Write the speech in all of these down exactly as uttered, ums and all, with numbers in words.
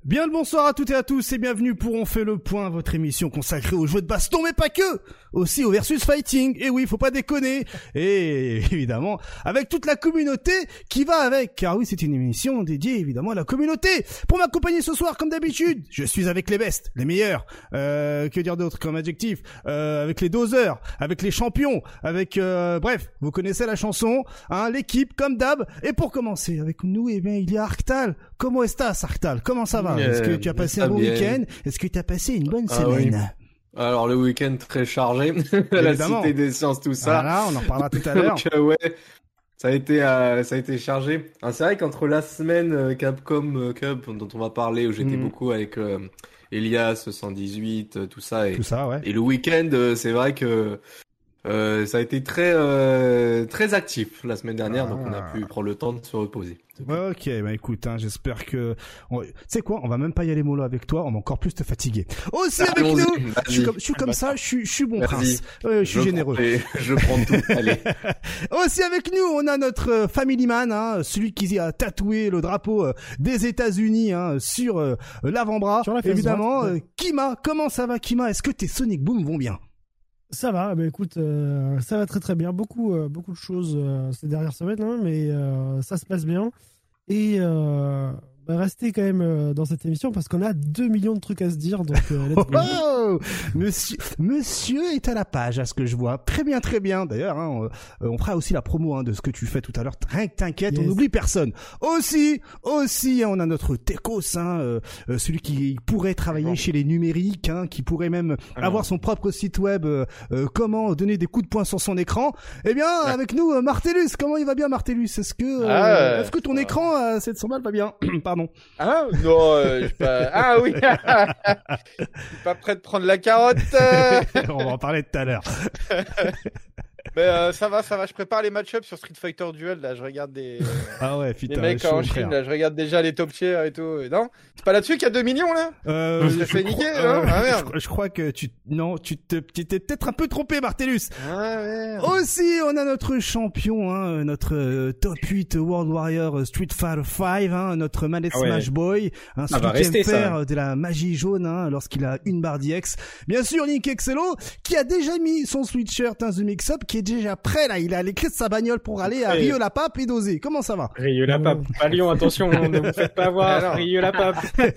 Bien le bonsoir à toutes et à tous et bienvenue pour On fait le point, votre émission consacrée aux jeux de baston, mais pas que, aussi au versus fighting. Et oui, faut pas déconner. Et évidemment, avec toute la communauté qui va avec, car oui, c'est une émission dédiée évidemment à la communauté. Pour m'accompagner ce soir, comme d'habitude, je suis avec les bestes, les meilleurs. Euh, que dire d'autre comme adjectif, euh, avec les doseurs, avec les champions, avec euh, bref, vous connaissez la chanson, hein, l'équipe comme d'hab. Et pour commencer avec nous, eh bien, il y a Arctal. Comment estás, Arctal? Comment ça va? Est-ce que tu as passé un bon bien. week-end? Est-ce que tu as passé une bonne ah, semaine? Oui. Alors le week-end très chargé, la Cité des Sciences, tout ça. Voilà, on en parlera tout à l'heure. Donc euh, ouais, ça a été euh, ça a été chargé. Ah, c'est vrai qu'entre la semaine euh, Capcom euh, Cup dont on va parler, où j'étais mmh. beaucoup avec euh, Elias cent dix-huit, euh, tout ça, et tout ça, ouais. Et le week-end, euh, c'est vrai que euh, ça a été très euh, très actif la semaine dernière, ah. donc on a pu prendre le temps de se reposer. Ouais, ok, bah écoute, hein, j'espère que... On... Tu sais quoi, on va même pas y aller mollo avec toi, on va encore plus te fatiguer. Aussi avec nous, je suis comme, je suis comme ça, je suis, je suis bon Vas-y. prince, euh, je suis je généreux. Prends, je prends tout, allez. Aussi avec nous, on a notre family man, hein, celui qui a tatoué le drapeau des États-Unis hein, sur euh, l'avant-bras, sur la évidemment. Euh, Kima, comment ça va Kima? Est-ce que tes Sonic Boom vont bien? Ça va, bah écoute, euh, ça va très très bien. Beaucoup, euh, beaucoup de choses euh, ces dernières semaines, hein, mais euh, ça se passe bien. Et euh, bah restez quand même euh, dans cette émission parce qu'on a deux millions de trucs à se dire. Donc, euh, let's go. Oh, monsieur, monsieur est à la page, à ce que je vois. Très bien, très bien. D'ailleurs, hein, on, on fera aussi la promo hein, de ce que tu fais tout à l'heure. Rien que t'inquiète, yes. On n'oublie personne. Aussi, aussi, on a notre Tekos, hein, euh, celui qui pourrait travailler oh. chez les numériques, hein, qui pourrait même ah avoir son propre site web. Euh, euh, comment donner des coups de poing sur son écran. Eh bien, ouais. avec nous, euh, Martellus. Comment il va bien, Martellus? Est-ce que, euh, ah, est-ce que ton euh... écran à sept cents balles va bien? Pardon. Ah non, euh, je pas... ah oui. Je suis pas prêt de prendre la carotte. Euh... On va en parler tout à l'heure. Mais euh, ça va, ça va. Je prépare les match-ups sur Street Fighter Duel. Là, je regarde des. Ah ouais, putain. Les mecs en Chine. Là, je regarde déjà les top tiers et tout. Non, c'est pas là-dessus qu'il y a deux millions là. Euh, je, je fait niquer. Euh, non ah, merde. Je, je crois que tu, non, tu te, tu t'es peut-être un peu trompé, Martellus. Ah merde. Aussi, on a notre champion, hein, notre euh, top huit World Warrior Street Fighter cinq, hein, notre manette ah ouais. Smash Boy, hein, celui ah, qui aime faire ça. de la magie jaune, hein, lorsqu'il a une barre d'I X. Bien sûr, Link Excello, qui a déjà mis son sweatshirt, hein, The Mix-Up, qui est déjà prêt là. Il a les clés de sa bagnole pour aller à Rieux-la-Pape et doser. Comment ça va? Rieux-la-Pape, pas Lyon, attention, ne vous faites pas avoir. Rieux-la-Pape.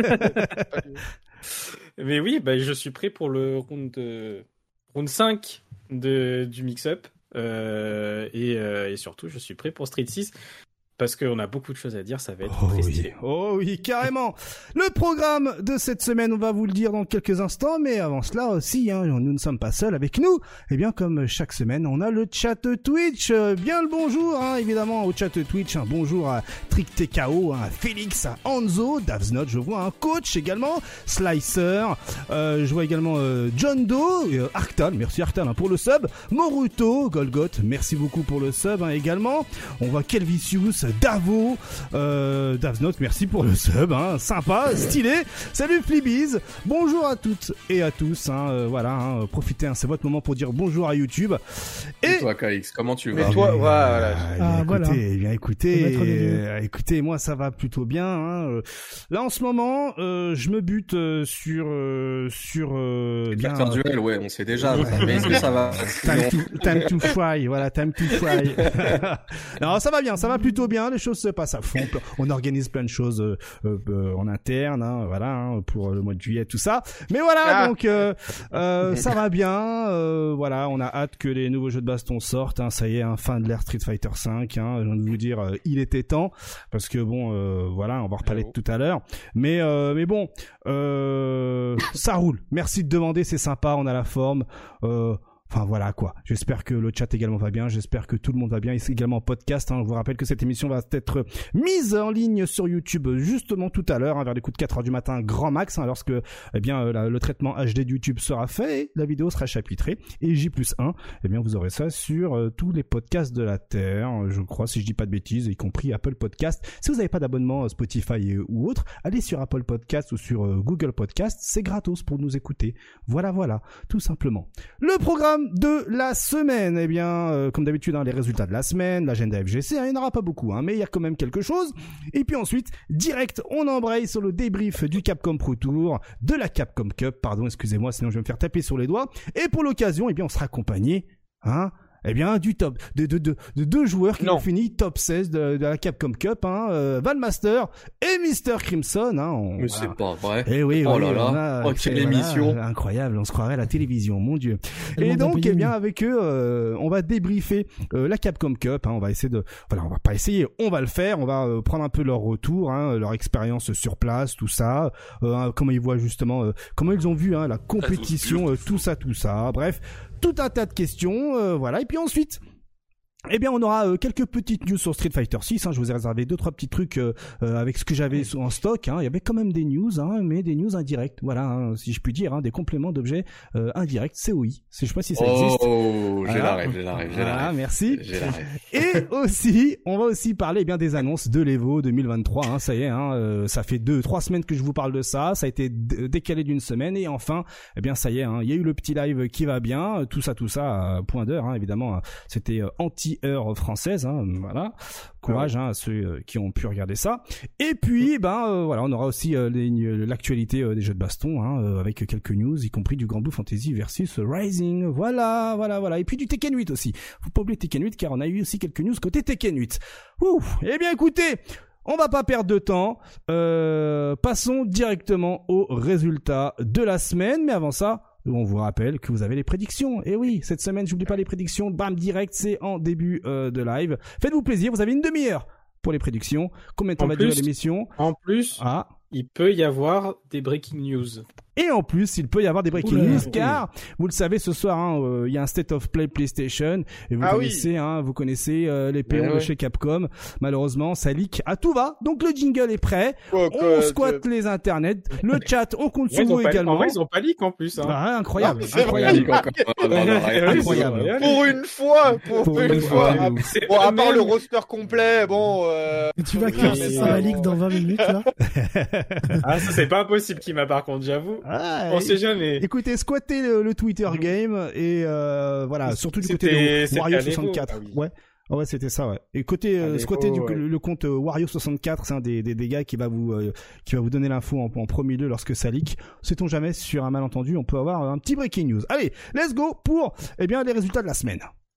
Mais oui, bah, je suis prêt pour le round, euh, round cinq de, du mix-up. Euh, et, euh, et surtout, je suis prêt pour Street six. Parce qu'on a beaucoup de choses à dire, ça va être oh très stylé. Oui. Oh oui, carrément. Le programme de cette semaine, on va vous le dire dans quelques instants, mais avant cela aussi, hein, nous ne sommes pas seuls avec nous. Eh bien, comme chaque semaine, on a le chat Twitch. Bien le bonjour, hein, évidemment, au chat Twitch. Un bonjour à Trick T K O, à Félix, à Anzo, Davsnot, je vois un coach également, Slicer, euh, je vois également euh, John Doe, euh, Arctal, merci Arctal hein, pour le sub, Moruto, Golgoth, merci beaucoup pour le sub hein, également. On voit Kelvicius, Davo, euh, Davsnot, merci pour le sub, hein, sympa, stylé. Salut Flibiz, bonjour à toutes et à tous, hein, euh, voilà, hein, profitez, hein, c'est votre moment pour dire bonjour à YouTube. Et, et toi, K X, comment tu vas? Mais toi, voilà. Ah, bien, ah, écoutez, voilà. bien écoutez, euh, écoutez, moi ça va plutôt bien. Hein. Là en ce moment, euh, je me bute euh, sur euh, sur. Euh, bien, euh, duel, ouais, on sait déjà. Mais est-ce que ça va? Time to, time to fry, voilà, time to fry. Non, ça va bien, ça va plutôt bien. Les choses se passent à fond. On organise plein de choses euh, euh, en interne, hein, voilà, hein, pour le mois de juillet, tout ça. Mais voilà, ah. donc euh, euh, ça va bien. Euh, voilà, on a hâte que les nouveaux jeux de baston sortent. Hein, ça y est, hein, fin de l'ère Street Fighter cinq. Hein, je viens de vous dire, euh, il était temps parce que bon, euh, voilà, on va en reparler tout à l'heure. Mais euh, mais bon, euh, ça roule. Merci de demander, c'est sympa, on a la forme. Euh, Enfin voilà quoi, j'espère que le chat également va bien, j'espère que tout le monde va bien, et c'est également podcast, hein. Je vous rappelle que cette émission va être mise en ligne sur YouTube justement tout à l'heure, hein, vers les coups de quatre heures du matin, grand max, hein, lorsque eh bien, euh, la, le traitement H D de YouTube sera fait, et la vidéo sera chapitrée, et J plus un, eh bien vous aurez ça sur euh, tous les podcasts de la Terre, je crois, si je dis pas de bêtises, y compris Apple Podcast. Si vous n'avez pas d'abonnement Spotify et, ou autre, allez sur Apple Podcast ou sur euh, Google Podcast, c'est gratos pour nous écouter. Voilà, voilà, tout simplement. Le programme Capcom de la semaine. Eh bien, euh, comme d'habitude, hein, les résultats de la semaine, l'agenda F G C, hein, il n'y en aura pas beaucoup, hein, mais il y a quand même quelque chose. Et puis ensuite, direct, on embraye sur le débrief du Capcom Pro Tour, de la Capcom Cup, pardon, excusez-moi, sinon je vais me faire taper sur les doigts. Et pour l'occasion, eh bien, on sera accompagné, hein, eh bien, du top, de, de, de, de deux joueurs qui non. ont fini top seize de, de la Capcom Cup, hein, euh, Valmaster et Mister Crimson, hein. On, Mais voilà. c'est pas vrai. Eh oui, oh oui, là là. A, oh, quelle émission. Voilà, incroyable, on se croirait à la télévision, mon Dieu. Et donc, eh bien, avec eux, euh, on va débriefer, euh, la Capcom Cup, hein, on va essayer de, voilà, on va pas essayer, on va le faire, on va euh, prendre un peu leur retour, hein, leur expérience sur place, tout ça, euh, comment ils voient justement, euh, comment ils ont vu, hein, la compétition, euh, tout ça, tout ça, bref, tout un tas de questions, euh, voilà, et puis ensuite, eh bien, on aura euh, quelques petites news sur Street Fighter six. Hein. Je vous ai réservé deux trois petits trucs euh, euh, avec ce que j'avais en stock. Hein. Il y avait quand même des news, hein, mais des news indirectes. Voilà, hein, si je puis dire, hein, des compléments d'objets euh, indirects. C O I. Je sais pas si ça existe. Oh, j'ai la rêve, j'ai la rêve, j'ai la rêve. Merci. J'ai la rêve. Et aussi, on va aussi parler eh bien des annonces de l'Evo deux mille vingt-trois. Hein, ça y est, hein, euh, ça fait deux trois semaines que je vous parle de ça. Ça a été d- décalé d'une semaine et enfin, eh bien ça y est. Hein, il y a eu le petit live qui va bien. Tout ça, tout ça, à point d'heure. Hein, évidemment, c'était euh, anti-heure française. Hein, voilà, courage hein, à ceux qui ont pu regarder ça. Et puis, ben euh, voilà, on aura aussi euh, les, l'actualité euh, des jeux de baston, hein, euh, avec quelques news, y compris du Grand Blue Fantasy versus Rising. Voilà, voilà, voilà. Et puis du Tekken huit aussi. Faut pas oublier Tekken huit, car on a eu aussi quelques news côté Tekken huit. Ouh. Eh bien, écoutez. On va pas perdre de temps. Euh, passons directement aux résultats de la semaine. Mais avant ça, on vous rappelle que vous avez les prédictions. Et oui, cette semaine, j'oublie pas les prédictions. Bam, direct, c'est en début euh, de live. Faites-vous plaisir, vous avez une demi-heure pour les prédictions. Combien de temps va durer l'émission ? En plus, ah. il peut y avoir des breaking news. Et en plus, il peut y avoir des breaking Oula, news, oui. car vous le savez, ce soir, hein, euh, il y a un State of Play PlayStation, et vous ah connaissez, oui. hein, vous connaissez euh, les P O ouais, de chez Capcom. Malheureusement, ça leak à tout va. Donc le jingle est prêt. Oh, on squatte les internets, le chat, on compte sur vous également. En vrai, ils ont pas leak en plus. Hein. Ah, incroyable, non, incroyable. incroyable. Pour une fois, pour, pour une, une fois. fois. Bon, à part le roster complet, bon. Euh... Et tu vas classer ça à leak dans vingt minutes là. Ah, ça c'est pas impossible, Kima, par contre, j'avoue. Ah, on sait jamais. Écoutez, squattez le, le Twitter game et euh, voilà, surtout du côté de Wario soixante-quatre. Ah oui. Ouais. Oh ouais, c'était ça, ouais. Et côté euh, squatter du ouais. le, le compte euh, Wario soixante-quatre, c'est un des, des, des gars qui va vous euh, qui va vous donner l'info en, en premier lieu lorsque ça leak. Sait-on jamais, sur un malentendu, on peut avoir un petit breaking news. Allez, let's go pour eh bien les résultats de la semaine.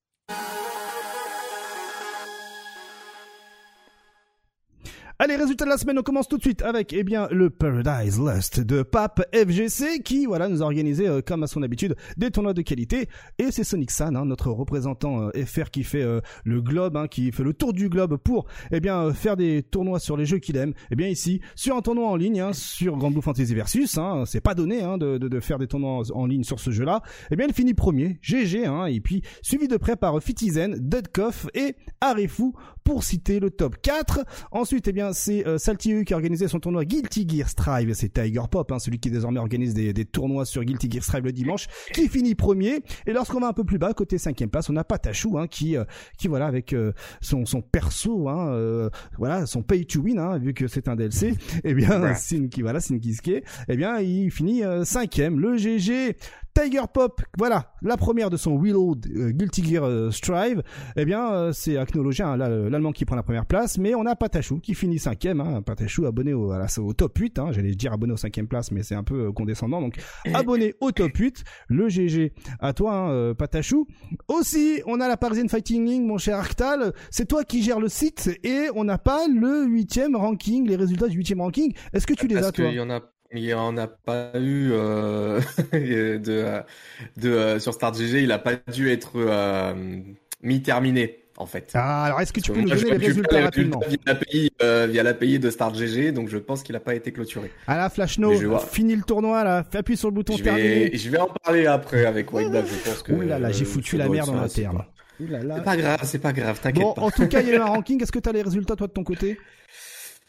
Allez, résultat de la semaine, on commence tout de suite avec, eh bien, le Paradise Lost de Pape F G C qui, voilà, nous a organisé, euh, comme à son habitude, des tournois de qualité. Et c'est Sonic San, hein, notre représentant euh, F R qui fait euh, le globe, hein, qui fait le tour du globe pour, eh bien, euh, faire des tournois sur les jeux qu'il aime. Eh bien, ici, sur un tournoi en ligne, hein, sur Grand Blue Fantasy Versus, hein, c'est pas donné, hein, de, de, de faire des tournois en, en ligne sur ce jeu-là. Eh bien, il finit premier, G G, hein, et puis, suivi de près par Fitizen, Deadcoff et Arifu, pour citer le top quatre. Ensuite, eh bien, c'est euh, Salty U qui a organisé son tournoi Guilty Gear Strive. C'est Tiger Pop, hein, celui qui désormais organise des, des tournois sur Guilty Gear Strive le dimanche, qui finit premier. Et lorsqu'on va un peu plus bas, côté cinquième place, on a Patachou, hein, qui, euh, qui voilà, avec euh, son, son perso, hein, euh, voilà, son pay to win, hein, vu que c'est un D L C. Eh bien, Sin qui voilà, Sin Kiske, eh bien, il finit euh, cinquième. Le G G. Tiger Pop, voilà, la première de son Reload euh, Guilty Gear euh, Strive, eh bien, euh, c'est Acnologien, hein, là, l'allemand qui prend la première place, mais on a Patachou qui finit cinquième, hein, Patachou abonné au, à la, au top huit, hein, j'allais dire abonné au cinquième place, mais c'est un peu euh, condescendant, donc abonné au top huit, le G G à toi, hein, euh, Patachou. Aussi, on a la Parisian Fighting League, mon cher Arctal, c'est toi qui gères le site, et on n'a pas le huitième ranking, les résultats du huitième ranking, est-ce que tu les Parce as, toi? Il y en a Il n'y en a pas eu euh, de, de, de euh, sur Start G G, il n'a pas dû être euh, mi-terminé en fait. Ah, alors est-ce que tu peux nous moi, donner les résultats rapidement via l'A P I, euh, via l'A P I de Start G G, donc je pense qu'il n'a pas été clôturé. Ah là, Flashno, fini le tournoi là, appuie sur le bouton je terminé. Vais, je vais en parler après avec White Black, je pense que. Ouh là là, j'ai foutu la merde en interne. C'est pas grave, c'est pas grave, t'inquiète bon, pas. En tout cas, il y a eu un ranking. Est-ce que tu as les résultats toi de ton côté?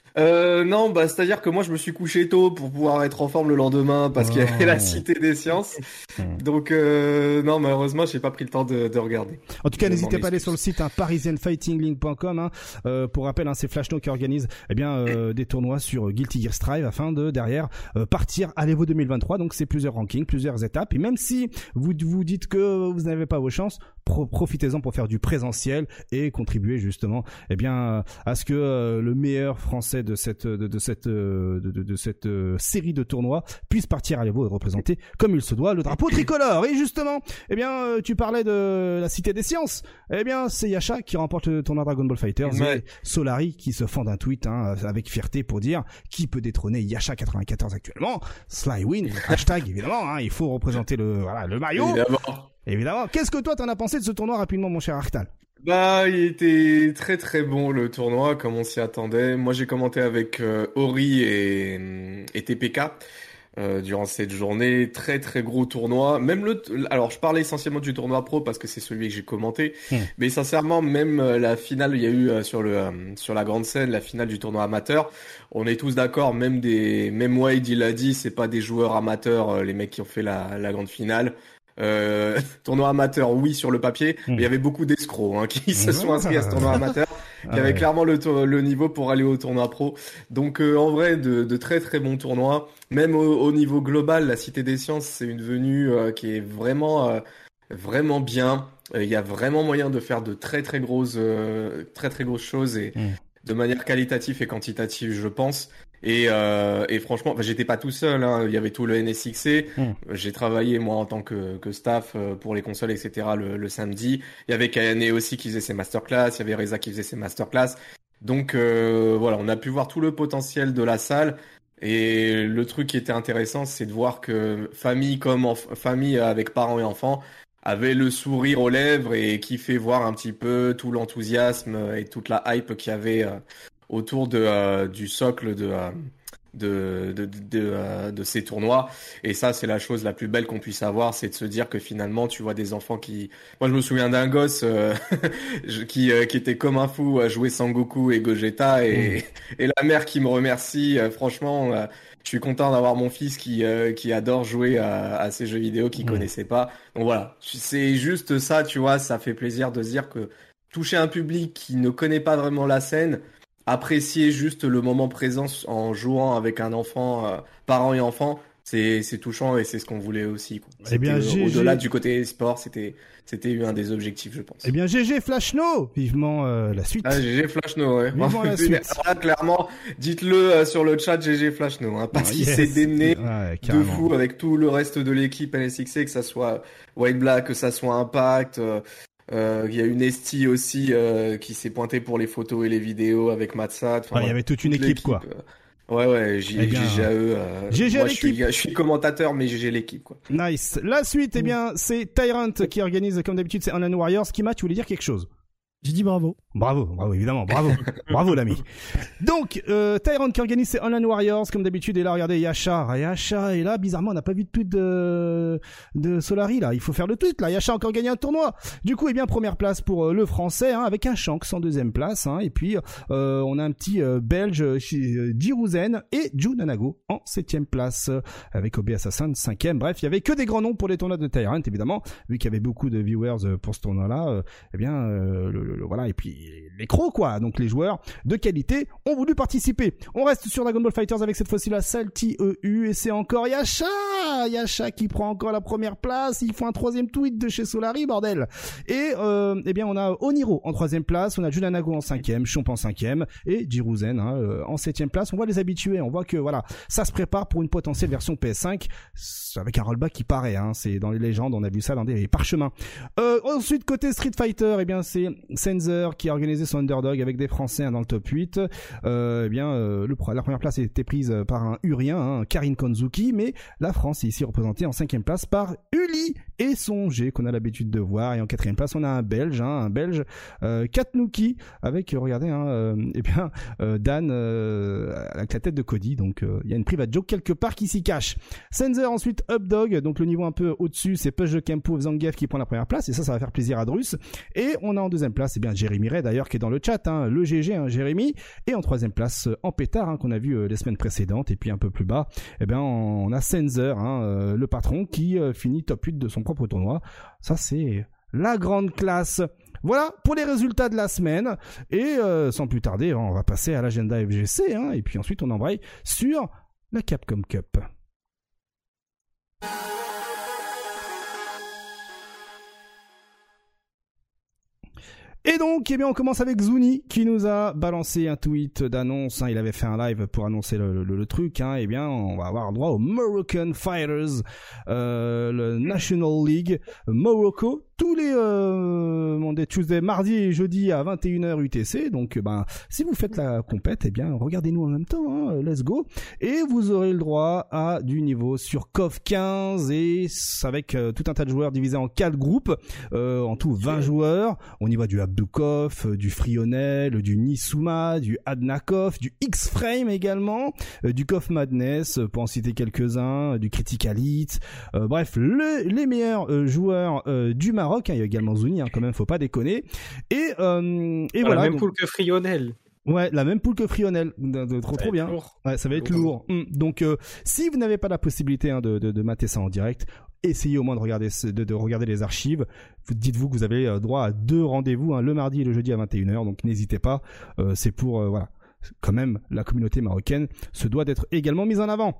Euh, non, bah c'est-à-dire que moi je me suis couché tôt pour pouvoir être en forme le lendemain parce oh. qu'il y avait la Cité des Sciences. Donc euh, non, malheureusement, j'ai pas pris le temps de, de regarder. En tout cas, je n'hésitez pas à aller sur le site hein, parisian fighting league point com. Hein. Euh, pour rappel, hein, c'est Flashno qui organise eh bien euh, des tournois sur Guilty Gear Strive afin de derrière euh, partir à l'Evo deux mille vingt-trois. Donc c'est plusieurs rankings, plusieurs étapes. Et même si vous vous dites que vous n'avez pas vos chances, pro- profitez-en pour faire du présentiel et contribuer justement eh bien à ce que euh, le meilleur français de cette de, de cette de, de, de cette euh, série de tournois puisse partir à l'Evo et représenter comme il se doit le drapeau tricolore. Et justement, eh bien euh, tu parlais de la Cité des Sciences. Eh bien c'est Yasha qui remporte le tournoi Dragon Ball FighterZ ouais. et Solari qui se fend d'un tweet hein, avec fierté pour dire qui peut détrôner Yasha quatre-vingt-quatorze actuellement. Slywin hashtag évidemment hein, il faut représenter le voilà le maillot. Évidemment. Évidemment. Qu'est-ce que toi t'en as pensé de ce tournoi rapidement mon cher Arctal? Bah, il était très très bon le tournoi, comme on s'y attendait. Moi, j'ai commenté avec euh, Ori et, et T P K euh, durant cette journée. Très très gros tournoi. Même le, alors je parlais essentiellement du tournoi pro parce que c'est celui que j'ai commenté. Mmh. Mais sincèrement, même euh, la finale, il y a eu euh, sur le euh, sur la grande scène, la finale du tournoi amateur. On est tous d'accord, même des, même Wade il l'a dit, c'est pas des joueurs amateurs, euh, les mecs qui ont fait la la grande finale. Euh, tournoi amateur, oui, sur le papier, mmh. mais il y avait beaucoup d'escrocs hein, qui se sont inscrits à ce tournoi amateur, qui ah avaient ouais. clairement le, to- le niveau pour aller au tournoi pro. Donc euh, en vrai, de, de très très bons tournois. Même au, au niveau global, la Cité des Sciences, c'est une venue euh, qui est vraiment euh, vraiment bien. Il euh, y a vraiment moyen de faire de très très grosses euh, très très grosses choses et mmh. de manière qualitative et quantitative, je pense. Et, euh, et franchement, enfin, j'étais pas tout seul. Hein. Il y avait tout le N S X C. Mmh. J'ai travaillé moi en tant que, que staff pour les consoles, et cetera. Le, le samedi. Il y avait Kayane aussi qui faisait ses masterclass. Il y avait Reza qui faisait ses masterclass. Donc euh, voilà, on a pu voir tout le potentiel de la salle. Et le truc qui était intéressant, c'est de voir que famille comme enf- famille avec parents et enfants avait le sourire aux lèvres et qui fait voir un petit peu tout l'enthousiasme et toute la hype qu'il y avait. Euh, autour de euh, du socle de euh, de de de, de, euh, de ces tournois. Et ça, c'est la chose la plus belle qu'on puisse avoir, c'est de se dire que finalement tu vois des enfants qui, moi je me souviens d'un gosse euh, qui euh, qui était comme un fou à jouer Sangoku et Gogeta et mmh. et la mère qui me remercie. Euh, franchement euh, je suis content d'avoir mon fils qui euh, qui adore jouer à, à ces jeux vidéo qu'il mmh. connaissait pas. Donc voilà, c'est juste ça, tu vois, ça fait plaisir de se dire que toucher un public qui ne connaît pas vraiment la scène, apprécier juste le moment présent en jouant avec un enfant, euh, parents et enfants, c'est c'est touchant et c'est ce qu'on voulait aussi. Quoi. Eh bien, G G... au-delà du côté sport, c'était c'était un des objectifs, je pense. Eh bien, G G Flashno, vivement euh, la suite. Ah, G G Flashno, ouais. Vivement la suite. Alors là, clairement, dites-le euh, sur le chat G G Flashno, hein, parce ah, qu'il yes. s'est démené ouais, de fou avec tout le reste de l'équipe N S X C, que ça soit White Black, que ça soit Impact. Euh, Euh, il y a une Esti aussi euh, qui s'est pointée pour les photos et les vidéos avec Matsat. Enfin, ah, il y avait toute une équipe, quoi. Euh, ouais, ouais, G G à eux. Euh, G G moi, à je suis, je suis commentateur, mais G G l'équipe, quoi. Nice. La suite, eh bien, c'est Tyrant qui organise, comme d'habitude, c'est Online Warriors. Kima, tu voulais dire quelque chose? J'ai dit bravo. Bravo, bravo, évidemment, bravo. Bravo, l'ami. Donc, euh, Tyrant qui organise ses Online Warriors, comme d'habitude, et là, regardez, Yasha. Yasha, et là, bizarrement, on n'a pas vu de tweet de, de Solari, là. Il faut faire le tweet, là. Yasha a encore gagné un tournoi. Du coup, eh bien, première place pour euh, le français, hein, avec un Shanks en deuxième place, hein. Et puis, euh, on a un petit euh, belge, euh, Jiruzen, et Ju Nanago en septième place, euh, avec Obi Assassin, cinquième. Bref, il y avait que des grands noms pour les tournois de Tyrant, évidemment. Vu qu'il y avait beaucoup de viewers euh, pour ce tournoi-là, euh, eh bien, euh, le, le, voilà, et puis les crocs, quoi. Donc les joueurs de qualité ont voulu participer. On reste sur Dragon Ball FighterZ avec cette fois-ci la Salty E U, et c'est encore Yasha Yasha qui prend encore la première place. Il faut un troisième tweet de chez Solari, bordel. Et euh, eh bien on a Oniro en troisième place, on a Junanago en cinquième, Chomp en cinquième et Jiruzen hein, euh, en septième place. On voit les habitués, on voit que voilà, ça se prépare pour une potentielle version P S cinq avec un rollback qui paraît, hein, c'est dans les légendes, on a vu ça dans des parchemins. Euh, ensuite côté Street Fighter, eh bien c'est Senzer qui a organisé son underdog avec des Français hein, dans le top huit. Euh, eh bien, euh, le, la première place a été prise par un Urien, hein, Karin Konzuki, mais la France est ici représentée en cinquième place par Uli et son G qu'on a l'habitude de voir. Et en quatrième place, on a un Belge, hein, un Belge, euh, Katnuki, avec, regardez, hein, euh, eh bien, euh, Dan euh, avec la tête de Cody. Donc, il euh, y a une private joke quelque part qui s'y cache. Senzer ensuite Updog, donc le niveau un peu au-dessus, c'est Push the Kempo of Zangief qui prend la première place. Et ça, ça va faire plaisir à Drus. Et on a en deuxième place, eh bien, Jérémy Ray, d'ailleurs, qui est dans le chat, hein, le G G, hein, Jérémy. Et en troisième place, en pétard, hein, qu'on a vu euh, les semaines précédentes. Et puis un peu plus bas, eh bien, on a Senzer, hein, euh, le patron, qui euh, finit top huit de son propre tournoi. Ça, c'est la grande classe. Voilà pour les résultats de la semaine. Et euh, sans plus tarder, on va passer à l'agenda F G C, hein, et puis ensuite on embraye sur la Capcom Cup. Et donc, eh bien, on commence avec Zuni qui nous a balancé un tweet d'annonce. Hein, il avait fait un live pour annoncer le, le, le truc. Hein, eh bien, on va avoir droit au Moroccan Fighters, euh, le National League Morocco. Tous les euh, Monday, Tuesday, mardi et jeudi à vingt et une heures U T C. Donc, ben, si vous faites la compète, eh bien, regardez-nous en même temps. Hein, let's go. Et vous aurez le droit à du niveau sur C O F quinze et avec euh, tout un tas de joueurs divisés en quatre groupes, euh, en tout vingt joueurs. On y voit du Abdukov, du Frionel, du Nisuma, du Adnakov, du X-Frame également, euh, du K O F Madness, pour en citer quelques-uns, euh, du Criticalit. Euh, bref, le, les meilleurs euh, joueurs euh, du Maroc. Hein, il y a également Zuni, hein, quand même, faut pas déconner. Et, euh, et ah, voilà. La même donc... poule que Frionel. Ouais, la même poule que Frionel. De, de, trop, ça trop bien. Lourd. Ouais, ça va être lourd. Hum. Donc, euh, si vous n'avez pas la possibilité hein, de, de, de mater ça en direct, essayez au moins de regarder, de, de regarder les archives. Dites-vous que vous avez euh, droit à deux rendez-vous, hein, le mardi et le jeudi à vingt et une heures. Donc, n'hésitez pas. Euh, c'est pour, euh, voilà. Quand même, la communauté marocaine se doit d'être également mise en avant.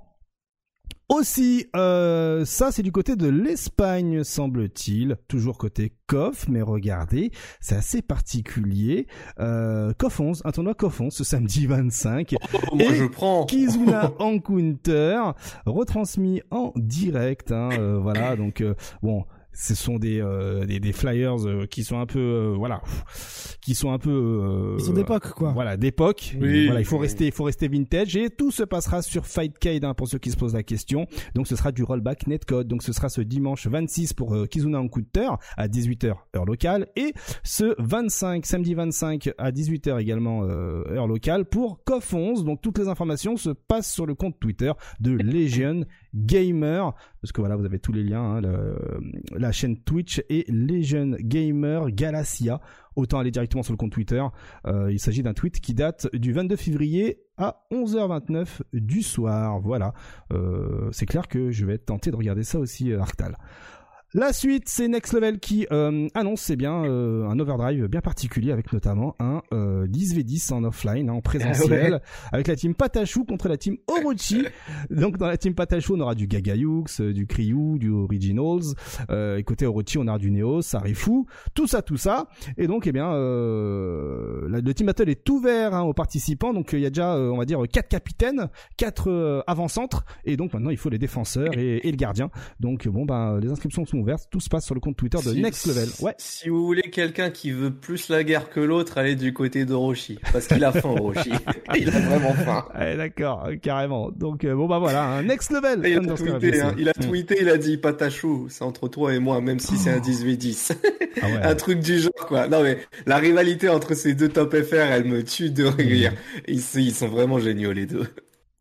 Aussi, euh, ça c'est du côté de l'Espagne, semble-t-il, toujours côté C O F, mais regardez, c'est assez particulier. Euh, C O F onze, un tournoi C O F onze ce samedi vingt-cinq. Oh, moi et je prends. Kizuna Encounter, retransmis en direct. Hein, euh, voilà, donc euh, bon. Ce sont des, euh, des des flyers euh, qui sont un peu euh, voilà qui sont un peu euh, ils sont d'époque quoi. Voilà, d'époque. Oui, voilà, il faut oui. rester il faut rester vintage et tout se passera sur Fightcade hein, pour ceux qui se posent la question. Donc ce sera du rollback netcode. Donc ce sera ce dimanche vingt-six pour euh, Kizuna Encounter à dix-huit heures heure locale et ce vingt-cinq samedi vingt-cinq à dix-huit heures également euh, heure locale pour C O F onze. Donc toutes les informations se passent sur le compte Twitter de Legion Gamer parce que voilà, vous avez tous les liens hein, le, la chaîne Twitch et Legion Gamer Galaxia. Autant aller directement sur le compte Twitter. Euh, il s'agit d'un tweet qui date du vingt-deux février à onze heures vingt-neuf du soir. Voilà. Euh, c'est clair que je vais être tenté de regarder ça aussi, euh, Arctal. La suite, c'est Next Level qui euh, annonce c'est bien euh, un overdrive bien particulier avec notamment un euh, dix v dix en offline, hein, en présentiel, ouais. Avec la team Patachou contre la team Orochi. Donc dans la team Patachou, on aura du Gagayux, euh, du Kryu, du Originals. Euh, et côté Orochi, on aura du Neos, Sarifu, tout ça, tout ça. Et donc, eh bien, euh, la, le team battle est ouvert hein, aux participants. Donc il y a déjà, euh, on va dire, quatre capitaines, quatre euh, avant-centres, et donc maintenant il faut les défenseurs et, et le gardien. Donc bon, ben les inscriptions sont ouverte, tout se passe sur le compte Twitter de si, Next Level. Ouais. Si vous voulez quelqu'un qui veut plus la guerre que l'autre, allez du côté d'Orochi, parce qu'il a faim Orochi. Il a vraiment faim. Ouais, d'accord, carrément. Donc euh, bon bah voilà, un Next Level. Et il a tweeté, hein, il a tweeté, il a dit Patachou, c'est entre toi et moi, même si c'est un dix v dix. Ah ouais. Un truc du genre quoi. Non mais la rivalité entre ces deux top F R, elle me tue de rire. Mmh. Ils, ils sont vraiment géniaux les deux.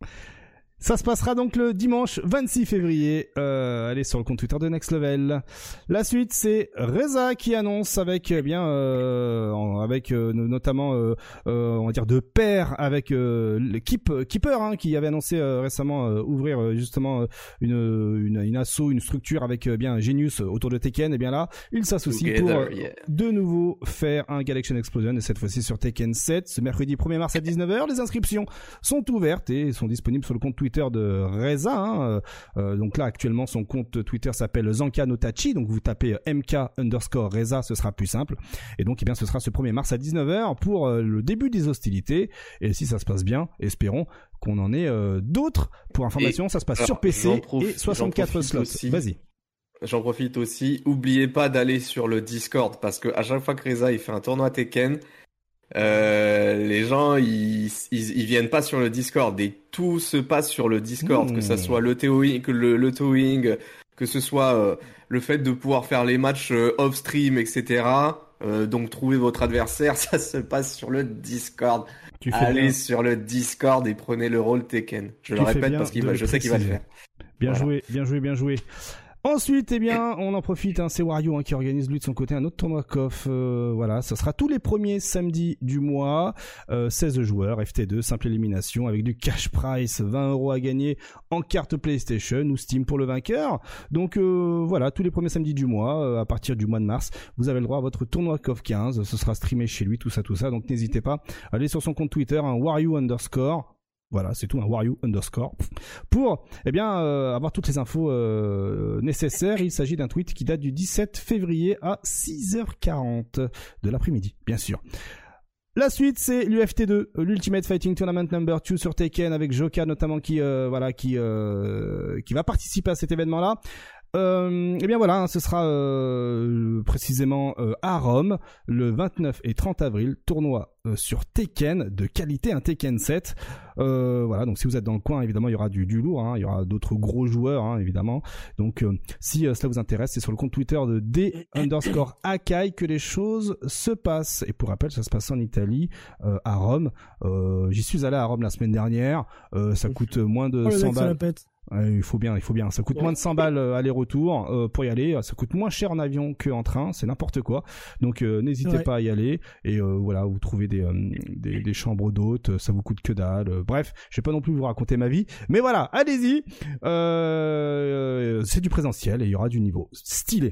Ça se passera donc le dimanche vingt-six février. Euh, allez sur le compte Twitter de Next Level. La suite, c'est Reza qui annonce avec eh bien euh, avec euh, notamment euh, euh, on va dire de pair avec euh, l'équipe Keeper hein, qui avait annoncé euh, récemment euh, ouvrir euh, justement euh, une une une asso, une structure avec euh, bien Genius autour de Tekken. Et bien là, ils s'associent pour euh, yeah. de nouveau faire un Galaxian Explosion et cette fois-ci sur Tekken sept ce mercredi premier mars à dix-neuf heures. Les inscriptions sont ouvertes et sont disponibles sur le compte Twitter de Reza hein. euh, donc là actuellement son compte Twitter s'appelle Zanka Notachi, donc vous tapez M K underscore Reza, ce sera plus simple et donc eh bien ce sera ce premier mars à dix-neuf heures pour euh, le début des hostilités et si ça se passe bien, espérons qu'on en ait euh, d'autres. Pour information et, ça se passe alors, sur P C et soixante-quatre slots aussi. Vas-y. J'en profite aussi, oubliez pas d'aller sur le Discord parce que à chaque fois que Reza il fait un tournoi Tekken, Euh, les gens ils, ils ils viennent pas sur le Discord et tout se passe sur le Discord, mmh. que ça soit le towing, que le, le towing, que ce soit euh, le fait de pouvoir faire les matchs euh, off stream, et cetera. Euh, donc trouver votre adversaire, ça se passe sur le Discord. Tu Allez bien. Sur le Discord et prenez le rôle Tekken. Je tu le répète parce qu'il va, je sais qu'il va le faire. Bien voilà. joué, bien joué, bien joué. Ensuite, eh bien, on en profite, hein, c'est Wario hein, qui organise lui de son côté un autre tournoi C O F. Euh, voilà, ça sera tous les premiers samedis du mois. Euh, seize joueurs, F T deux, simple élimination, avec du cash prize, vingt euros à gagner en carte PlayStation ou Steam pour le vainqueur. Donc euh, voilà, tous les premiers samedis du mois, euh, à partir du mois de mars, vous avez le droit à votre tournoi C O F quinze. Ce sera streamé chez lui, tout ça, tout ça. Donc n'hésitez pas, allez sur son compte Twitter, un Wario underscore. Voilà, c'est tout, un Wario underscore. Pour, eh bien, euh, avoir toutes les infos euh, nécessaires. Il s'agit d'un tweet qui date du dix-sept février à six heures quarante de l'après-midi, bien sûr. La suite, c'est l'U F T deux, l'Ultimate Fighting Tournament number two sur Tekken, avec Joka notamment qui, euh, voilà, qui, euh, qui va participer à cet événement-là. Euh, et bien voilà, hein, ce sera euh, précisément euh, à Rome le vingt-neuf et trente avril, tournoi euh, sur Tekken de qualité, un Tekken sept. Euh, voilà, donc si vous êtes dans le coin, évidemment il y aura du, du lourd, hein, il y aura d'autres gros joueurs, hein, évidemment. Donc euh, si euh, cela vous intéresse, c'est sur le compte Twitter de D underscore Akai que les choses se passent. Et pour rappel, ça se passe en Italie, euh, à Rome. Euh, j'y suis allé à Rome la semaine dernière. Euh, ça coûte moins de oh, cent balles. Euh, il faut bien, il faut bien. Ça coûte moins de cent balles euh, aller-retour euh, pour y aller. Ça coûte moins cher en avion qu'en train. C'est n'importe quoi. Donc euh, n'hésitez ouais. pas à y aller. Et euh, voilà, vous trouvez des, euh, des des chambres d'hôtes. Ça vous coûte que dalle. Euh, bref, je vais pas non plus vous raconter ma vie. Mais voilà, allez-y. Euh, c'est du présentiel et il y aura du niveau stylé.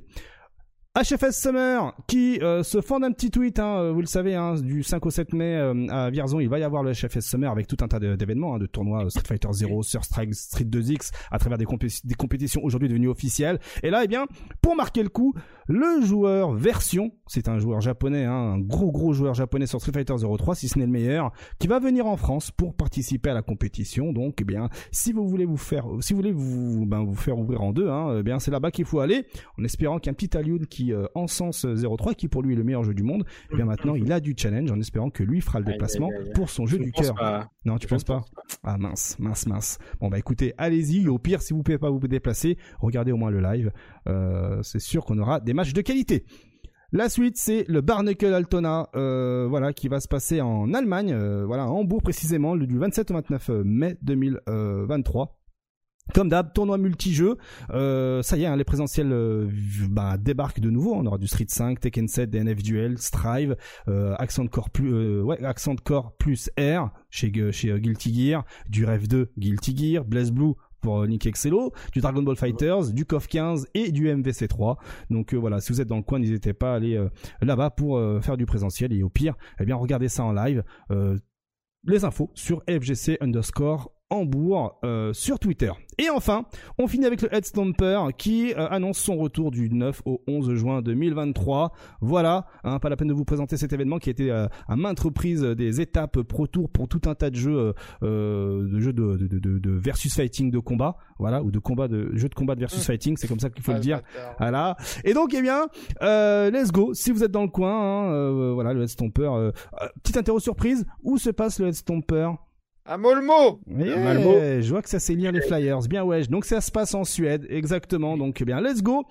H F S Summer qui euh, se fend d'un petit tweet, hein, vous le savez, hein, du cinq au sept mai euh, à Vierzon, il va y avoir le H F S Summer avec tout un tas d'événements, hein, de tournois Street Fighter zéro, Sur Strike, Street deux X, à travers des, compé- des compétitions aujourd'hui devenues officielles. Et là, eh bien, pour marquer le coup, le joueur version, c'est un joueur japonais, hein, un gros gros joueur japonais sur Street Fighter zéro trois, si ce n'est le meilleur, qui va venir en France pour participer à la compétition. Donc, eh bien, si vous voulez vous faire, si vous voulez vous, ben, vous faire ouvrir en deux, hein, eh bien, c'est là-bas qu'il faut aller, en espérant qu'un petit Alioun qui Euh, Encens zéro trois, qui pour lui est le meilleur jeu du monde, et bien maintenant il a du challenge en espérant que lui fera le déplacement aïe, aïe, aïe. pour son jeu je du cœur. Non, tu penses pas, pas Ah mince, mince, mince. Bon bah écoutez, allez-y, au pire si vous pouvez pas vous déplacer, regardez au moins le live, euh, c'est sûr qu'on aura des matchs de qualité. La suite, c'est le Barnacle Altona, euh, voilà, qui va se passer en Allemagne, euh, voilà, à Hambourg précisément, du vingt-sept au vingt-neuf mai deux mille vingt-trois. Comme d'hab, tournoi multi-jeux, euh, ça y est, hein, les présentiels euh, bah, débarquent de nouveau. On aura du Street cinq, Tekken sept, D N F Duel, Strive, euh, Accent Core plus, euh, ouais, Accent Core plus R chez chez uh, Guilty Gear, du Rev deux, Guilty Gear, Blaze Blue pour uh, Nick Excello, du Dragon Ball Fighters, du C O F quinze et du M V C trois. Donc euh, voilà, si vous êtes dans le coin, n'hésitez pas à aller euh, là-bas pour euh, faire du présentiel et au pire, eh bien regardez ça en live. Euh, les infos sur F G C underscore Hambourg euh, sur Twitter. Et enfin, on finit avec le Head Stomper qui euh, annonce son retour du neuf au onze juin deux mille vingt-trois. Voilà, hein, pas la peine de vous présenter cet événement qui a été euh, à maintes reprises euh, des étapes Pro Tour pour tout un tas de jeux, euh, de jeux de, de, de, de versus fighting de combat, voilà, ou de combat de jeux de combat de versus mmh. fighting, c'est comme ça qu'il faut ah, le dire. Voilà. Et donc, eh bien, euh, let's go. Si vous êtes dans le coin, hein, euh, voilà, le Head Stomper. Euh, euh, petite interro surprise, où se passe le Head Stomper? À Malmo. Yeah, Malmo. Je vois que ça sait lire les flyers. Bien ouais. Donc ça se passe en Suède, exactement. Donc bien, let's go.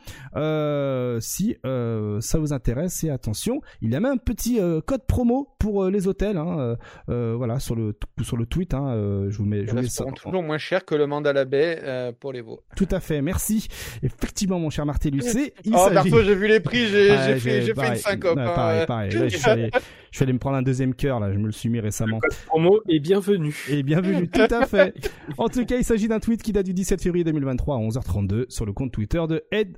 Euh, si euh, ça vous intéresse, et attention, il y a même un petit euh, code promo pour euh, les hôtels. Hein, euh, voilà, sur le sur le tweet. Hein, euh, je vous mets. Je vous mets ça. Toujours moins cher que le Mandala Bay euh, pour les veaux. Tout à fait. Merci. Effectivement, mon cher Martellus. Il oh, s'agit... perso, j'ai vu les prix. J'ai ah, j'ai fait j'ai fait une syncope. Ouais, pareil, hein. pareil. Là, je suis allé, je suis allé me prendre un deuxième cœur là. Je me le suis mis récemment. Le code promo est bienvenu. Et bienvenue, tout à fait. En tout cas, il s'agit d'un tweet qui date du dix-sept février deux mille vingt-trois à onze heures trente-deux sur le compte Twitter de Head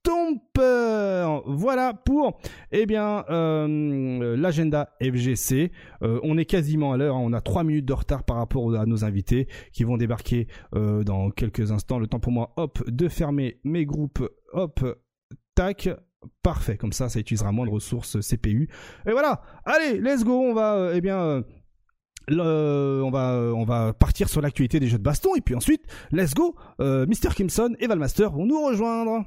Stomper. Voilà pour, eh bien, euh, l'agenda F G C. Euh, on est quasiment à l'heure. Hein. On a trois minutes de retard par rapport à nos invités qui vont débarquer euh, dans quelques instants. Le temps pour moi, hop, de fermer mes groupes. Hop, tac. Parfait. Comme ça, ça utilisera moins de ressources C P U. Et voilà. Allez, let's go. On va, euh, eh bien... Euh, Le, on va on va partir sur l'actualité des jeux de baston et puis ensuite let's go euh, Mister Kimson et Valmaster vont nous rejoindre.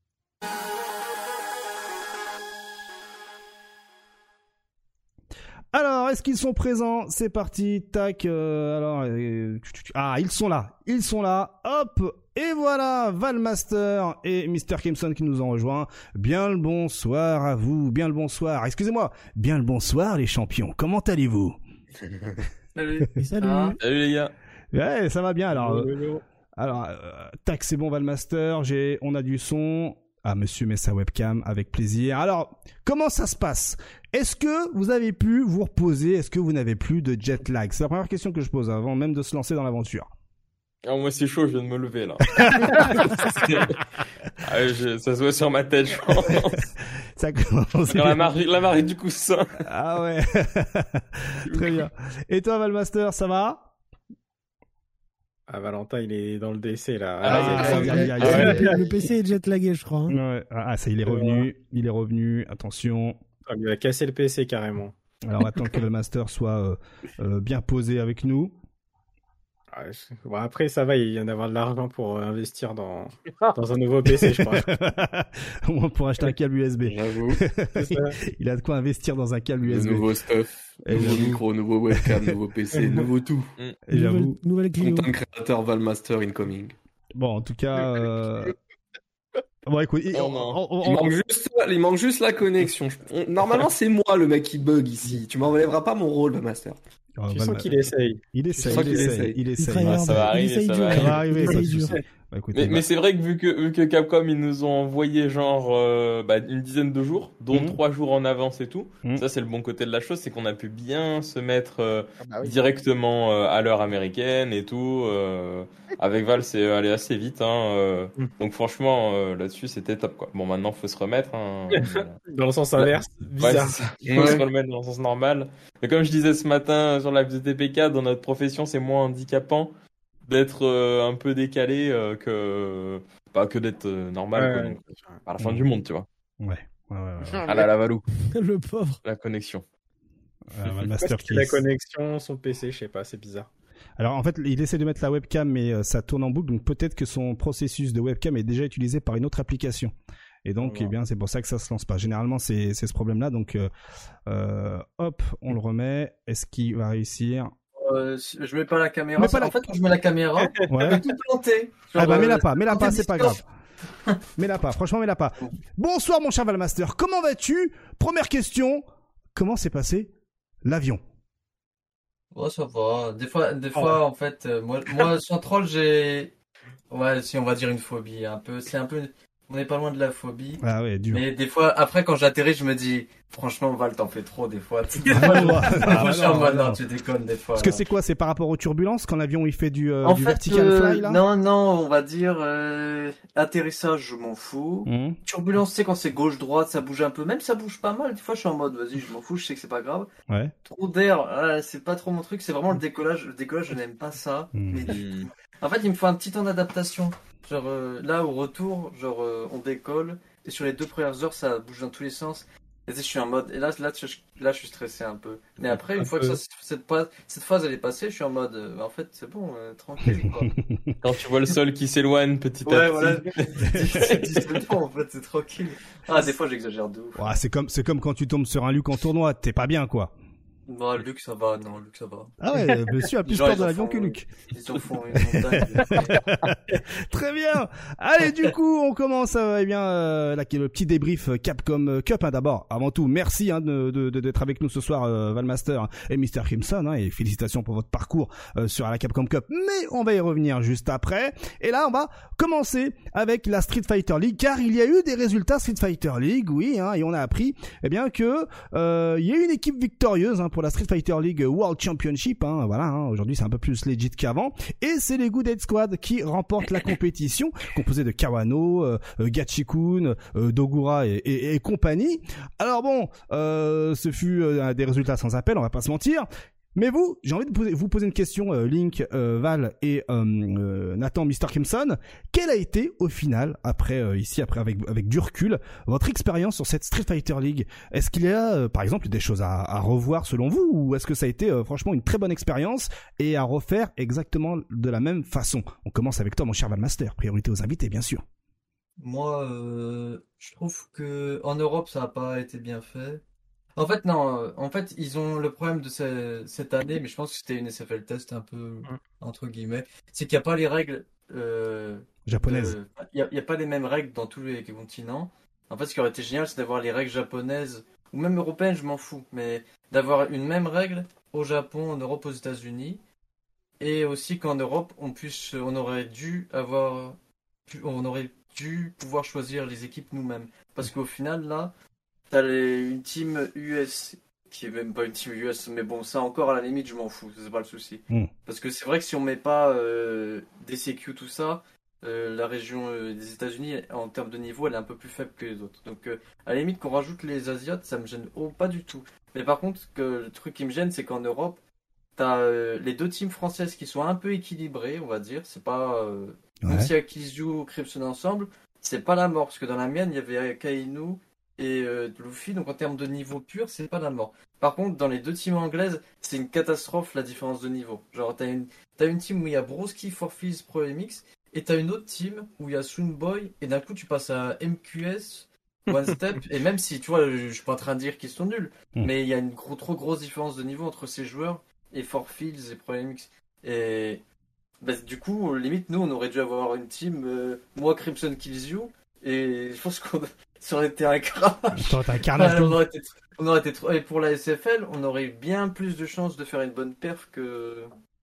Alors, est-ce qu'ils sont présents? C'est parti, tac. Euh, alors, euh, ah, ils sont là, ils sont là. Hop, et voilà, Valmaster et Mister Kimson qui nous ont rejoints. Bien le bonsoir à vous, bien le bonsoir. Excusez-moi, bien le bonsoir les champions. Comment allez-vous? Salut. Salut. Ah. Salut les gars. Ouais, ça va bien. Alors, euh, Alors, euh, tac, c'est bon, Valmaster. J'ai, on a du son. Ah, monsieur met sa webcam avec plaisir. Alors, comment ça se passe? Est-ce que vous avez pu vous reposer? Est-ce que vous n'avez plus de jet lag? C'est la première question que je pose avant même de se lancer dans l'aventure. Ah, moi, c'est chaud, je viens de me lever, là. ah, je, ça se voit sur ma tête, je pense. Ça commence. Dans la marée, la marée du coussin. Ah ouais. Très bien. Et toi, Valmaster, ça va? Ah, Valentin, il est dans le D C, là. Ah, Ah, aïe, il- aïe, aïe, Ah, aïe. le, le P C est jetlagué, je crois. hein. Ouais. Ah, ça, il est revenu. Il est revenu. Attention. Ah, il a cassé le P C carrément. Alors, on attend que le master soit euh, euh, bien posé avec nous. Ah, je- bon, après, ça va, il vient d'avoir de l'argent pour euh, investir dans... dans un nouveau P C, je crois. Au moins pour acheter un câble U S B. J'avoue. C'est ça. Il a de quoi investir dans un câble Le U S B. nouveau stuff, Et nouveau j'avoue. micro, nouveau webcam, nouveau P C, nouveau tout. Et Nouvelle, j'avoue. nouvelle Clio. Content créateur Valmaster incoming. Bon, en tout cas. Euh... Bon, écoute. il- Oh on- non. on- on- Il manque juste, il manque juste la connexion. Je- on- Normalement, c'est moi le mec qui bug ici. Tu m'enlèveras pas mon rôle, Valmaster. Oh, Tu Valma- sens qu'il essaye. Il essaye, sens il qu'il essaye, essaye. il Il essaye. travaille Ouais, hard. ça va Il arriver, essaye ça dur. va Ça va Il arriver, pas de essaye dur. souci. Bah, écoutez, Mais, bah, mais c'est vrai que vu que, vu que Capcom, ils nous ont envoyé genre euh, bah, une dizaine de jours, dont Mhm. trois jours en avance et tout. Mhm. Ça, c'est le bon côté de la chose, c'est qu'on a pu bien se mettre euh, Ah bah oui. directement euh, à l'heure américaine et tout. euh, avec Val, c'est allé assez vite. Hein, euh, Mhm. donc franchement, euh, là-dessus, c'était top. Quoi. Bon, maintenant, faut se remettre. Hein, Dans le sens inverse. Ouais, Bizarre. c'est ça. Il faut Ouais. se remettre dans le sens normal. Mais comme je disais ce matin sur la F T P K, dans notre profession, c'est moins handicapant d'être euh, un peu décalé euh, que pas que d'être euh, normal. Ouais, quoi. ouais. Donc, à la fin du monde, tu vois. ouais. Ouais, ouais, ouais. Ah là, la Valou, Le pauvre. la connexion. Euh, Valmaster Parce qui que la connexion, son P C, je sais pas, c'est bizarre. Alors en fait, il essaie de mettre la webcam, mais euh, ça tourne en boucle, donc peut-être que son processus de webcam est déjà utilisé par une autre application. Et donc, Voilà. eh bien, c'est pour ça que ça se lance pas. Généralement, c'est c'est ce problème-là. Donc, euh, euh, hop, on le remet. Est-ce qu'il va réussir? Euh, je mets pas la caméra. Mets pas la- En fait, quand je mets la caméra, Ouais. elle est tout planté. Ah bah Genre, mets-la euh, pas, mets-la quand pas, t'es c'est pas distant. grave. Mets-la pas, franchement mets-la pas. Bonsoir mon cher Valmaster, comment vas-tu? Première question, comment s'est passé l'avion? Ouais, ça va. Des fois, des fois, en fait, euh, moi, moi, sans troll, j'ai, ouais, si on va dire une phobie, un peu. C'est un peu, on n'est pas loin de la phobie. Ah ouais, dur. Mais des fois, après, quand j'atterris, je me dis, franchement, Val, t'en fais trop, des fois. Des Ah, fois, ouais, je- ouais. des Ah, fois, je suis en non, mode, non. non, tu déconnes, des fois. Parce que c'est quoi? C'est par rapport aux turbulences quand l'avion il fait du, euh, En du fait, vertical euh, fly là? non, non, on va dire, euh, atterrissage, je m'en fous. Hum. Turbulence, tu sais, quand c'est gauche-droite, ça bouge un peu. Même ça bouge pas mal. Des fois, je suis en mode, vas-y, je m'en fous, je sais que c'est pas grave. Ouais. Trop d'air, ah, c'est pas trop mon truc. C'est vraiment le décollage. Le décollage, je n'aime pas ça. Mm. Mais du tout. En fait, il me faut un petit temps d'adaptation. Genre, euh, là, au retour, genre, euh, on décolle. Et sur les deux premières heures, ça bouge dans tous les sens. Et tu sais, je suis en mode. Et là, là, je, là, je suis stressé un peu. Mais après, une Un fois peu. que ça, cette, phase, cette phase, elle est passée, je suis en mode. euh, bah, en fait, c'est bon, euh, tranquille, quoi. Quand tu vois le sol qui s'éloigne petit à Ouais, petit. voilà. C'est bon, en fait, c'est tranquille. Ah, des fois, j'exagère de ouf. Ouais, c'est comme, c'est comme quand tu tombes sur un Luc en tournoi, t'es pas bien quoi. Non, Luc, ça va. Non, Luc, ça va. Ah ouais, monsieur a plus Les gens, peur ils de en l'avion font- que Luc. Ils en font une montagne. Très bien. Allez, du coup, on commence euh, eh bien euh, là, le petit débrief Capcom euh, Cup. Hein, d'abord, avant tout, merci hein, de, de, de- d'être avec nous ce soir, euh, Valmaster et mister Crimson, hein, et félicitations pour votre parcours euh, sur la Capcom Cup. Mais on va y revenir juste après. Et là, on va commencer avec la Street Fighter League, car il y a eu des résultats Street Fighter League, oui, hein, et on a appris eh bien que euh, il y a eu une équipe victorieuse hein, pour la Street Fighter League World Championship. Hein, voilà, hein, aujourd'hui c'est un peu plus legit qu'avant. Et c'est les Good Head Squad qui remportent la compétition, composée de Kawano, euh, euh, Gachikun, euh, Dogura et, et, et compagnie. Alors bon, euh, ce fut euh, des résultats sans appel, on va pas se mentir. Mais vous, j'ai envie de poser, vous poser une question, euh, Link, euh, Val et euh, euh, Nathan, mister Crimson. Quelle a été, au final, après euh, ici, après avec avec du recul, votre expérience sur cette Street Fighter League? Est-ce qu'il y a, euh, par exemple, des choses à, à revoir selon vous, ou est-ce que ça a été euh, franchement une très bonne expérience et à refaire exactement de la même façon? On commence avec toi, mon cher Valmaster. Priorité aux invités, bien sûr. Moi, euh, je trouve que en Europe, ça n'a pas été bien fait. En fait, non. euh, En fait, ils ont le problème de ce- cette année, mais je pense que c'était une S F L test un peu entre guillemets. C'est qu'il n'y a pas les règles. Euh, Japonaise. de- Il n'y a, il y a pas les mêmes règles dans tous les continents. En fait, ce qui aurait été génial, c'est d'avoir les règles japonaises ou même européennes, je m'en fous, mais d'avoir une même règle au Japon, en Europe, aux États-Unis. et aussi qu'en Europe, on puisse, on aurait dû avoir, on aurait dû pouvoir choisir les équipes nous-mêmes. Parce qu'au final, là, t'as les, une team U S, qui est même pas une team U S, mais bon, ça encore, à la limite, je m'en fous, c'est pas le souci. Mm. Parce que c'est vrai que si on met pas euh, D C Q, tout ça, euh, la région euh, des États-Unis, en termes de niveau, elle est un peu plus faible que les autres. Donc, euh, à la limite, qu'on rajoute les Asiates, ça me gêne oh, pas du tout. Mais par contre, que, le truc qui me gêne, c'est qu'en Europe, t'as euh, les deux teams françaises qui sont un peu équilibrées, on va dire. C'est pas. Euh, Ouais. Même si Akizu ou Crimson ensemble, c'est pas la mort. Parce que dans la mienne, il y avait Akainu et euh, Luffy. Donc en termes de niveau pur, c'est pas la mort. Par contre, dans les deux teams anglaises, c'est une catastrophe la différence de niveau. Genre, t'as une, t'as une team où il y a Broski, four Fizz, Pro M X. Et t'as une autre team où il y a Soonboy. Et d'un coup, tu passes à M Q S. One Step, et même si tu vois, je, je suis pas en train de dire qu'ils sont nuls, Mm. mais il y a une gros, trop grosse différence de niveau entre ces joueurs et four Fields et Pro M X. Et bah, du coup, limite, nous on aurait dû avoir une team, euh, moi Crimson Kills You, et je pense qu'on ça aurait été un crash. Attends, t'as un carnage. on, aurait été, on aurait été trop. Et pour la S F L, on aurait eu bien plus de chances de faire une bonne perf que.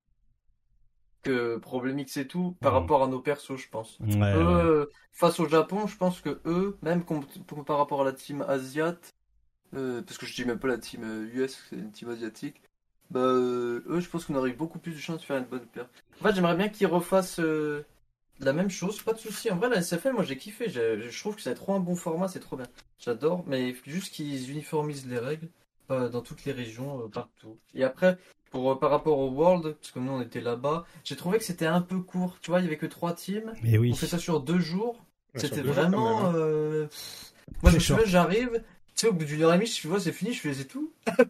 que Problem X et tout, par Mm. rapport à nos persos, je pense. Ouais, Eux, ouais. euh, face au Japon, je pense que eux, même com- com- par rapport à la team Asiat, euh, parce que je dis même pas la team euh, U S, c'est une team asiatique, bah euh, eux, je pense qu'on aurait eu beaucoup plus de chances de faire une bonne paire. En fait, j'aimerais bien qu'ils refassent euh, la même chose, pas de souci. En vrai, la S F L, moi j'ai kiffé, j'ai- je trouve que c'est trop un bon format, c'est trop bien. J'adore, mais il faut juste qu'ils uniformisent les règles euh, dans toutes les régions, euh, partout. Et après, pour, euh, par rapport au World, parce que nous on était là-bas, j'ai trouvé que c'était un peu court. Tu vois, il y avait que trois teams. Mais oui. On fait ça sur deux jours. Ouais, C'était sur deux jours, quand vraiment. même, hein. euh, pff. Moi, je me Très souviens, j'arrive. Tu sais, au bout d'une heure et demie, je vois, c'est fini, je faisais tout.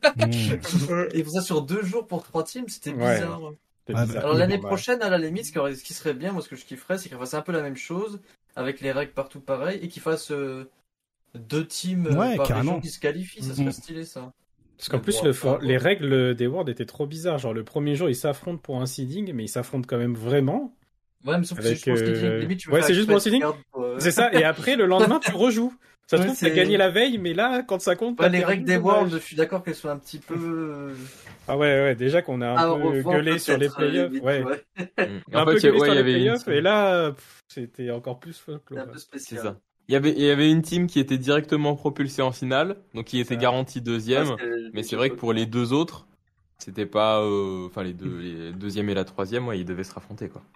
Mm. Et pour ça, sur deux jours pour trois teams, c'était Ouais. bizarre. C'est Ouais, bizarre. Alors Oui, l'année Bon, bah, prochaine, à la limite, ce qui aurait- ce qui serait bien, moi ce que je kifferais, c'est qu'ils fassent un peu la même chose, avec les règles partout pareil, et qu'ils fassent euh, deux teams euh, Ouais, par carrément. région qui se qualifient, ça Mhm. serait stylé ça. Parce qu'en Mais plus, bon, le après, for- à les voir. règles des Worlds étaient trop bizarres. Genre, le premier jour, ils s'affrontent pour un seeding, mais ils s'affrontent quand même vraiment. Ouais, mais sauf que c'est Avec, juste pour euh, seeding, limite tu veux ouais, faire c'est juste pour exprès de seeding. perdre pour, euh, C'est ça, et après, le lendemain, tu rejoues. Ça se Ouais, trouve, t'as c'est- gagné la veille, mais là, quand ça compte, Ouais, t'as les perdu, règles des dommage. Worlds, je suis d'accord qu'elles sont un petit peu. euh, Ah ouais, ouais, déjà qu'on a un à peu revoir, gueulé sur les peut-être, euh, playoffs. limite, Ouais. ouais. Mm. Un En peu fait, il y a- gueulé ouais, sur il y les avait une playoffs, team. et là, pff, c'était encore plus C'est un folklore. peu C'est spécial. ça. Il y avait, il y avait une team qui était directement propulsée en finale, donc qui était Ça. garantie deuxième. Ouais, c'est- Mais c'est vrai que pour les deux autres, c'était pas, euh, enfin les deux, les deuxième et la troisième, ouais, ils devaient se raffronter quoi.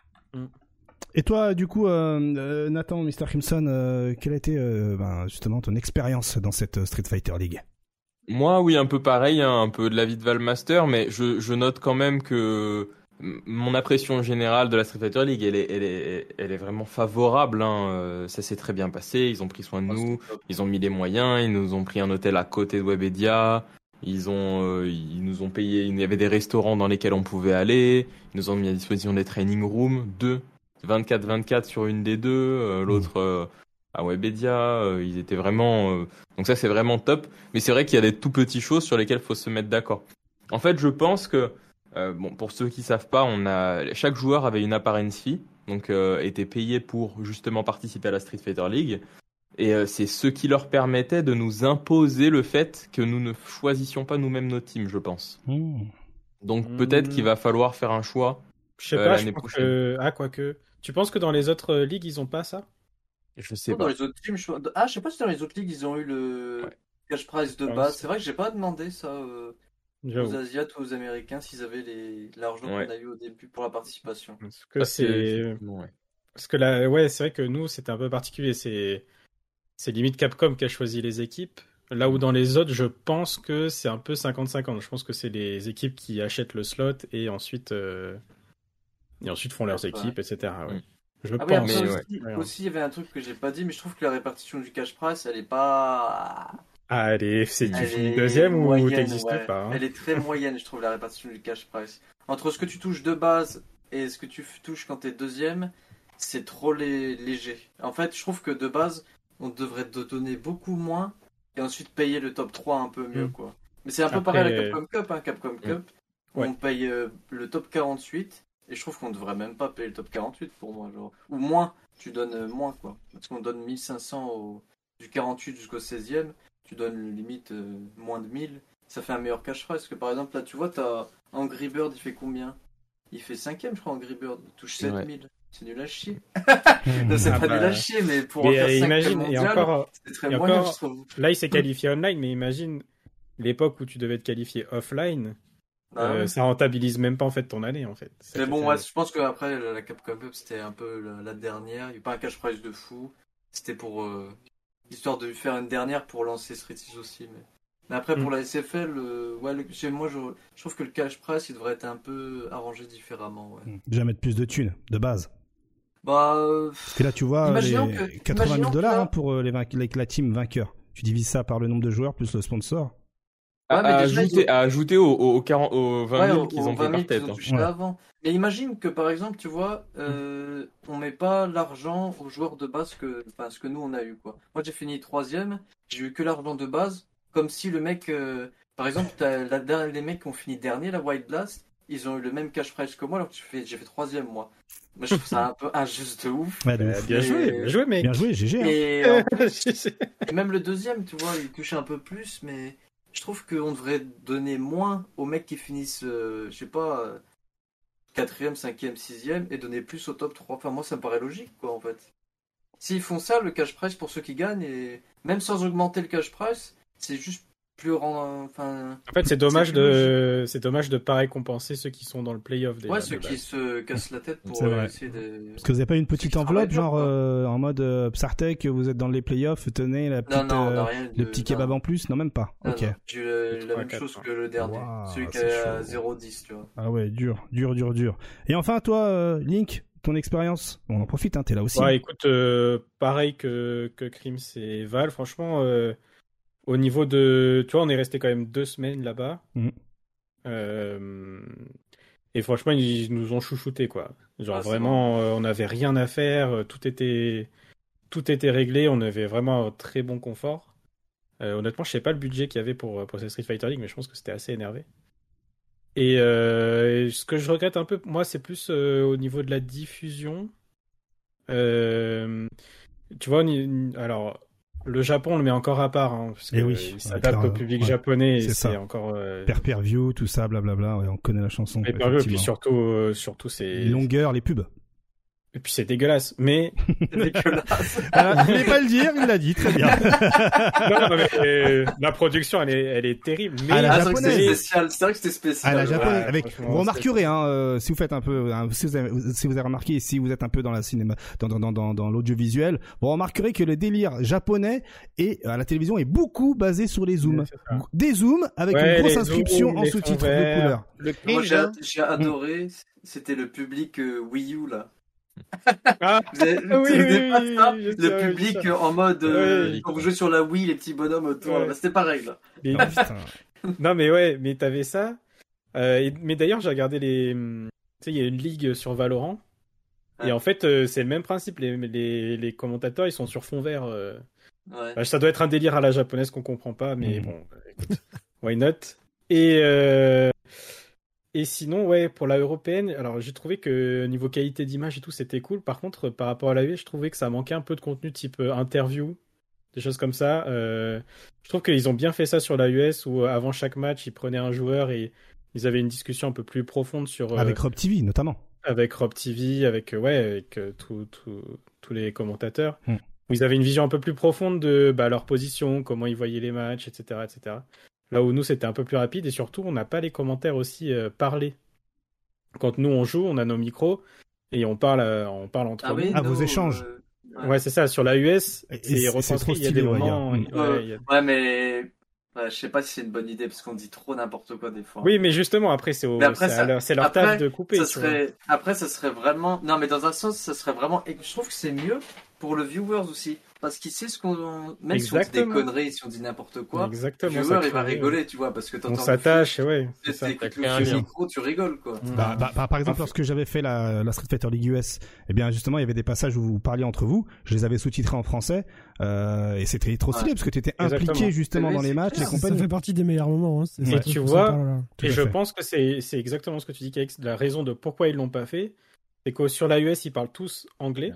Et toi, du coup, euh, euh, Nathan, mister Crimson, euh, quelle a été euh, ben, justement ton expérience dans cette euh, Street Fighter League? Moi, oui, un peu pareil, hein, un peu de l'avis de Valmaster, mais je, je note quand même que m- mon impression générale de la Street Fighter League, elle est, elle est, elle est vraiment favorable. Hein. euh, Ça s'est très bien passé, ils ont pris soin de Ouais, nous, c'était top. ils ont mis les moyens, ils nous ont pris un hôtel à côté de Webedia, ils ont, euh, ils nous ont payé, il y avait des restaurants dans lesquels on pouvait aller, ils nous ont mis à disposition des training rooms, deux, vingt-quatre vingt-quatre sur une des deux, euh, l'autre euh, à Webedia, euh, ils étaient vraiment... euh, Donc ça, c'est vraiment top. Mais c'est vrai qu'il y a des tout petites choses sur lesquelles il faut se mettre d'accord. En fait, je pense que, euh, bon, pour ceux qui savent pas, on a chaque joueur avait une apparence fee, donc euh, était payé pour justement participer à la Street Fighter League. Et euh, c'est ce qui leur permettait de nous imposer le fait que nous ne choisissions pas nous-mêmes nos teams, je pense. Mmh. Donc Mmh. peut-être qu'il va falloir faire un choix. Je sais Euh, pas, l'année je pense prochaine. que... Ah, quoique. Tu penses que dans les autres euh, ligues, ils ont pas ça? Je sais Dans pas. les autres teams, je... Ah, je sais pas si dans les autres ligues ils ont eu le Ouais. cash prize de Ouais, base. c'est- C'est vrai que j'ai pas demandé ça euh, aux J'avoue. Asiates ou aux Américains s'ils avaient les... l'argent Ouais. qu'on a eu au début pour la participation. Parce que Parce que, c'est... effectivement, ouais. Parce que là, ouais, c'est vrai que nous, c'était un peu particulier. C'est, c'est limite Capcom qui a choisi les équipes. Là où dans les autres, je pense que c'est un peu cinquante cinquante. Je pense que c'est les équipes qui achètent le slot et ensuite, euh, et ensuite font leurs Ouais. équipes, et cetera. Ouais. Mm. Je Ah oui, pense. après mais aussi, ouais. aussi, il y avait un truc que j'ai pas dit, mais je trouve que la répartition du cash prize, elle est pas. Ah, allez, c'est tu Elle finis est deuxième ou moyenne, t'existes ouais. pas, hein. Elle est très moyenne, je trouve, la répartition du cash prize. Entre ce que tu touches de base et ce que tu f- touches quand t'es deuxième, c'est trop lé- léger. En fait, je trouve que de base, on devrait te donner beaucoup moins et ensuite payer le top trois un peu mieux, Mm. quoi. Mais c'est un peu Après, pareil avec Capcom Cup, hein, Capcom Cup. où Ouais. On paye euh, le top quarante-huit et je trouve qu'on devrait même pas payer le top quarante-huit pour moi, genre. Ou moins, tu donnes euh, moins, quoi. Parce qu'on donne mille cinq cents au... du quarante-huit jusqu'au seizième, tu donnes limite euh, moins de mille, ça fait un meilleur cash prize. Parce que par exemple, là, tu vois, t'as Angry Bird, il fait combien? il fait cinquième, je crois, en Angry Bird. Il touche sept mille. Ouais. C'est nul à chier. non, c'est ah pas bah... nul à chier, mais pour mais en faire euh, imagine, mondial, et encore, c'est très et moyen, encore, je trouve. Là, il s'est qualifié online, mais imagine l'époque où tu devais te qualifier offline. Ah euh, ouais. Ça rentabilise même pas en fait ton année en fait. C'est mais bon, ouais, je pense qu'après la Capcom Cup c'était un peu la, la dernière. Il n'y a pas un cash prize de fou. C'était pour euh, histoire de faire une dernière pour lancer Street six aussi. Mais, mais après pour mm. la S F L, euh, ouais, le... chez moi je... je trouve que le cash prize il devrait être un peu arrangé différemment. Ouais. Déjà mettre plus de thunes de base. Bah. Euh... Parce que là tu vois les que... quatre-vingt mille dollars là... hein, pour euh, les vain... avec la team vainqueur. Tu divises ça par le nombre de joueurs plus le sponsor. Ouais, à, ajouter, ils... à ajouter aux, aux, quarante, aux vingt mille ouais, qu'ils ont pris par tête. Ont touché ouais. avant. Mais imagine que par exemple, tu vois, euh, on met pas l'argent aux joueurs de base que, enfin, ce que nous on a eu quoi. Moi j'ai fini troisième, j'ai eu que l'argent de base, comme si le mec, euh, par exemple, t'as la, les mecs qui ont fini dernier la White Blast, ils ont eu le même cash prize que moi alors que j'ai fait, j'ai fait troisième moi. Moi je trouve ça un peu injuste de ouf. Ouais, de ouf. Bien joué, bien joué mec. Bien joué, G G. Hein. Et, euh, et même le deuxième, tu vois, il touche un peu plus, mais je trouve qu'on devrait donner moins aux mecs qui finissent, euh, je sais pas, euh, quatrième, cinquième, sixième, et donner plus au top trois. Enfin, moi, ça me paraît logique, quoi, en fait. S'ils font ça, le cash prize pour ceux qui gagnent, et même sans augmenter le cash prize, c'est juste plus rend... enfin. En fait, c'est dommage c'est de, c'est dommage de pas récompenser ceux qui sont dans le playoff. Déjà, ouais, ceux qui se cassent la tête pour euh, essayer de. Parce que vous avez pas une petite enveloppe, genre euh, en mode euh, Psartec, vous êtes dans les playoffs, tenez la petite, non, non, euh, rien de... le petit kebab non. en plus, non même pas. Non, ok. Non. J'ai eu la même chose que le dernier, wow, celui qui a zéro dix, tu vois. Ah ouais, dur, dur, dur, dur. Et enfin, toi, euh, Link, ton expérience, on en profite, hein, t'es là aussi. Ouais, écoute, euh, pareil que que Crims et Val, franchement. Euh... Au niveau de... Tu vois, on est resté quand même deux semaines là-bas. Mmh. Euh... Et franchement, ils nous ont chouchouté, quoi. Genre ah, vraiment, euh, on n'avait rien à faire. Tout était... tout était réglé. On avait vraiment un très bon confort. Euh, honnêtement, je sais pas le budget qu'il y avait pour, pour cette Street Fighter League, mais je pense que c'était assez énervé. Et euh, ce que je regrette un peu, moi, c'est plus euh, au niveau de la diffusion. Euh... Tu vois, on... alors... Le Japon, on le met encore à part, hein, parce que et oui, ça s'adapte au public ouais, japonais et c'est, c'est encore. Euh... Per-per-view, tout ça, blablabla. Ouais, on connaît la chanson. Per-per-view, et puis surtout, euh, surtout c'est. Les longueurs, les pubs. Et puis c'est dégueulasse, mais. C'est dégueulasse. Alors, il voulait pas le dire, il l'a dit, très bien. non, non, mais euh, la production, elle est, elle est terrible. Mais à la ah, japonaise. C'est spécial. C'est vrai que c'était spécial. À la japonaise. Ouais, avec, vous remarquerez, hein, euh, si vous faites un peu, hein, si vous avez, si vous avez remarqué, si vous êtes un peu dans la cinéma, dans, dans, dans, dans, dans l'audiovisuel, vous remarquerez que le délire japonais et à la télévision est beaucoup basé sur les zooms. Ouais, des zooms avec ouais, une grosse inscription zooms, en sous-titres de couleur. Le Moi, j'ai, j'ai adoré. C'était le public euh, Wii U là. Ah, vous avez, oui, oui, oui, ça oui, le sais, public oui, en mode euh, oui. quand vous jouez sur la Wii, les petits bonhommes autour, ouais. Bah, c'était pareil là. Mais, non mais ouais, mais t'avais ça. Euh, et, mais d'ailleurs, j'ai regardé les. Tu sais, il y a une ligue sur Valorant. Ouais. Et en fait, euh, c'est le même principe. Les, les, les commentateurs, ils sont sur fond vert. Euh... Ouais. Bah, ça doit être un délire à la japonaise qu'on comprend pas, mais mmh. bon, écoute, why not. Et euh... Et sinon, ouais, pour la européenne, alors j'ai trouvé que niveau qualité d'image et tout, c'était cool. Par contre, par rapport à la U S, je trouvais que ça manquait un peu de contenu type euh, interview, des choses comme ça. Euh, je trouve qu'ils ont bien fait ça sur la U S, où euh, avant chaque match, ils prenaient un joueur et ils avaient une discussion un peu plus profonde sur... Euh, avec Rob T V, notamment. Avec Rob T V, avec, ouais, avec euh, tous les commentateurs. Mm. Où ils avaient une vision un peu plus profonde de bah, leur position, comment ils voyaient les matchs, et cetera, et cetera. Là où nous, c'était un peu plus rapide et surtout, on n'a pas les commentaires aussi euh, parlés. Quand nous, on joue, on a nos micros et on parle, euh, on parle entre ah nous. Oui, ah, vos échanges. Euh... Ouais. ouais, c'est ça. Sur la U S, et c'est, c'est retranscrit. Il y a des moments. Ouais, ouais, y a... ouais, mais ouais, je sais pas si c'est une bonne idée parce qu'on dit trop n'importe quoi des fois. Oui, mais justement, après, c'est, au... après, c'est, ça... leur... c'est leur après, taf de couper. Ça serait... Après, ça serait vraiment. Non, mais dans un sens, ça serait vraiment. Et je trouve que c'est mieux pour le viewers aussi. Parce qu'il sait ce qu'on. Même Exactement. Si on dit des conneries, si on dit n'importe quoi, Exactement, le viewer il va rigoler, tu vois, parce que t'entends. On s'attache, ouais. C'est ça. Avec le micro, tu rigoles, quoi. Mmh. Bah, bah, bah, par exemple, lorsque j'avais fait la, la Street Fighter League U S, eh bien, justement, il y avait des passages où vous parliez entre vous. Je les avais sous-titrés en français, euh, et c'était trop stylé, ouais. Parce que t'étais impliqué, justement, oui, dans les matchs, les compagnies. Ça fait partie des meilleurs moments, hein. C'est et tu vois, et je pense que c'est, c'est exactement ce que tu dis, K X, la raison de pourquoi ils l'ont pas fait, c'est que sur la U S, ils parlent tous anglais.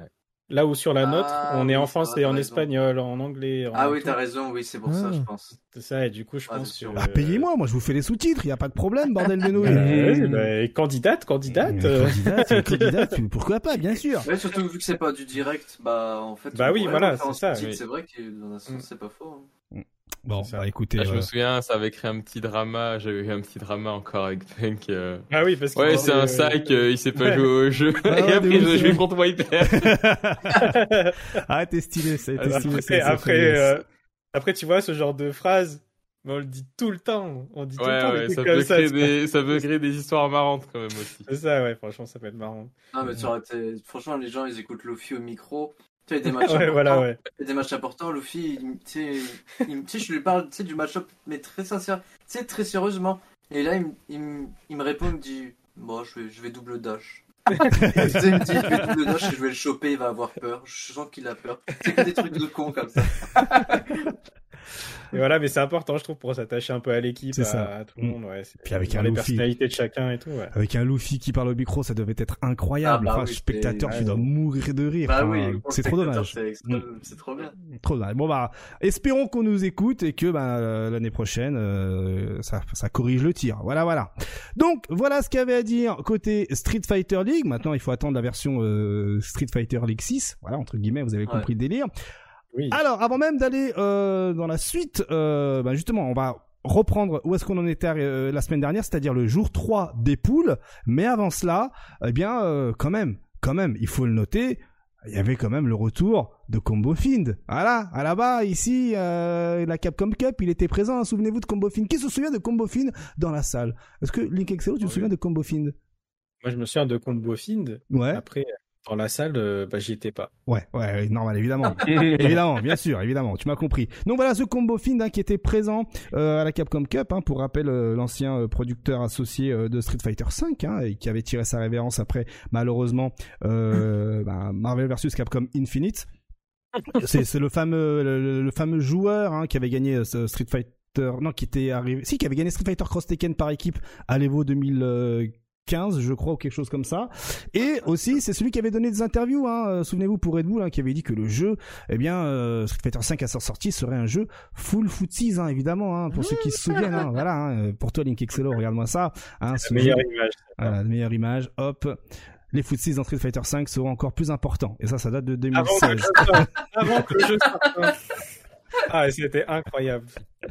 Là où sur la nôtre, Ah, on est oui, en c'est français, vrai, t'as en raison. espagnol, en anglais. En Ah oui, tout. t'as raison, oui, c'est pour ça, Ah. je pense. C'est ça, et du coup, je Ah, pense c'est sûr. que... Bah, payez-moi, moi je vous fais les sous-titres, y a pas de problème, bordel de Euh, nouilles. ouais, bah, candidate, candidate. euh. Candidate, candidate, pourquoi pas, bien sûr. Ouais, surtout vu que c'est pas du direct, bah en fait. Bah on oui, pourrait voilà, le faire en c'est ça, sous-titres, oui. C'est vrai que dans un sens, Mm. c'est pas faux. hein. Bon, C'est ça. bah écoutez, Ah, je euh, me souviens, ça avait créé un petit drama. J'avais eu un petit drama encore avec Punk. euh. Ah oui, parce que... Ouais, c'est un sac, euh, il sait pas Ouais. jouer au jeu. Ah Et ouais, après, de ouf, je, je ouais. vais contre moi, il perd. ah, t'es stylé, ça, t'es stylé, Après, ça, ça après, fait- euh, après, tu vois, ce genre de phrase, on le dit tout le temps. On dit tout le Ouais, temps des ouais, trucs ça comme peut, ça. créer c'est des, ça peut créer des histoires marrantes quand même aussi. C'est ça, ouais, franchement, ça peut être marrant. Non, mais ça aurait été... Franchement, les gens ils écoutent Luffy au micro. Tu sais, il y a des matchs Ouais, importants. voilà, ouais. Il y a des matchs importants. Luffy, il- tu sais, il- tu sais, je lui parle tu sais, du match-up, mais très sincère, tu sais, très sérieusement. Et là, il, me- il, me- il me répond, il me dit bon, je vais, je vais double dash. Tu sais, il me dit je vais double dash et je vais le choper, il va avoir peur. Je sens qu'il a peur. C'est que des trucs de con comme ça. Et voilà, mais c'est important, je trouve, pour s'attacher un peu à l'équipe, C'est à, ça. à tout le monde, ouais. C'est- Puis avec voir un les Luffy. personnalités de chacun et tout, ouais. Avec un Luffy qui parle au micro, ça devait être incroyable. Ah bah enfin, oui, spectateur, c'est- tu dois mourir de rire. Bah Enfin, oui, pour le c'est trop spectateur, dommage. C'est, extrême- c'est trop bien. Trop dommage. Bon bah, espérons qu'on nous écoute et que bah, euh, l'année prochaine, euh, ça, ça corrige le tir. Voilà, voilà. Donc voilà ce qu'il y avait à dire côté Street Fighter League. Maintenant, il faut attendre la version euh, Street Fighter League six. Voilà, entre guillemets, vous avez compris Ouais. le délire. Oui. Alors, avant même d'aller euh, dans la suite, euh, bah, justement, on va reprendre où est-ce qu'on en était euh, la semaine dernière, c'est-à-dire le jour trois des poules. Mais avant cela, eh bien, euh, quand même, quand même, il faut le noter, il y avait quand même le retour de Combo Fiend. Voilà, à là-bas, ici, euh, la Capcom Cup, il était présent. Hein, souvenez-vous de Combo Fiend. Qui se souvient de Combo Fiend dans la salle? Est-ce que Link Excello, tu te Oui. souviens de Combo Fiend? Moi, je me souviens de Combo Fiend. Ouais. Après, dans la salle, euh, bah, j'y étais pas. Ouais, ouais, normal, évidemment. évidemment, bien sûr, évidemment, tu m'as compris. Donc voilà, ce Combo Fiend hein, qui était présent euh, à la Capcom Cup, hein, pour rappel, euh, l'ancien euh, producteur associé euh, de Street Fighter cinq, hein, et qui avait tiré sa révérence après, malheureusement, euh, bah, Marvel versus. Capcom Infinite. C'est, c'est le fameux, le, le fameux joueur hein, qui avait gagné euh, ce Street Fighter, non, qui était arrivé, si, qui avait gagné Street Fighter Cross Tekken par équipe à l'Evo deux mille quinze, je crois, ou quelque chose comme ça. Et aussi, c'est celui qui avait donné des interviews, hein, euh, souvenez-vous, pour Red Bull, hein, qui avait dit que le jeu, eh bien, euh, Street Fighter cinq à sa sortie serait un jeu full footsies, hein, évidemment, hein, pour ceux qui se souviennent, hein, voilà, hein, pour toi, Link Excello, regarde-moi ça, hein, ce La meilleure jeu- image. voilà, la meilleure image, hop. Les footsies dans Street Fighter cinq seront encore plus importants. Et ça, ça date de deux mille Avant que, le seize. jeu sorte. Avant que le jeu sorte. Ah, c'était incroyable.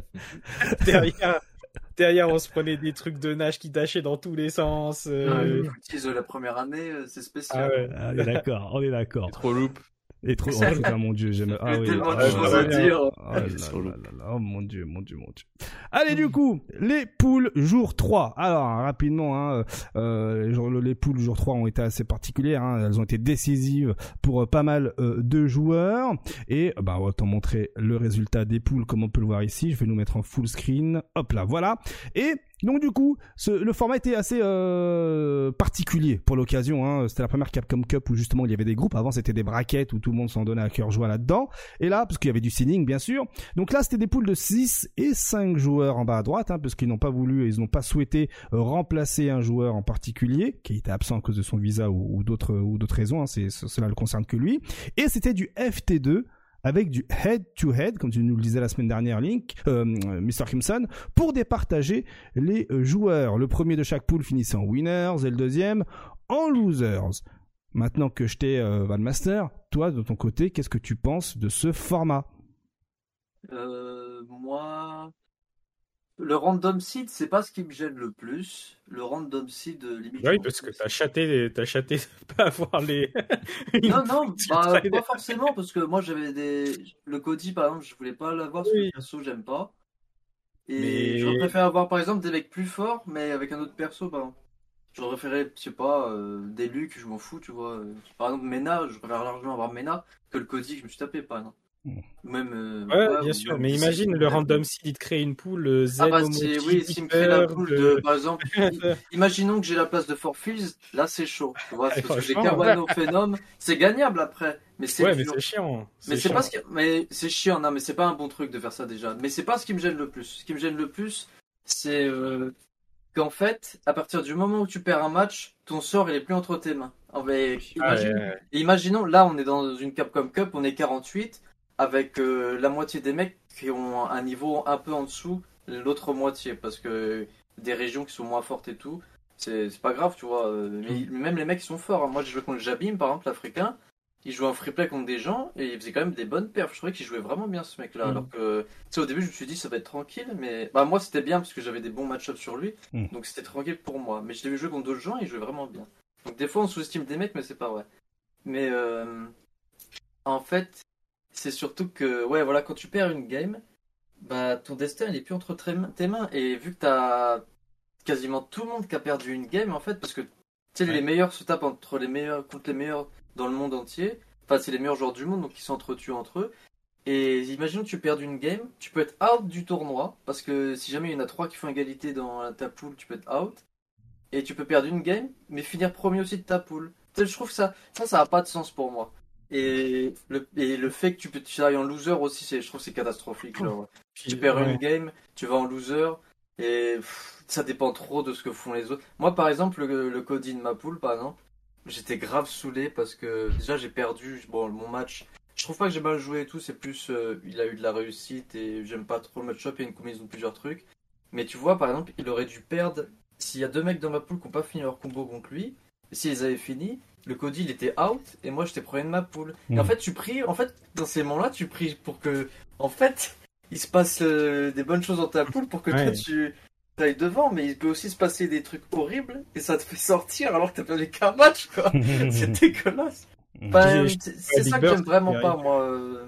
Derrière, derrière, on se prenait des trucs de nage qui dashaient dans tous les sens. euh, Ah, les footies de la première année, euh, c'est Ah spécial. ouais. Ah, on est d'accord, on est d'accord. Trop loop. Et trop, oh putain, mon dieu, j'aime, ah oui. tellement ah, de ouais, choses ouais, à ouais. dire. Oh là là là là, oh mon dieu, mon dieu, mon dieu. Allez, du coup, les poules jour trois. Alors, rapidement, hein, euh, les, jours- les poules jour trois ont été assez particulières, hein, elles ont été décisives pour euh, pas mal euh, de joueurs. Et, bah, on va t'en montrer le résultat des poules, comme on peut le voir ici. Je vais nous mettre en full screen. Hop là, voilà. Et, donc du coup, ce, le format était assez euh, particulier pour l'occasion. Hein. C'était la première Capcom Cup où justement il y avait des groupes. Avant c'était des brackets où tout le monde s'en donnait à cœur joie là-dedans. Et là, parce qu'il y avait du seeding bien sûr. Donc là c'était des poules de six et cinq joueurs en bas à droite, hein, parce qu'ils n'ont pas voulu et ils n'ont pas souhaité euh, remplacer un joueur en particulier qui était absent à cause de son visa ou, ou d'autres ou d'autres raisons. Hein. C'est, cela le concerne que lui. Et c'était du F T deux. Avec du head-to-head, comme tu nous le disais la semaine dernière, Link, euh, mister Crimson, pour départager les euh, joueurs. Le premier de chaque poule finissait en winners et le deuxième en losers. Maintenant que je t'ai, euh, Valmaster, toi, de ton côté, qu'est-ce que tu penses de ce format? Euh, moi, le random seed, c'est pas ce qui me gêne le plus. Le random seed, euh, limite. Oui, je parce pense que t'as chaté, t'as chaté de pas avoir les. Non, non, Sur bah, Trailer. pas forcément, parce que moi j'avais des. Le Cody, par exemple, je voulais pas l'avoir parce que Oui. le perso, j'aime pas. Et Mais- j'aurais préféré avoir par exemple des mecs plus forts, mais avec un autre perso, par exemple. J'aurais préféré, je sais pas, euh, des Luc, je m'en fous, tu vois. Par exemple, Mena, je préfère largement avoir Mena que le Cody que je me suis tapé, par exemple. Mm. Ou même. euh, Ouais, ouais, bien ou sûr. même Mais dix, imagine ou le même- random seed, il te crée une poule euh, Z Ah bah au c'est, motif, oui, s'il me crée la Hyper, poule de- de, par exemple, i- imaginons que j'ai la place de Forfuse, là c'est chaud, tu vois, Ah, parce que j'ai franchement. Kawano Phenom, c'est gagnable après, mais c'est Ouais, mais dur. c'est chiant. Mais c'est chiant. pas ce qui... mais c'est chiant, non, mais c'est pas un bon truc de faire ça déjà. Mais c'est pas ce qui me gêne le plus. Ce qui me gêne le plus, c'est euh, qu'en fait, à partir du moment où tu perds un match, ton sort il est plus entre tes mains. Ah, mais Ah, imagine- ouais, ouais. Imaginons, là, on est dans une Capcom Cup, on est quarante-huit, avec euh, la moitié des mecs qui ont un niveau un peu en dessous de l'autre moitié, parce que des régions qui sont moins fortes et tout, c'est c'est pas grave, tu vois. euh, Mais même les mecs qui sont forts, hein. Moi, je jouais contre Jabim, par exemple, l'Africain, il jouait en free play contre des gens, et il faisait quand même des bonnes perfs. Je trouvais qu'il jouait vraiment bien, ce mec-là. Mm. Alors que, tu sais, au début, je me suis dit, ça va être tranquille, mais bah, moi, c'était bien, parce que j'avais des bons match-ups sur lui, Mm. donc c'était tranquille pour moi. Mais je l'ai vu jouer contre d'autres gens, et il jouait vraiment bien. Donc des fois, on sous-estime des mecs, mais c'est pas vrai. Mais euh, en fait, c'est surtout que, ouais, voilà, quand tu perds une game, bah ton destin il est plus entre tre- tes mains. Et vu que t'as quasiment tout le monde qui a perdu une game, en fait, parce que tu sais, les meilleurs se tapent entre les meilleurs contre les meilleurs dans le monde entier. Enfin, c'est les meilleurs joueurs du monde, donc ils s'entretuent entre eux. Et imaginons que tu perds une game, tu peux être out du tournoi, parce que si jamais il y en a trois qui font égalité dans ta poule, tu peux être out. Et tu peux perdre une game, mais finir premier aussi de ta poule. Tu sais, je trouve que ça, ça, ça a pas de sens pour moi. Et le, et le fait que tu peux tu ailles en loser aussi, c'est, je trouve que c'est catastrophique. Genre. Tu perds Ouais. une game, tu vas en loser, et pff, ça dépend trop de ce que font les autres. Moi, par exemple, le, le Cody de ma poule, par exemple, j'étais grave saoulé parce que déjà j'ai perdu bon, mon match. Je trouve pas que j'ai mal joué et tout, c'est plus euh, il a eu de la réussite et j'aime pas trop le match-up, il y a une combinaison de plusieurs trucs. Mais tu vois, par exemple, il aurait dû perdre. S'il y a deux mecs dans ma poule qui n'ont pas fini leur combo contre lui, et s'ils avaient fini, le Cody il était out et moi j'étais premier de ma poule. Et Mhm. en fait, tu pries, en fait, dans ces moments-là, tu pries pour que, en fait, il se passe euh, des bonnes choses dans ta poule pour que Ouais. toi tu ailles devant, mais il peut aussi se passer des trucs horribles et ça te fait sortir alors que t'as perdu qu'un match, quoi. C'est dégueulasse. Enfin, J'ai- c'est c'est Big ça que Bird, j'aime vraiment qui pas, arrive. moi. euh,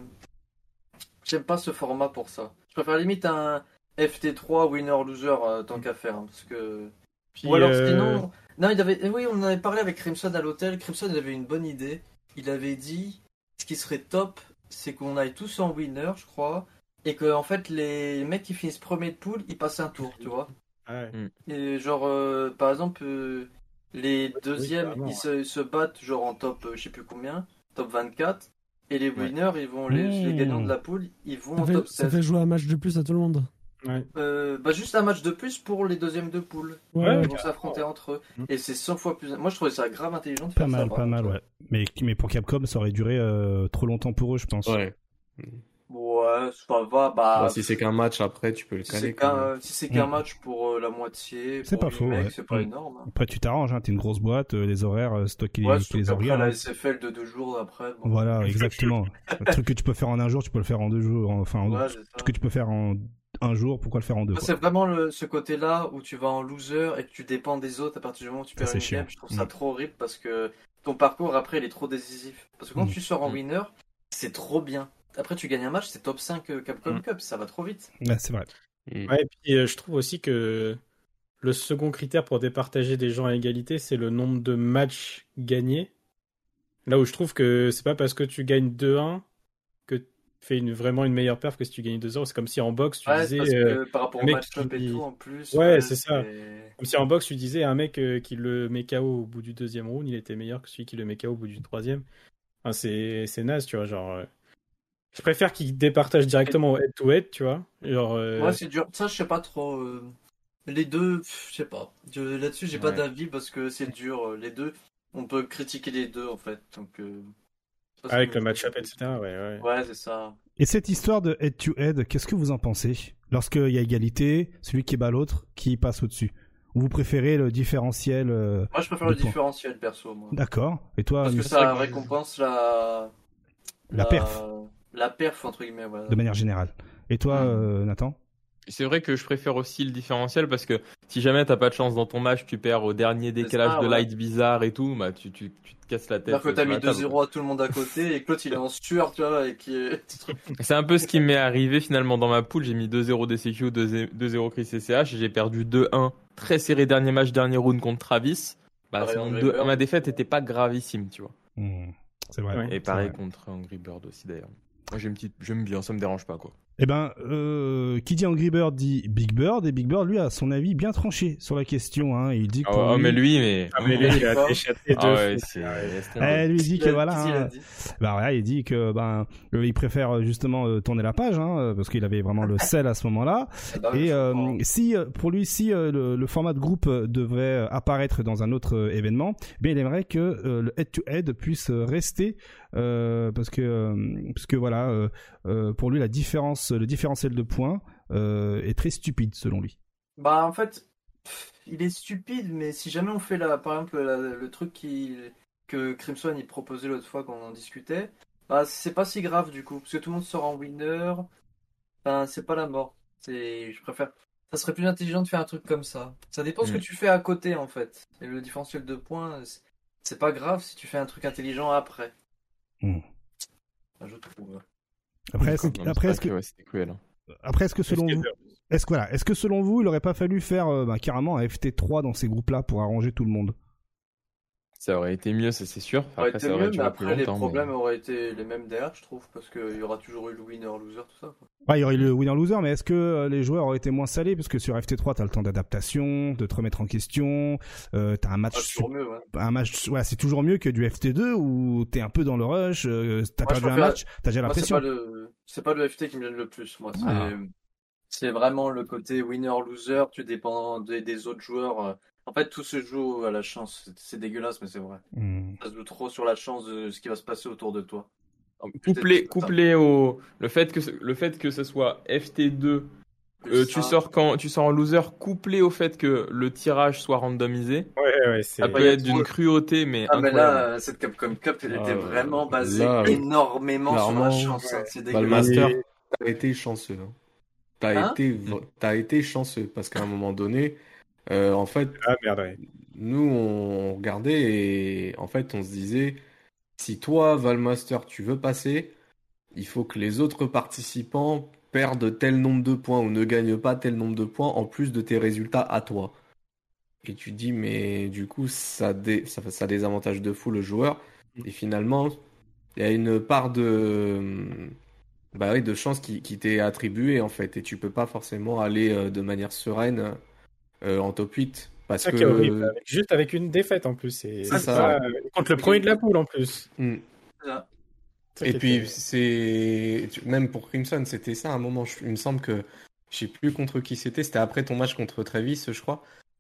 J'aime pas ce format pour ça. Je préfère limite un F T trois winner-loser euh, tant qu'à faire, hein, parce que. Puis, Ou alors euh, sinon, non, il avait, eh oui, on en avait parlé avec Crimson à l'hôtel. Crimson, il avait une bonne idée. Il avait dit, ce qui serait top, c'est qu'on aille tous en winner, je crois, et que en fait les mecs qui finissent premier de poule, ils passent un tour, tu vois. ouais. Et genre, euh, par exemple, euh, les deuxièmes, carrément, ils se, se battent genre en top, euh, je sais plus combien, top vingt-quatre, et les winners, ils vont les, les Mmh. gagnants de la poule, ils vont Ça en fait, top ça seize. fait jouer un match de plus à tout le monde. Ouais. Euh, bah juste un match de plus pour les deuxièmes de poule. Ouais, Ils vont s'affronter entre eux. Mm. Et c'est cent fois plus. Moi je trouvais ça grave intelligent de Pas faire ça. mal, par pas mal, contre. ouais. Mais, mais pour Capcom, ça aurait duré euh, trop longtemps pour eux, je pense. Ouais. Ouais, ça va. Bah, Bah, si c'est qu'un match après, tu peux le si caler. c'est quand qu'un même. si c'est qu'un Mm. match pour euh, la moitié, C'est pour pas huit faux, mecs, ouais. c'est pas Mm. énorme. hein. Après, tu t'arranges, hein, t'es une grosse boîte, euh, les horaires, euh, c'est toi qui, Ouais, qui surtout les qu'après organise. la hein. S F L de deux jours après. Bon. Voilà, exactement. Le truc que tu peux faire en un jour, tu peux le faire en deux jours. Enfin, en- Ouais, c'est ça. ce que tu peux faire en un jour, pourquoi le faire en deux Moi, quoi. c'est vraiment le, ce côté-là où tu vas en loser et que tu dépends des autres à partir du moment où tu Ça, perds c'est une chiant. game. Je trouve ça Mm. trop horrible parce que ton parcours après il est trop décisif. Parce que quand Mm. tu sors en Mm. winner, c'est trop bien. Après, tu gagnes un match, c'est top cinq euh, Capcom Mm. Cup, ça va trop vite. Ouais, c'est vrai. Mm. Ouais, et puis euh, je trouve aussi que le second critère pour départager des gens à égalité, c'est le nombre de matchs gagnés. Là où je trouve que c'est pas parce que tu gagnes deux un que tu fais une, vraiment une meilleure perf que si tu gagnes deux zéro. C'est comme si en boxe, tu Ouais, c'est disais. parce euh, que par rapport le au mec match-up qui- et tout en plus. Ouais, c'est ça. c'est- Comme si en boxe, tu disais un mec euh, qui le met K O au bout du deuxième round, il était meilleur que celui qui le met K O au bout du troisième. Enfin, c'est, c'est naze, tu vois. Genre, euh, je préfère qu'il départage directement au head-to-head, tu vois. Genre, euh, Ouais, c'est dur. Ça, je sais pas trop. euh, Les deux, pff, je sais pas. Je- Là-dessus, j'ai pas Ouais. d'avis parce que c'est dur. Les deux, on peut critiquer les deux en fait. Donc, euh, c'est pas ce avec qui le me- match-up, et cetera. Ouais, ouais. Ouais, c'est ça. Et cette histoire de head-to-head, qu'est-ce que vous en pensez? Lorsqu'il y a égalité, celui qui bat l'autre, qui passe au-dessus? Ou vous préférez le différentiel euh, Moi, je préfère de le points. différentiel perso, moi. D'accord. Et toi, Parce que Miss- ça récompense la. La perf. La perf, entre guillemets, voilà. de manière générale. Et toi, Mm. euh, Nathan? C'est vrai que je préfère aussi le différentiel parce que si jamais t'as pas de chance dans ton match, tu perds au dernier décalage ça, de ouais. light bizarre et tout, bah tu, tu, tu te casses la tête. C'est-à-dire que t'as sur la mis table, deux zéro à tout le monde à côté et que l'autre il est en sueur, tu vois, et qui est. C'est un peu ce qui m'est arrivé finalement dans ma poule. J'ai mis deux zéro D C Q, deux zéro Chris C C H et j'ai perdu deux un. Très serré dernier match, dernier round contre Travis. Bah, Pareil, c'est mon Angry deux- Bird. ma défaite était pas gravissime, tu vois. Hmm, c'est vrai. Ouais. Et c'est pareil vrai. contre Angry Bird aussi d'ailleurs. Moi j'ai une petite, j'aime bien, ça me dérange pas quoi. Eh ben, euh, qui dit Angry Bird dit Big Bird, et Big Bird, lui, a son avis bien tranché sur la question. Hein. Il dit que pour Oh, lui... mais lui, mais. Ah, mais lui, il a déchaté deux Ah ouais, fois. c'est. laisse Eh, tomber. lui il dit que voilà, Qu'est-ce qu'il a hein, dit bah voilà, il dit que ben euh, il préfère justement euh, tourner la page, hein, parce qu'il avait vraiment le sel à ce moment-là. Ah bah oui, Et je euh, comprends. si euh, pour lui, si euh, le, le format de groupe euh, devrait euh, apparaître dans un autre euh, événement, eh bien il aimerait que euh, le head-to-head puisse euh, rester, euh, parce que euh, parce que voilà, euh, euh, pour lui la différence, le différentiel de points euh, est très stupide selon lui. Bah en fait, pff, il est stupide, mais si jamais on fait la, par exemple la- le truc qui, que Crimson il proposait l'autre fois quand on en discutait, bah c'est pas si grave du coup, parce que tout le monde sort en winner, enfin c'est pas la mort. C'est, je préfère. Ça serait plus intelligent de faire un truc comme ça. Ça dépend ce que Mm. tu fais à côté en fait. Et le différentiel de points, c'est- c'est pas grave si tu fais un truc intelligent après. Mm. Enfin, je trouve. Après, est-ce, Non, mais après, c'est est-ce vrai que, ouais, c'était cruel. hein. après, est-ce que selon vous, est-ce que voilà, est-ce que selon vous, il aurait pas fallu faire euh, ben, carrément un F T trois dans ces groupes-là pour arranger tout le monde? Ça aurait été mieux, ça c'est sûr. Ça aurait Après, été ça aurait mieux, mais duré plus après les longtemps. problèmes mais- auraient été les mêmes derrière, je trouve, parce qu'il y aura toujours eu le winner, loser, tout ça. Quoi. Ouais, il y aurait eu le winner-loser, mais est-ce que euh, les joueurs auraient été moins salés? Parce que sur F T trois, t'as le temps d'adaptation, de te remettre en question, euh, t'as un match, Ah, c'est toujours mieux, ouais. un match, ouais, c'est toujours mieux que du F T deux où t'es un peu dans le rush, euh, t'as Moi, je perdu un préfère- match, t'as déjà Moi, c'est l'impression. pas le, c'est pas le F T qui me gêne le plus, moi. C'est, Ah. c'est vraiment le côté winner-loser, tu dépends des, des autres joueurs. euh. En fait, tout se joue à la chance. C'est, c'est dégueulasse, mais c'est vrai. Hmm. Ça se joue trop sur la chance de ce qui va se passer autour de toi. Couplé, Peut-être- couplé au le fait que ce, le fait que ce soit F T deux, euh, tu Ça- sors quand tu sors en loser, couplé au fait que le tirage soit randomisé, Ouais, ouais, c'est. ça peut il y a être trop- d'une cruauté mais Ah, mais incroyable. là, euh, cette Capcom Cup, elle était Ah, vraiment basée là, énormément sur la clairement, chance. hein. C'est dégueulasse. Balmaster, t'as été chanceux. Hein. T'as Hein été, v- t'as été chanceux parce qu'à un moment donné, euh, en fait, Ah merde, ouais. nous on regardait et en fait on se disait, si toi Valmaster tu veux passer, il faut que les autres participants perdent tel nombre de points ou ne gagnent pas tel nombre de points en plus de tes résultats à toi. Et tu dis, mais du coup, ça, dé... ça, ça désavantage de fou le joueur. Et finalement, il y a une part de, bah oui, de chance qui, qui t'est attribuée en fait. Et tu peux pas forcément aller euh, de manière sereine euh, en top huit. Parce C'est ça que. qui est horrible. Avec- juste avec une défaite en plus. C'est, C'est ça. pas, euh, contre le premier de la poule en plus. Hmm. C'est ça. C'est ça Et qui puis, était- c'est. tu- Même pour Crimson, c'était ça à un moment. Je- Il me semble que. Je sais plus contre qui c'était. C'était après ton match contre Travis, je crois.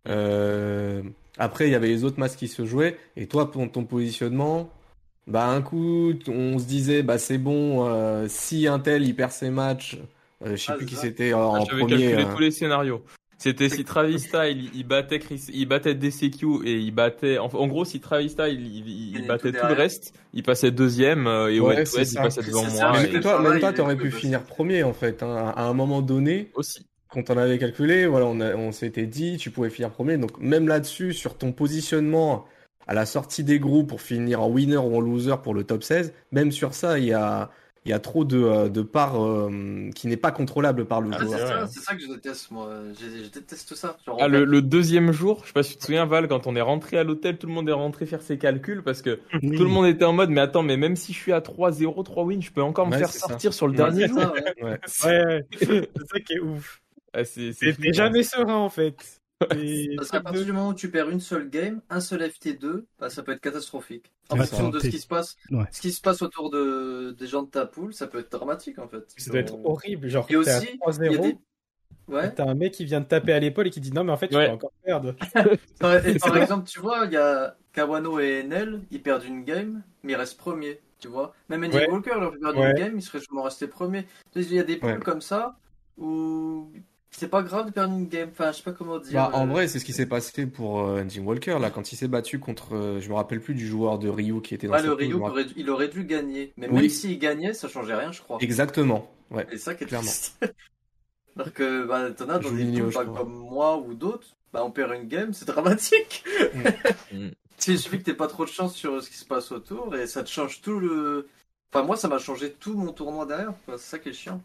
Euh, Après, il y avait les autres matchs qui se jouaient. Et toi, pour ton positionnement, bah, un coup, on se disait, bah, c'est bon, euh, si un tel, il perd ses matchs, euh, je sais Ah, plus c'est qui ça. c'était en, en J'avais premier. calculé euh, tous les scénarios. C'était si Travis Style il battait Chris, il battait D C Q et il battait en, en gros si Travis Style il, il- il Et battait tout tout le derrière. reste, il passait deuxième euh, et Ouais, ouais, c'est il ça. passait devant C'est moi. ça, Mais et- même toi, pareil, même toi, il t'aurais est- pu finir premier en fait. Hein. À un moment donné, Aussi. quand on avait calculé, voilà, on, a- on s'était dit, tu pouvais finir premier. Donc même là-dessus, sur ton positionnement à la sortie des groupes pour finir en winner ou en loser pour le top seize, même sur ça, il y a, il y a trop de, euh, de parts euh, qui n'est pas contrôlable par le Ah, joueur. c'est vrai, ça, hein. c'est ça que je déteste, moi. Je, je déteste ça. Genre, Ah, le, le deuxième jour, je sais pas si tu te souviens Val, quand on est rentré à l'hôtel, tout le monde est rentré faire ses calculs parce que Oui. tout le monde était en mode mais attends, mais même si je suis à trois zéro, trois wins, je peux encore me Ouais, faire c'est ça. sortir sur le Ouais, dernier c'est jour. ça, ouais. Ouais. Ouais, ouais. C'est ça qui est ouf. Ah, c'est c'est C'est flippant. jamais serein en fait. C'est- Parce qu'à partir du moment où tu perds une seule game, un seul F T deux, bah, ça peut être catastrophique. En Ouais, fonction ça, de t'es- ce qui se passe, Ouais. ce qui se passe autour de, des gens de ta poule, ça peut être dramatique en fait. Ça doit être Donc, horrible. Genre, Et t'es aussi, à il y a trois zéro, des. Ouais. t'as un mec qui vient te taper à l'épaule et qui dit non, mais en fait, tu Ouais. peux encore perdre. Par, et par exemple, tu vois, il y a Kawano et Enel, ils perdent une game, mais ils restent premiers. Tu vois, même Andy Ouais. Walker, il aurait perdu Ouais. une game, il serait sûrement resté premier. Il y a des poules Ouais. comme ça où c'est pas grave de perdre une game. Enfin, je sais pas comment dire. Bah, en euh, vrai, c'est ce qui s'est passé pour euh, Jim Walker là, quand il s'est battu contre, euh, je me rappelle plus du joueur de Ryu qui était dans ouais, cette le poule, je Ryu, me rappelle- aurait dû- il aurait dû gagner. Mais Oui. même s'il gagnait, ça changeait rien, je crois. Exactement. Ouais. Et ça qui est Clairement. triste. Alors que bah, t'en as dans des Juninho, poules je bah, crois. comme moi ou d'autres, bah, on perd une game, c'est dramatique. Mm. Il suffit que t'aies pas trop de chance sur ce qui se passe autour et ça te change tout le. Enfin, moi, ça m'a changé tout mon tournoi derrière. quoi. C'est ça qui est chiant.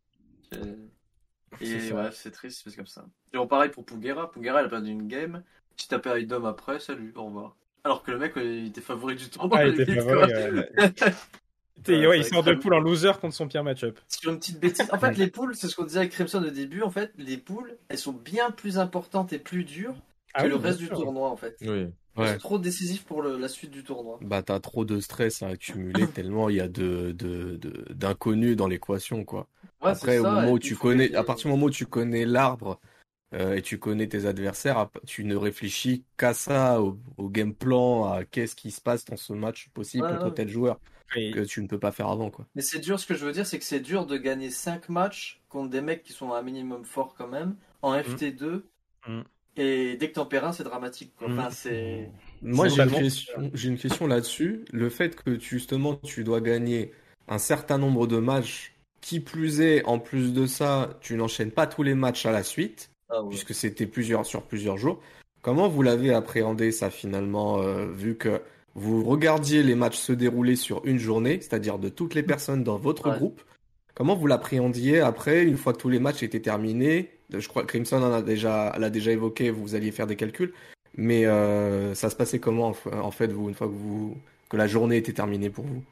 Et, C'est et ça. ouais, c'est triste, c'est comme ça. Genre pareil pour Pugera. Pugera, il a perdu une game. Tu tapais à Idom après, salut, au revoir. Alors que le mec, il était favori du tournoi. Ah, il était limite, favori. quoi. ouais. Ouais, ouais, il sort de poule en loser contre son pire match-up. Sur une petite bêtise. En fait, les poules, c'est ce qu'on disait avec Crimson au début. En fait, les poules, elles sont bien plus importantes et plus dures que Ah oui, le bien reste du sûr. tournoi, en fait. Oui. Elles Ouais. sont trop décisifs pour le- la suite du tournoi. Bah, t'as trop de stress à accumuler tellement il y a de, de, de- d'inconnus dans l'équation, quoi. Ouais, Après, c'est au ça, moment et où puis tu il faut connais, gagner. à partir du moment où tu connais l'arbre euh, et tu connais tes adversaires, ap- tu ne réfléchis qu'à ça, au, au game plan, à qu'est-ce qui se passe dans ce match possible Ouais, contre ouais. tel joueur Et- que tu ne peux pas faire avant, quoi. Mais c'est dur, ce que je veux dire, c'est que c'est dur de gagner cinq matchs contre des mecs qui sont un minimum forts quand même, en F T deux. Mm. Et dès que t'en perds un, c'est dramatique, quoi. Mm. Enfin, c'est. Moi, C'est j'ai une totalement- question, j'ai une question là-dessus. Le fait que tu, justement, tu dois gagner un certain nombre de matchs, qui plus est, en plus de ça, tu n'enchaînes pas tous les matchs à la suite, Ah ouais. puisque c'était plusieurs sur plusieurs jours. Comment vous l'avez appréhendé ça finalement, euh, vu que vous regardiez les matchs se dérouler sur une journée, c'est-à-dire de toutes les personnes dans votre Ouais. groupe? Comment vous l'appréhendiez après, une fois que tous les matchs étaient terminés? Je crois que Crimson en a déjà, l'a déjà évoqué, vous alliez faire des calculs. Mais euh, ça se passait comment en f- en fait, vous, une fois que vous que la journée était terminée pour vous?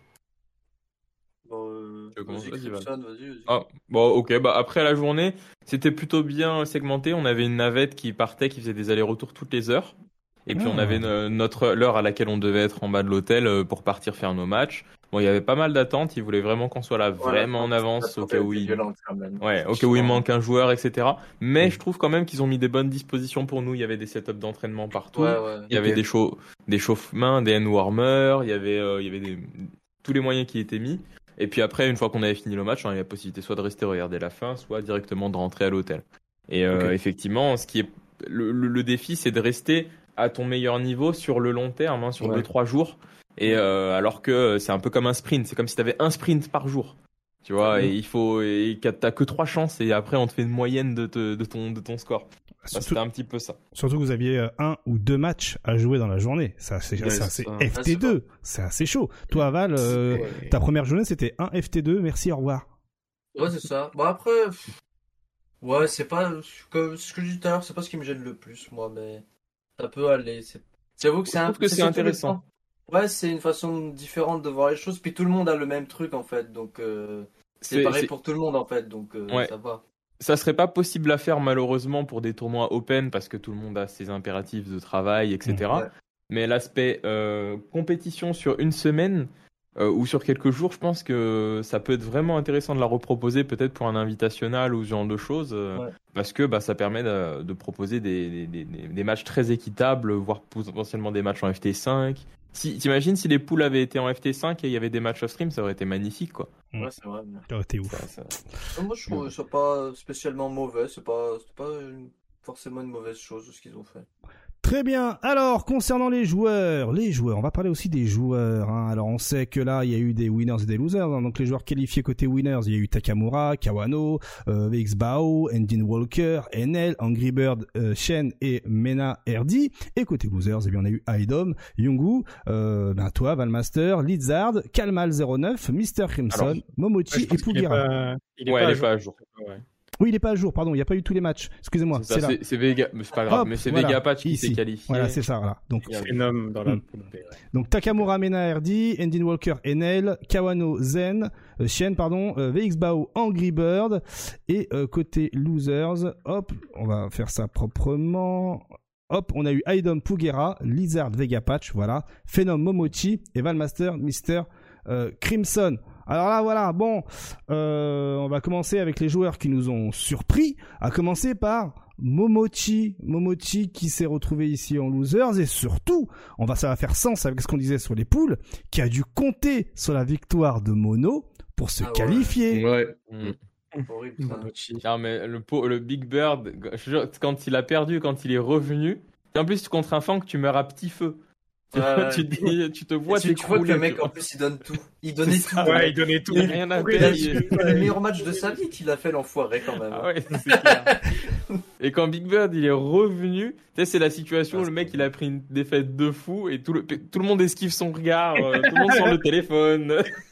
Bon, euh, Tu veux commencer, vas-y, vas-y, Val. Crimson, vas-y, vas-y. Ah, bon, ok, bah après la journée, c'était plutôt bien segmenté. On avait une navette qui partait, qui faisait des allers-retours toutes les heures. Et puis Ah. on avait no- notre l'heure à laquelle on devait être en bas de l'hôtel euh, pour partir faire nos matchs. Bon, il y avait pas mal d'attentes. Ils voulaient vraiment qu'on soit là vraiment en avance au cas où il... Ouais, au cas où il manque un joueur, et cetera. Mais je trouve quand même qu'ils ont mis des bonnes dispositions pour nous. Il y avait des setups d'entraînement partout. Ouais, ouais. Il y avait Ok. des, chauds, des chauffe-mains, des hand-warmers, il y avait, euh, il y avait des, tous les moyens qui étaient mis. Et puis après, une fois qu'on avait fini le match, on avait la possibilité soit de rester regarder la fin, soit directement de rentrer à l'hôtel. Et euh, Ok. effectivement, ce qui est le, le, le défi, c'est de rester à ton meilleur niveau sur le long terme, hein, sur Ouais. deux trois jours. Et euh, alors que c'est un peu comme un sprint, c'est comme si tu avais un sprint par jour. Tu vois, Mhm. et il faut, et que t'as que trois chances, et après on te fait une moyenne de, te, de, ton, de ton score. Bah, Surtout, c'était un petit peu ça. surtout que vous aviez euh, un ou deux matchs à jouer dans la journée. Ça, c'est Ouais, ça, c'est c'est ça. F T deux. C'est assez chaud. Toi, Val, euh, Ouais. ta première journée, c'était un F T deux. Merci, au revoir. Ouais, c'est ça. Bon, après, pff, ouais, c'est pas, comme ce que je disais tout à l'heure, c'est pas ce qui me gêne le plus, moi, mais ça peut aller. C'est- J'avoue que c'est Je un trouve que c'est surtout intéressant. le temps. Ouais, c'est une façon différente de voir les choses, puis tout le monde a le même truc, en fait, donc euh, c'est C'est- pareil c'est- pour tout le monde, en fait, donc euh, Ouais. ça va. Ça serait pas possible à faire malheureusement pour des tournois open parce que tout le monde a ses impératifs de travail, et cetera. Ouais. Mais l'aspect euh, compétition sur une semaine euh, ou sur quelques jours, je pense que ça peut être vraiment intéressant de la reproposer peut-être pour un invitational ou ce genre de choses euh, Ouais. parce que bah, ça permet de, de proposer des, des, des, des- des matchs très équitables, voire potentiellement des matchs en F T cinq. Si, t'imagines si les poules avaient été en F T cinq et il y avait des matchs off-stream, ça aurait été magnifique, quoi. Mm. Ouais, c'est vrai. mais- Oh, t'es ouf. Ça- ça- Moi, je trouve ça pas spécialement mauvais, c'est pas, c'est pas une- forcément une mauvaise chose, ce qu'ils ont fait. Très bien. Alors, concernant les joueurs, les joueurs, on va parler aussi des joueurs. Hein. Alors, on sait que là, il y a eu des winners et des losers. Hein. Donc, les joueurs qualifiés côté winners, il y a eu Takamura, Kawano, euh, V X Bao, Endin Walker, N L, Angry Bird, euh, Shen et Mena Erdi. Et côté losers, eh bien, on a eu Aidom, Yungu, euh, ben, toi, Valmaster, Lizard, Kalmal zéro neuf, Mister Crimson, Alors, Momochi Ouais, je et pense qu'il est Pougira. pas- il est Ouais, pas elle à est jour. pas à jour. Ouais. Oui, il est pas à jour, pardon, il n'y a pas eu tous les matchs. Excusez-moi, C'est c'est ça, là. c'est c'est Vega, mais c'est pas grave, Hop, mais c'est voilà, Vegapatch qui ici. s'est qualifié. Voilà, c'est ça, voilà. Donc, Il y a- Phénom dans la Hmm. poule B, ouais. Donc Takamura, Mena, Erdi, Endin Walker, Enel, Kawano, Zen, euh, Shen, pardon, euh, V X Bao, Angry Bird, et euh, côté losers, hop, on va faire ça proprement. Hop, on a eu Aidom, Pugera, Lizard, Vegapatch, voilà, Phenom, Momochi et Valmaster, Mister euh, Crimson. Alors là, voilà, bon, euh, on va commencer avec les joueurs qui nous ont surpris, à commencer par Momochi, Momochi qui s'est retrouvé ici en losers, et surtout, on va, ça va faire sens avec ce qu'on disait sur les poules, qui a dû compter sur la victoire de Mono pour se Ah ouais. qualifier. Ouais. Mm. Horrible, ça. Momochi. Non, mais le, po- le Big Bird, je te jure, quand il a perdu, quand il est revenu, et en plus, contre un Fang, tu meurs à petit feu. Ouais, ouais. tu, te dis- tu te vois Et tu, tu vois que t'écrouler, le mec, tu en vois. plus, il donne tout. Il donnait C'est tout. ça, le Ouais, mec. il donnait tout. Il a rien à Il a payer. eu le meilleur match de sa vie qu'il a fait, l'enfoiré, quand même. Ah ouais, c'est clair. Et quand Big Bird il est revenu, tu sais, c'est la situation où le mec il a pris une défaite de fou et tout le, tout le monde esquive son regard, euh, tout le monde sort le téléphone.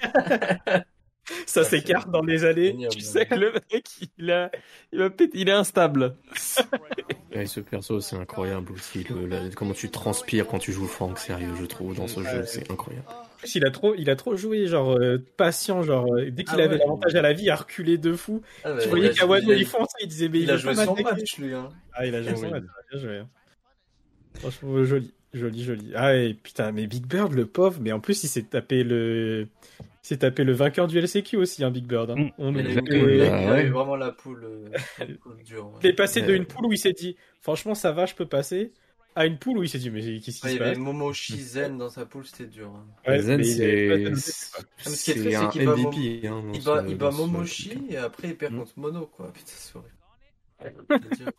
Ça s'écarte dans les allées. Génial. Tu sais que le mec il a, il va péter, il est instable. Et ce perso, c'est incroyable aussi. Le, la- comment tu transpires quand tu joues Franck, sérieux, je trouve, dans ce jeu, c'est incroyable. En plus, il a trop, il a trop joué, genre euh, patient, genre euh, dès qu'il Ah avait ouais. l'avantage à la vie, il a reculé de fou. Ah, bah, Tu il voyais a- Kawano, il a- il fonçait, il disait mais Il a veut joué pas son m'attaquer. match, lui. Hein. Ah, il a joué Oui. son match, bien joué. hein. Franchement, joli, joli, joli. Ah, et putain, mais Big Bird, le pauvre, mais en plus, il s'est tapé le, il s'est tapé le vainqueur du L C Q aussi, hein, Big Bird. Hein. Mm. On Mais est- le mec, Exactement. le mec, Bah il avait ouais. vraiment la poule, euh, la poule dure. ouais. Il est passé Ouais. d'une poule où il s'est dit, franchement, ça va, je peux passer, à une poule où il s'est dit, mais qu'est-ce qui Ouais, se il y avait passe? Momoshi Zen dans sa poule, c'était dur. hein. Ouais, Zen, mais il avait pas de- c'est mais ce qui est c'est triste, c'est un qu'il bat M V P. Hein, dans Il ce- bat, il bat dans ce Momoshi truc. et après il perd Mm. contre Mono, quoi. Putain, c'est horrible. C'est dur.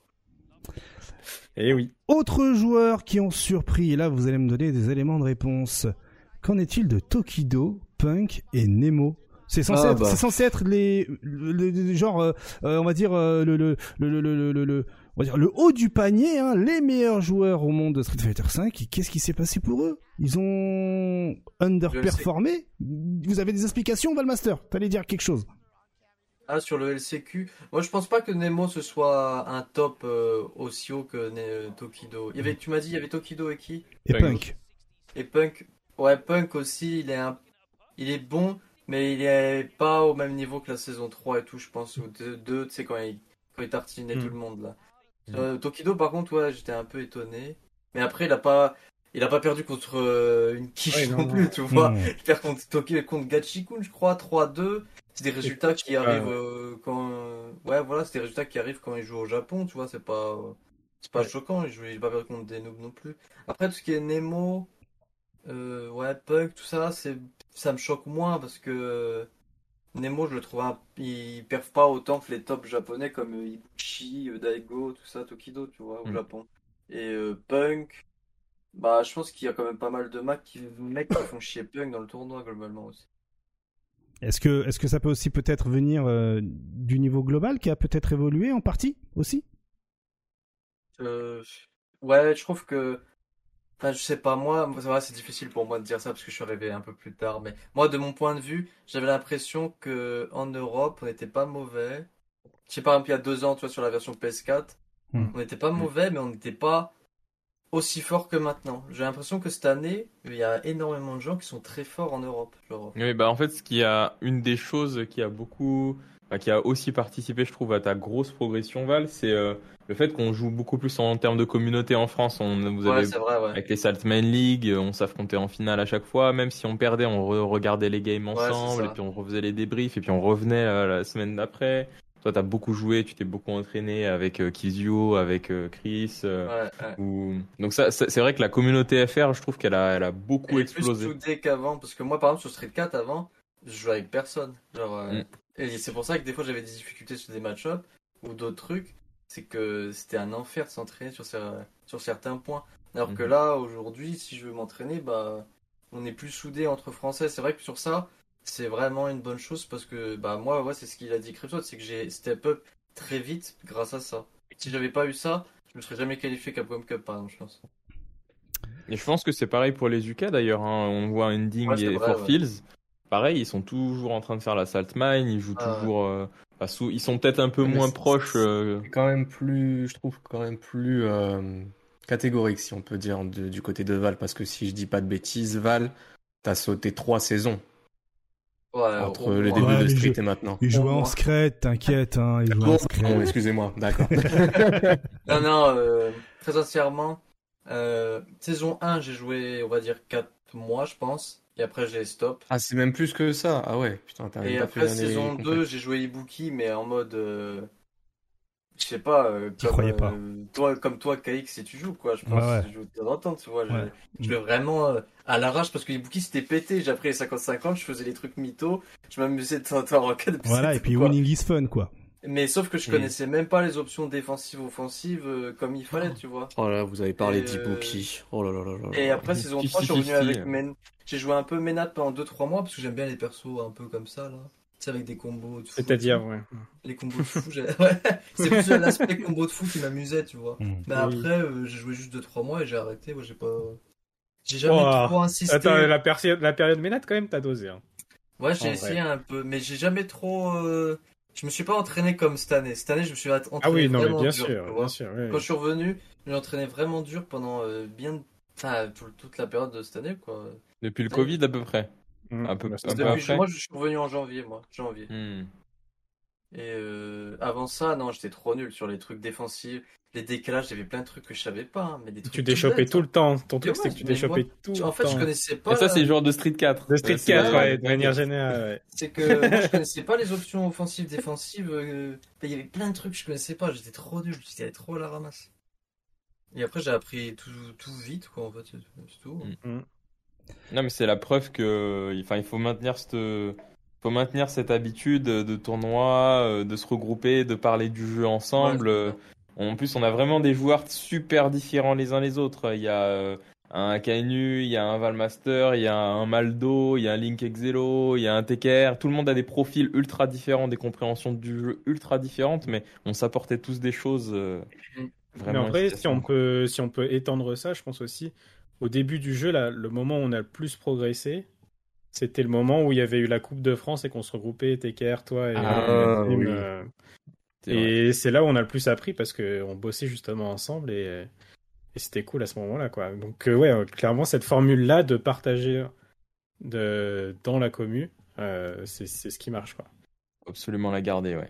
Eh oui. Autres joueurs qui ont surpris, et là vous allez me donner des éléments de réponse. Qu'en est-il de Tokido, Punk et Nemo? C'est censé, Ah, être, bah. c'est censé être les, le, le- le- genre, euh, euh, on va dire euh, le, le, le, le, le, le, le- on va dire le haut du panier, hein, les meilleurs joueurs au monde de Street Fighter cinq. Et qu'est-ce qui s'est passé pour eux? Ils ont underperformé. Vous avez des explications, Valmaster? T'allais dire quelque chose? Ah, sur le L C Q, moi je pense pas que Nemo ce soit un top euh, aussi haut que Ne- Tokido. Il y avait, tu m'as dit, il y avait Tokido et qui? Et Punk. Punk. Et Punk. Ouais, Punk aussi, il est un... il est bon, mais il est pas au même niveau que la saison trois et tout, je pense, ou deux, tu sais, quand il, quand il tartinait Mm. tout le monde là. Mm. Euh, Tokido, par contre, ouais, j'étais un peu étonné. Mais après, il a pas, il a pas perdu contre euh, une quiche Ouais, non, non non. plus, tu vois. Mmh. Il perd contre, Toki- contre Gachikun, je crois, trois deux. C'est des résultats qui pas- arrivent euh, quand. euh, Ouais, voilà, c'est des résultats qui arrivent quand il joue au Japon, tu vois, c'est pas. euh, C'est pas Ouais. choquant, il joue il a pas perdu contre des noobs non plus. Après, tout ce qui est Nemo, euh, ouais, Punk, tout ça, c'est, ça me choque moins parce que euh, Nemo, je le trouve un... il perf pas autant que les tops japonais comme euh, Ibushi, euh, Daigo, tout ça, Tokido, tu vois, au Mm. Japon. Et euh, Punk, bah, je pense qu'il y a quand même pas mal de mecs qui, mecs qui font chier Punk dans le tournoi globalement aussi. Est-ce que, est-ce que ça peut aussi peut-être venir euh, du niveau global qui a peut-être évolué en partie aussi? Euh, ouais, je trouve que. Enfin, je sais pas, moi, moi, c'est vrai, c'est difficile pour moi de dire ça parce que je suis arrivé un peu plus tard. Mais moi, de mon point de vue, j'avais l'impression que en Europe, on n'était pas mauvais. Je sais, par exemple, il y a deux ans, tu vois, sur la version P S quatre, Hmm. on n'était pas mauvais, mais on n'était pas aussi fort que maintenant. J'ai l'impression que cette année, il y a énormément de gens qui sont très forts en Europe. Genre, Oui, bah en fait, ce qui a une des choses qui a beaucoup, enfin, qui a aussi participé, je trouve, à ta grosse progression, Val, c'est euh, le fait qu'on joue beaucoup plus en termes de communauté en France. On, vous ouais, avez c'est vrai, ouais. avec les Saltman League, on s'affrontait en finale à chaque fois. Même si on perdait, on re- regardait les games Ouais, c'est ensemble, ça. et puis on refaisait les débriefs, et puis on revenait euh, la semaine d'après. Toi, t'as beaucoup joué, tu t'es beaucoup entraîné avec euh, Kizio, avec euh, Chris. euh, Ouais, ouais. ou... Donc ça, ça- c'est vrai que la communauté F R, je trouve qu'elle a, elle a beaucoup Elle est plus explosé. soudée qu'avant, parce que moi, par exemple, sur Street quatre, avant, je jouais avec personne. Genre, euh, Mm. et c'est pour ça que des fois, j'avais des difficultés sur des match-ups ou d'autres trucs. C'est que c'était un enfer de s'entraîner sur, cer- sur certains points. Alors que Mhm. là, aujourd'hui, si je veux m'entraîner, bah, on est plus soudés entre Français. C'est vrai que sur ça, c'est vraiment une bonne chose parce que, bah, moi, ouais, c'est ce qu'il a dit Crypto, c'est que j'ai step up très vite grâce à ça. Si j'avais pas eu ça, je me serais jamais qualifié Capcom Cup, par exemple, je pense. Et je pense que c'est pareil pour les U K d'ailleurs. hein. On voit Ending Ouais, c'est et vrai, For ouais. Fields. Pareil, ils sont toujours en train de faire la Salt Mine. Ils jouent Ah, toujours. euh, enfin, sous- Ils sont peut-être un peu Mais moins c'est- proches. euh, C'est quand même plus, je trouve quand même plus euh, catégorique, si on peut dire, de- du côté de Val, parce que si je dis pas de bêtises, Val, t'as sauté trois saisons Ouais, entre au le moins. début Ouais, de mais Street je- et maintenant. Il jouait Au en moins. secret, t'inquiète, hein, il jouait Bon, en secret. bon, excusez-moi, d'accord. Non, non, euh, très sincèrement, euh, saison un, j'ai joué, on va dire, quatre mois, je pense. Et après, j'ai stop. Ah, c'est même plus que ça. Ah ouais, putain, t'as Et même pas après, fait l'année saison complète. deux, j'ai joué Ibuki, mais en mode. euh, je sais pas. euh, T'y comme, croyais pas. euh, toi, comme toi, K X, si tu joues, quoi. Je pense Ouais, ouais. que tu joues de temps en temps, tu vois. je- Ouais. Je vais vraiment euh, à l'arrache parce que Ibuki, c'était pété. J'ai appris les cinquante cinquante, je faisais les trucs mythos. Je m'amusais de temps en temps en rocket. Voilà, et puis quoi. winning is fun, quoi. Mais sauf que je Mm. connaissais même pas les options défensives, offensives euh, comme il fallait, tu vois. Oh là, vous avez parlé Et, d'Ibuki. Oh là là là là. Et après saison trois, je suis revenu cinquante avec cinquante. Men. J'ai joué un peu Menat pendant deux trois mois parce que j'aime bien les persos un peu comme ça là. Tu sais, avec des combos de fou. C'est-à-dire, ouais. Les combos de fou, j'ai- ouais. C'est plus l'aspect combo de fou qui m'amusait, tu vois. Mm. Mais Oui. après, euh, j'ai joué juste deux trois mois et j'ai arrêté. Moi, j'ai pas. J'ai jamais Oh. trop insisté. Attends, la, persi- la période Ménat, quand même, t'as dosé. Hein. Ouais, j'ai en essayé un peu, mais j'ai jamais trop. euh, je me suis pas entraîné comme cette année. Cette année, je me suis entraîné Ah oui, non, mais vraiment bien dur. sûr, tu bien vois. sûr. ouais, Quand ouais. je suis revenu, je m'entraînais vraiment dur pendant euh, bien, enfin, pour toute la période de cette année, quoi. Depuis le Ouais. Covid à peu près. Mm. Un peu, Bah, un c'est peu ça. Depuis, après. moi, je suis revenu en janvier, moi, janvier. Hmm. Et euh, avant ça, non, j'étais trop nul sur les trucs défensifs, les décalages, j'avais plein de trucs que je savais pas, hein, mais des trucs Tu tout déchopais bêtes, tout hein. le temps. Ton truc, Mais c'était ouais, que tu mais déchopais moi, tout En le fait, je temps. connaissais pas. Et ça, c'est le joueur de Street quatre. De Street Ouais, c'est- quatre, ouais, ouais, de manière générale. Ouais. C'est que moi, je connaissais pas les options offensives, défensives. euh, Il y avait plein de trucs que je connaissais pas. J'étais trop nul. J'étais trop à la ramasse. Et après, j'ai appris tout, tout vite, quoi. En fait, c'est c'est tout. Mm. Non, mais c'est la preuve que, enfin, il faut maintenir cette, faut maintenir cette habitude de tournoi, euh, de se regrouper, de parler du jeu ensemble. Ouais, En plus, on a vraiment des joueurs super différents les uns les autres. Il y a euh, un Kainu, il y a un Valmaster, il y a un Maldo, il y a un Link Exelo, il y a un T K R. Tout le monde a des profils ultra différents, des compréhensions du jeu ultra différentes, mais on s'apportait tous des choses euh, Mm. vraiment. Mais après, si efficaces. on peut, si on peut étendre ça, je pense aussi, au début du jeu, là, le moment où on a le plus progressé, c'était le moment où il y avait eu la Coupe de France et qu'on se regroupait, T K R, toi et Ah, et, oui. euh, C'est vrai. et c'est là où on a le plus appris parce qu'on bossait justement ensemble et, et c'était cool à ce moment-là, quoi. Donc, euh, ouais, euh, clairement, cette formule-là de partager de, dans la commu, euh, c'est c'est ce qui marche, quoi. Absolument la garder, ouais.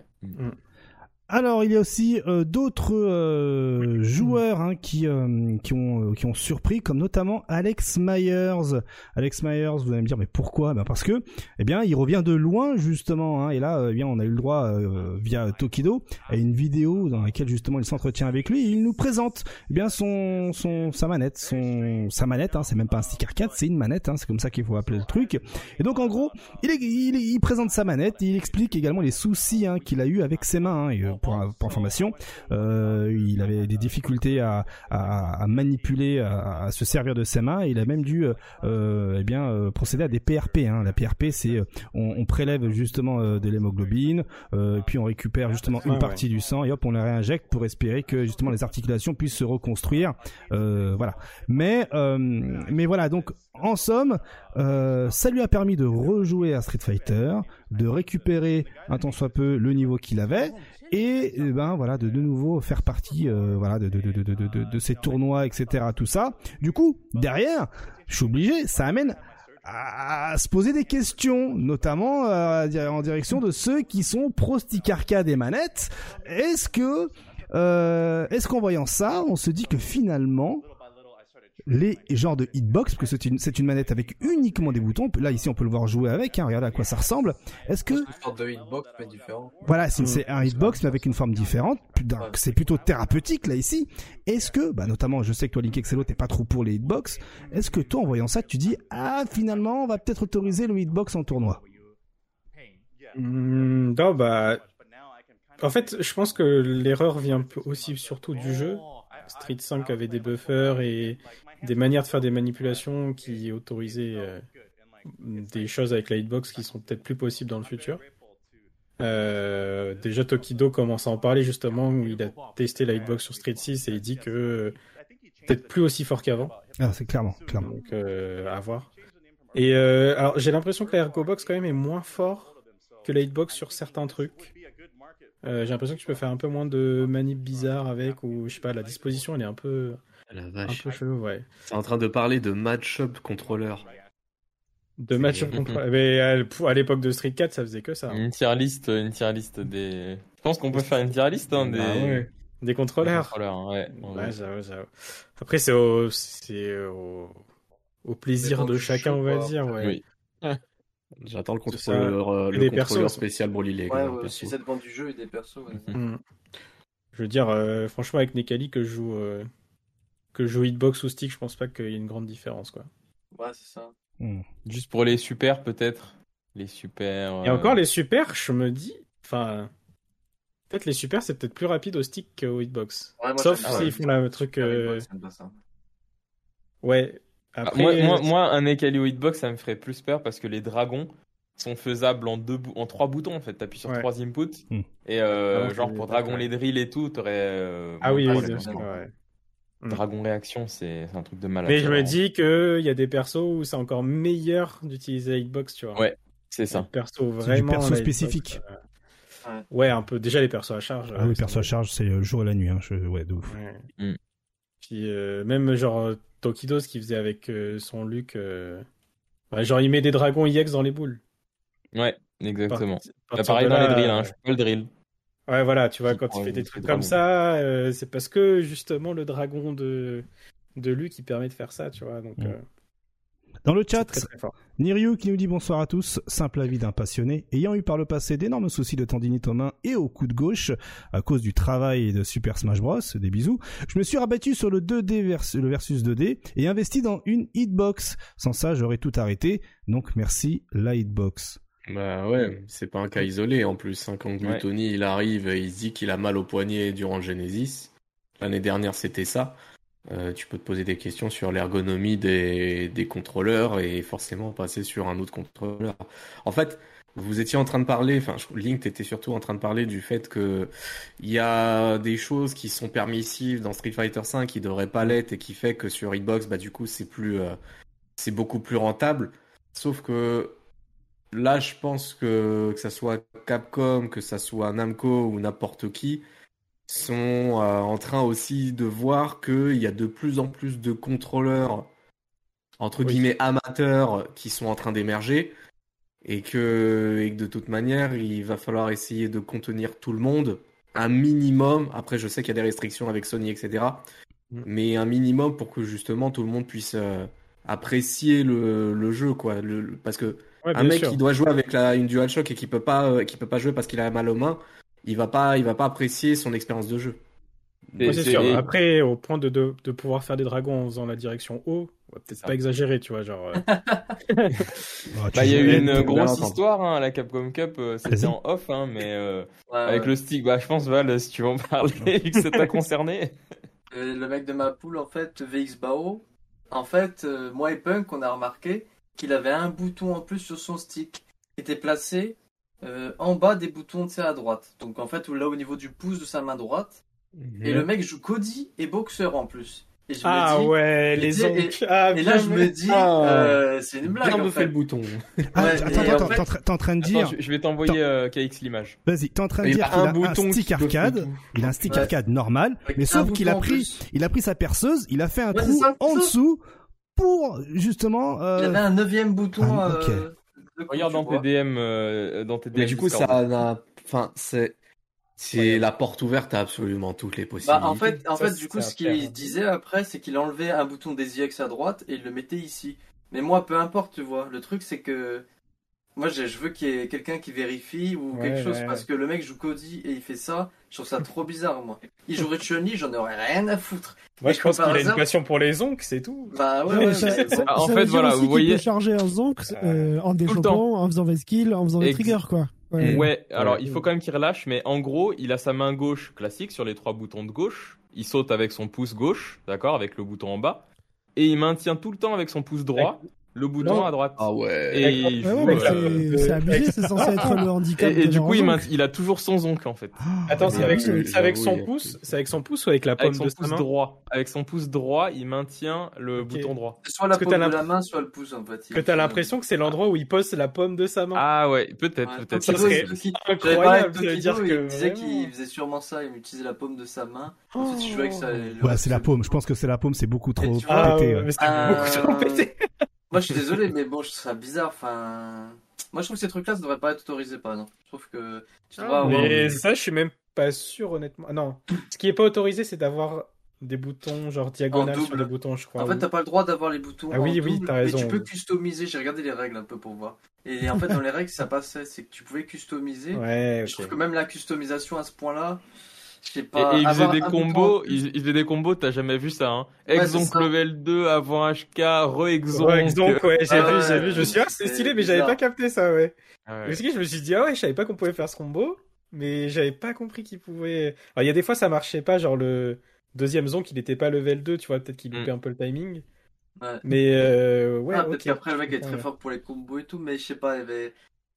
Alors, il y a aussi euh, d'autres euh, joueurs hein, qui euh, qui ont euh, qui ont surpris, comme notamment Alex Myers. Alex Myers, vous allez me dire, mais pourquoi ? Ben parce que, eh bien, il revient de loin justement. Hein, et là, euh, eh bien, on a eu le droit euh, via Tokido à une vidéo dans laquelle justement il s'entretient avec lui. Et il nous présente, eh bien, son son sa manette, son sa manette. Hein, c'est même pas un stick arcade, c'est une manette. Hein, c'est comme ça qu'il faut appeler le truc. Et donc, en gros, il est, il, il présente sa manette. Il explique également les soucis hein, qu'il a eu avec ses mains. Hein, et, euh, Pour, pour information, euh, il avait des difficultés à, à, à manipuler, à, à se servir de ses mains. Et il a même dû, euh, eh bien, euh, procéder à des P R P. Hein. La P R P, c'est on, on prélève justement euh, de l'hémoglobine, euh, puis on récupère justement une Ouais, partie ouais. du sang et hop, on la réinjecte pour espérer que justement les articulations puissent se reconstruire. Euh, voilà. Mais, euh, mais voilà. Donc, en somme, euh, ça lui a permis de rejouer à Street Fighter, de récupérer un tant soit peu le niveau qu'il avait. Et eh ben voilà de de nouveau faire partie euh, voilà de de, de de de de de ces tournois etc tout ça. Du coup derrière je suis obligé, ça amène à, à se poser des questions, notamment euh, en direction de ceux qui sont pro stick arcade et manettes. Est-ce que euh, est-ce qu'en voyant ça on se dit que finalement les genres de hitbox, parce que c'est une, c'est une manette avec uniquement des boutons. Là, ici, on peut le voir jouer avec. Hein, regardez à quoi ça ressemble. Est-ce que... C'est une sorte de hitbox, mais différent. Voilà, c'est, c'est un hitbox, mais avec une forme différente. Donc, c'est plutôt thérapeutique, là, ici. Est-ce que, bah, notamment, je sais que toi, Link Excello, t'es pas trop pour les hitbox. Est-ce que toi, en voyant ça, tu dis, ah, finalement, on va peut-être autoriser le hitbox en tournoi? Mm, non, bah... En fait, je pense que l'erreur vient aussi surtout du jeu. Street cinq avait des buffers et des manières de faire des manipulations qui autorisaient euh, des choses avec la hitbox qui sont peut-être plus possibles dans le futur. Euh, déjà Tokido commence à en parler justement, où il a testé la hitbox sur Street six et il dit que euh, peut-être plus aussi fort qu'avant. Ah, c'est clairement, clairement. Donc euh, à voir. Et euh, alors j'ai l'impression que la Ergobox quand même est moins fort que la hitbox sur certains trucs. Euh, j'ai l'impression que tu peux faire un peu moins de manip bizarres avec, ou je sais pas, la disposition elle est un peu, La un vache. peu chelou, ouais. C'est en train de parler de match-up contrôleur. De match contre. Mais à à l'époque de Street quatre, ça faisait que ça. Une tier list, une tier list des. Je pense qu'on peut faire une tier list hein, des. Ah ouais. Des des contrôleurs. contrôleurs, ouais. Ouais, j'avoue, j'avoue. Après, c'est au, c'est au, au plaisir de chacun, on va dire, ouais. Oui. J'attends le C'est ça. contrôleur, euh, Et le des contrôleur persos. spécial Broly League. Ouais, hein, ouais, perso. aussi ça dépend du jeu et des persos. Ouais. Mm. Je veux dire, euh, franchement, avec Nekali que je joue, euh, que je joue hitbox ou stick, je pense pas qu'il y ait une grande différence, quoi. Ouais, c'est ça. Hmm. Juste pour les super, peut-être. Les super. Et euh, encore, les super, je me dis, enfin, peut-être les super, c'est peut-être plus rapide au stick qu'au hitbox. Ouais, moi, Sauf j'aime bien. s'ils font le truc, euh, Hitbox, j'aime pas ça. ouais. ah, Après, moi, moi, moi, un Ekali au hitbox, ça me ferait plus peur parce que les dragons sont faisables en deux, bou- en trois boutons en fait. T'appuies sur Ouais. trois inputs Hmm. et euh, Ah non, genre c'est- pour dragon ouais. les drills et tout, t'aurais. euh, ah moins oui, de oui, problème. bien sûr, ouais. Mm. Dragon réaction, c'est c'est un truc de malade. Mais je me vraiment. dis qu'il y a des persos où c'est encore meilleur d'utiliser la hitbox, tu vois. Ouais, c'est Un ça. perso C'est du vraiment. perso la hitbox, spécifique. euh, Ouais. ouais, un peu. Déjà les persos à charge. Ah oui, persos à charge, c'est le jour et la nuit. Hein. Je... Ouais, de ouf. Ouais. Mm. Puis euh, même genre Tokido, ce qu'il faisait avec euh, son Luke, euh... ouais, genre il met des dragons E X dans les boules. Ouais, exactement. Bah, pareil dans là, les drills, hein. Je fais pas le drill. Ouais, voilà, tu vois, quand il fait des trucs comme ça, euh, c'est parce que justement le dragon de de Luke, il permet de faire ça, tu vois. Donc. Mm. Euh... Dans le chat, très, très Niryu qui nous dit bonsoir à tous, simple avis d'un passionné, ayant eu par le passé d'énormes soucis de tendinite aux mains et au coude gauche à cause du travail de Super Smash Bros, des bisous, je me suis rabattu sur le deux D vers, le versus deux D et investi dans une hitbox. Sans ça, j'aurais tout arrêté, donc merci la hitbox. Bah ouais, c'est pas un cas isolé en plus, hein. Quand Gluttony ouais. il arrive et il se dit qu'il a mal au poignet durant le Genesis, l'année dernière c'était ça. Euh, tu peux te poser des questions sur l'ergonomie des, des contrôleurs et forcément passer sur un autre contrôleur. En fait, vous étiez en train de parler, enfin, Link était surtout en train de parler du fait que il y a des choses qui sont permissives dans Street Fighter cinq qui devraient pas l'être et qui fait que sur Hitbox, bah du coup, c'est plus, euh, c'est beaucoup plus rentable. Sauf que là, je pense que que ça soit Capcom, que ça soit Namco ou n'importe qui, sont euh, en train aussi de voir qu'il y a de plus en plus de contrôleurs entre oui. guillemets amateurs qui sont en train d'émerger et que, et que de toute manière il va falloir essayer de contenir tout le monde un minimum. Après je sais qu'il y a des restrictions avec Sony etc mm. mais un minimum pour que justement tout le monde puisse euh, apprécier le, le jeu quoi. Le, le, parce que ouais, un mec sûr. qui doit jouer avec la, une DualShock et qui peut pas euh, qui peut pas jouer parce qu'il a mal aux mains, il va pas, il va pas apprécier son expérience de jeu. Ouais, c'est, c'est sûr. Et... Après, au point de, de, de pouvoir faire des dragons en faisant la direction haut, on va peut-être ça. pas exagérer, tu vois, genre. Euh... bah, il y a eu une grosse histoire hein, à la Capcom Cup, euh, c'était en off, hein, mais euh, ouais, avec ouais. le stick. Bah, je pense Val, si tu veux en parler, vu que ça t'a concerné. Euh, le mec de ma poule, en fait, V X Bao, en fait, euh, moi et Punk, on a remarqué qu'il avait un bouton en plus sur son stick, qui était placé. Euh, en bas des boutons de à droite. Donc en fait, là au niveau du pouce de sa main droite. Mmh. Et le mec joue Cody et boxeur en plus. Et je ah me dis, ouais, les ongles. Et, ah, et là je me dis, ah, euh, c'est une blague. Bien en fait le bouton. Ah, ouais, attends, attends, en fait... t'es en train de dire. Attends, je vais t'envoyer euh, K X l'image. Vas-y, t'es en train de dire qu'il a un, un stick arcade. Il a un stick ouais. arcade normal, avec mais sauf qu'il a pris, il a pris sa perceuse, il a fait un ouais, trou en dessous pour justement. Euh... Il avait un neuvième bouton. Ah, ok. Euh... Regarde dans tes D M, euh, dans tes D M. Mais du coup, ça a, enfin, c'est, c'est ouais. la porte ouverte à absolument toutes les possibilités. Bah, en fait, en ça, fait, du coup, ce qu'il faire. disait après, c'est qu'il enlevait un bouton des I X à droite et il le mettait ici. Mais moi, peu importe, tu vois. Le truc, c'est que moi, je veux qu'il y ait quelqu'un qui vérifie ou ouais, quelque chose ouais. parce que le mec joue Cody et il fait ça. Je trouve ça trop bizarre, moi. Il jouerait Chun-Li, j'en aurais rien à foutre. Moi, je pense qu'il a une passion pour les zonks, c'est tout. Bah ouais, ouais, ouais ça, mais... ça, ah, en ça fait, voilà, vous voyez. Il peut charger un zonk euh, en développant, en faisant des skills, en faisant des Ex... triggers, quoi. Ouais, ouais alors ouais. il faut quand même qu'il relâche, mais en gros, il a sa main gauche classique sur les trois boutons de gauche. Il saute avec son pouce gauche, d'accord, avec le bouton en bas. Et il maintient tout le temps avec son pouce droit. Le bouton non. à droite. Ah ouais. Et il ouais, ouais, euh... c'est, c'est abusé, c'est censé être le handicap. Et, et du coup, il, maint... il a toujours son zonk en fait. Attends, c'est avec, son... c'est avec son pouce, c'est avec son pouce ou avec la paume avec son de pouce sa main droit. Avec son pouce droit, il maintient le okay. bouton droit. C'est soit la paume de la main, soit le pouce en fait. Que t'as l'impression que c'est l'endroit où il pose la paume de sa main. Ah ouais, peut-être, ouais, peut-être. Ça serait incroyable de dire que. Il disait qu'il faisait sûrement ça, il utilisait la paume de sa main. Ensuite, il jouait avec ça. Ouais, c'est la paume. Je pense que c'est la paume, c'est beaucoup trop pété. C'est beaucoup trop pété. Moi, je suis désolé, mais bon, je trouve ça bizarre. Enfin, moi, je trouve que ces trucs-là, ça devrait pas être autorisé, par exemple. Je trouve que tu devrais ah, avoir. Mais des... ça, je suis même pas sûr, honnêtement. Non, ce qui est pas autorisé, c'est d'avoir des boutons genre diagonales sur les boutons, je crois. En fait, t'as pas le droit d'avoir les boutons. Ah oui, en oui, double, t'as raison. Mais tu peux customiser. J'ai regardé les règles un peu pour voir. Et en fait, dans les règles, ça passait, c'est que tu pouvais customiser. Ouais. Okay. Je trouve que même la customisation à ce point-là. Je sais pas, et, et il faisait des combos, il, il faisait des combos, t'as jamais vu ça, hein. Ouais, Exonc level deux avant H K, re-Exonc. Re-Exonc, ouais, j'ai ah, vu, j'ai vu, je me suis dit, ah, c'est stylé, mais j'avais pas capté ça, ouais. Ah, ouais. Parce que je me suis dit, ah ouais, je savais pas qu'on pouvait faire ce combo, mais j'avais pas compris qu'il pouvait. Alors, il y a des fois, ça marchait pas, genre le deuxième zonk, il était pas level deux, tu vois, peut-être qu'il loupait mm. un peu le timing. Ouais. Mais, euh, ouais. Ah, okay. peut-être qu'après, le mec est très ouais. fort pour les combos et tout, mais je sais pas, il y avait.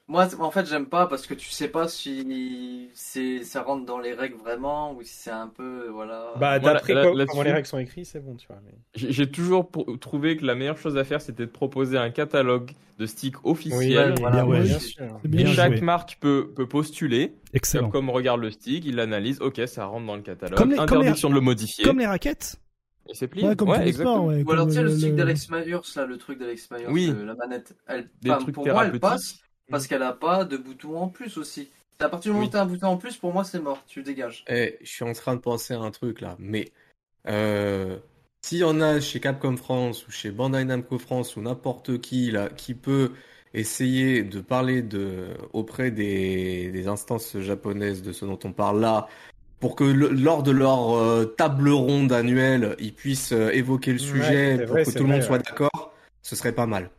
Moi, en fait, j'aime pas parce que tu sais pas si c'est ça rentre dans les règles vraiment ou si c'est un peu voilà. Bah Moi, d'après là- co- là- comment les règles sont écrites, c'est bon, tu vois. Mais... J'ai j'ai toujours pour- trouvé que la meilleure chose à faire, c'était de proposer un catalogue de sticks Oui, officiel. voilà, bien, ouais. oui. bien sûr. C'est Et bien Bien chaque joué. marque peut, peut postuler. Excellent. Capcom regarde le stick, il l'analyse. Ok, ça rentre dans le catalogue. Comme les- comme les- Interdiction de le modifier. Comme les raquettes. Et c'est plié. Ouais, comme tous les exactement. sports, ouais. Ou alors comme tu sais le le- stick le- d'Alex Myers là, le truc d'Alex Myers, Oui. euh, la manette, elle, Des enfin, trucs pour moi elle thérapeutiques. passe parce qu'elle a pas de bouton en plus aussi. À partir du moment Oui. où t'as un bouton en plus, pour moi c'est mort, tu dégages. Eh, je suis en train de penser à un truc là, mais euh, s'il y en a chez Capcom France ou chez Bandai Namco France ou n'importe qui là qui peut essayer de parler de auprès des, des instances japonaises de ce dont on parle là, pour que le- lors de leur euh, table ronde annuelle, ils puissent euh, évoquer le Ouais, sujet c'est pour vrai, que c'est tout le monde vrai, soit ouais. d'accord, ce serait pas mal.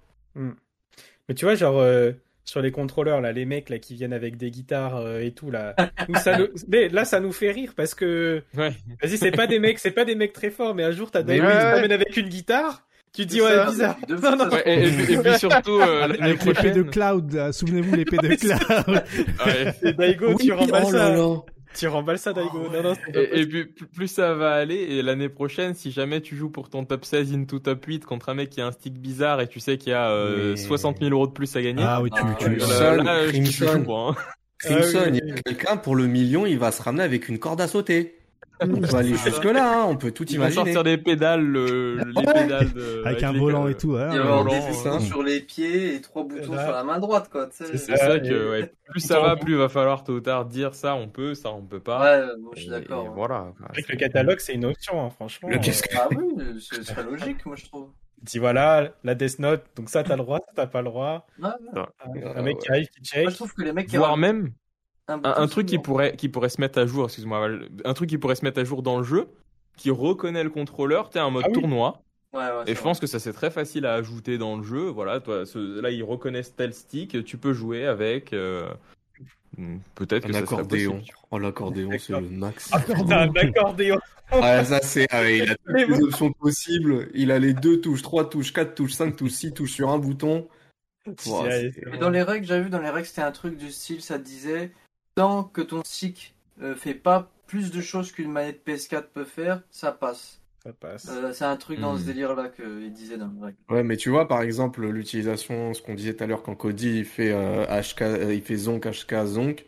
Mais tu vois, genre, euh, sur les contrôleurs, là, les mecs là, qui viennent avec des guitares euh, et tout, là, nous, ça nous- mais là, ça nous fait rire parce que, Ouais. vas-y, c'est pas des mecs, c'est pas des mecs très forts, mais un jour, t'as Mais David oui, qui se ouais. promène avec une guitare, tu te dis, C'est ouais, ça, bizarre. de fou, Non, non, ça. Ouais, et, et puis, et puis surtout, euh, Avec, l'année avec l'épée de prochaine. Cloud, là. Souvenez-vous l'épée de Cloud. Ouais. Et Daigo, tu remballes oh là ça. là. Tu remballes ça, Daigo. Oh, Non, non, c'est pas Et, et possible. puis plus- plus ça va aller, et l'année prochaine, si jamais tu joues pour ton top seize into top huit contre un mec qui a un stick bizarre et tu sais qu'il y a euh, Mais- soixante mille euros de plus à gagner, Ah oui, tu, Ah, tu, ouais, euh, Crimson, là, je kiffe Crimson. le jour, hein. Crimson, Ah oui, il y a quelqu'un pour le million, il va se ramener avec une corde à sauter. On peut aller C'est ça. jusque là, hein, on peut tout Ils vont imaginer. sortir des pédales, le- les Ouais. pédales de, avec un les- volant euh, et tout, hein. Il va y avoir volant, des c'est boutons ça. sur les pieds et trois boutons là- sur la main droite quoi. tu sais. C'est C'est ça, ça et- que ouais, plus ça va, plus il va falloir tôt ou tard dire ça on peut, ça on peut pas. Ouais, moi, je suis Et- d'accord. et ouais. voilà. quoi. Avec le catalogue, c'est une option, hein, franchement. Le Euh, qu'est-ce Ah oui, ce serait logique, moi je trouve. Dis voilà, la Death Note, donc ça, t'as le droit, ça, t'as pas le droit. Ouais, ouais. Un mec qui arrive, qui check. Moi je trouve que les mecs qui Voire auraient même un, un, bouton un truc qui sur- pourrait qui pourrait se mettre à jour, excuse-moi, un truc qui pourrait se mettre à jour dans le jeu, qui reconnaît le contrôleur, t'es un mode Ah oui. tournoi. Ouais, ouais, Et je pense que ça c'est très facile à ajouter dans le jeu. Voilà, toi, ce- là ils reconnaissent tel stick, tu peux jouer avec. euh, Peut-être que Un ça serait accordéon. possible. Oh, l'accordéon, c'est le max. Ah, putain, un accordéon. Ah, ça, c'est, ah, ouais, il a Mais toutes les bon. options possibles. Il a les deux touches, trois touches, quatre touches, cinq touches, six touches sur un bouton. Wow, Allez, c'est- c'est Mais bon. dans les règles, j'avais vu dans les règles, c'était un truc du style, ça disait tant que ton stick euh, fait pas plus de choses qu'une manette P S quatre peut faire, ça passe. Ça passe. Euh, c'est un truc dans Hmm. ce délire-là qu'il disait dans les règles. Ouais, mais tu vois, par exemple, l'utilisation, ce qu'on disait tout à l'heure quand Cody il fait euh, H K, euh, il fait Zonk, H K, Zonk,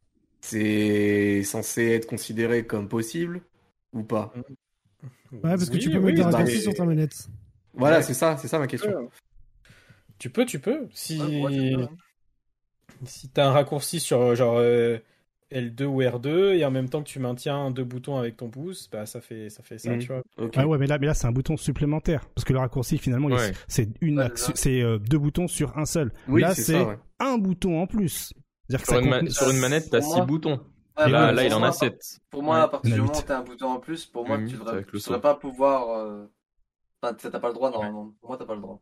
c'est censé être considéré comme possible ou pas? Ouais, parce que Oui, tu peux oui, mettre des bah, raccourcis mais- sur ta manette. Voilà, Ouais. c'est ça, c'est ça ma question. Tu peux, tu peux. Si, Ouais, pour moi, c'est pas, hein. si t'as un raccourci sur euh, genre euh, L deux ou R deux et en même temps que tu maintiens deux boutons avec ton pouce, bah ça fait ça fait ça, Mhm. tu vois. Ok. Ah ouais, mais là, mais là, c'est un bouton supplémentaire. Parce que le raccourci, finalement, il est- Ouais. c'est une, Ouais, action- là. c'est euh, deux boutons sur un seul. Oui, là, c'est c'est ça, ouais. un bouton en plus. C'est-à-dire que Sur ça une, ma- compte- sur une manette, t'as Pour six moi- boutons. Ouais, Et là, bah, là, il pour en moi, a sept. Pour moi, Ouais. à partir Il y en du a moment où huit. t'as un bouton en plus, pour moi, Oui, tu c'est devrais, avec le tu devrais saut. pas pouvoir. euh, Enfin, t'as pas le droit normalement. Pour moi, t'as pas le droit.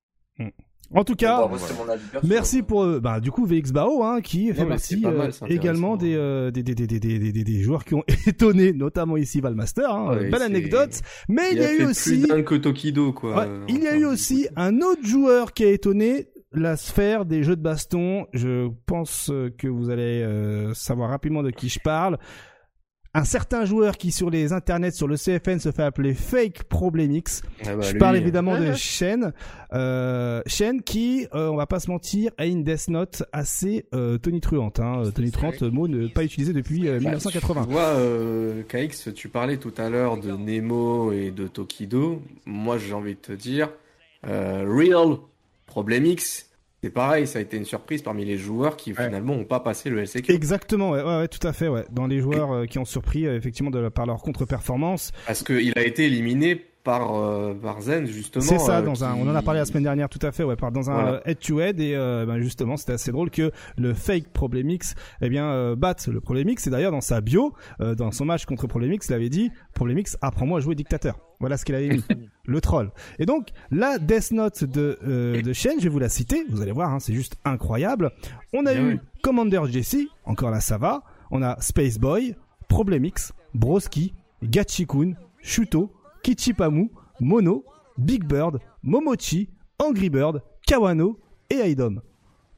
En tout cas, Bon, moi, c'est mon avis perso, merci hein. pour euh, bah, du coup V X Bao hein, qui fait mais partie c'est pas mal, euh, c'est également intéressant. des, euh, des, des, des, des, des, des, des joueurs qui ont étonné, notamment ici Valmaster. Hein, Ouais, belle c'est- anecdote. Mais il y a, fait eu plus aussi, dingue que Tokido, quoi. ouais, euh, il y en a eu termes de- aussi un autre joueur qui a étonné la sphère des jeux de baston. Je pense euh, que vous allez euh, savoir rapidement de qui je parle. Un certain joueur qui sur les internets, sur le C F N, se fait appeler Fake Problemix. Ah bah, Je lui, parle euh, évidemment de Ouais. Shen. Euh, Shen qui, euh, on va pas se mentir, a une Death Note assez euh, tonitruante. Hein. Euh, Tonitruante, mot ne pas utilisé depuis euh, mille neuf cent quatre-vingts. Tu vois, euh, K X, tu parlais tout à l'heure de Nemo et de Tokido. Moi, j'ai envie de te dire, euh, Real Problem X, c'est pareil, ça a été une surprise parmi les joueurs qui Ouais. finalement n'ont pas passé le L C Q. Exactement, ouais, ouais, ouais, tout à fait, ouais. Dans les joueurs euh, qui ont surpris euh, effectivement de, par leur contre-performance. Parce qu'il a été éliminé par, euh, par Zen, justement. C'est ça, euh, dans qui- un, on en a parlé la semaine dernière, tout à fait, ouais, par, dans un Voilà. euh, head-to-head et euh, ben, justement, c'était assez drôle que le fake Problemix, eh bien, euh, batte le Problemix. Et d'ailleurs, dans sa bio, euh, dans son match contre Problemix, il avait dit Problemix, apprends-moi à jouer dictateur. Voilà ce qu'il avait mis, le troll. Et donc, la Death Note de euh, de Shen, je vais vous la citer. Vous allez voir, hein, c'est juste incroyable. On a Bien eu oui. Commander Jesse, encore là, ça va. On a Space Boy, Problemix, Broski, Gachikun, Shuto, Kichipamu, Mono, Big Bird, Momochi, Angry Bird, Kawano et Aidom.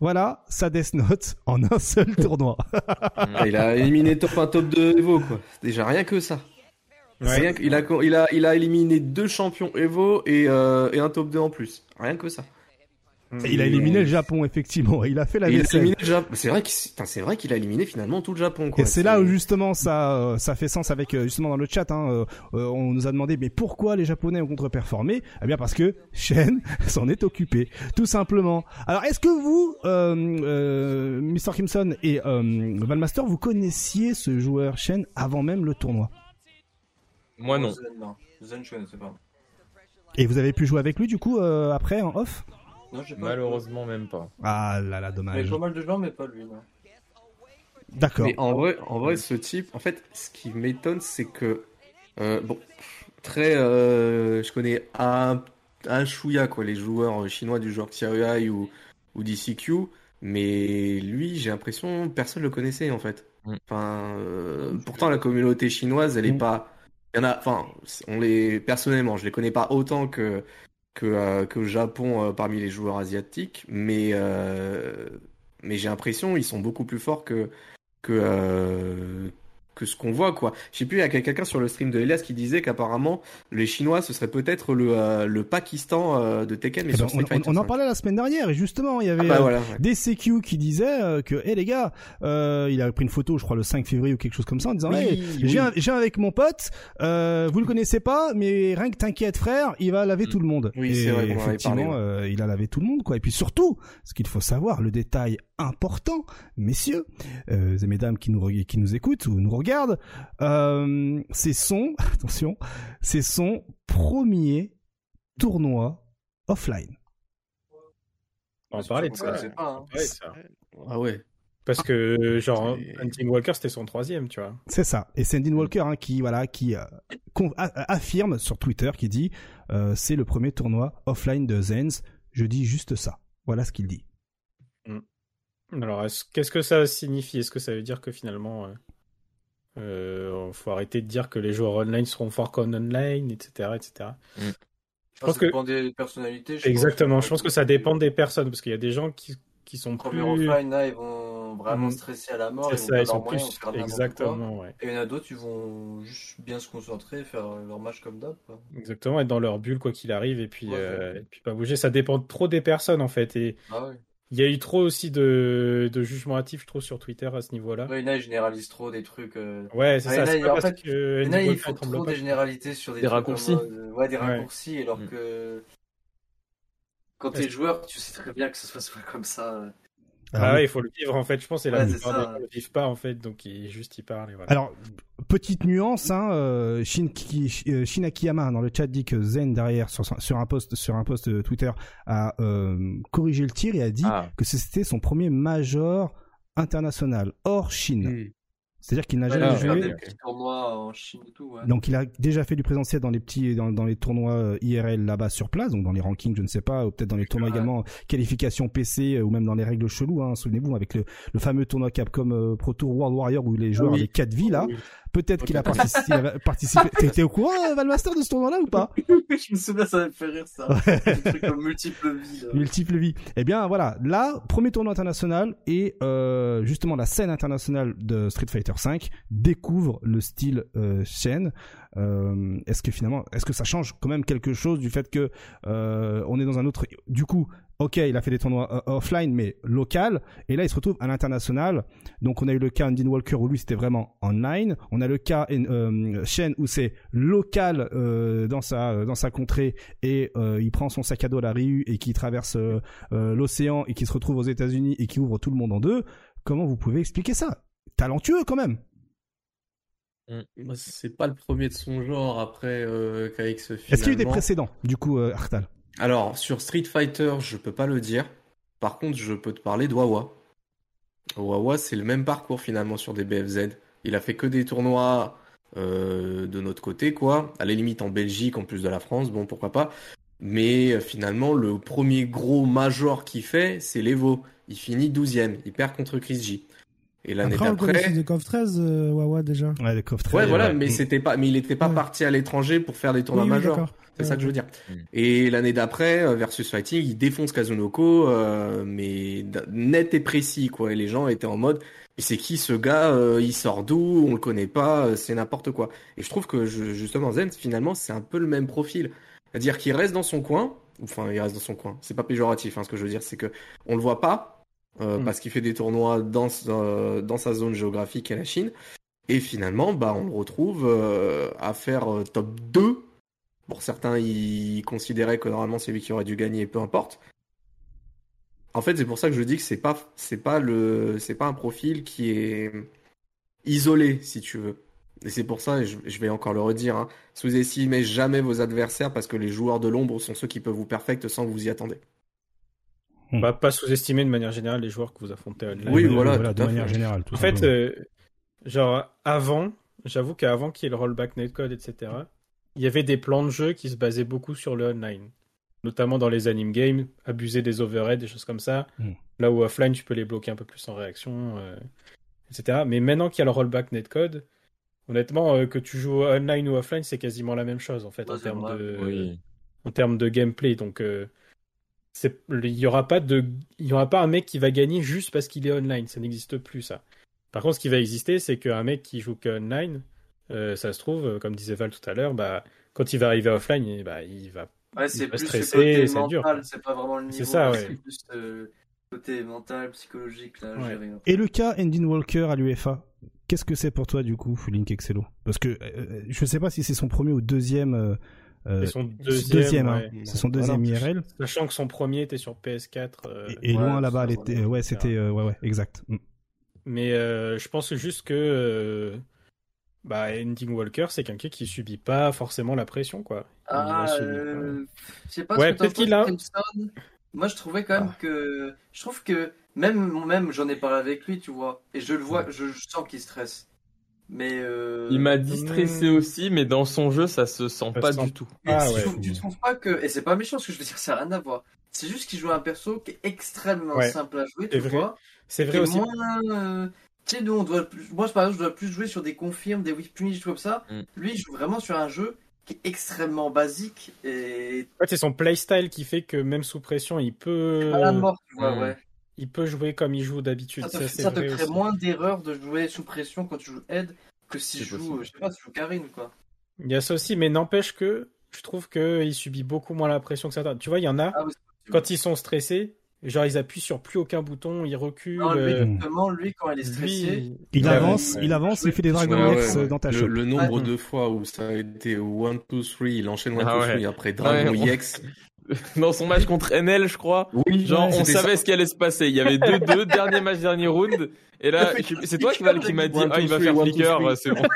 Voilà, sa Death Note en un seul tournoi. Il a éliminé top un, top deux Evo, quoi. Déjà, rien que ça. Ouais. Rien que- il, a, il, a, il a éliminé deux champions Evo et, euh, et un top deux en plus. Rien que ça. Et il a éliminé le Japon, effectivement. Il a fait la Et il a vaisselle. éliminé le Japon. C'est vrai qu'il putain, c'est vrai qu'il a éliminé finalement tout le Japon, quoi. Et c'est là où justement ça, euh, ça fait sens avec euh, justement dans le chat. Hein, euh, euh, on nous a demandé mais pourquoi les Japonais ont contre-performé ? Eh bien parce que Shen s'en est occupé, tout simplement. Alors est-ce que vous, euh, euh, mister Kimson et euh, Valmaster, vous connaissiez ce joueur Shen avant même le tournoi ? Moi non. Zen, non. Zen, je connaissais pas. Et vous avez pu jouer avec lui du coup euh, après en off ? Non, j'ai pas. Malheureusement même pas. Ah là là, Il y dommage. avait pas mal de gens, mais pas lui, non. D'accord. Mais en vrai, en vrai, ce type, en fait, ce qui m'étonne, c'est que euh, bon, très, euh, je connais un, un chouïa, quoi, les joueurs chinois du genre Xiaoyai ou ou D C Q, mais lui, j'ai l'impression personne le connaissait en fait. Mm. Enfin, euh, pourtant la communauté chinoise, elle est Mm. pas, il y en a, enfin, on les personnellement, je les connais pas autant que que euh, que au Japon euh, parmi les joueurs asiatiques, mais euh, mais j'ai l'impression ils sont beaucoup plus forts que que euh, que ce qu'on voit, quoi. Je sais plus, il y a quelqu'un sur le stream de Elias qui disait qu'apparemment les Chinois ce serait peut-être le euh, le Pakistan euh, de Tekken, mais Eh ben, sur on, Street on- Fighter on en cinq. parlait la semaine dernière et justement il y avait Ah bah euh, voilà, ouais. D C Q qui disait euh, que hé les gars, euh, il avait pris une photo je crois le cinq février ou quelque chose comme ça en disant Oui, hey, oui. j'ai un, j'ai un avec mon pote, euh, vous le connaissez pas mais rien que t'inquiète frère, il va laver tout le monde. Oui, et c'est vrai qu'on en avait effectivement parlé, euh, il a lavé tout le monde quoi. Et puis surtout ce qu'il faut savoir, le détail important messieurs euh, et mesdames qui nous re- qui nous écoutent ou nous regardent, euh, c'est son attention, c'est son premier tournoi offline. On va parler de Je ça. connaissais pas, hein. On va parler de ça. Ah ouais. Parce que, genre, C'est- Hunting Walker, c'était son troisième, tu vois. C'est ça. Et c'est Dean Walker hein, qui voilà qui euh, con- a- affirme sur Twitter qui dit euh, c'est le premier tournoi offline de Zenz. Je dis juste ça. Voilà ce qu'il dit. Alors, est-ce- qu'est-ce que ça signifie? Est-ce que ça veut dire que finalement, euh, euh, faut arrêter de dire que les joueurs online seront forts qu'en online, et cetera, et cetera. Je pense pense que- que dépend des personnalités. je Exactement. pense. Je pense que ça dépend des personnes, parce qu'il y a des gens qui qui sont Premier plus. offline, là, ils vont vraiment Mm. stresser à la mort. C'est Ils vont ça, pas ils sont leur moyen, plus. ils vont faire n'importe Exactement, ouais. quoi. Et il y en a d'autres, ils vont juste bien se concentrer, faire leur match comme d'hab, quoi. Exactement, être dans leur bulle quoi qu'il arrive et puis, Ouais, euh, ouais. et puis pas bouger. Ça dépend trop des personnes en fait. Et Ah ouais. il y a eu trop aussi de, de jugements hâtifs, je trouve, sur Twitter à ce niveau-là. Ouais, il y en a, ils généralisent trop des trucs. euh, Ouais, c'est Ah, il y ça. en a, C'est il y pas a- en parce fait, que Il y en a, Andy ils Walker font tremble trop pas. des généralités sur des, Des trucs en raccourcis. mode, euh, ouais, des Ouais. raccourcis, alors Mm. que quand t'es Ouais. joueur, tu sais très bien que ça se passe pas comme ça. Alors, Ah ouais, il faut le vivre en fait. Je pense que la Ouais, c'est plupart ça. des gens le vivent pas en fait, donc ils juste y parlent et voilà. alors, petite nuance, hein, euh, Shin, Ki- euh, Shin Akiyama dans le chat dit que Zen derrière sur, sur un post sur un post de Twitter a euh, corrigé le tir et a dit Ah. que c'était son premier major international hors Chine. Mm. C'est-à-dire qu'il n'a Ouais, jamais là, Ah, faire joué. des petits tournois en Chine et tout, ouais. Donc il a déjà fait du présentiel dans les petits dans, dans les tournois euh, I R L là-bas sur place, donc dans les rankings je ne sais pas, ou peut-être dans les tournois Ouais. également qualification P C euh, ou même dans les règles cheloues, hein, souvenez-vous avec le, le fameux tournoi Capcom euh, Pro Tour World Warrior où les joueurs Oui. avaient quatre vies là. Oui. Peut-être qu'il a partici- il a participé. T'es t'es au courant euh, Valmaster de ce tournoi-là ou pas? Je me souviens, ça me fait rire, ça. Des trucs comme multiples vies. là. Multiple vie. Eh bien voilà, là premier tournoi international et euh, justement la scène internationale de Street Fighter cinq découvre le style euh, Shen. Euh, est-ce que finalement, est-ce que ça change quand même quelque chose du fait que euh, on est dans un autre, du coup, ok, il a fait des tournois euh, offline mais local, et là il se retrouve à l'international. Donc on a eu le cas Dean Walker où lui c'était vraiment online. On a le cas euh, Shen où c'est local euh, dans sa dans sa contrée et euh, il prend son sac à dos à la Ryu et qui traverse euh, euh, l'océan et qui se retrouve aux États-Unis et qui ouvre tout le monde en deux. Comment vous pouvez expliquer ça? Talentueux quand même. Bah, c'est pas le premier de son genre après euh, K X finalement. Est-ce qu'il y a eu des précédents du coup, euh, Artal? Alors, sur Street Fighter, je peux pas le dire. Par contre, je peux te parler de Wawa. Wawa, c'est le même parcours finalement sur des B F Z. Il a fait que des tournois euh, de notre côté, quoi. À la limite en Belgique, en plus de la France, bon, pourquoi pas. Mais euh, finalement, le premier gros major qu'il fait, c'est l'Evo. Il finit douzième. Il perd contre Chris J. Et l'année Après, on d'après. connaissait des Cov treize, euh, Wawa déjà. Ouais, les Cov treize. Ouais, voilà, ouais. mais c'était pas, mais il était pas Ouais. parti à l'étranger pour faire des tournois Oui, oui, majeurs. d'accord. C'est Ouais, ça que je veux dire. Mm. Et l'année d'après, euh, Versus Fighting, il défonce Kazunoko, euh, mais d- net et précis, quoi. Et les gens étaient en mode, mais c'est qui ce gars? euh, Il sort d'où? On le connaît pas, euh, c'est n'importe quoi. Et je trouve que je- justement Zen, finalement, c'est un peu le même profil. C'est-à-dire qu'il reste dans son coin, enfin, il reste dans son coin. C'est pas péjoratif, hein, ce que je veux dire, c'est que on le voit pas. Euh, Mm. parce qu'il fait des tournois dans, euh, dans sa zone géographique et la Chine. Et finalement, bah, on le retrouve euh, à faire euh, top deux. Pour certains, ils considéraient que normalement c'est lui qui aurait dû gagner, peu importe. En fait, c'est pour ça que je dis que c'est pas, c'est pas le, c'est pas un profil qui est isolé, si tu veux. Et c'est pour ça, et je, je vais encore le redire, hein, sous-estimez jamais vos adversaires parce que les joueurs de l'ombre sont ceux qui peuvent vous perfect sans que vous y attendez. Bah, pas sous-estimer de manière générale les joueurs que vous affrontez online. Oui, voilà, tout de à manière fait. générale. Tout En fait, simplement. euh, genre, avant, j'avoue qu'avant qu'il y ait le rollback netcode, et cetera, il y avait des plans de jeu qui se basaient beaucoup sur le online. Notamment dans les anime games, abuser des overheads, des choses comme ça. Mm. Là où offline, tu peux les bloquer un peu plus en réaction, euh, et cetera. Mais maintenant qu'il y a le rollback netcode, honnêtement, euh, que tu joues online ou offline, c'est quasiment la même chose, en fait, Ouais, en c'est termes vrai. de... Oui. en termes de gameplay. Donc, euh, c'est, il y aura pas de, il y aura pas un mec qui va gagner juste parce qu'il est online. Ça n'existe plus, ça. Par contre, ce qui va exister, c'est qu'un mec qui joue que online, euh, ça se trouve, euh, comme disait Val tout à l'heure, bah, quand il va arriver offline, il, bah, il va. Ouais, c'est Il va plus stresser, le côté c'est mental, dur, quoi. c'est pas vraiment le niveau. C'est ça, mais ouais. C'est plus euh, le côté mental, psychologique, là, Ouais. gérer. Et le cas Endin Walker à l'U F A, qu'est-ce que c'est pour toi du coup, Link Excello? Parce que euh, je sais pas si c'est son premier ou deuxième. Euh, euh, C'est son deuxième, hein. ouais. C'est son deuxième Voilà. I R L. Sachant que son premier était sur P S quatre. euh, Et, et ouais, loin là-bas, ça, elle ça, était, ça, ouais, ça. c'était, euh, ouais, ouais, exact. Mm. Mais euh, je pense juste que euh, bah, Ending Walker, c'est quelqu'un qui subit pas forcément la pression, quoi. Il Ah, la subit euh, je sais pas Ouais, ce que t'en peut-être qu'il penses, a- Crimson. Moi, je trouvais quand même que. Je trouve que. Même, même j'en ai parlé avec lui, tu vois. Et je le vois, je, je sens qu'il stresse. Mais. Euh... Il m'a dit stressé Hmm. aussi, mais dans son jeu, ça se sent Ça pas se sent- du tout. Mais Ah, tu, ouais. trouves, tu trouves pas que. Et c'est pas méchant ce que je veux dire, ça n'a rien à voir. C'est juste qu'il joue un perso qui est extrêmement Ouais. simple à jouer, C'est tu vrai. vois. C'est Qui vrai est aussi. moins. euh, Tu sais, nous, on doit. plus- Moi, par exemple, je dois plus jouer sur des confirmes, des whip punish, comme ça. Mm. Lui, il joue vraiment sur un jeu qui est extrêmement basique et. En fait, c'est son playstyle qui fait que même sous pression, il peut, à la mort, tu vois, Mm. ouais. il peut jouer comme il joue d'habitude. Ça te, Ça, fait- c'est ça te vrai crée aussi. moins d'erreurs de jouer sous pression quand tu joues Ed que si C'est je joue, possible. euh, je sais pas, si je joue Karine, quoi. Il y a ça aussi, mais n'empêche que je trouve qu'il subit beaucoup moins la pression que certains. Tu vois, il y en a, Ah oui, quand ils sont stressés, genre ils appuient sur plus aucun bouton, ils reculent. non, lui, euh, justement, lui, quand il est stressé, lui, Il Ouais, avance, ouais. il avance, Ouais. il fait des Dragon Ouais, X ouais, ouais. dans ta le, shop. le nombre Ouais. de fois où ça a été one, two, three, il enchaîne one, Ah two, ouais. three, après Dragon Ouais, on- X. Dans son match contre N L, je crois. Oui, Genre, ouais, on c'était savait ça. ce qui allait se passer. Il y avait deux, deux derniers matchs, dernier round. Et là, je sais- c'est toi qui, Val, qui m'a dit, One, ah, two, il va three, faire one, two, flicker, three. bah, c'est bon.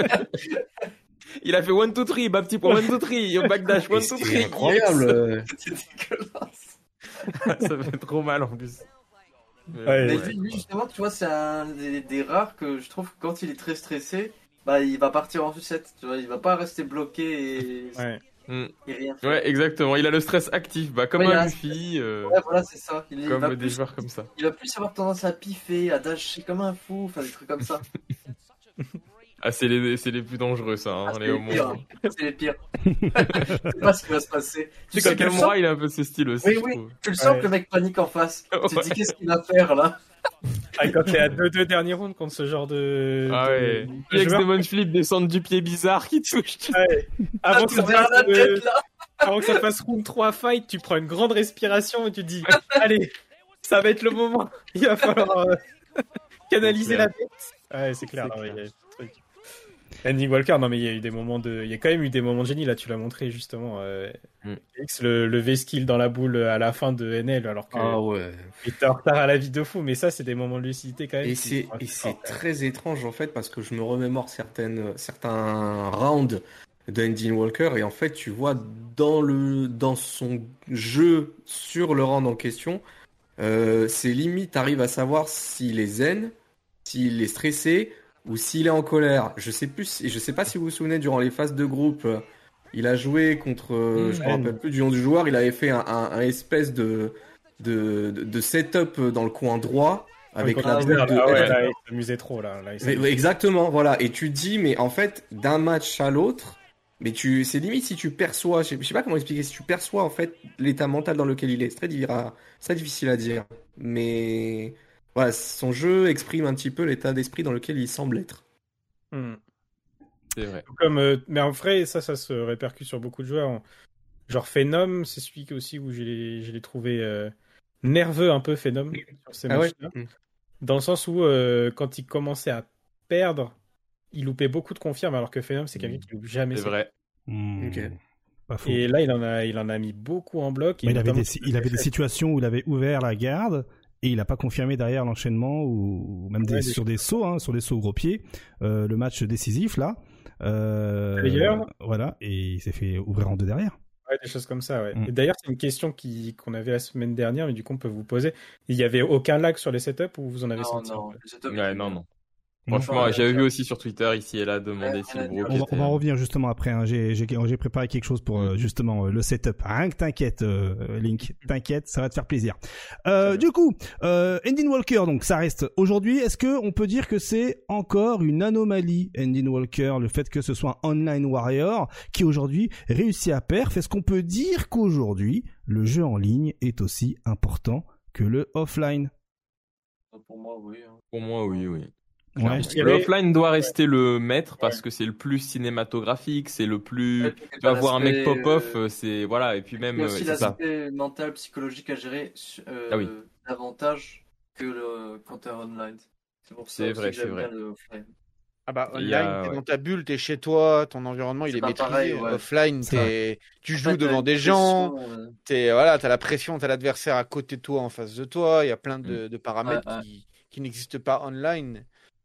Il a fait one, two, three, bah, petit point, one, two, three, au backdash, Et one, two, c'était three. incroyable. euh. c'est dégueulasse. Ça fait trop mal, en plus. Mais, Ouais. Mais ouais. lui, lui, justement, tu vois, c'est un des, des rares que je trouve que quand il est très stressé, bah, il va partir en sucette, tu vois, il va pas rester bloqué et, Ouais. Mm. et rien faire. Ouais, exactement. Il a le stress actif, bah, comme Ouais, il a un un Luffy, euh, Ouais, voilà, c'est ça. Il, il comme va des plus, joueurs comme ça. il va plus avoir tendance à piffer, à dasher comme un fou, enfin des trucs comme ça. Ah, c'est les, c'est les plus dangereux, ça, hein, Ah, c'est les les homos. pires. C'est les pires. Je sais pas ce qui va se passer. Tu Tu sais sais, tu le sens, Kamura, il a un peu ce style aussi, oui, je oui, trouve. tu le sens Ouais. que le mec panique en face. Tu te Ouais. dis qu'est-ce qu'il va faire là. Ah, quand t'es à deux deux derniers rounds contre ce genre de. Ah de- ouais. de Puis avec joueur, Demon Flip descendre du pied bizarre qui touche. ouais. Ah, Avant, que tu ça derrière fasse, la euh, tête là. avant que ça fasse round trois fight, tu prends une grande respiration et tu te dis allez, ça va être le moment. Il va falloir euh, canaliser la tête. Ouais, c'est clair. C'est non, mais clair. il y a ce truc. Andy Walker, non mais il y a eu des moments de, il y a quand même eu des moments de génie là. Tu l'as montré justement. Euh... Mm. X, le, le V-skill dans la boule à la fin de N L alors que Ah ouais. il était en retard à la vie de fou. Mais ça, c'est des moments de lucidité quand même. Et qui c'est sont assez et c'est forts, quand même. très étrange en fait parce que je me remémore certaines certains rounds de Endin Walker et en fait tu vois dans le dans son jeu sur le round en question, euh, c'est limite arrive à savoir s'il est zen, s'il est stressé ou s'il est en colère. Je sais plus, si- je sais pas si vous vous souvenez durant les phases de groupe, euh, il a joué contre, euh, Mmh, je me N. rappelle plus du nom du joueur, il avait fait un, un, un espèce de de, de de setup dans le coin droit. avec Ouais, la quand boule il- de ah ouais, Head. là, il s'amusait trop là. là il Mais- s'amusait. ouais, exactement, voilà. Et tu te dis, mais en fait, d'un match à l'autre, mais tu, c'est limite si tu perçois, je sais, je sais pas comment expliquer, si tu perçois en fait l'état mental dans lequel il est. C'est très, dira- c'est très difficile à dire. Mais voilà, son jeu exprime un petit peu l'état d'esprit dans lequel il semble être. Hmm. C'est vrai. Comme, euh, mais en vrai, ça, ça se répercute sur beaucoup de joueurs. Genre Phenom, c'est celui qui aussi où je l'ai, je l'ai trouvé euh, nerveux un peu Phenom sur ces Ah ouais? matchs-là. Dans le sens où euh, quand il commençait à perdre, il loupait beaucoup de confirmes, alors que Phenom, c'est quelqu'un qui loupe jamais. C'est ses- vrai. Hmm, Ok. Pas faux. Et là, il en a, il en a mis beaucoup en bloc. Et Mais il avait notamment- des, il avait des situations où il avait ouvert la garde et il a pas confirmé derrière l'enchaînement ou, ou même des, Ouais, des sur des sauts, hein, sur des sauts gros pieds, euh, le match décisif là. Euh, D'ailleurs. voilà, et il s'est fait ouvrir en deux derrière. Ouais, des choses comme ça, ouais. Mm. Et d'ailleurs, c'est une question qui, qu'on avait la semaine dernière, mais du coup, on peut vous poser. Il n'y avait aucun lag sur les setups ou vous en avez Non, senti un non. peu les setups, Ouais, non, non. Non. Franchement, Ouais, j'avais ouais. vu aussi sur Twitter ici et là demander Ouais, si le ouais, gros On va, on va en était- revenir justement après. Hein. J'ai, j'ai, j'ai préparé quelque chose pour euh, justement euh, le setup. Rien que t'inquiète, euh, Link. T'inquiète, ça va te faire plaisir. Euh, du coup, euh, Endin Walker, donc ça reste aujourd'hui. Est-ce que on peut dire que c'est encore une anomalie, Endin Walker, le fait que ce soit un online warrior qui aujourd'hui réussit à perf? Est-ce qu'on peut dire qu'aujourd'hui le jeu en ligne est aussi important que le offline? Pour moi, oui. hein. Pour moi, oui, oui. Ouais. Je dirais- Le offline doit rester le maître parce que c'est le plus cinématographique, c'est le plus. Et puis, Tu vas voir un mec l'aspect, pop-off, euh, euh, c'est voilà, et puis Il même y a euh, aussi c'est ça. l'aspect mental, psychologique à gérer euh, Ah oui. davantage que le, quand t'es online. C'est pour ça C'est aussi vrai, que j'aime c'est vrai. bien le offline. Ah bah Il online, y a- t'es ouais. dans ta bulle, t'es chez toi, ton environnement il C'est est pas maîtrisé. pareil, ouais. Offline, C'est t'es... tu En joues fait, t'as devant une des gens, pression, euh, t'es voilà, t'as la pression, t'as l'adversaire à côté de toi, en face de toi. Il y a plein de, de paramètres Ouais, ouais. qui, qui n'existent pas online.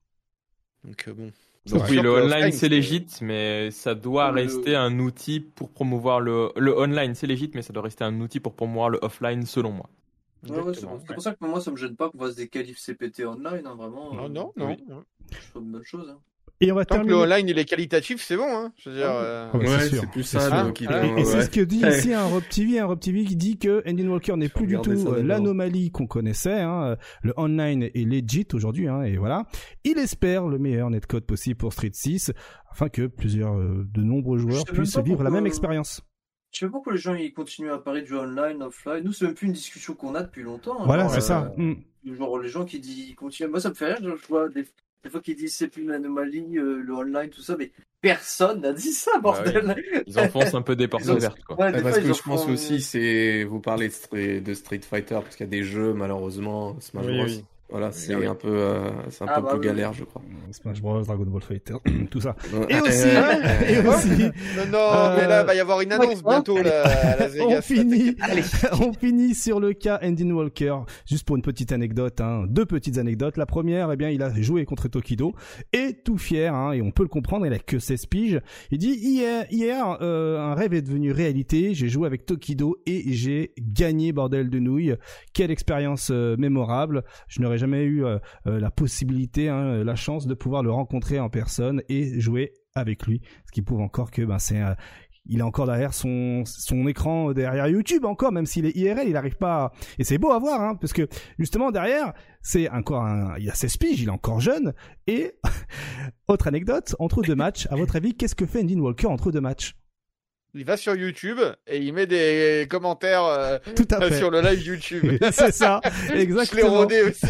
Donc euh, bon. Donc C'est oui, sûr le que online l'offline, c'est c'est- légit, mais ça doit Le- rester un outil pour promouvoir le le online, c'est légit, mais ça doit rester un outil pour promouvoir le offline selon moi. Ouais, ouais, c'est Exactement. pour, c'est pour ça que pour moi ça me gêne pas qu'on fasse des qualifs C P T online, hein, vraiment. Non, euh, non, non. oui. non. Je trouve une bonne chose. Hein. Et on va Tant que le terminer. online il est qualitatif, c'est bon. Hein. Je veux dire. euh, Ah bah, c'est Ouais, sûr, c'est plus c'est ça sûr. donc, qui Ah, doit- Et c'est ouais. ce que dit Ouais. ici un Rob T V, un Rob T V qui dit que Endin Walker n'est Faut plus du regarder tout ça euh, d'abord. l'anomalie qu'on connaissait. Hein. Le online est legit aujourd'hui, hein, et voilà. Il espère le meilleur netcode possible pour Street six, afin que plusieurs, euh, de nombreux joueurs sais même puissent pas vivre la pourquoi- même expérience. Je sais pas pourquoi les gens ils continuent à parler du online, offline. Nous, c'est même plus une discussion qu'on a depuis longtemps. hein. Voilà, Genre, c'est euh, ça. Mm. Genre les gens qui disent continuent. Moi, ça me fait rire. Je vois des, des fois qu'ils disent c'est plus une anomalie, euh, le online, tout ça, mais personne n'a dit ça, bordel. Ils enfoncent un peu des portes Ils ont- ouvertes quoi. Ouais, des Ouais, fois, parce ils que en je pense font- aussi, c'est vous parlez de Street, de Street Fighter parce qu'il y a des jeux malheureusement Smash Oui, Bros. oui. Voilà, c'est oui. un peu, euh, c'est un Ah, peu bah plus oui. galère, je crois. Smash Bros, Dragon Ball Fighter, tout ça. Et Euh, aussi, euh, et aussi, Non, non, Euh, mais là, il va y avoir une annonce bientôt là, à Las on Vegas. finit, on finit sur le cas Endin Walker. Juste pour une petite anecdote, hein, deux petites anecdotes. La première, eh bien, il a joué contre Tokido et tout fier, hein, et on peut le comprendre. Il a que seize piges. Il dit hier, hier, euh, un rêve est devenu réalité. J'ai joué avec Tokido et j'ai gagné, bordel de nouilles. Quelle expérience euh, mémorable. Je n'aurais jamais eu euh, euh, la possibilité, hein, la chance de pouvoir le rencontrer en personne et jouer avec lui. Ce qui prouve encore que ben c'est euh, il est encore derrière son son écran, derrière YouTube encore, même s'il est I R L, il n'arrive pas à... Et c'est beau à voir, hein, parce que justement derrière, c'est encore un... il a seize piges, il est encore jeune. Et autre anecdote, entre deux matchs, à votre avis, qu'est-ce que fait Endin Walker entre deux matchs? Il va sur YouTube et il met des commentaires euh, Tout à fait. sur le live YouTube. C'est ça, Je l'ai exactement. rodé aussi.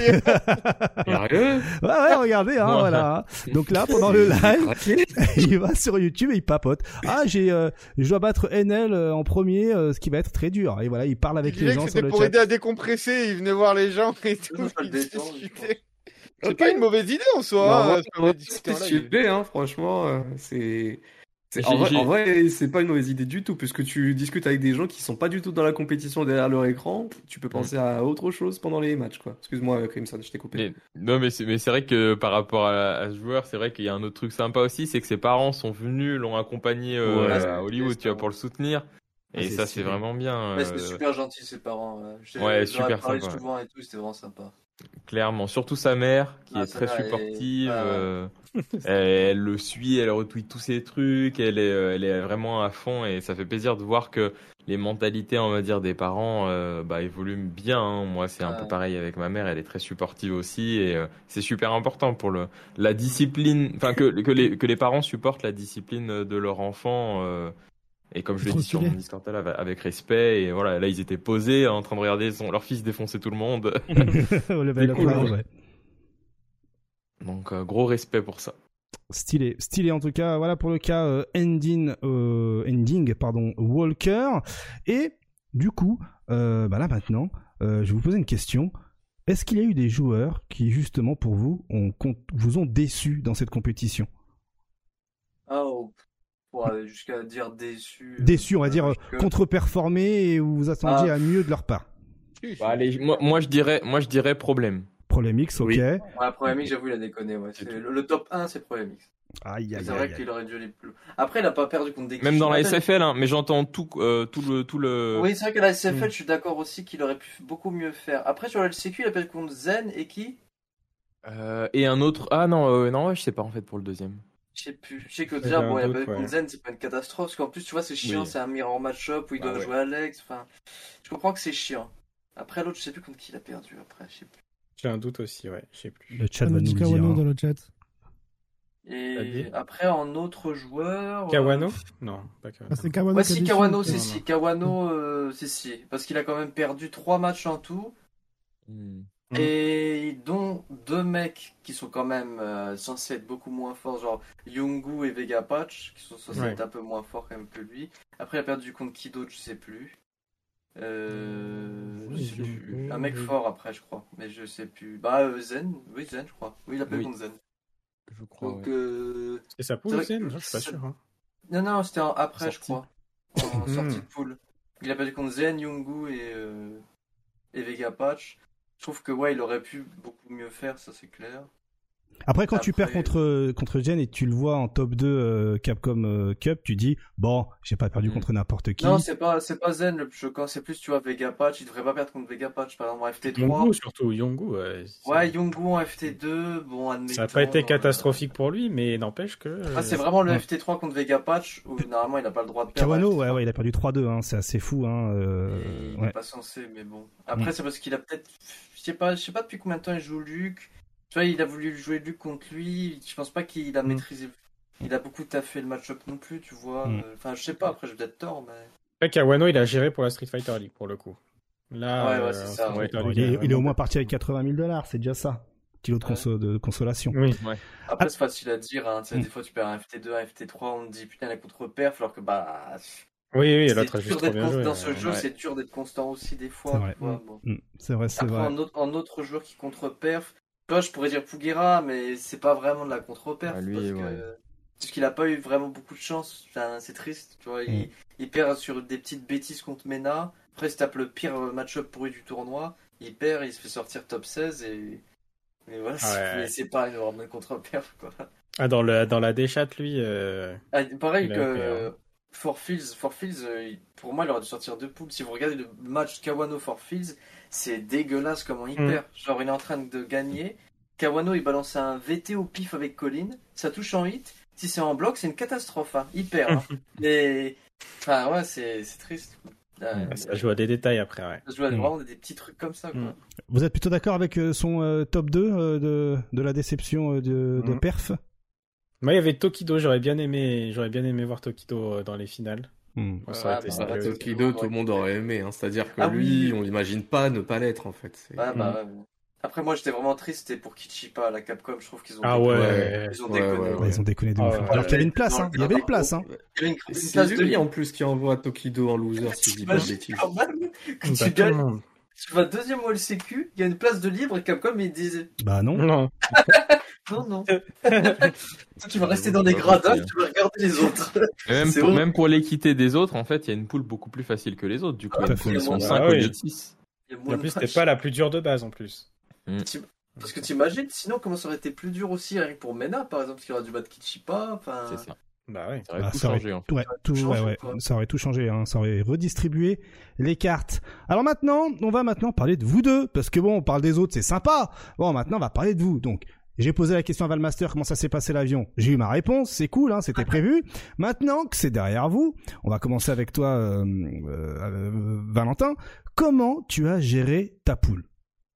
Sérieux Ouais, ouais, regardez, hein, Ouais. voilà. Donc là, pendant le live, il va sur YouTube et il papote. Ah, j'ai, euh, je dois battre N L euh, en premier, euh, ce qui va être très dur. Et voilà, il parle avec Il les disait gens que sur c'était le pour chat. aider à décompresser, il venait voir les gens et tout. Ça le il détend, discutait. je C'est pas une mauvaise idée en soi. Non, hein, moi, parce qu'on moi, a discuté en c'est live. stupé, hein, franchement, euh, c'est. c'est- J'ai- En vrai, j'ai- en vrai, c'est pas une mauvaise idée du tout, puisque tu discutes avec des gens qui sont pas du tout dans la compétition derrière leur écran. Tu peux penser à autre chose pendant les matchs, quoi. Excuse-moi, Crimson, je t'ai coupé. Mais, non mais c'est mais c'est vrai que par rapport à, à ce joueur, c'est vrai qu'il y a un autre truc sympa aussi, c'est que ses parents sont venus, l'ont accompagné euh, Ouais, à Hollywood, c'est tu vois, ça. pour le soutenir. Ah, Et c'est ça, c'est stylé. vraiment bien. Ouais, euh, c'était super gentil, ses parents. euh. Je- Ouais, je leur ai super parlé sympa, souvent et tout, c'était vraiment sympa. Clairement, surtout sa mère, qui Ah, est sa très mère est- supportive. Ah ouais. euh, elle, elle le suit, elle retweet tous ses trucs, elle est, euh, elle est vraiment à fond et ça fait plaisir de voir que les mentalités, on va dire, des parents euh, bah, évoluent bien. hein. Moi, c'est un Ouais. peu pareil avec ma mère, elle est très supportive aussi et euh, c'est super important pour le, la discipline, enfin que, que, les, que les parents supportent la discipline de leur enfant. euh, Et comme je C'est l'ai trop dit sur stylé. mon Discord là, avec respect, et voilà, là ils étaient posés en train de regarder son, leur fils défoncer tout le monde. Au level C'est cool, up, ouais. ouais. Donc euh, gros respect pour ça. Stylé, stylé en tout cas. Voilà pour le cas euh, ending, euh, ending, pardon, Walker. Et du coup, euh, bah là maintenant, euh, je vais vous poser une question. Est-ce qu'il y a eu des joueurs qui justement pour vous ont, vous ont déçu dans cette compétition? Ah, oh, pour aller jusqu'à dire déçu. euh, Déçu, on va dire euh, euh, que- contre-performé et où vous attendiez Ah. à mieux de leur part. Bah, allez, moi, moi je dirais, moi je dirais problème. Problème X, ok. Oui. Ouais, Problème X, j'avoue, il a déconné. Ouais. C'est C'est tout. le, le top un, c'est Problème X. Aïe, aïe, C'est aïe, vrai aïe. qu'il aurait dû aller plus. Après, il a pas perdu contre des Même dans la clichés. S F L, hein, mais j'entends tout, euh, tout le, tout le. Oui, c'est vrai que la S F L, Mm. je suis d'accord aussi qu'il aurait pu beaucoup mieux faire. Après, sur la L C Q, il a perdu contre Zen et qui Euh, et un autre. Ah non, euh, non, ouais, je sais pas en fait pour le deuxième. Je sais plus. Je sais que J'ai déjà, un bon, il a doute, perdu ouais. contre Zen, c'est pas une catastrophe. Parce qu'en plus, tu vois, c'est chiant, Oui. c'est un mirror match-up où il Bah doit ouais. jouer Alex. Enfin, je comprends que c'est chiant. Après, l'autre, je sais plus contre qui il a perdu. Après, je sais plus. J'ai un doute aussi, ouais, je sais plus. Le chat On va a nous dit le Kawano dire. dans hein. le chat. Et T'as dit après, en autre joueur. euh, Kawano Non, pas Kawano. Ah, c'est Kawano Ouais, qui a si, déçu, Kawano, ok. c'est Non, si. non. Kawano, euh, c'est si. Parce qu'il a quand même perdu trois matchs en tout. Hmm. Mm. Et dont deux mecs qui sont quand même euh, censés être beaucoup moins forts, genre Yungu et Vegapatch, qui sont censés Ouais. être un peu moins forts quand même que lui. Après, il a perdu contre qui d'autre, je sais plus. Euh, je sais plus. Un mec fort après, je crois, mais je sais plus. Bah, euh, Zen, oui, Zen, je crois. Oui, il a perdu Oui. contre Zen. Je crois. Donc, ouais. euh... C'est sa C'est poule, vrai Zen que- Je suis pas sûr. Hein. non, non, c'était en après, je Sortie. crois. En Hmm. sortie de poule. Il a perdu contre Zen, Yungu et, euh... et Vegapatch. Je trouve que, ouais, il aurait pu beaucoup mieux faire, ça c'est clair. Après, quand tu Après- perds contre, contre Jen et tu le vois en top deux euh, Capcom euh, Cup, tu dis, bon, j'ai pas perdu Mhm. contre n'importe qui. Non, c'est pas, c'est pas Zen le plus choquant, c'est plus, tu vois, Vegapatch, il devrait pas perdre contre Vegapatch, par exemple, en F T trois. Yongu surtout, Yongu. Ouais, c'est- Ouais, Yungu en F T deux, bon, admettons. ça n'a pas été euh, catastrophique pour lui, mais n'empêche que. Ah, c'est vraiment le Ouais. F T trois contre Vegapatch, où normalement il n'a pas le droit de perdre. en Kawano, F T trois. ouais, ouais, il a perdu trois deux, hein, c'est assez fou. Hein, euh, Il ouais. est pas censé, mais bon. Après, Mm. c'est parce qu'il a peut-être. Je sais pas, je sais pas depuis combien de temps il joue Luke. Tu vois, il a voulu jouer Luke contre lui. Je pense pas qu'il a Mm. maîtrisé. Il a beaucoup taffé le match-up non plus, tu vois. Mm. Euh, Enfin, je sais pas, après, j'ai peut-être tort, mais. Après, Kawano, il a géré pour la Street Fighter League, pour le coup. Là, Ouais, ouais, euh, c'est Street ça, ouais. Fighter Bon, League, il, est, a il est au vraiment- moins parti avec quatre-vingt mille dollars, c'est déjà ça. Kilo de, Ouais. conso- de consolation. Oui. Après, c'est facile à dire, hein. Tu sais, Mm. des fois, tu perds un F T deux, un F T trois, on te dit putain, la contre-perf, alors que bah. Oui, oui, c'est l'autre a dur juste trop d'être bien con- joué. Dans ce euh, jeu, ouais. c'est dur d'être constant aussi, des fois. C'est vrai. tu vois, bon. Mm, c'est vrai, c'est Après, vrai. en autre, en autre joueur qui contre-perf, tu vois, je pourrais dire Pugera, mais c'est pas vraiment de la contre-perf. Ah, lui, parce ouais. que... parce qu'il a pas eu vraiment beaucoup de chance. Enfin, c'est triste, tu vois. Il, il perd sur des petites bêtises contre Mena. Après, il se tape le pire match-up pourri du tournoi. Il perd, il se fait sortir top seize et. Mais voilà, c'est, Ouais. mais c'est pas une vraiment contre-perf, quoi. Ah, dans, le, dans la déchat, lui. euh, Ah, pareil Il a que été, hein. For Fields, For Fields, euh, il- pour moi, il aurait dû sortir deux poules. Si vous regardez le match Kawano For Fields, c'est dégueulasse comment il Mm. perd. Genre, il est en train de gagner. Kawano, il balance un V T au pif avec Colin. Ça touche en hit. Si c'est en bloc, c'est une catastrophe. Hein. Il perd. Hein. Mais. Enfin, ouais, c'est, c'est triste. Euh, Ça joue à des détails après, ouais. ça joue à Mm. vraiment des petits trucs comme ça, quoi. Mm. Vous êtes plutôt d'accord avec euh, son euh, top deux euh, de, de la déception euh, de, de Mm. perf? Moi, il y avait Tokido, j'aurais bien aimé, j'aurais bien aimé voir Tokido euh, dans les finales. Mm. Moi, ça aurait Ouais, été bah, stylé bah, aussi. Tokido, tout le monde aurait aimé. Hein. C'est-à-dire que Ah lui, oui. on l'imagine pas ne pas l'être en fait. C'est- Ouais, bah, ouais. Après, moi, j'étais vraiment triste. C'était pour Kichipa, la Capcom. Je trouve qu'ils ont. Ah déconné. ouais. Ils ont Ouais, déconné. ouais, Ouais, ils ont déconné de Ah ouf. ouais. Alors qu'il y avait une place, Dans hein. le Il y avait une place, hein. Il y a une, une C'est place de lui libre. en plus qui envoie Tokido en loser si je dis pas de T'imagines bêtises. quand même que Bah, tu tout le gagnes, monde. tu vas deuxième au L C Q, il y a une place de libre et Capcom ils disent Bah non. Non. non non. Tu vas rester dans les gradins, tu vas regarder les autres. Et Même C'est pour, vrai. même pour l'équité des autres, en fait, il y a une poule beaucoup plus facile que les autres. Du coup, Ah, les tout à poules fait. sont Ah cinq oui. au lieu de six. Il y a Et moins en de plus, c'était matchs. pas la plus dure de base en plus. Parce que t'imagines, sinon comment ça aurait été plus dur aussi, rien que pour Mena par exemple, parce qu'il aurait dû battre Kichipa. Enfin, C'est ça. Bah ouais. Ça aurait Bah, tout ça aurait- changé en fait. Ouais, tout, changé, ouais, ouais. quoi. Ça aurait tout changé, hein. Ça aurait redistribué les cartes. Alors maintenant, on va maintenant parler de vous deux, parce que bon, on parle des autres, c'est sympa. Bon, maintenant, on va parler de vous. Donc, j'ai posé la question à Valmaster, comment ça s'est passé l'avion. J'ai eu ma réponse, c'est cool, hein, c'était prévu. Maintenant que c'est derrière vous, on va commencer avec toi, euh, euh, euh, Valentin. Comment tu as géré ta poule?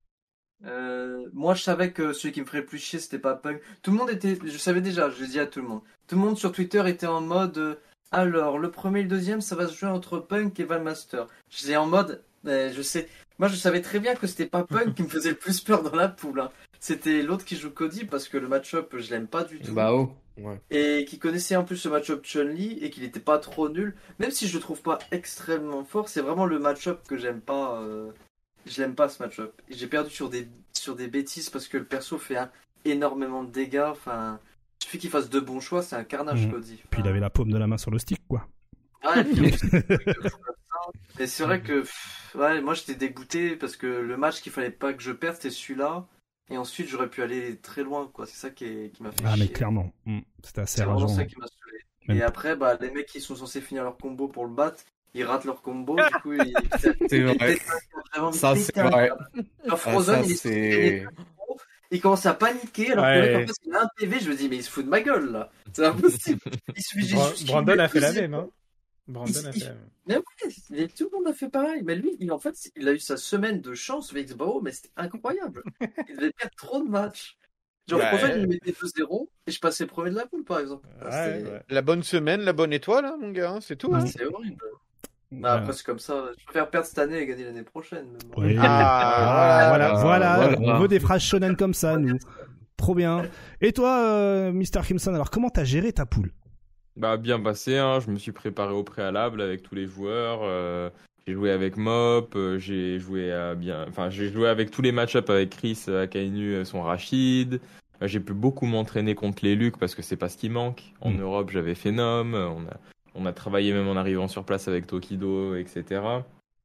Euh, moi, je savais que celui qui me ferait le plus chier, c'était pas Punk. Tout le monde était, je savais déjà, je l'ai dit à tout le monde. Tout le monde sur Twitter était en mode, euh, alors, le premier et le deuxième, ça va se jouer entre Punk et Valmaster. J'étais en mode, euh, je sais, moi je savais très bien que c'était pas Punk qui me faisait le plus peur dans la poule, hein. C'était l'autre qui joue Cody parce que le match-up, je l'aime pas du tout. Bah oh. Ouais. Et qui connaissait en plus le match-up Chun-Li et qu'il était pas trop nul. Même si je le trouve pas extrêmement fort, c'est vraiment le match-up que j'aime pas. euh, Je l'aime pas ce match-up. Et j'ai perdu sur des, sur des bêtises parce que le perso fait un- énormément de dégâts. Enfin, il suffit qu'il fasse de bons choix, c'est un carnage, Mhm. Cody. Puis il Enfin, avait la paume de la main sur le stick, quoi. ouais, puis en plus, c'est des trucs de fou comme ça. Et c'est vrai que pff, ouais, moi j'étais dégoûté parce que le match qu'il fallait pas que je perde, c'était celui-là. Et ensuite, j'aurais pu aller très loin, quoi. C'est ça qui, est- qui m'a fait Ah, mais chier. clairement. Mm. C'était assez C'est vraiment rageant. ça hein. qui m'a saoulé. Même- Et après, bah, les mecs qui sont censés finir leur combo pour le battre, ils ratent leur combo. Du coup, ils. C'est vrai. ils pètent un- vraiment Ça, péter c'est un vrai. câble. Genre Ah, Frozen, ça, il est c'est... il commence à paniquer alors que Ouais. le mec en face il a un P V. Je me dis, mais il se fout de ma gueule là. C'est impossible. Il suffit Bra- juste qu'il Brandon me a fait la pousse. même, hein. Brandon a fait la même. Mais ouais, mais tout le monde a fait pareil. Mais lui, il, en fait, il a eu sa semaine de chance avec Xbao, mais c'était incroyable. Il devait perdre trop de matchs. Genre, Ouais. Frozen, il mettait deux zéro et je passais premier de la poule, par exemple. Ouais, C'était- ouais. La bonne semaine, la bonne étoile, hein, mon gars, hein, c'est tout. Hein. C'est horrible. Bah, Voilà. après, c'est comme ça. Je préfère perdre cette année et gagner l'année prochaine. mais bon. Oui. Ah, Ah, voilà, voilà. voilà, Voilà. on veut des phrases shonen comme ça, nous. Trop bien. Et toi, euh, mister Crimson, alors comment t'as géré ta poule? Bah bien passé, hein. Je me suis préparé au préalable avec tous les joueurs. euh, J'ai joué avec Mop, euh, j'ai joué à bien, enfin j'ai joué avec tous les match-up avec Chris, euh, Akainu, euh, son Rachid. Euh, J'ai pu beaucoup m'entraîner contre les Lucs parce que c'est pas ce qui manque. En Mm. Europe, j'avais Phenom. euh, On a, on a travaillé même en arrivant sur place avec Tokido, et cetera.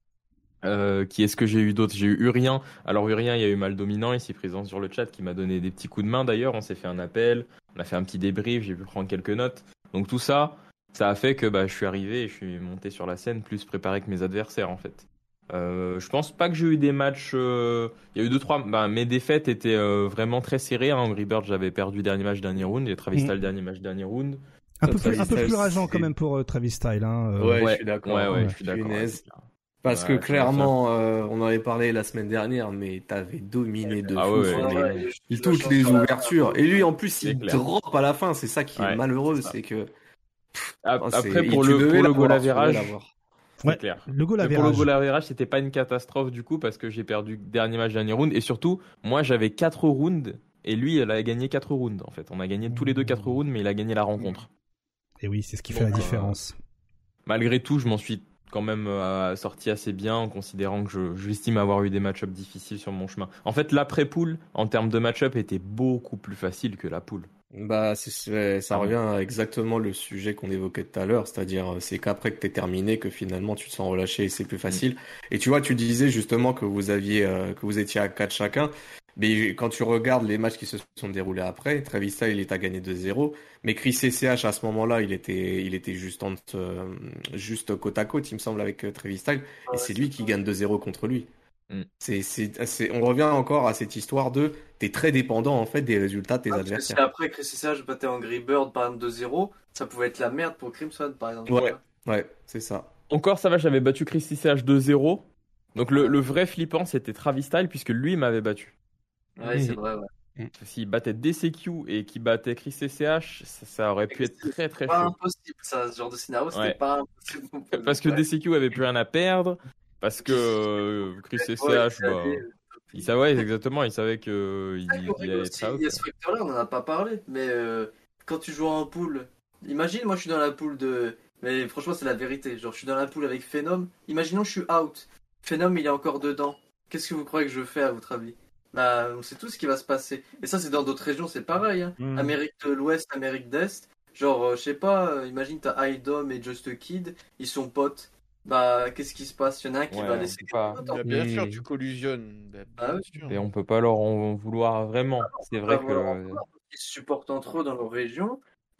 Euh, qui est-ce que j'ai eu d'autre? J'ai eu Urien. Alors Urien, il y a eu Mal Dominant ici présent sur le chat qui m'a donné des petits coups de main d'ailleurs. On s'est fait un appel, on a fait un petit débrief, j'ai pu prendre quelques notes. Donc tout ça, ça a fait que bah, je suis arrivé et je suis monté sur la scène plus préparé que mes adversaires en fait. Euh, je pense pas que j'ai eu des matchs. euh, Il y a eu deux trois. Bah, mes défaites étaient euh, vraiment très serrées. Hein. Angry Bird, j'avais perdu dernier match, dernier round. Et Travis Mm. Style, dernier match, dernier round. Un peu, Travis plus, un peu Style, plus rageant quand c'est- même pour euh, Travis Style. Hein, euh, Ouais, Ouais, je suis d'accord. Ouais, ouais, Ouais. je suis d'accord. Punaise. ouais, c'est clair. Parce Ouais, que ça clairement, euh, on en avait parlé la semaine dernière, mais t'avais dominé de Ah fou ouais, sur ouais, les- Ouais, je- il je touche la les chance sur la- ouvertures. Et lui, en plus, C'est il clair. drop à la fin. C'est ça qui est Ouais, malheureux, c'est ça. c'est que. Ap- Oh, c'est- Après, et pour tu le, devais pour le l'avoir, goal tu devais average, l'avoir. c'est Ouais. clair. Le goal Mais pour le average. goal average, c'était pas une catastrophe du coup parce que j'ai perdu dernier match, dernier round. Et surtout, moi j'avais quatre rounds et lui, il a gagné quatre rounds en fait. On a gagné tous les deux quatre rounds, mais il a gagné la rencontre. Et oui, c'est ce qui Bon, fait la bah, différence. Malgré tout, je m'en suis quand même euh, sorti assez bien en considérant que je, j'estime avoir eu des match-up difficiles sur mon chemin. En fait, l'après-pool, en termes de match-up, était beaucoup plus facile que la pool. Bah, c'est- c'est- ça Ah revient à exactement le sujet qu'on évoquait tout à l'heure, c'est-à-dire c'est qu'après que t'es terminé, que finalement tu te sens relâché et c'est plus facile. Et tu vois, tu disais justement que vous aviez, euh, que vous étiez à quatre chacun, mais quand tu regardes les matchs qui se sont déroulés après, Travis Style, il t'a gagné deux zéro, mais Chris C C H à ce moment-là, il était, il était juste, entre, euh, juste côte à côte, il me semble, avec euh, Travis Style, et c'est lui qui gagne deux zéro contre lui. Mm. C'est, c'est, c'est, on revient encore à cette histoire de t'es très dépendant en fait des résultats de tes Ah, parce que adversaires. si après Chris C H battait Angry Bird par exemple deux zéro, ça pouvait être la merde pour Crimson par exemple. Ouais. Ouais, c'est ça. Encore, ça va, j'avais battu Chris C C H deux zéro. Donc le, le vrai flippant, c'était Travis Style puisque lui m'avait battu. Ouais, c'est vrai, ouais. S'il battait D C Q et qu'il battait Chris C C H, ça, ça aurait pu être très très Pas chaud. impossible ça, ce genre de scénario, c'était Ouais. pas impossible. non plus. Parce que Ouais. D C Q avait plus rien à perdre, parce que euh, Chris C C H, Ouais, bah, il savait, il savait exactement, il savait que il, C'est ça qu'on il rigole allait aussi. être out. Il y a ce facteur-là, on n'en a pas parlé, mais euh, quand tu joues en pool, imagine, moi je suis dans la pool de. Mais franchement, c'est la vérité. Genre, je suis dans la pool avec Phenom. Imaginons, je suis out. Phenom, il est encore dedans. Qu'est-ce que vous croyez que je fais, à votre avis? Bah, on sait tout ce qui va se passer. Et ça, c'est dans d'autres régions, c'est pareil. Hein. Mm. Amérique de l'Ouest, Amérique d'Est. Genre, euh, je sais pas, euh, imagine, t'as Idom et Just a Kid, ils sont potes. Bah, qu'est-ce qui se passe? Il y en a un qui Ouais, va on laisser peut pas. quelqu'un d'autre. Bah, bien Mm. sûr, tu collusionnes. Bah, Ah bien oui. sûr. Et on peut pas leur en vouloir vraiment. C'est vrai Bah, que voilà, ils se supportent entre eux dans leur région.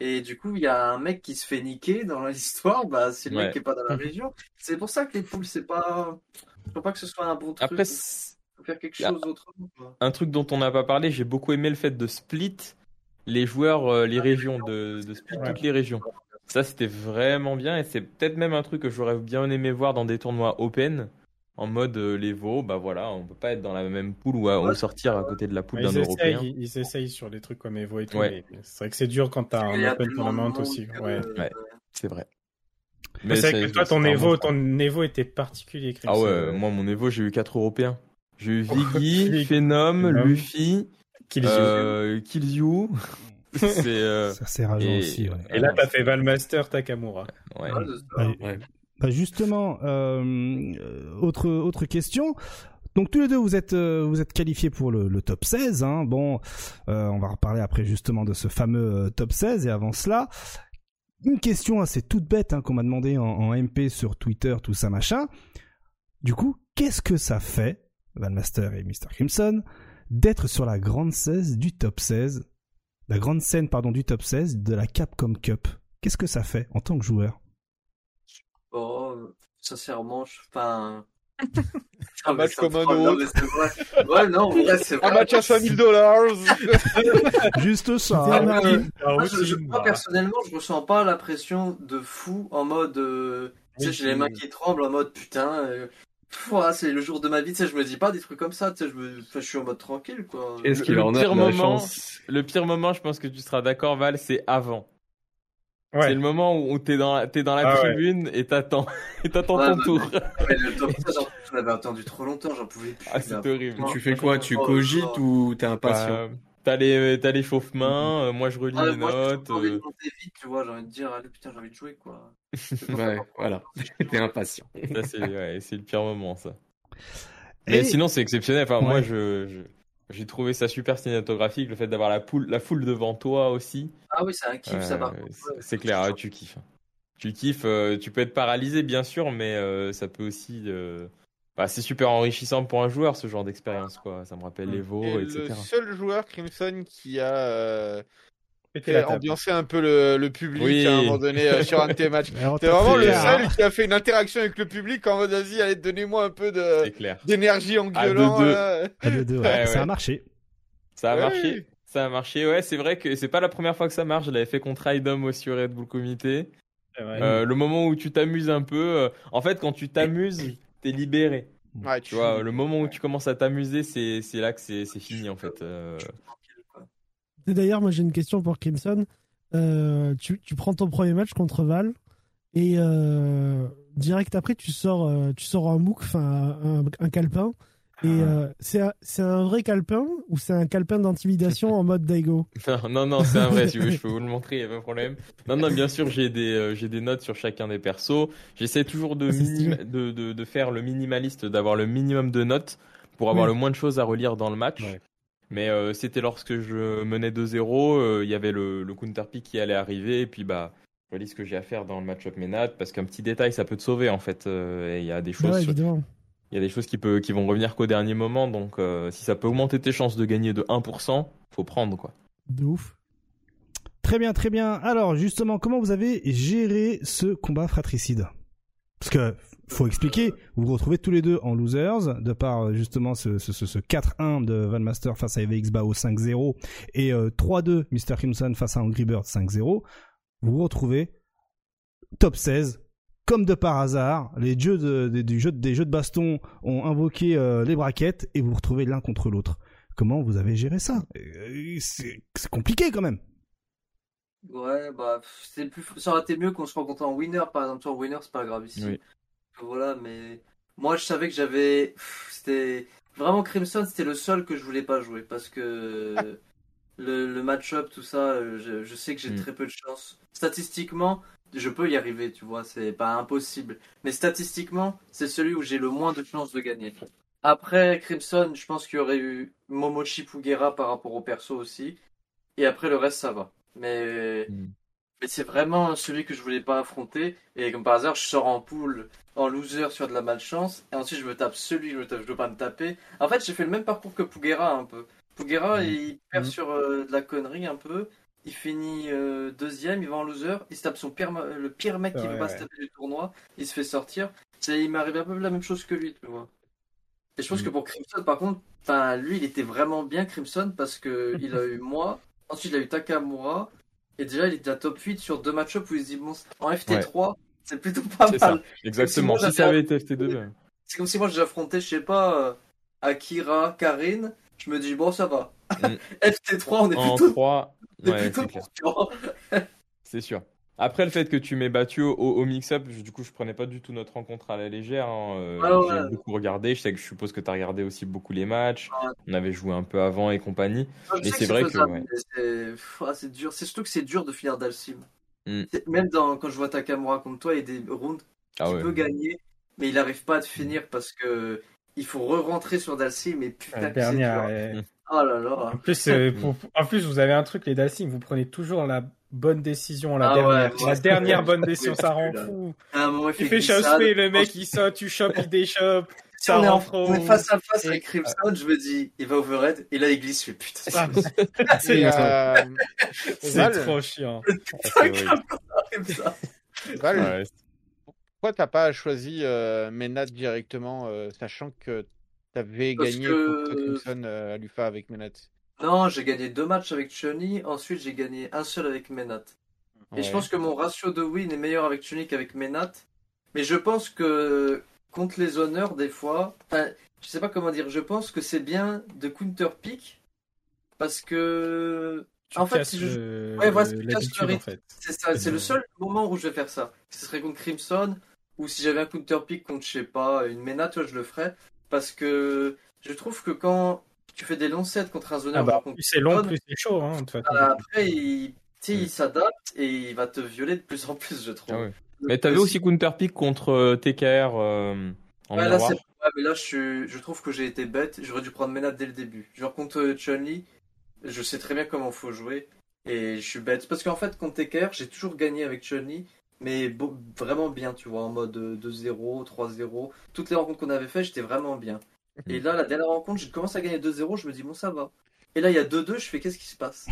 Et du coup, il y a un mec qui se fait niquer dans l'histoire, bah, c'est le Ouais. mec qui est pas dans la région. C'est pour ça que les poules, c'est pas. Je crois pas que ce soit un bon truc. Après, Il c'est- faut faire quelque y a- chose autrement, quoi. un truc dont on n'a pas parlé, j'ai beaucoup aimé le fait de split les joueurs, euh, les régions, de, de split Ouais. toutes les régions. Ça, c'était vraiment bien et c'est peut-être même un truc que j'aurais bien aimé voir dans des tournois open. En mode euh, les veaux, bah voilà, on peut pas être dans la même poule ou, à- ou sortir à côté de la poule Bah, d'un ils, Européen. essayent, ils essayent sur des trucs comme Evo et tout, Ouais. mais c'est vrai que c'est dur quand t'as Il y un a Open tellement de Tournament monde aussi. que- Ouais. Ouais, c'est vrai. Mais c'est vrai que toi, ton c'était un Evo, bon choix. ton Evo était particulier, Ah Crimson. ouais, moi mon Evo, j'ai eu quatre Européens. J'ai eu Viggy, Viggy, Phenom, Phenom, Luffy, Killzone. euh, Killzoo. C'est euh, Ça c'est rageant et- aussi. Ouais. Et là, t'as fait Valmaster Takamura. ouais. Ouais, c'est ça. Bah, Ouais. bah, justement, euh, euh, autre autre question. Donc tous les deux vous êtes euh, vous êtes qualifiés pour le, le top seize. Hein. Bon, euh, on va reparler après justement de ce fameux euh, top seize. Et avant cela, une question assez toute bête hein, qu'on m'a demandé en, en M P sur Twitter, tout ça machin. Du coup, qu'est-ce que ça fait, Valmaster et mister Crimson, d'être sur la grande seize du top seize, la grande scène pardon du top seize de la Capcom Cup? Qu'est-ce que ça fait en tant que joueur? Bon, euh, sincèrement, je. Enfin. Un match comme un Non, autre. mais c'est vrai. Ouais, non, en vrai, c'est vrai. Un match à cinq mille dollars. Juste ça. C'était hein. un- Euh, Ah, moi, aussi, je, je- bah. moi, personnellement, je ressens pas la pression de fou en mode. euh, tu sais, Oui, j'ai les oui. mains qui tremblent en mode putain. Euh, pff, ouah, c'est le jour de ma vie, tu sais, je me dis pas des trucs comme ça, tu sais, je, me, enfin, je suis en mode tranquille, quoi. Est-ce Le- qu'il le en a pire de la moment- chance? Le pire moment, je pense que tu seras d'accord, Val, c'est avant. Ouais. C'est le moment où t'es dans la, t'es dans la Ah ouais. tribune et t'attends, et t'attends Ouais, ton bah, tour. Mais le top seize, j'en- je l'avais attendu trop longtemps, j'en pouvais plus. Ah, c'est là. horrible. Tu fais quoi? Tu Oh, cogites oh. ou t'es impatient? Bah, t'as les, t'as les chauffe-mains, euh, moi je relis Ouais, mes moi, j'ai notes. toujours envie de euh, monter vite, tu vois, j'ai envie de dire, allez, putain, j'ai envie de jouer, quoi. Ouais, voilà. T'es impatient. Ça, c'est, ouais, c'est le pire moment, ça. Mais Et- sinon, c'est exceptionnel. Enfin, moi, Ouais. je, je- j'ai trouvé ça super cinématographique, le fait d'avoir la, poule, la foule devant toi aussi. Ah oui, c'est un kiff, ça, Euh, par contre. c'est- ouais. c'est clair, ah, tu kiffes. Tu kiffes, euh, tu peux être paralysé, bien sûr, mais euh, ça peut aussi. euh, bah, c'est super enrichissant pour un joueur, ce genre d'expérience, quoi. Ça me rappelle les veaux, Et et le cetera. seul joueur Crimson qui a euh, Péter fait la table. ambiancer un peu le, le public Oui. à un moment donné euh, sur un de tes matchs. Alors, C'est t'as vraiment fait- le Ah. seul qui a fait une interaction avec le public en mode vas-y, allez, donnez-moi un peu de C'est clair. d'énergie en À deux gueulant. deux. là. À deux, deux, ouais. Ouais, Ça a ouais. marché. Ça a Ouais. marché. Ça a marché, ouais. C'est vrai que c'est pas la première fois que ça marche. Je l'avais fait contre Idom aussi au Red Bull Comité. C'est vrai. Euh, le moment où tu t'amuses un peu, euh, en fait, quand tu t'amuses, t'es libéré. Ouais, Tu vois, le moment où tu commences à t'amuser, c'est c'est là que c'est c'est fini en fait. Euh, Tranquille, quoi. Et d'ailleurs, moi j'ai une question pour Crimson. Euh, tu, tu prends ton premier match contre Val et euh, direct après tu sors, euh, tu sors un MOOC, enfin un, un calepin. Et euh, c'est un, c'est un vrai calepin ou c'est un calepin d'intimidation en mode Daigo? Non, non, non, c'est un vrai. Si vous voulez, je peux vous le montrer, y a pas de problème. Non, non, bien sûr, j'ai des euh, j'ai des notes sur chacun des persos. J'essaie toujours de, Ah, c'est minim- stylé. de, de de faire le minimaliste, d'avoir le minimum de notes pour avoir Oui. le moins de choses à relire dans le match. Ouais. Mais euh, c'était lorsque je menais deux zéro, euh, il y avait le, le counter pick qui allait arriver, et puis bah, je relis ce que j'ai à faire dans le match-up Ménat, parce qu'un petit détail, ça peut te sauver en fait. euh, et il y a des Bah choses, ouais, évidemment. il y a des choses qui, peut, qui vont revenir qu'au dernier moment, donc euh, si ça peut augmenter tes chances de gagner de un pour cent, faut prendre quoi. De ouf. Très bien, très bien. Alors, justement, comment vous avez géré ce combat fratricide? Parce que, faut expliquer, vous vous retrouvez tous les deux en losers, de par euh, justement ce, ce, ce, ce quatre un de Valmaster face à E V X Bao cinq zéro et euh, trois deux mister Crimson face à Angry Bird cinq zéro. Vous vous retrouvez top seize, comme de par hasard. Les dieux de, de- du jeu, des jeux de baston ont invoqué euh, les braquettes et vous vous retrouvez l'un contre l'autre. Comment vous avez géré ça? Euh, C'est c'est compliqué quand même. Ouais, bah, c'est plus... ça aurait été mieux qu'on se rencontre en winner, par exemple. En winner, c'est pas grave ici. Oui. Voilà, mais moi, je savais que j'avais. Pff, C'était vraiment Crimson, c'était le seul que je voulais pas jouer parce que le, le match-up, tout ça, euh, je, je sais que j'ai Mm. très peu de chance. Statistiquement, je peux y arriver, tu vois, c'est pas impossible. Mais statistiquement, c'est celui où j'ai le moins de chances de gagner. Après Crimson, je pense qu'il y aurait eu Momochi Pugera par rapport au perso aussi. Et après, le reste, ça va. Mais. Mm. Mais c'est vraiment celui que je voulais pas affronter. Et comme par hasard, je sors en poule, en loser sur de la malchance. Et ensuite, je me tape celui que je, me tape, je dois pas me taper. En fait, j'ai fait le même parcours que Pugera un peu. Pugera, Mhm. il perd Mhm. sur euh, de la connerie un peu. il finit euh, deuxième, il va en loser, il se tape son pire, le pire mec qui Ouais, veut pas ouais. se taper du tournoi, il se fait sortir. C'est, il m'est arrivé un peu la même chose que lui, tu vois. Et je pense Mm. que pour Crimson, par contre, enfin, lui, il était vraiment bien Crimson parce que il a eu moi, ensuite il a eu Takamura, et déjà il était à top huit sur deux match-up où il se dit, bon, en F T trois, c'est plutôt pas C'est mal. ça, exactement. Sinon, Si ça j'avais- avait été F T deux, ben. C'est comme si moi j'ai affronté, je sais pas, euh, Akira, Karine, je me dis, bon, ça va. Mm. F T trois, on est En plutôt, trois, on est ouais, plutôt c'est clair. confiant. C'est sûr. Après, le fait que tu m'aies battu au, au mix-up, je- du coup, je prenais pas du tout notre rencontre à la légère, hein. Euh, Ah ouais. j'ai beaucoup regardé. Je sais que je suppose que tu as regardé aussi beaucoup les matchs. Ouais. On avait joué un peu avant et compagnie. Ah, je Mais sais c'est que vrai que, faisable, ouais. mais c'est... pff, ah, c'est dur. C'est surtout que c'est dur de finir Dalsim. Mm. C'est- Même dans... quand je vois Takamura contre toi, il y a des rounds Ah qu'il ouais. peut gagner, mais il n'arrive pas à te finir parce que il faut re-rentrer sur Dalsim et putain La que c'est dernière. dur. euh, Oh là là. En plus, euh, pour- en plus, vous avez un truc, les Dalsim, vous prenez toujours la bonne décision, la Ah dernière. ouais, moi, la c'est- dernière bonne je décision, pouvais ça plus, rend là. fou. À un moment, il Tu fait fais glissade. chauffer, le mec il saute, tu chopes, il déchoppe. Si Ça on est, en... rentre on est au- face à face et- avec Crimson, je me dis, il va overhead, et là il glisse, je fais putain, Ah, c'est Et, c'est euh, c'est Val, trop chiant. Ah, c'est horrible. comme ça. Val, Ouais, pourquoi t'as pas choisi euh, Ménat directement, euh, sachant que t'avais Parce gagné que- contre Crimson euh, à l'U F A avec Ménat? Non, j'ai gagné deux matchs avec Chun-Li, ensuite j'ai gagné un seul avec Menat. Et je Ouais. pense que mon ratio de win est meilleur avec Chun-Li qu'avec Menat. Mais je pense que contre les honneurs, des fois, enfin, je sais pas comment dire, je pense que c'est bien de counter pick parce que Tu en fait, casses si je- le- ouais, voilà, tu casses l'habitude, le en rythme. fait. c'est ça, c'est Euh, le seul moment où je vais faire ça. Ce serait contre Crimson ou si j'avais un counter pick contre, je sais pas, une Menat, toi, je le ferais parce que je trouve que quand tu fais des longs sets contre un zoneur, Ah bah, genre contre plus c'est long, Crimson, plus c'est chaud, hein, de toute façon. après, il, tu sais, Mm. il s'adapte et il va te violer de plus en plus, je trouve. Ah ouais. Mais t'avais aussi counter pick contre euh, T K R euh, en Ouais, là, miroir. c'est... ouais, mais là, je, suis... je trouve que j'ai été bête. J'aurais dû prendre Menat dès le début. Genre, contre euh, Chun-Li, je sais très bien comment faut jouer. Et je suis bête. Parce qu'en fait, contre T K R, j'ai toujours gagné avec Chun-Li. Mais beau- vraiment bien, tu vois, en mode euh, deux zéro, trois zéro. Toutes les rencontres qu'on avait fait, j'étais vraiment bien. Et là, la dernière rencontre, j'ai commencé à gagner deux zéro. Je me dis, bon, ça va. Et là, il y a deux deux. Je fais, qu'est-ce qui se passe?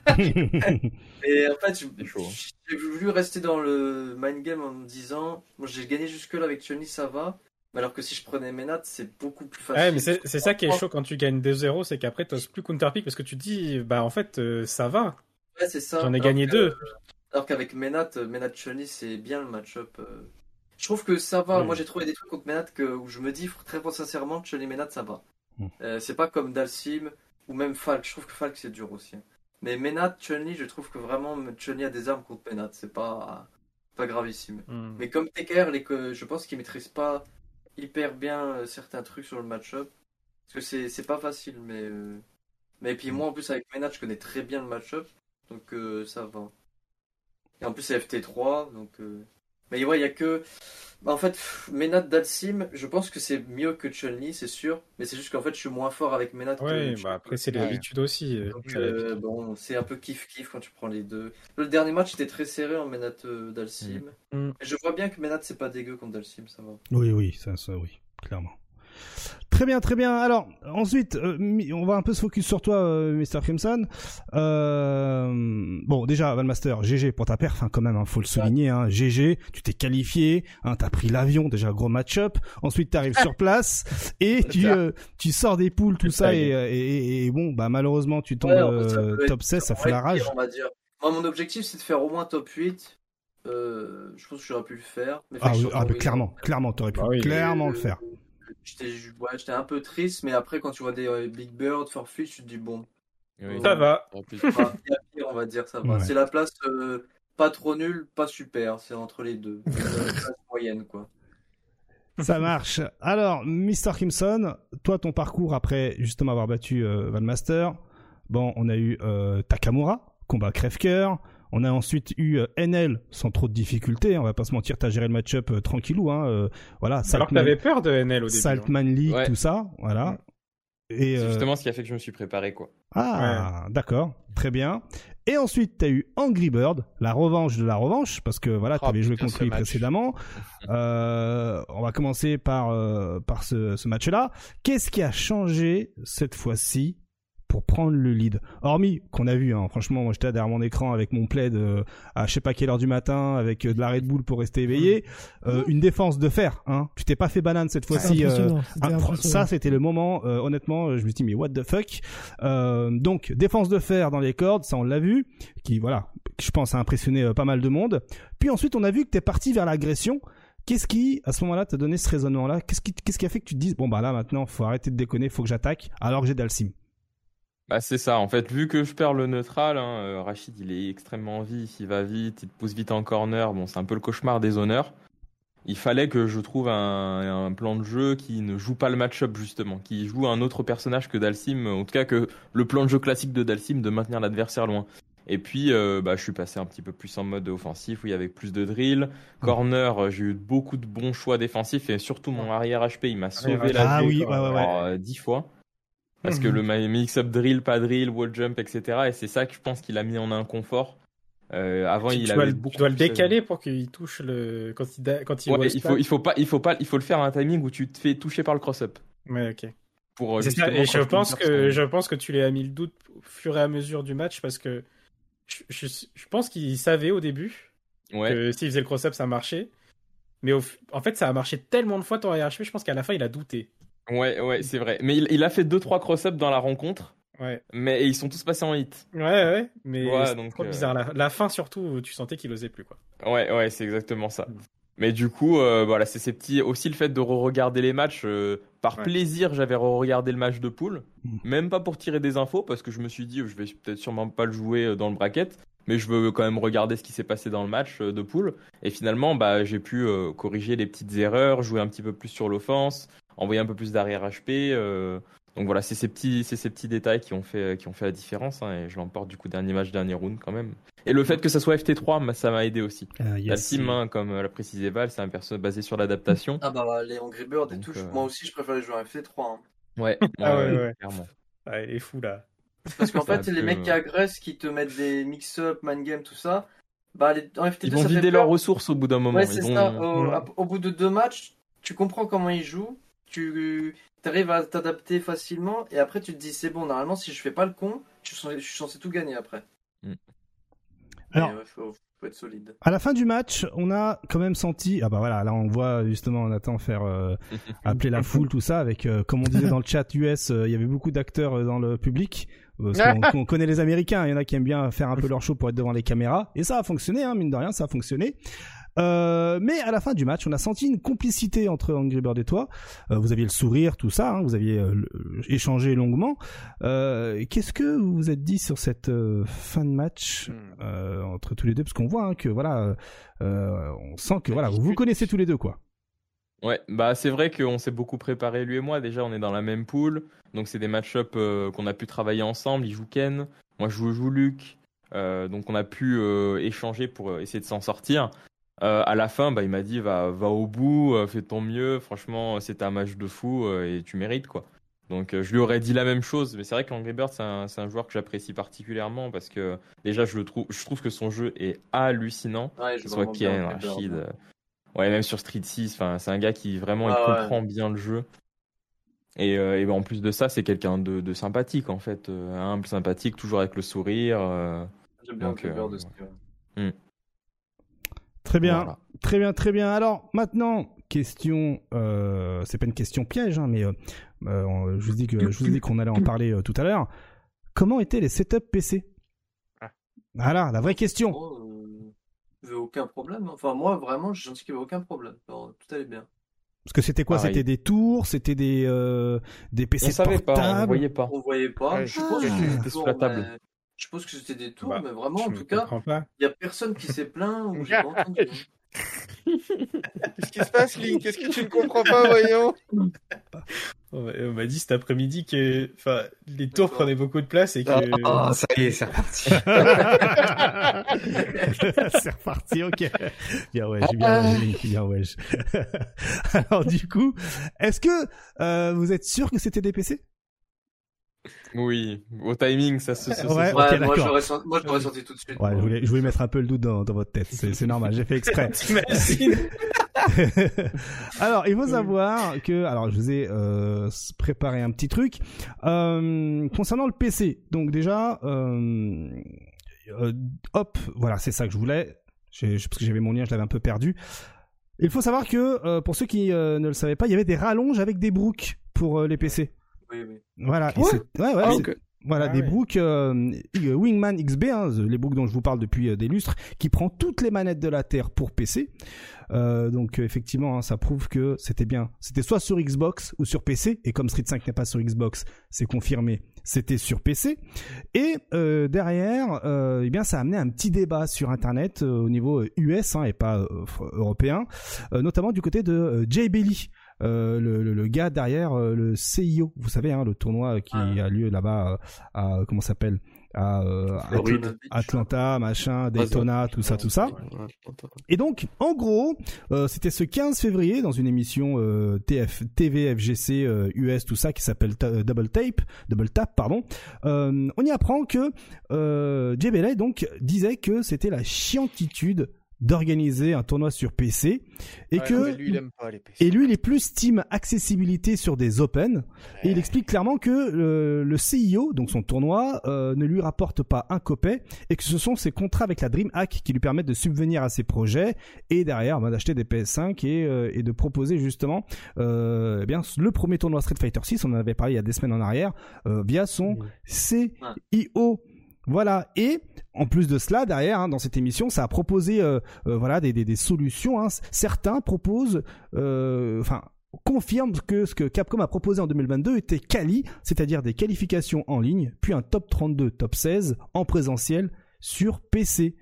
Et en fait, je- C'est chaud, hein. j'ai voulu rester dans le mind game en me disant, moi j'ai gagné jusque-là avec Chun-Li, ça va. Mais alors que si je prenais Menat, c'est beaucoup plus facile. Ouais, mais c'est c'est ça qui est chaud quand tu gagnes deux zéro, c'est qu'après, tu n'oses plus counterpick parce que tu te dis, bah en fait, euh, ça va. Ouais, c'est ça. J'en ai Alors gagné que- deux. Alors qu'avec Menat, euh, Menat Chun-Li, c'est bien le match-up. euh. Je trouve que ça va. Oui. Moi j'ai trouvé des trucs contre Menat que, où je me dis très sincèrement, Chun-Li Menat, ça va. Mm. Euh, c'est pas comme Dalsim ou même Falk. Je trouve que Falk c'est dur aussi. Mais Menat, Chun-Li, je trouve que vraiment Chun-Li a des armes contre Menat. C'est pas, pas gravissime. Hmm. Mais comme T K R, les que je pense qu'ils maîtrisent pas hyper bien euh, certains trucs sur le match-up. Parce que c'est c'est pas facile, mais. euh, Mais puis moi en plus avec Menat, je connais très bien le match-up. Donc euh, ça va. Et en plus c'est F T trois, donc. euh, Mais ouais, il y a que. Bah, en fait, pff, Menat Dalsim, je pense que c'est mieux que Chun-Li, c'est sûr. Mais c'est juste qu'en fait, je suis moins fort avec Menat que Ouais, Chun-Li. bah après, c'est Ouais. l'habitude aussi. euh, Donc, c'est euh, l'habitude. bon, c'est un peu kiff-kiff quand tu prends les deux. Le dernier match était très serré en Menat euh, Dalsim. Mm. Et je vois bien que Menat c'est pas dégueu contre Dalsim, ça va. Oui, oui, ça, ça, oui, clairement. Très bien, très bien. Alors, ensuite, euh, mi- on va un peu se focus sur toi, euh, mister Crimson. Euh, bon, déjà, Valmaster, G G pour ta perf, hein, quand même, hein, faut le souligner. Hein, G G, tu t'es qualifié, hein, t'as pris l'avion, déjà gros match-up. Ensuite, t'arrives sur place et tu, ça. euh, tu sors des poules, tout ça, ça, et, et, et, et bon, bah malheureusement, tu tombes Ouais, en fait, ça euh, peut être- top seize, ça ça fout la pourrait être rage. pire, on va dire. Moi, mon objectif, c'est de faire au moins top huit. Euh, je pense que j'aurais pu le faire. Mais Ah, fait que oui, sur ah bah, Winner, clairement, clairement, t'aurais pu Bah oui. clairement euh, le faire. J'étais ouais, j'étais un peu triste, mais après, quand tu vois des euh, Big Bird, Forfeit, tu te dis bon, Oui. Ça va. En plus, bah, il y a pire, on va dire, ça va. Ouais. C'est la place euh, pas trop nulle, pas super. C'est entre les deux. C'est la place moyenne, quoi. Ça marche. Alors, mister Crimson, toi, ton parcours après justement avoir battu euh, Valmaster, bon, on a eu euh, Takamura, combat crève-cœur. On a ensuite eu euh, N L sans trop de difficultés. On va pas se mentir, t'as géré le match-up euh, tranquillou. Hein, euh, voilà, Alors que Saltman, t'avais peur de N L au début. hein. Saltman League, Ouais. tout ça. Voilà. Et, c'est euh, justement ce qui a fait que je me suis préparé, quoi. Ah, d'accord, très bien. Et ensuite, t'as eu Angry Bird, la revanche de la revanche, parce que voilà, Oh, t'avais joué putain, contre ce lui match. précédemment. Euh, on va commencer par euh, par ce, ce match-là. Qu'est-ce qui a changé cette fois-ci pour prendre le lead. Hormis qu'on a vu, hein, franchement, moi j'étais derrière mon écran avec mon plaid euh, à je sais pas quelle heure du matin, avec euh, de la Red Bull pour rester éveillé. Euh, une défense de fer, hein. Tu t'es pas fait banane cette fois-ci. Euh, un, ça, c'était le moment. Euh, honnêtement, je me suis dit mais what the fuck. Euh, donc défense de fer dans les cordes, ça on l'a vu, qui voilà, je pense a impressionné euh, pas mal de monde. Puis ensuite, on a vu que t'es parti vers l'agression. Qu'est-ce qui, à ce moment-là, t'a donné ce raisonnement-là? Qu'est-ce qui, qu'est-ce qui a fait que tu te dises, bon, bah là, maintenant, faut arrêter de déconner, faut que j'attaque, alors que j'ai Dhalsim? Bah, c'est ça. En fait, vu que je perds le neutral, hein, euh, Rachid, il est extrêmement vif, il va vite, il te pousse vite en corner. Bon, c'est un peu le cauchemar des honneurs. Il fallait que je trouve un, un plan de jeu qui ne joue pas le match-up, justement, qui joue un autre personnage que Dhalsim, en tout cas que le plan de jeu classique de Dhalsim de maintenir l'adversaire loin. Et puis, euh, bah, je suis passé un petit peu plus en mode offensif, où il y avait plus de drill. Corner, j'ai eu beaucoup de bons choix défensifs, et surtout mon arrière H P, il m'a sauvé la ah, vie oui, ouais, ouais, ouais. euh, dix fois. Parce que le mix-up drill, pas drill, wall jump, et cetera. Et c'est ça que je pense qu'il a mis en inconfort. Euh, avant, tu, il tu avait dois, beaucoup. Tu dois le plus décaler pour qu'il touche le quand il quand il. Ouais, il faut il faut pas il faut pas il faut le faire à un timing où tu te fais toucher par le cross-up. Ouais, ok. Pour c'est ça. Et je pense que je pense que tu lui as mis le doute au fur et à mesure du match parce que je, je, je pense qu'il savait au début ouais. que s'il faisait le cross-up ça marchait, mais au, en fait ça a marché tellement de fois ton R H P, je pense qu'à la fin il a douté. Ouais ouais c'est vrai. Mais il, il a fait deux trois cross-up dans la rencontre. Ouais. Mais ils sont tous passés en hit. Ouais, ouais, mais ouais, c'est donc, trop euh... bizarre. La, la fin, surtout, tu sentais qu'il osait plus, quoi. Ouais, ouais, c'est exactement ça. Mmh. Mais du coup, euh, voilà, c'est ces petits. Aussi le fait de re-regarder les matchs. Euh, par ouais. plaisir, j'avais re-regardé le match de poule. Mmh. Même pas pour tirer des infos, parce que je me suis dit, je vais peut-être sûrement pas le jouer dans le bracket. Mais je veux quand même regarder ce qui s'est passé dans le match de poule. Et finalement, bah, j'ai pu euh, corriger les petites erreurs, jouer un petit peu plus sur l'offense, envoyer un peu plus d'arrière H P. Euh... Donc voilà, c'est ces petits, c'est ces petits détails qui ont fait, qui ont fait la différence, hein, et je l'emporte du coup dernier match, dernier round quand même. Et le fait que ça soit F T trois, ça m'a aidé aussi. Uh, yes. La team, hein, comme l'a précisé Val, c'est un perso basé sur l'adaptation. Ah bah les Angry Birds et donc, tout, euh... moi aussi je préférais jouer à F T trois. Hein. Ouais, ah ouais, ouais, ouais, clairement. Ah, il est fou là. Parce qu'en fait, les peu... mecs qui agressent, qui te mettent des mix-up, man game, tout ça, bah les... en F T deux, ils vont ça vider leurs ressources au bout d'un moment. Ouais, c'est vont... ça. Au... Ouais. Au bout de deux matchs, tu comprends comment ils jouent. Tu arrives à t'adapter facilement et après tu te dis c'est bon, normalement si je fais pas le con, je suis censé, je suis censé tout gagner après. Mm. Alors, ouais, faut, faut être solide. À la fin du match, on a quand même senti, ah bah voilà, là on voit justement Nathan faire euh, appeler la foule, tout ça, avec euh, comme on disait dans le chat U S, il euh, y avait beaucoup d'acteurs euh, dans le public. Parce qu'on on connaît les Américains, il y en a qui aiment bien faire un peu leur show pour être devant les caméras, et ça a fonctionné, hein, mine de rien, ça a fonctionné. Euh, mais à la fin du match, on a senti une complicité entre Angry Bird et toi. Euh, vous aviez le sourire, tout ça, hein, vous aviez euh, échangé longuement. Euh, qu'est-ce que vous vous êtes dit sur cette euh, fin de match euh, entre tous les deux? Parce qu'on voit hein, que voilà, euh, on sent que voilà, vous vous connaissez tous les deux, quoi. Ouais, bah c'est vrai qu'on s'est beaucoup préparé lui et moi. Déjà, on est dans la même pool, donc c'est des match-up euh, qu'on a pu travailler ensemble. Il joue Ken, moi je joue, joue Luc, euh, donc on a pu euh, échanger pour essayer de s'en sortir. Euh, à la fin, bah, il m'a dit va, va au bout, euh, fais ton mieux. Franchement, c'était un match de fou euh, et tu mérites quoi. Donc, euh, je lui aurais dit la même chose. Mais c'est vrai qu'Angry Bird, c'est un, c'est un joueur que j'apprécie particulièrement parce que déjà, je le trouve, je trouve que son jeu est hallucinant. Ouais, que ce soit Ken, Rachid, euh, ouais, même sur Street six. Enfin, c'est un gars qui vraiment ah, il comprend ouais. bien le jeu. Et, euh, et ben, en plus de ça, c'est quelqu'un de, de sympathique en fait, euh, humble, sympathique, toujours avec le sourire. Euh, J'aime bien Angry Bird aussi. Ouais. Hmm. Très bien, voilà. très bien, très bien. Alors maintenant, question, euh, c'est pas une question piège, hein, mais euh, euh, je vous dis que je vous ai dit qu'on allait en parler euh, tout à l'heure. Comment étaient les setups P C? ah. Voilà, la vraie question. Oh, euh, il n'y avait aucun problème. Enfin, moi, vraiment, j'ai senti qu'il n'y avait aucun problème. Alors, tout allait bien. Parce que c'était quoi? Pareil. C'était des tours, c'était des euh, des P C on savait portables. pas, on voyait pas. On voyait pas. Ouais, je ah, pense que c'était sur la table. Mais... Je pense que c'était des tours, bah, mais vraiment, en tout cas, il n'y a personne qui s'est plaint ou j'ai pas entendu. Qu'est-ce qui se passe, Link? Qu'est-ce que tu ne comprends pas, voyons? On m'a dit cet après-midi que enfin, les tours prenaient beaucoup de place et que... Oh, ça y est, c'est reparti. C'est reparti, ok. Bien ouais, j'ai bien ouais, Link, bien ouais. Alors du coup, est-ce que euh, vous êtes sûr que c'était des P C? Oui, au timing, ça se. se ouais, se... okay, ouais, moi, j'aurais senti, moi, je l'aurais senti tout de suite. Ouais, je voulais, je voulais mettre un peu le doute dans, dans votre tête. C'est, c'est normal, j'ai fait exprès. T'imagines Alors, il faut savoir que, alors, je vous ai euh, préparé un petit truc euh, concernant le P C. Donc déjà, euh, euh, hop, voilà, c'est ça que je voulais. J'ai, parce que j'avais mon lien, je l'avais un peu perdu. Il faut savoir que, euh, pour ceux qui euh, ne le savaient pas, il y avait des rallonges avec des brooks pour euh, les P C. Oui, oui. Voilà. Ouais. Et c'est, ouais, ouais, Ah, c'est- ok. Voilà, Ah des ouais. brooks euh, Wingman X B, hein, les brooks dont je vous parle depuis euh, des lustres, qui prend toutes les manettes de la Terre pour P C. Euh, donc euh, effectivement, hein, ça prouve que c'était bien. C'était soit sur Xbox ou sur P C, et comme Street cinq n'est pas sur Xbox, c'est confirmé, c'était sur P C. Et euh, derrière, euh, eh bien, ça a amené un petit débat sur Internet euh, au niveau euh, U S hein, et pas euh, européen, euh, notamment du côté de euh, Jay Bailey. Euh, le, le, le gars derrière euh, le C I O, vous savez, hein, le tournoi qui Ah. a lieu là-bas euh, à comment ça s'appelle à euh, Floride. Atl- Atlanta, machin, Daytona, tout ça, tout ça. Ouais, attends. Et donc, en gros, euh, c'était ce quinze février dans une émission euh, T F, T V F G C euh, U S, tout ça, qui s'appelle ta- Double Tape, Double Tap, pardon. Euh, on y apprend que euh, Jay Bailey donc disait que c'était la chiantitude d'organiser un tournoi sur P C et Ouais, que mais lui, il aime pas les P C. et lui, il est plus team accessibilité sur des open. Et il explique clairement que le, le C I O, donc son tournoi, euh, ne lui rapporte pas un copet et que ce sont ses contrats avec la DreamHack qui lui permettent de subvenir à ses projets et derrière bah, d'acheter des P S cinq et, euh, et de proposer justement euh, eh bien, le premier tournoi Street Fighter six, on en avait parlé il y a des semaines en arrière, euh, via son C I O. Voilà, et en plus de cela, derrière, hein, dans cette émission, ça a proposé euh, euh, voilà, des, des, des solutions. Hein. Certains proposent, euh, enfin, confirment que ce que Capcom a proposé en deux mille vingt-deux était quali, c'est-à-dire des qualifications en ligne, puis un top trente-deux, top seize en présentiel sur P C.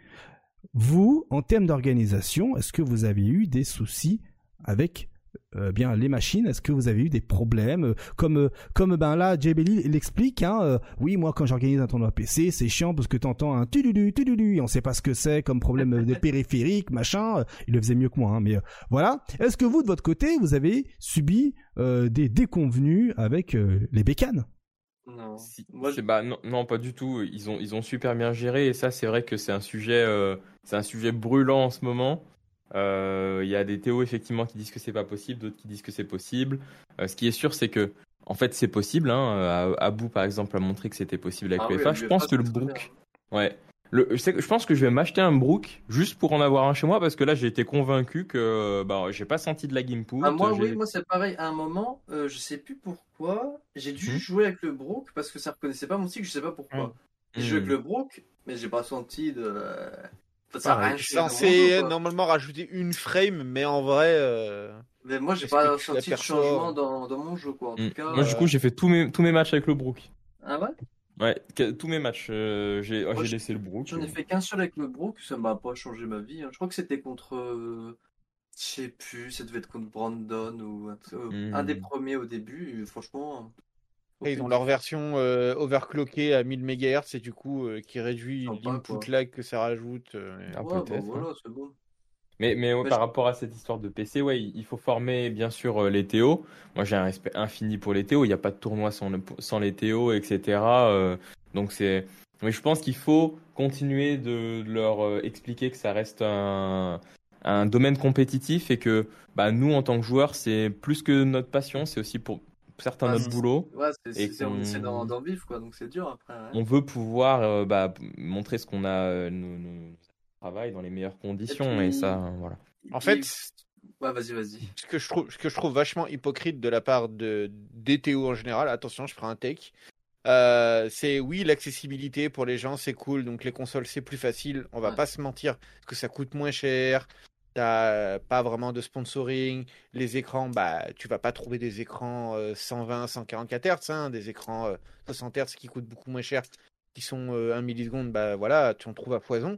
Vous, en termes d'organisation, est-ce que vous avez eu des soucis avec euh, bien les machines? Est-ce que vous avez eu des problèmes euh, comme euh, comme ben là Jay Bailey l'explique hein, euh, oui moi quand j'organise un tournoi P C c'est chiant parce que t'entends un tudulu tudulu et on sait pas ce que c'est comme problème de périphérique machin. Euh, il le faisait mieux que moi hein, mais euh, voilà. Est-ce que vous de votre côté vous avez subi euh, des déconvenues avec euh, les bécanes? Non. Si- Moi, c'est- bah, non, non, pas du tout. Ils ont, ils ont super bien géré et ça, c'est vrai que c'est un sujet, euh, c'est un sujet brûlant en ce moment. Euh, Il y a des théos effectivement qui disent que c'est pas possible, d'autres qui disent que c'est possible. Euh, ce qui est sûr, c'est que, en fait, c'est possible. Hein. Abou, par exemple, a montré que c'était possible avec Ah le oui, F A. avec Je le pense F A, que le c'est très Brook, ouais. Le, je, sais que- je pense que je vais m'acheter un Brook juste pour en avoir un chez moi parce que là, j'ai été convaincu que, bah, j'ai pas senti de la input. Ah, moi, j'ai- oui, moi c'est pareil. À un moment, euh, je sais plus pourquoi, j'ai dû Mhm. jouer avec le Brook parce que ça reconnaissait pas mon stick, je sais pas pourquoi. J'ai joué avec Mhm. le Brook, mais j'ai pas senti de. Enfin, ça a Pareil, rien je suis changé dans mon censé jeu, quoi. normalement rajouter une frame, mais en vrai, euh, Mais moi, j'ai Est-ce pas que tu senti de l'aperçois changement dans, dans mon jeu, quoi. En Mhm. tout cas. Moi, du euh, coup, j'ai fait tous mes, tous mes matchs avec le Brook. Ah ouais? Ouais, que- tous mes matchs, euh, j'ai Moi, j'ai je- laissé le Brook. J'en ai fait qu'un seul avec le Brook, ça m'a pas changé ma vie. hein. Je crois que c'était contre. euh, Je sais plus, ça devait être contre Brandon ou un, euh, Mhm. un des premiers au début. et franchement. et ils aucune ont leur version euh, overclockée à mille mégahertz et du coup euh, qui réduit Sympa, l'input quoi. lag que ça rajoute. euh, et- Ah, Ouais, bah peut-être, voilà, c'est bon. Mais, mais ouais, Mais par je- rapport à cette histoire de P C, ouais, il il faut former bien sûr euh, les Théo. Moi, j'ai un respect infini pour les Théo. Il n'y a pas de tournoi sans, le- sans les Théo, et cetera. Euh, donc c'est. Mais je pense qu'il faut continuer de, de leur euh, expliquer que ça reste un, un domaine compétitif et que bah, nous, en tant que joueurs, c'est plus que notre passion, c'est aussi pour certains Ouais, notre c'est- boulot. Ouais, c'est, Et c'est, c'est- on qu'on- essaie d'en, d'en vivre, quoi, donc c'est dur après. hein. On veut pouvoir euh, bah, montrer ce qu'on a, euh, nos, nos travail dans les meilleures conditions et, puis- ça, euh, voilà. En Et- fait, Ouais, vas-y, vas-y. ce que je trouve, ce que je trouve vachement hypocrite de la part de des T O en général, attention, je ferai un take. euh, c'est oui, l'accessibilité pour les gens, c'est cool. Donc les consoles, c'est plus facile. On va Ouais. pas se mentir, parce que ça coûte moins cher. T'as pas vraiment de sponsoring. Les écrans, bah, tu vas pas trouver des écrans euh, cent vingt, cent quarante-quatre Hz, hein, des écrans euh, soixante Hz qui coûtent beaucoup moins cher, qui sont euh, un milliseconde. Bah voilà, tu en trouves à foison.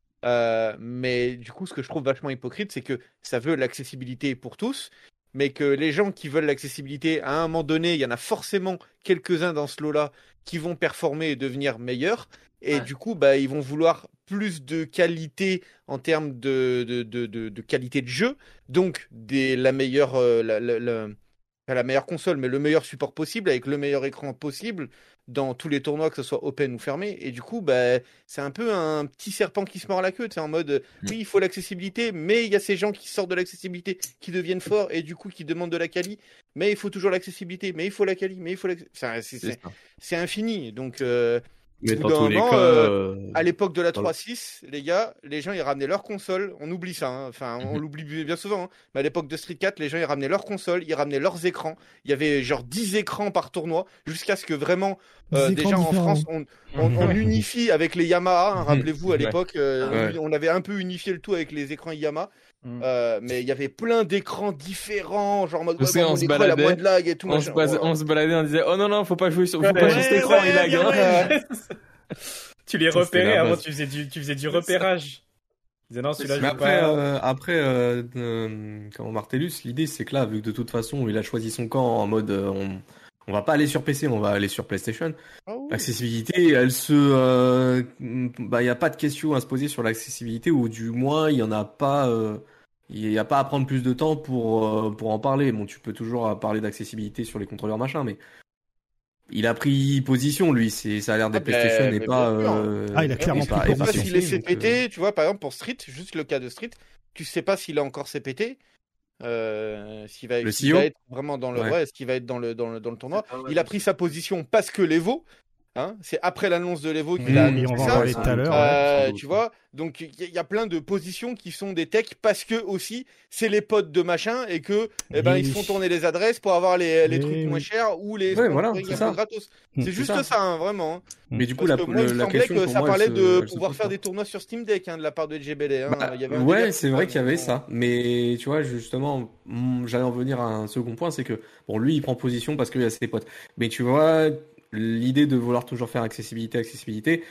Euh, mais du coup, ce que je trouve vachement hypocrite, c'est que ça veut l'accessibilité pour tous, mais que les gens qui veulent l'accessibilité, à un moment donné, il y en a forcément quelques-uns dans ce lot-là qui vont performer et devenir meilleurs. Et Ouais. du coup, bah, ils vont vouloir plus de qualité en termes de, de, de, de, de qualité de jeu, donc des, la meilleure, euh, la, la, la- pas la meilleure console, mais le meilleur support possible, avec le meilleur écran possible, dans tous les tournois, que ce soit open ou fermé. Et du coup, bah, c'est un peu un petit serpent qui se mord la queue, tu sais, en mode, euh, Mm. oui, il faut l'accessibilité, mais il y a ces gens qui sortent de l'accessibilité, qui deviennent forts, et du coup, qui demandent de la quali, mais il faut toujours l'accessibilité, mais il faut la quali, mais il faut l'accessibilité. Enfin, c'est, C'est c'est, ça. c'est infini. Donc, euh, Mais au dans bout d'un tous les moment, cas, euh, euh, à l'époque de la Voilà. trois six, les gars, les gens ils ramenaient leur console. On oublie ça, hein. Enfin, on Mhm. l'oublie bien souvent, hein. Mais à l'époque de Street quatre, les gens ils ramenaient leur console, ils ramenaient leurs écrans. Il y avait genre dix écrans par tournoi, jusqu'à ce que vraiment, euh, Des écrans déjà en différents. France, on, on, on unifie avec les Yamaha. Hein, rappelez-vous, à Ouais. l'époque, euh, Ouais. on avait un peu unifié le tout avec les écrans Yamaha. Mm. Euh, mais il y avait plein d'écrans différents, genre en mode Je ouais, sais, bon, on mon se écran il a baladait, moins de lag et tout. On se, machin. bas- Ouais. on se baladait, on disait oh non non faut pas jouer sur, faut Ouais, pas ouais, sur cet écran, ouais, il lag. bien, hein. ouais. Tu les Ça, c'était repérais la avant, base. tu faisais du, tu faisais du repérage. Tu disais non, celui-là, je Mais veux après, pas. euh, après euh, euh, comment Martellus, l'idée c'est que là, vu que de toute façon il a choisi son camp en mode euh, on, on va pas aller sur P C, on va aller sur PlayStation. Ah oui. L'accessibilité, elle se, euh, bah il y a pas de question à se poser sur l'accessibilité, ou du moins il y en a pas, euh, il y a pas à prendre plus de temps pour euh, pour en parler. Bon, tu peux toujours parler d'accessibilité sur les contrôleurs machin, mais il a pris position lui. C'est ça a l'air des Ah, ben, PlayStation et mais pas. bien sûr. euh, Ah, il a Et clairement on pris sait pas position. s'il est donc, C P T, euh, tu vois, par exemple pour Street, juste le cas de Street, tu sais pas s'il est encore C P T, euh, s'il va, Le s'il C E O? va être vraiment dans le, Ouais. ouais, est-ce qu'il va être dans le, dans le, dans le tournoi. Ah ouais, Il a pris sa position parce que l'Evo, hein, c'est après l'annonce de l'Evo qu'il Oui, a oui, on annoncé va en ça. parler tout à l'heure. ouais. Euh, sans doute. tu vois, donc il y, a- il y a plein de positions qui sont des techs parce que aussi c'est les potes de machin et que eh ben Oui. ils font tourner les adresses pour avoir les, les Oui, trucs moins oui. chers ou les Ouais, voilà, sponsoring c'est un ça. peu gratos. Mm. C'est juste ça. ça, hein, vraiment. hein. Mais du coup, Parce la, que moi, le- il me la semblait question que pour ça moi, parlait elle se- de elle se pouvoir pose faire pas. des tournois sur Steam Deck hein, de la part de J B L. Hein. Bah, Il y avait un ouais, délire c'est comme vrai ça, qu'il y avait mais, ça. Mais tu vois, justement, mm, j'allais en venir à un second point, c'est que bon, lui, il prend position parce qu'il a ses potes. Mais tu vois, l'idée de vouloir toujours faire accessibilité, accessibilité,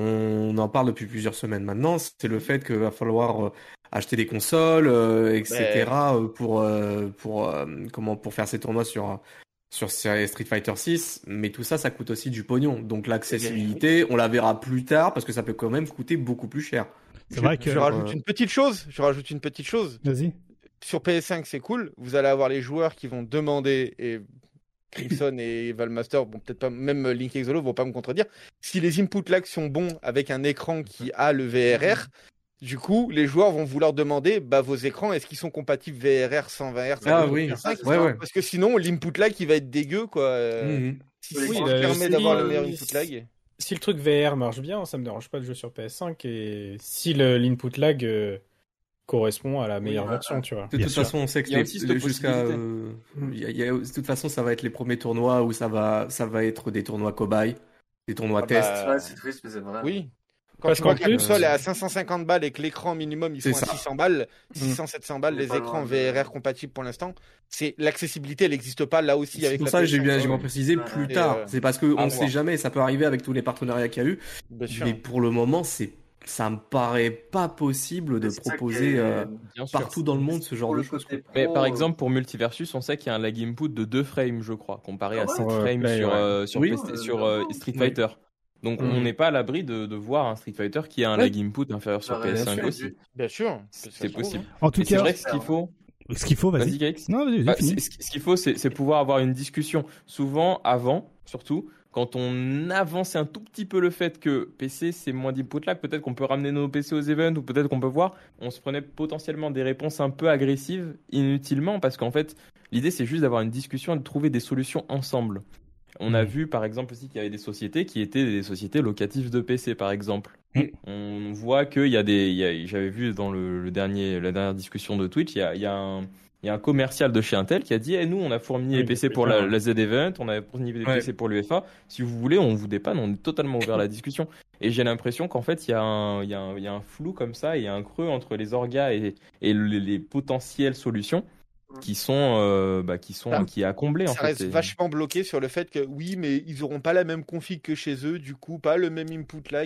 on en parle depuis plusieurs semaines maintenant. C'est le fait qu'il va falloir euh, acheter des consoles, euh, et cetera euh, pour euh, pour euh, comment pour faire ces tournois sur sur Street Fighter six. Mais tout ça, ça coûte aussi du pognon. Donc l'accessibilité, on la verra plus tard parce que ça peut quand même coûter beaucoup plus cher. C'est vrai que. Je rajoute Euh, une petite chose. Je rajoute une petite chose. Vas-y. Sur P S cinq, c'est cool. Vous allez avoir les joueurs qui vont demander et Crimson et Valmaster, bon peut-être pas, même Link Exolo vont pas me contredire. Si les input lag sont bons avec un écran qui a le V R R, du coup, les joueurs vont vouloir demander, bah vos écrans, est-ce qu'ils sont compatibles V R R cent vingt hertz Ah avec oui, le P S cinq? ouais, ouais. Parce que sinon, l'input lag, il va être dégueu, quoi. Euh, Mhm. Si Oui, ça le- permet si, d'avoir le euh, meilleur input lag. Si le truc V R marche bien, ça me dérange pas de jouer sur P S cinq et si le- l'input lag euh, correspond à la meilleure ouais, version, ouais. tu vois. De Bien toute sûr. façon, on sait que Il y a les- aussi cette les- jusqu'à, possibilité. euh, il y a- il y a- de toute façon, ça va être les premiers tournois où ça va, ça va être des tournois cobayes, des tournois Ah test. bah, Ouais, c'est triste, mais c'est vrai. Oui. Quand Parce tu vois qu'en que la plus- console est à cinq cent cinquante balles et que l'écran minimum ils C'est sont à ça. six cents balles, six cents sept cents balles, On est les pas écrans loin de- V R R compatibles pour l'instant, c'est l'accessibilité elle n'existe pas là aussi C'est avec pour la ça que j'ai P S cinq, bien, quoi. j'ai bien précisé Ouais. plus Et, tard. euh, C'est parce que on à ne voir. sait jamais, ça peut arriver avec tous les partenariats qu'il y a eu. Bien sûr. Mais pour le moment, c'est, ça me paraît pas possible de C'est ça qui proposer est- euh, Bien sûr. partout dans le monde ce genre Pour de le choses. côté quoi. Mais pro, par euh, exemple, pour Multiversus, on sait qu'il y a un lag input de deux frames, je crois, comparé Ah à ouais sept Ouais, frames Play, sur, ouais. euh, sur, Oui. Playsta- Euh, sur euh, Street oui. Fighter. Donc Mhm. on n'est pas à l'abri de, de voir un Street Fighter qui a un Ouais. lag input inférieur sur ça P S cinq reste aussi. du- Bien sûr. C'est Ça se trouve, possible. hein. En tout Et c'est cas, vrai que ce qu'il faut, ce qu'il faut, vas-y. vas-y Gaëx. Non, vas-y, Bah, vas-y, fini. c'est- ce ce qu'il faut, c'est c'est pouvoir avoir une discussion. Souvent, avant, surtout, quand on avance un tout petit peu le fait que P C c'est moins d'input lag, peut-être qu'on peut ramener nos P C aux events ou peut-être qu'on peut voir, on se prenait potentiellement des réponses un peu agressives inutilement parce qu'en fait, l'idée c'est juste d'avoir une discussion et de trouver des solutions ensemble. On a Mhm. vu par exemple aussi qu'il y avait des sociétés qui étaient des sociétés locatives de P C par exemple. Mhm. On voit qu'il y a des, il y a- j'avais vu dans le, le dernier, la dernière discussion de Twitch, il y a, il y a un il y a un commercial de chez Intel qui a dit eh, nous, on a fourni Oui, les P C c'est pour bien, la, ouais. la Z-Event, on a fourni les Ouais. P C pour l'U F A. Si vous voulez, on vous dépanne, on est totalement ouvert à la discussion. Et j'ai l'impression qu'en fait, il y, a un- il y, a un- il y a un flou comme ça, il y a un creux entre les orgas et, et les, les potentielles solutions qui sont, euh, bah, qui sont Ça- qui est à combler en Ça fait. reste Et- vachement bloqué sur le fait que oui, mais ils auront pas la même config que chez eux, du coup, pas le même input lag.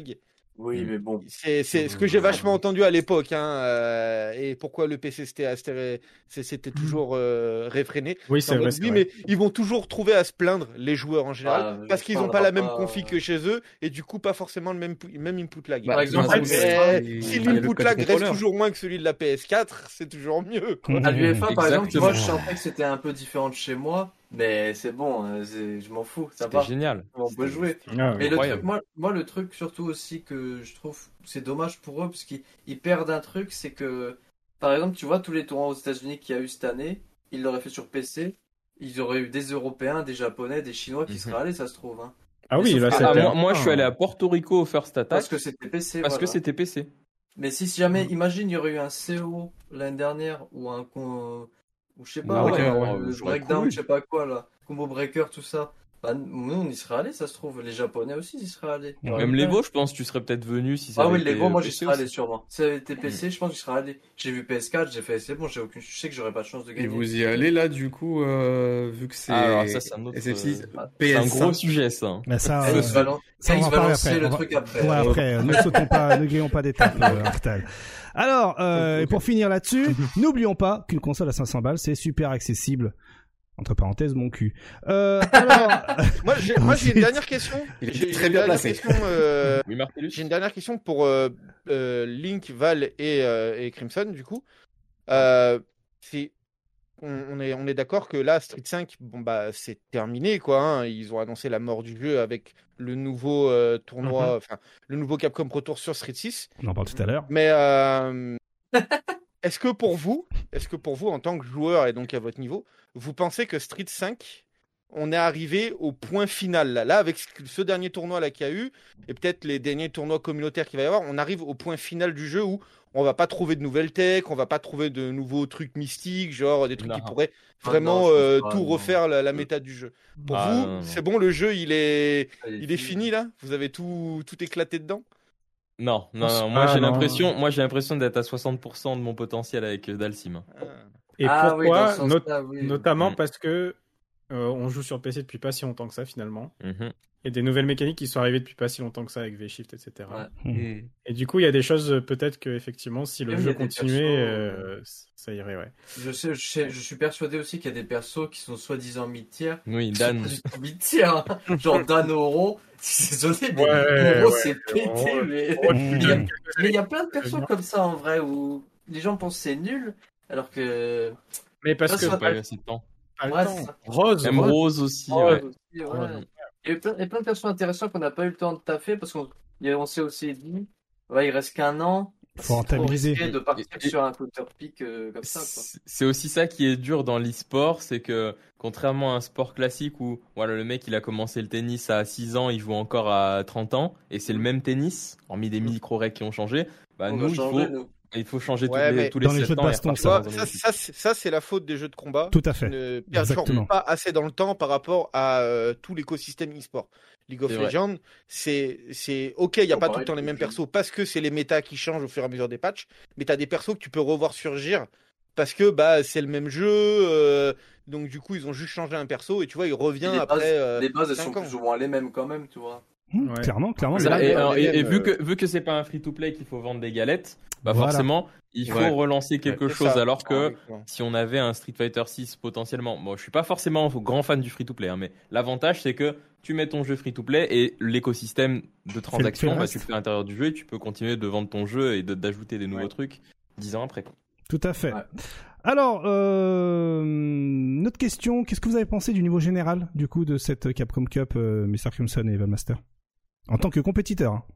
Oui, mais bon. C'est, c'est ce que j'ai vachement entendu à l'époque, hein, euh, et pourquoi le P C c'était, asté- c'est- c'était toujours euh, réfréné. Oui, c'est En vrai. mode, c'est oui, vrai. mais ils vont toujours trouver à se plaindre, les joueurs en général, Ah, parce je qu'ils n'ont parlerai pas la même pas- config que chez eux, et du coup pas forcément le même, pu- même input lag. Bah, Par exemple, Vincent, à c'est- Mais il si y a le l'input code lag reste contrôleur. toujours moins que celui de la P S quatre, c'est toujours mieux. quoi. À l'U E F A, par exemple, tu vois, je Exactement. sentais que c'était un peu différent de chez moi, mais c'est bon, euh, c'est- je m'en fous, ça C'était va. génial. On peut jouer. Ah, Mais oui. le Incroyable. truc, moi, moi, le truc surtout aussi que je trouve c'est dommage pour eux, parce qu'ils ils perdent un truc, c'est que, par exemple, tu vois, tous les tournois aux États-Unis qu'il y a eu cette année, ils l'auraient fait sur P C, ils auraient eu des Européens, des Japonais, des Chinois qui Mhm. seraient allés, ça se trouve. Hein. Ah oui, là, Ah, c'était. Ah, moi, moi, je suis un- allé à Porto Rico au First Attack Parce que c'était P C. parce que voilà. c'était P C. Mais si, si jamais, imagine, il y aurait eu un C O l'année dernière, ou un con, ou je sais pas, Ouais, ouais, ouais, euh, ouais, le j'aurais breakdown, couru. je sais pas quoi là, combo breaker, tout ça. Bah, nous, on y serait allés, ça se trouve. Les Japonais aussi, ils y seraient allés. Il y aurait Même plein. les Vos, je pense, tu serais peut-être venu si ça Ah avait oui, les été Vos, moi P j'y C serais aussi. allé sûrement. Si ça avait été P C, je pense que j'y serais allé. J'ai vu P S quatre, j'ai fait c'est bon, j'ai aucune... je sais que j'aurais pas de chance de Et gagner. vous y allez là, du coup, euh, vu que c'est Ah, alors ça, c'est un autre, S F six, euh, P S C'est un cinq. gros sujet, ça. hein. Mais ça, Eh, euh, il se va lan- ça, eh, on il va va parler lancer après. le On va- truc après. Ouais, Euh, après, euh, ne sautons pas, ne grillons pas d'étapes, euh, Arctal. Alors, euh, et pour finir là-dessus, n'oublions pas qu'une console à cinq cents balles, c'est super accessible. Entre parenthèses, mon cul. Euh, alors, Moi, j'ai, moi, j'ai une Ensuite- dernière question. Il est J'ai- très j'ai une bien dernière placé. question, euh, Oui, Martellus. J'ai une dernière question pour euh, euh, Link, Val et, euh, et Crimson, du coup. Euh, c'est, on, on est, on est d'accord que là, Street cinq, bon, bah, c'est terminé, quoi. Hein. Ils ont annoncé la mort du jeu avec le nouveau euh, tournoi, enfin, le nouveau Capcom Pro Tour sur Street six. on en parle tout à l'heure. Mais euh, est-ce que pour vous, est-ce que pour vous, en tant que joueur et donc à votre niveau, vous pensez que Street cinq, on est arrivé au point final là, là avec ce- ce dernier tournoi là qu'il y a eu et peut-être les derniers tournois communautaires qu'il va y avoir, on arrive au point final du jeu où on va pas trouver de nouvelles techs, on va pas trouver de nouveaux trucs mystiques, genre des trucs qui Non. pourraient Ah vraiment non, je pense euh, pas, tout non. refaire la, la méta du jeu. Pour Ah, vous, non, non. c'est bon, le jeu il est, Allez, il est fini là. Vous avez tout, tout éclaté dedans. Non, non, pense non, moi pas, j'ai non. l'impression, moi j'ai l'impression d'être à soixante pour cent de mon potentiel avec euh, Dalsim. Ah. Et Ah oui, dans pourquoi ce sens-là, Not- oui. Notamment Mm. parce que euh, on joue sur P C depuis pas si longtemps que ça finalement. Mhm. Il y a des nouvelles mécaniques qui sont arrivées depuis pas si longtemps que ça avec V-Shift, et cetera. Ouais. Hmm. Et du coup, il y a des choses, euh, peut-être que effectivement, si le Même il y jeu a des continuait, persos, euh, ça irait, ouais. Je sais, je sais, je suis persuadé aussi qu'il y a des persos qui sont soi-disant mid-tier. Oui, Qui sont Dan. pas du tout mid-tier, hein. Genre Dan Oro. Désolé, mais Ouais, Oro ouais, c'est pété, Oro- mais. Oh, Mmh. Il y a- Mais il y a plein de persos comme ça en vrai où les gens pensent que c'est nul, alors que. Mais parce Ça, que ça- J'ai pas, pas eu assez de temps. pas le Ouais, temps. c'est ça. Rose, Même Rose. Rose aussi, Oh, ouais. aussi, ouais. Ouais. Il y a eu plein, il y a plein de persos intéressants qu'on n'a pas eu le temps de taffer parce qu'on il y a- on s'est aussi dit, ouais, il reste qu'un an. Faut C'est trop rentabiliser. risqué de partir Et- et- sur un counter pick euh, comme ça, quoi. C'est c'est aussi ça qui est dur dans l'e-sport, c'est que contrairement à un sport classique où voilà, le mec il a commencé le tennis à six ans, il joue encore à trente ans, et c'est le même tennis, hormis des micro-règles qui ont changé, bah On nous, va il changer, faut, nous. il faut changer Ouais, tous les, mais tous les dans les sept jeux de ans et baston, repartir Tu vois, dans un ça, autre truc. ça, c'est- ça, c'est la faute des jeux de combat. Tout à fait. Qui ne performent Exactement. pas assez dans le temps par rapport à euh, tout l'écosystème e-sport. League of C'est vrai. Legends, c'est c'est ok, il y a Bon, pas tout pareil, le temps les mêmes League of persos parce que c'est les méta qui changent au fur et à mesure des patchs, mais t'as des persos que tu peux revoir surgir parce que bah c'est le même jeu, euh, donc du coup ils ont juste changé un perso et tu vois il revient Et les après. bases, euh, les bases elles cinq sont ans. plus ou moins les mêmes quand même, tu vois. Mmh, Ouais. Clairement, clairement. C'est mais Ça, là, et, il y a alors, les et- et mêmes, vu euh, que vu que c'est pas un free-to-play qu'il faut vendre des galettes, bah Voilà. forcément il faut Ouais. relancer quelque C'est chose ça. alors que Ouais. si on avait un Street Fighter six potentiellement, bon, je suis pas forcément un grand fan du free-to-play, hein, mais l'avantage c'est que tu mets ton jeu free-to-play et l'écosystème de transactions, fais le bah, reste. tu le fais à l'intérieur du jeu et tu peux continuer de vendre ton jeu et de- d'ajouter des nouveaux Ouais. trucs dix ans après. Quoi. Tout à fait. Ouais. Alors, euh, une autre question. Qu'est-ce que vous avez pensé du niveau général, du coup, de cette Capcom Cup, euh, mister Crimson et Valmaster en tant que compétiteur hein.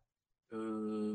Euh,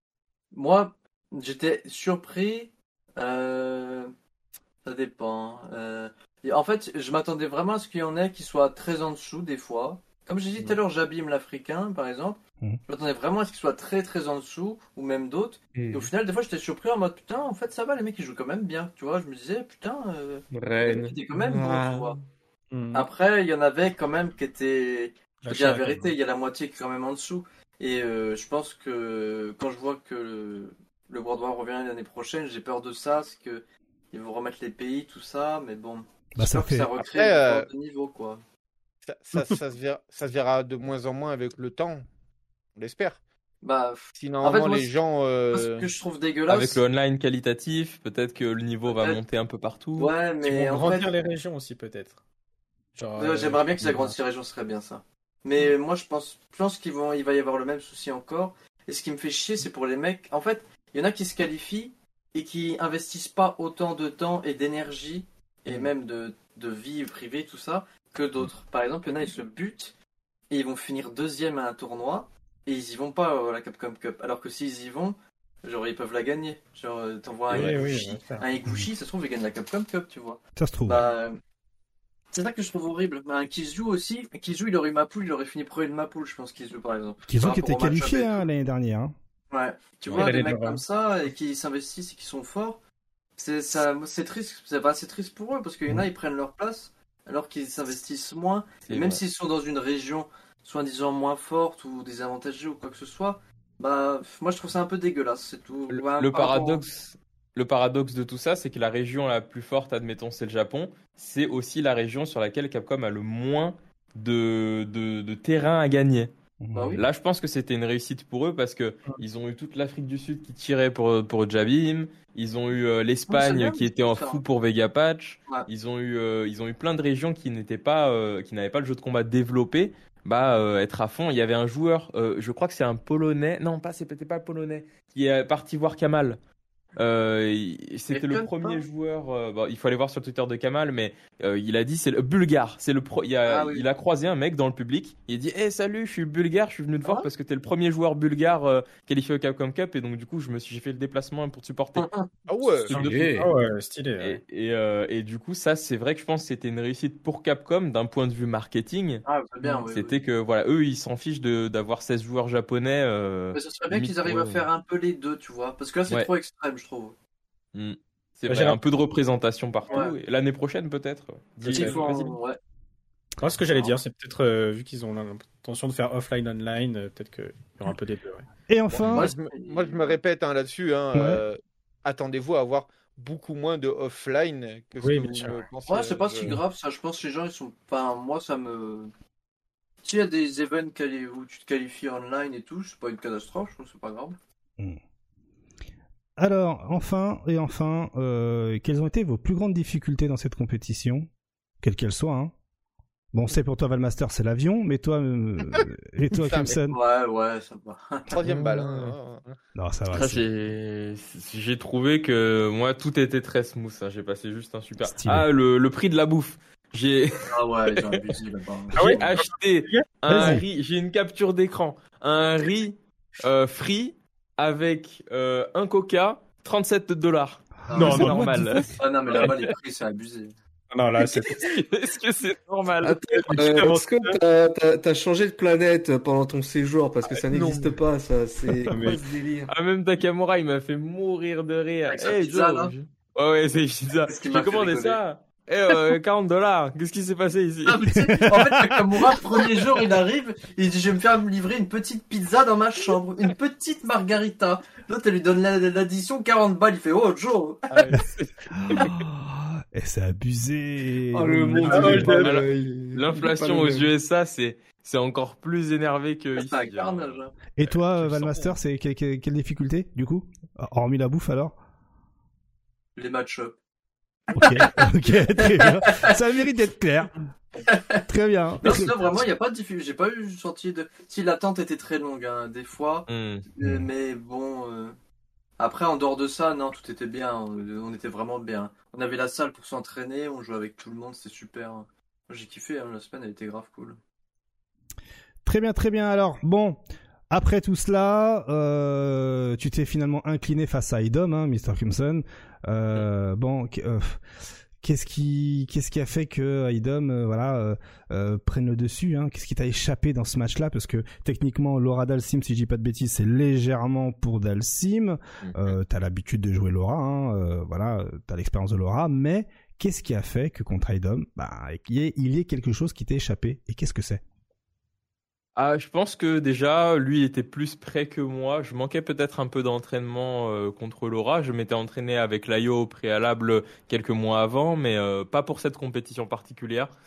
Moi, j'étais surpris. Euh... Ça dépend. Euh... et En fait, je m'attendais vraiment à ce qu'il y en ait qui soient très en dessous des fois. Comme j'ai dit tout à l'heure, Jabim l'Africain, par exemple. Mhm. Je m'attendais vraiment à ce qu'il soit très très en dessous, ou même d'autres. Et Hmm. au final, des fois, j'étais surpris en mode putain, en fait, ça va, les mecs ils jouent quand même bien. Tu vois, je me disais putain, euh... Rennes. c'était quand même bon, tu vois. Hmm. Après, il y en avait quand même qui étaient. Je La veux dire la charrette, vérité, il y a la moitié qui est quand même en dessous. Et euh, je pense que quand je vois que le, le World War revient l'année prochaine, j'ai peur de ça, c'est que ils vont remettre les pays, tout ça, mais bon. Bah, ça j'espère que fait- ça recrée Après, une euh, sorte de niveau, quoi. Ça, ça, ça se verra, ça se verra de moins en moins avec le temps, on l'espère. Bah, Si en fait, normalement moi, les ce gens, moi, euh, ce que je trouve dégueulasse. Avec le online qualitatif, peut-être que le niveau va Peut-être. monter un peu partout. Ouais, Ils mais vont en grandir fait, les régions aussi, peut-être. Genre, ouais, euh, j'aimerais bien qu'ils euh, agrandissent les régions, ce serait bien ça. Mais moi, je pense, je pense qu'il vont, il va y avoir le même souci encore. Et ce qui me fait chier, c'est pour les mecs. En fait, il y en a qui se qualifient et qui investissent pas autant de temps et d'énergie et même de, de vie privée, tout ça, que d'autres. Par exemple, il y en a, ils se butent et ils vont finir deuxième à un tournoi et ils y vont pas à la Capcom Cup. Alors que s'ils y vont, genre, ils peuvent la gagner. Genre, euh, t'envoies un Oui, oui, Iguchi, on va faire. un Iguchi, ça se trouve, il gagne la Capcom Cup, tu vois. Ça se trouve. Bah, c'est ça que je trouve horrible. Bah, un Kizu aussi, un Kizu, il aurait eu ma poule, il aurait fini premier de ma poule, je pense, Kizu, par exemple. Qu'ils ont Par qui rapport étaient au match-up qualifiés et hein, tout. l'année dernière. Hein. Ouais. Tu Ouais, vois, il des allait mecs durer. comme ça et qui s'investissent et qui sont forts, c'est ça, c'est triste. C'est pas assez triste pour eux parce qu'il y en a, ils prennent leur place alors qu'ils s'investissent moins. C'est Et même vrai. s'ils sont dans une région soi-disant moins forte ou désavantagée ou quoi que ce soit, bah, moi je trouve ça un peu dégueulasse, c'est tout. Le, Ouais, le par rapport au- paradoxe, le paradoxe de tout ça, c'est que la région la plus forte, admettons, c'est le Japon. C'est aussi la région sur laquelle Capcom a le moins de, de, de terrain à gagner. Bah oui. Là, je pense que c'était une réussite pour eux parce que ils ont eu toute l'Afrique du Sud qui tirait pour, pour Jabim. Ils ont eu euh, Ouais, c'est l'Espagne bien, qui était en ça. fou pour Vegapatch. Ouais. Ils ont eu, euh, ils ont eu plein de régions qui n'étaient pas, euh, qui n'avaient pas le jeu de combat développé. Bah, euh, être à fond. Il y avait un joueur, euh, je crois que c'est un Polonais. Non, pas, c'est peut-être pas le Polonais, qui est parti voir Kamal. Euh, il- c'était le Elton, premier pas joueur. Euh, bon, il faut aller voir sur le Twitter de Kamal, mais euh, il a dit c'est le bulgare. C'est le pro. Il a, Ah oui. il a croisé un mec dans le public. Il a dit hey, salut, je suis bulgare, je suis venu te voir Ah ouais parce que t'es le premier joueur bulgare euh, qualifié au Capcom Cup et donc du coup je me suis j'ai fait le déplacement pour te supporter. Ah ouais. Truc de fou. Stylé. Ah ouais, stylé. ouais. Et, et, euh, et du coup ça c'est vrai que je pense que c'était une réussite pour Capcom d'un point de vue marketing. Ah, c'est bien, oui. C'était que voilà eux ils s'en fichent de d'avoir seize joueurs japonais. Euh, Mais ce serait bien limite qu'ils arrivent pour à eux. faire un peu les deux, tu vois. Parce que là, c'est Ouais. trop extrême, je trouve. Mm. C'est Bah, vrai, j'ai un peu de représentation partout. Ouais. Et l'année prochaine peut-être. Vas-y, Il vas-y, faut vas-y. en- ouais. Moi, ce que j'allais dire, c'est peut-être, euh, vu qu'ils ont l'intention de faire offline, online, euh, peut-être qu'il y aura un peu des deux. Ouais. Et enfin, Moi, je me, moi, je me répète hein, là-dessus. Hein, Ouais. euh, attendez-vous à avoir beaucoup moins de offline que ce Oui, que bien vous sûr, me ouais. pensez. Ouais, c'est pas Je- si grave, ça. Je pense que les gens, ils sont. Enfin, moi, ça me. S'il y a des events quali- où tu te qualifies online et tout, c'est pas une catastrophe, je trouve que c'est pas grave. alors, enfin et enfin, euh, quelles ont été vos plus grandes difficultés dans cette compétition, quelle qu'elle soit hein. Bon, c'est pour toi Valmaster, c'est l'avion, mais toi, euh, et toi Putain, mais- Crimson Ouais, ouais, ça va. Troisième balle. Hein. Non, ça va. Ah, c'est- j'ai j'ai trouvé que moi tout était très smooth. Hein. J'ai passé juste un super. Stylé. Ah le, le prix de la bouffe. J'ai Ah ouais, ils ont abusé là-bas. Ah ouais j'ai acheté un Vas-y. riz. J'ai une capture d'écran. Un riz euh, free avec euh, un Coca, trente-sept dollars. Ah, Non, ouais, c'est non, normal. Ah non, mais là-bas, les prix, c'est abusé. Non, là, c'est. Est-ce que c'est normal? Attends, euh, est-ce que t'as, t'as, t'as changé de planète pendant ton séjour? Parce que ça non, n'existe mais- pas, ça. C'est Ah, quoi mais- ce délire? Ah même Takamura il m'a fait mourir de rire. Avec sa Hey, pizza, Joe, là je- Ouais ouais c'est pizza. C'est ce qui J'ai m'a fait commandé rigoler. ça. Eh euh, quarante dollars. Qu'est-ce qui s'est passé ici? Ah, mais tu sais, en fait, Nakamura, premier jour, il arrive, il dit, je vais me faire me livrer une petite pizza dans ma chambre, une petite margarita. L'autre, elle lui donne la- l'addition, quarante balles, il fait, oh, Joe. Ah, ouais, c'est- Oh, et c'est abusé. Oh, le monde, Ah, il est ouais, pas alors, le- il- L'inflation il est pas aux le même. U S A c'est c'est encore plus énervé que ici. C'est un carnage, hein. Et toi, tu euh, le sens, Valmaster, c'est quelle, quelle, quelle difficulté du coup, hormis la bouffe alors? Les match-up. Ok, ok, très bien. Ça mérite d'être clair. Très bien. Non, sinon, vraiment, il n'y a pas de difficulté. J'ai pas eu sorti de. Si l'attente était très longue, hein, des fois. Hmm. Euh, mais bon. euh, Après, en dehors de ça, non, tout était bien. On, on était vraiment bien. On avait la salle pour s'entraîner, on jouait avec tout le monde, c'était super. Moi, j'ai kiffé, hein, la semaine, elle était grave cool. Très bien, très bien. Alors, bon, après tout cela, euh, tu t'es finalement incliné face à Idom, hein, mister Crimson. Euh, bon, qu- euh, qu'est-ce qui, qu'est-ce qui a fait que Idom, euh, voilà, euh, euh, prenne le dessus, hein? Qu'est-ce qui t'a échappé dans ce match-là? Parce que techniquement, Laura Dalsim, si je dis pas de bêtises, c'est légèrement pour Dalsim. Euh, t'as l'habitude de jouer Laura, hein, euh, voilà, t'as l'expérience de Laura, mais qu'est-ce qui a fait que contre Idom, bah, il y ait, il y ait quelque chose qui t'est échappé? Et qu'est-ce que c'est? Ah, je pense que déjà, lui était plus prêt que moi. Je manquais peut-être un peu d'entraînement euh, contre Laura. Je m'étais entraîné avec l'Ayo au préalable quelques mois avant, mais euh, pas pour cette compétition particulière.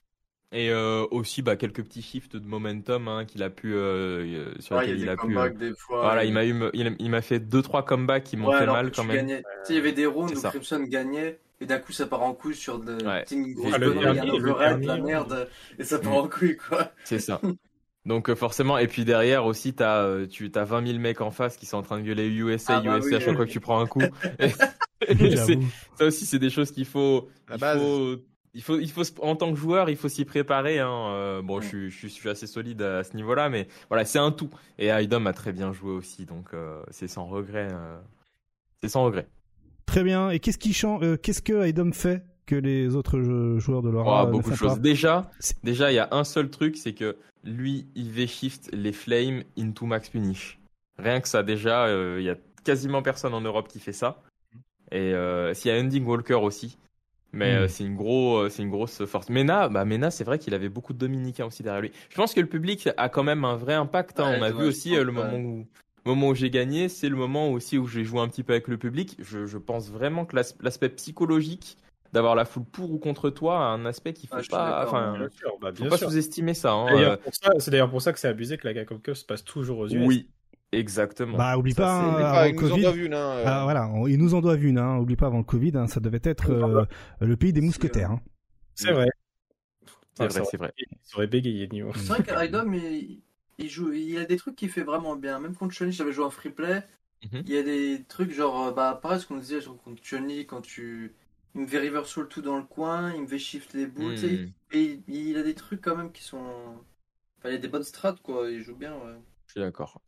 Et euh, aussi bah, quelques petits shifts de momentum hein, qu'il a pu euh, sur Ouais, lesquels il y il a a des pu. euh, comebacks des fois. Voilà, et- il m'a eu, il, il m'a fait deux trois comebacks qui m'ont Ouais, fait alors mal que quand tu même. gagnais. Tu sais, il y avait des rounds C'est où ça. Crimson gagnait, et d'un coup ça part en couille sur de... Ouais. tu sais, une grosse Ah, le connerie, un dernier, le overhead, la dernier, merde, et ça part Mm. en couille, quoi. C'est ça. Donc euh, forcément, et puis derrière aussi, t'as euh, tu as vingt mille mecs en face qui sont en train de gueuler U S A, Ah bah U S A oui, à chaque oui. fois que tu prends un coup. Et- et c'est- J'avoue. ça aussi, c'est des choses qu'il faut, La il base. faut, il faut, il faut, se- en tant que joueur, il faut s'y préparer. Hein. Euh, bon, Mm. je suis, je suis, je suis assez solide à ce niveau-là, mais voilà, c'est un tout. Et Idom a très bien joué aussi, donc euh, c'est sans regret. euh, C'est sans regret. Très bien. Et qu'est-ce qui change euh, Qu'est-ce que Idom fait que les autres jeux- joueurs de Laura Oh, euh, ne beaucoup de font choses. pas Déjà, C'est- déjà, il y a un seul truc, c'est que lui, il V-shift les flames into max punish. Rien que ça, déjà, euh, il y a quasiment personne en Europe qui fait ça. Et euh, s'il y a Ending Walker aussi, mais Mm. euh, c'est une gros, euh, c'est une grosse force. Mena, bah Mena, c'est vrai qu'il avait beaucoup de Dominicains aussi derrière lui. Je pense que le public a quand même un vrai impact. Hein. Ouais, On a ouais, vu je aussi pense euh, le que- moment où, moment où j'ai gagné, c'est le moment aussi où j'ai joué un petit peu avec le public. Je, je pense vraiment que l'as- l'aspect psychologique d'avoir la foule pour ou contre toi a un aspect qu'il faut Ouais, je suis pas, d'accord, enfin, Bien sûr, bah, faut bien pas sûr. sous-estimer ça. Hein. D'ailleurs, Euh, pour ça- C'est d'ailleurs pour ça que c'est abusé que la Capcom Cup se passe toujours aux U S. oui, exactement. Bah, oublie Ça, pas, c'est- hein, Oublie avant pas, le ils nous en Covid. doivent une. Hein, euh. Ah, voilà, on- ils nous en doivent une. Hein. Oublie pas, avant le Covid, hein, ça devait être euh, le pays des mousquetaires. Hein. C'est vrai. C'est Ah, vrai, ça c'est vrai. Il aurait bégayé, Nio. C'est vrai qu'Aidom, il, il joue, il a des trucs qu'il fait vraiment bien. Même contre Chun-Li, j'avais joué en free play. Mhm. Il y a des trucs genre, euh, bah, pareil, ce qu'on disait, genre contre Chun-Li, quand tu. Il me fait reversal tout dans le coin, il me fait shift les bouts, tu sais. Hmm, Et il, il a des trucs quand même qui sont. Enfin, il a des bonnes strats, quoi. Il joue bien, ouais. je suis d'accord.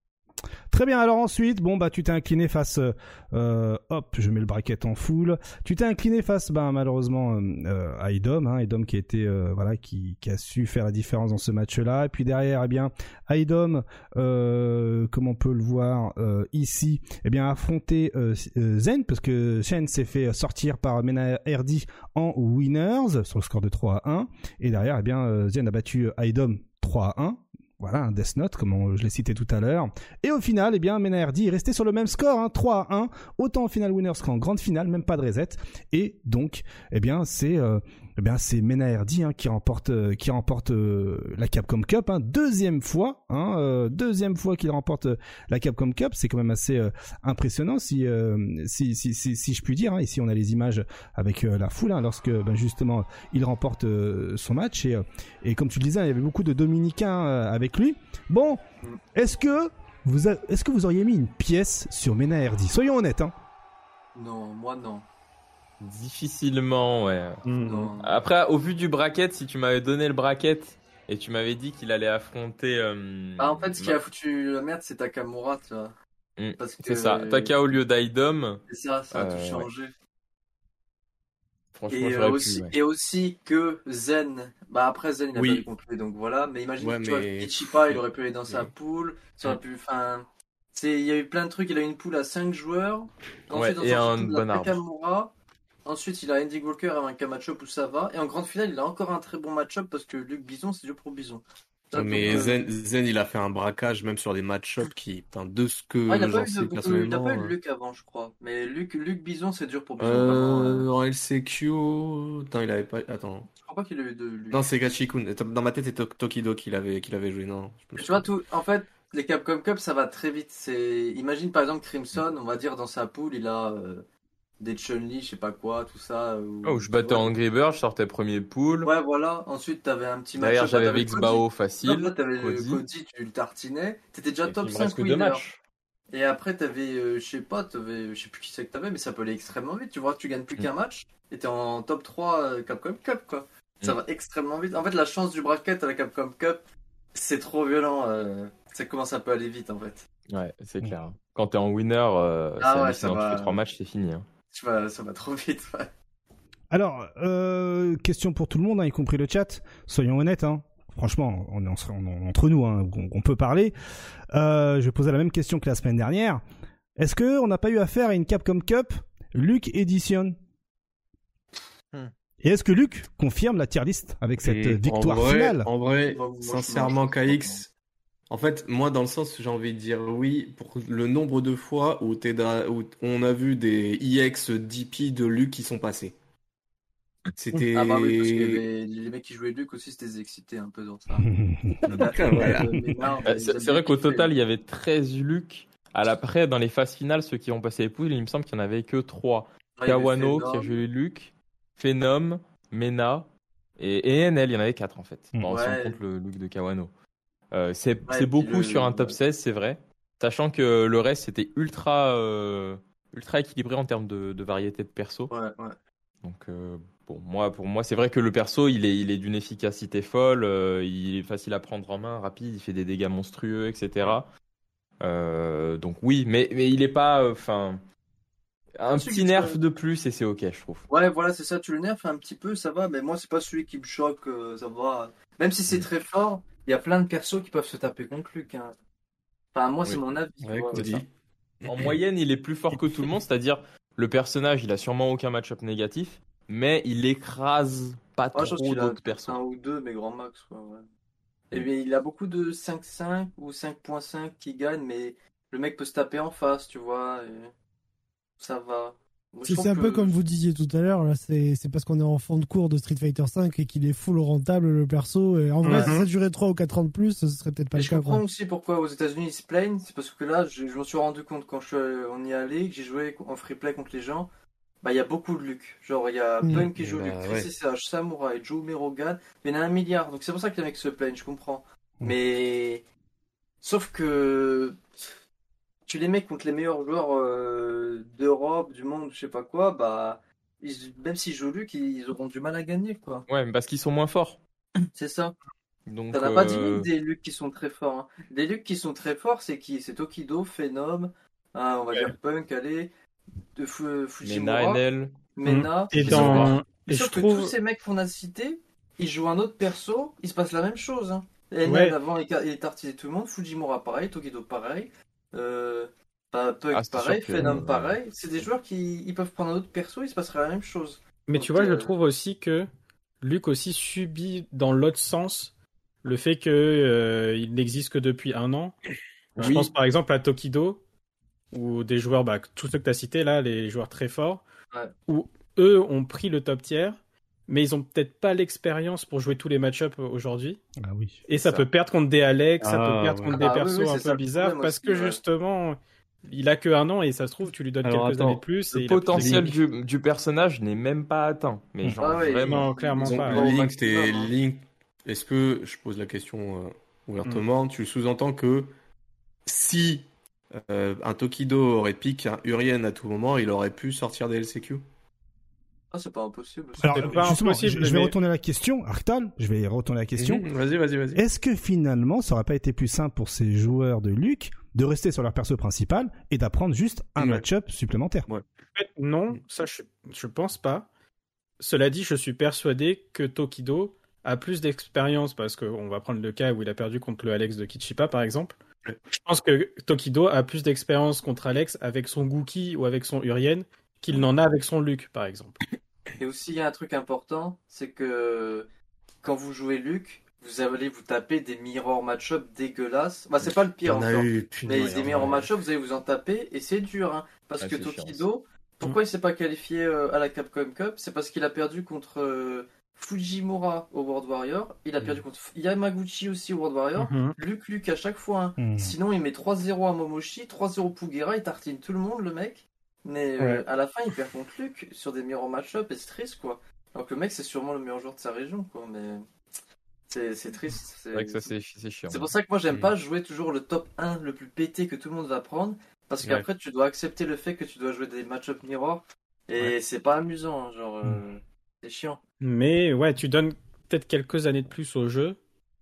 Très bien, alors ensuite, bon bah tu t'es incliné face, euh, hop, je mets le bracket en full. Tu t'es incliné face, ben malheureusement euh, à Idom, hein, Idom qui a été, euh, voilà, qui, qui a su faire la différence dans ce match-là. Et puis derrière, eh bien, Idom, euh, comme on peut le voir euh, ici, eh bien affronté euh, euh, Zen parce que Shen s'est fait sortir par Mena Erdi en winners sur le score de trois à un. Et derrière, eh bien, euh, Zen a battu Idom trois à un. Voilà, un Death Note, comme on- je l'ai cité tout à l'heure. Et au final, eh bien, Mena Erdi est resté sur le même score, hein, trois à un, autant en finale winners qu'en grande finale, même pas de reset. Et donc, eh bien, c'est, euh, eh bien, c'est Mena Erdi hein, qui remporte, euh, qui remporte euh, la Capcom Cup, hein, deuxième fois, hein, euh, deuxième fois qu'il remporte euh, la Capcom Cup. C'est quand même assez euh, impressionnant, si, euh, si, si, si, si je puis dire. Hein. Ici, on a les images avec euh, la foule, hein, lorsque, ben, justement, il remporte euh, son match. Et, euh, et comme tu le disais, il y avait beaucoup de Dominicains euh, avec lui. Bon, est-ce que vous, a- est-ce que vous auriez mis une pièce sur Mena Erdi? Soyons honnêtes, hein. Non, moi non. Difficilement, ouais. Hmm. Non. Après, au vu du bracket, si tu m'avais donné le bracket et tu m'avais dit qu'il allait affronter. euh, Ah, en fait, ce qui a foutu la merde, c'est Takamura, tu vois. Hmm, Parce que- c'est ça. Taka au lieu d'Idom. C'est ça, ça a Euh, tout changé. Franchement, Et, j'aurais euh, pu. aussi, ouais. et aussi que Zen, bah après Zen il a Oui. pas eu complet donc voilà, mais imagine Ouais, tu vois, mais- Ichipa il aurait pu aller dans sa Oui. poule, ça aurait pu, enfin, c'est, il y a eu plein de trucs, il a eu une poule à cinq joueurs, Ouais, ensuite et dans un son poule, bon il a arbre. Takamura, ensuite il a Andy Walker avec un match-up où ça va, et en grande finale il a encore un très bon match-up parce que Luc Bison c'est dur pour Bison. Ça, Mais donc, euh, Zen, Zen, il a fait un braquage même sur des match-up qui, putain, de ce que ah, il a pas j'en eu de sais beaucoup, il a personnellement. pas eu de euh, Luc avant je crois, mais Luc, Luc Bison c'est dur pour Bison vraiment. Euh, euh, en L C Q, attends, il avait pas, attends. Je crois pas qu'il a eu de Luc. Non, c'est Gachikun. Dans ma tête, c'est Tok- Tokido qui l'avait, qui l'avait joué, non. je me Tu vois, tout, en fait, les Capcom Cup, ça va très vite. C'est, imagine par exemple Crimson, on va dire dans sa poule, il a euh, des Chun-Li, je sais pas quoi, tout ça. Ou... Oh, je battais ouais. Angry Bird, je sortais premier pool. Ouais, voilà. Ensuite, t'avais un petit match. Derrière, j'avais Vix Bao facile. Là, t'avais le Cody. Cody, tu le tartinais. T'étais déjà Et top puis, il me cinq reste que deux winners. matchs. Et après, t'avais, euh, je sais pas, t'avais, je sais plus qui c'est que t'avais, mais ça peut aller extrêmement vite. Tu vois, tu gagnes plus Mm. qu'un match, et t'es en top trois euh, Capcom Cup, quoi. Ça Mm. va extrêmement vite. En fait, la chance du bracket à la Capcom Cup, c'est trop violent. euh, Ça commence un peu à aller vite, en fait. Ouais, c'est clair. Quand t'es en winner, euh, Ah c'est ouais, hallucinant. ça va. Tu fais trois matchs, c'est fini. Hein. Tu vas, ça va trop vite, ouais. Alors, euh, question pour tout le monde, hein, y compris le chat. Soyons honnêtes, hein. Franchement, on est, en- on est entre nous, hein, on, on peut parler. Euh, je vais poser la même question que la semaine dernière. Est-ce que on n'a pas eu affaire à une Capcom Cup Luc Edition Hmm. Et est-ce que Luc confirme la tier list avec cette Et victoire en vrai, finale En vrai, Moi, moi, je- sincèrement, moi, je- K X, en fait, moi, dans le sens, j'ai envie de dire oui, pour le nombre de fois où, t'es da- où on a vu des E X D P de Luc qui sont passés. C'était. Ah bah oui, parce que les, les mecs qui jouaient Luke aussi, c'était des excités un peu dans ça. Voilà. Euh, mais non, Euh, ils C'est ont c'est bien vrai qu'au kiffé. total, il y avait treize Luke. À l'après, dans les phases finales, ceux qui ont passé les poules, il me semble qu'il n'y en avait que trois. Ouais, il y avait Kawano qui a Phenom. joué Luke, Phenom, Mena et, et N L, il y en avait quatre en fait. Mm. Bon, si on Ouais. compte le Luke de Kawano. Euh, c'est Ouais, c'est puis beaucoup le- sur un top ouais. seize, c'est vrai. Sachant que le reste, c'était ultra, euh, ultra équilibré en termes de, de variété de perso. Ouais, ouais. Donc, euh, bon, moi, pour moi, c'est vrai que le perso, il est, il est d'une efficacité folle. euh, il est facile à prendre en main, rapide, il fait des dégâts monstrueux, et cetera. Euh, donc oui, mais, mais il est pas, enfin, un Celui petit que tu nerf peux- de plus et c'est ok, je trouve. Ouais, voilà, c'est ça, tu le nerfs un petit peu, ça va, mais moi, c'est pas celui qui me choque, euh, ça va. Même si c'est très fort, il y a plein de persos qui peuvent se taper contre Luke. Hein. Enfin, moi, c'est Oui. mon avis. tu Ouais, vois, Cody. ça. En moyenne, il est plus fort que tout le monde, c'est-à-dire le personnage, il a sûrement aucun match-up négatif, mais il écrase pas Moi, je pense trop qu'il a d'autres persos. un ou deux, mais grand max, quoi, ouais. Et bien, il a beaucoup de cinq cinq ou cinq point cinq qui gagnent, mais le mec peut se taper en face, tu vois, et ça va. Moi, je C'est trouve c'est un peu que- comme vous disiez tout à l'heure, là, c'est c'est parce qu'on est en fond de cours de Street Fighter cinq et qu'il est full rentable le perso. Et en vrai, Mhm. si ça durait trois ou quatre ans de plus, ce serait peut-être pas Mais le je cas. comprends Quoi. aussi pourquoi aux États-Unis ils se plaignent, c'est parce que là, je, je m'en suis rendu compte quand je suis, allé- on y est allé, que j'ai joué en free play contre les gens. Bah, il y a beaucoup de Luke. Genre, il y a Mm. Punk qui joue Bah, Luke, ouais. Chris S H, Samurai, Joe Merogan, mais il y en a un milliard. Donc c'est pour ça que les mecs se plaignent, je comprends. Mais sauf que tu les mets contre les meilleurs joueurs euh, d'Europe, du monde, je sais pas quoi, bah ils- même s'ils jouent Luke, ils auront du mal à gagner, quoi. Ouais, mais parce qu'ils sont moins forts. C'est ça. Donc, T'en as pas dix euh, mille des Luke qui sont très forts. Hein. Des Luke qui sont très forts, c'est qui? C'est Tokido, Phenom, hein, on va dire Punk, allez, de Fu- Mena, Fujimura, N L. Mena. Et Sauf dans, que- et je sauf que trouve, tous ces mecs qu'on a cités, ils jouent un autre perso, il se passe la même chose. Hein. N L Ouais. avant, il, il tartinait tout le monde, Fujimura pareil, Tokido pareil, euh, bah, Punk Ah, c'est pareil, sûr que- Phenom ouais. pareil. C'est des joueurs qui ils peuvent prendre un autre perso, il se passerait la même chose. mais Donc, tu vois, je euh, trouve aussi que Luke aussi subit dans l'autre sens le fait que euh, il n'existe que depuis un an. Je Oui. pense par exemple à Tokido ou des joueurs, bah, tous ceux que tu as cités là, les joueurs très forts, Ouais. où eux ont pris le top tier, mais ils ont peut-être pas l'expérience pour jouer tous les match-ups aujourd'hui. Ah oui. Et ça, Ça. peut perdre contre des Alex, ça Ah, peut perdre ouais. contre Ah, des oui, persos oui, un c'est peu ça le bizarres, problème parce aussi, que ouais. justement, il a que un an et ça se trouve, tu lui donnes Alors, quelques attends, années de plus. et Le il a plus de potentiel technique. du, du personnage n'est même pas atteint. Mais genre Ah ouais, vraiment. Non, clairement ils ont pas. pas au Link, maximum, t'es hein. Link. Est-ce que, je pose la question euh, ouvertement, tu sous-entends que si euh, un Tokido aurait piqué un Urien à tout moment, il aurait pu sortir des L C Q? Ah, c'est pas impossible. Alors, C'est pas justement, impossible, je, je vais mais- retourner la question. Arctal, je vais retourner la question. Mhm, Vas-y, vas-y, vas-y. Est-ce que finalement, ça aurait pas été plus simple pour ces joueurs de Luke de rester sur leur perso principal et d'apprendre juste un Ouais. match-up supplémentaire? En fait, non, ça je, je pense pas. Cela dit, je suis persuadé que Tokido a plus d'expérience parce qu'on va prendre le cas où il a perdu contre le Alex de Kichipa par exemple. Ouais. Je pense que Tokido a plus d'expérience contre Alex avec son Gookie ou avec son Urien qu'il n'en a avec son Luke par exemple. Et aussi, il y a un truc important, c'est que quand vous jouez Luke, vous allez vous taper des mirror match-up dégueulasses. Bah, c'est pas le Il y pire en a encore. eu, punaise. Mais des mirror match-up, vous allez vous en taper et c'est dur. Hein, parce Ouais, que c'est chiant, Tokido, pourquoi il s'est pas qualifié euh, à la Capcom Cup? C'est parce qu'il a perdu contre euh, Fujimura au World Warrior. Il a perdu contre Yamaguchi aussi au World Warrior. Mhm. Luke, Luke à chaque fois. Hein. Mhm. Sinon, il met trois zéro à Momoshi, trois zéro Pugera, il tartine tout le monde, le mec. Mais euh, Ouais. à la fin, il perd contre Luke sur des mirror match-up et c'est triste, quoi. Donc le mec, c'est sûrement le meilleur joueur de sa région, quoi. Mais c'est c'est triste. C'est vrai que ça, c'est c'est chiant. C'est pour ça que moi, j'aime Mm. pas jouer toujours le top un le plus pété que tout le monde va prendre. Parce Ouais. qu'après, tu dois accepter le fait que tu dois jouer des match-up mirror. Et c'est pas amusant, hein, genre. euh, c'est chiant. Mais ouais, tu donnes peut-être quelques années de plus au jeu.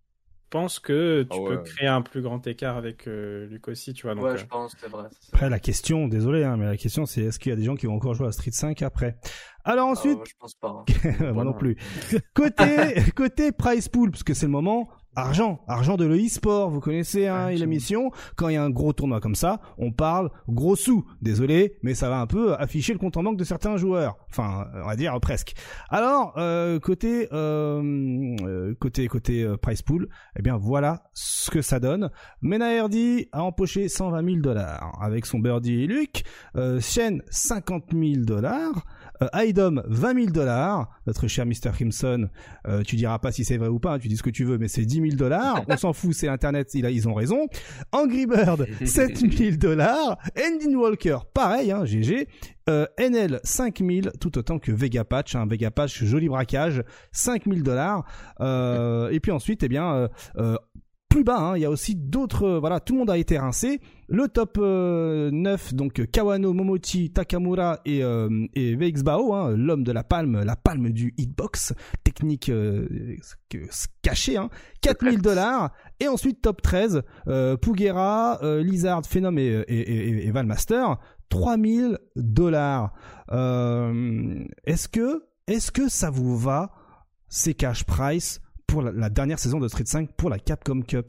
Je pense que tu Ah ouais. peux créer un plus grand écart avec euh, Luke aussi, tu vois. Donc, ouais, euh, je pense, c'est vrai. c'est Après, vrai. la question, désolé, hein, mais la question, c'est est-ce qu'il y a des gens qui vont encore jouer à Street cinq après? Alors Ah, ensuite, ouais, je pense pas. hein. moi non Voilà. plus. Côté, côté prize pool, parce que c'est le moment, argent, argent de l'e-sport, vous connaissez hein, Argent. l'émission, quand il y a un gros tournoi comme ça, on parle gros sous, désolé, mais ça va un peu afficher le compte en banque de certains joueurs, enfin, on va dire presque. Alors, euh, côté, euh, euh, côté, côté euh, prize pool, eh bien voilà ce que ça donne. Mena Herdi a empoché cent vingt mille dollars avec son birdie et Luke, euh, Shen cinquante mille dollars, Euh, Idom, vingt mille dollars. Notre cher mister Crimson, euh, tu diras pas si c'est vrai ou pas, hein, tu dis ce que tu veux, mais c'est dix mille dollars. On s'en fout, c'est Internet, il a, ils ont raison. Angry Bird, sept mille dollars. Endin Walker, pareil, hein, G G. Euh, N L, cinq mille, tout autant que Vegapatch, hein, Vegapatch, joli braquage, cinq mille dollars. Euh, et puis ensuite, eh bien, euh, euh, plus bas, hein, il y a aussi d'autres, euh, voilà, tout le monde a été rincé. Le top euh, neuf, donc Kawano, Momochi, Takamura et, euh, et V X Bao, hein, l'homme de la palme, la palme du hitbox, technique euh, cachée, hein, quatre mille dollars. Et ensuite top treize, euh, Pugera, euh, Lizard, Phenom et, et, et, et Valmaster, trois mille dollars. Euh, est-ce que, est-ce que ça vous va, ces cash price pour la, la dernière saison de Street cinq pour la Capcom Cup?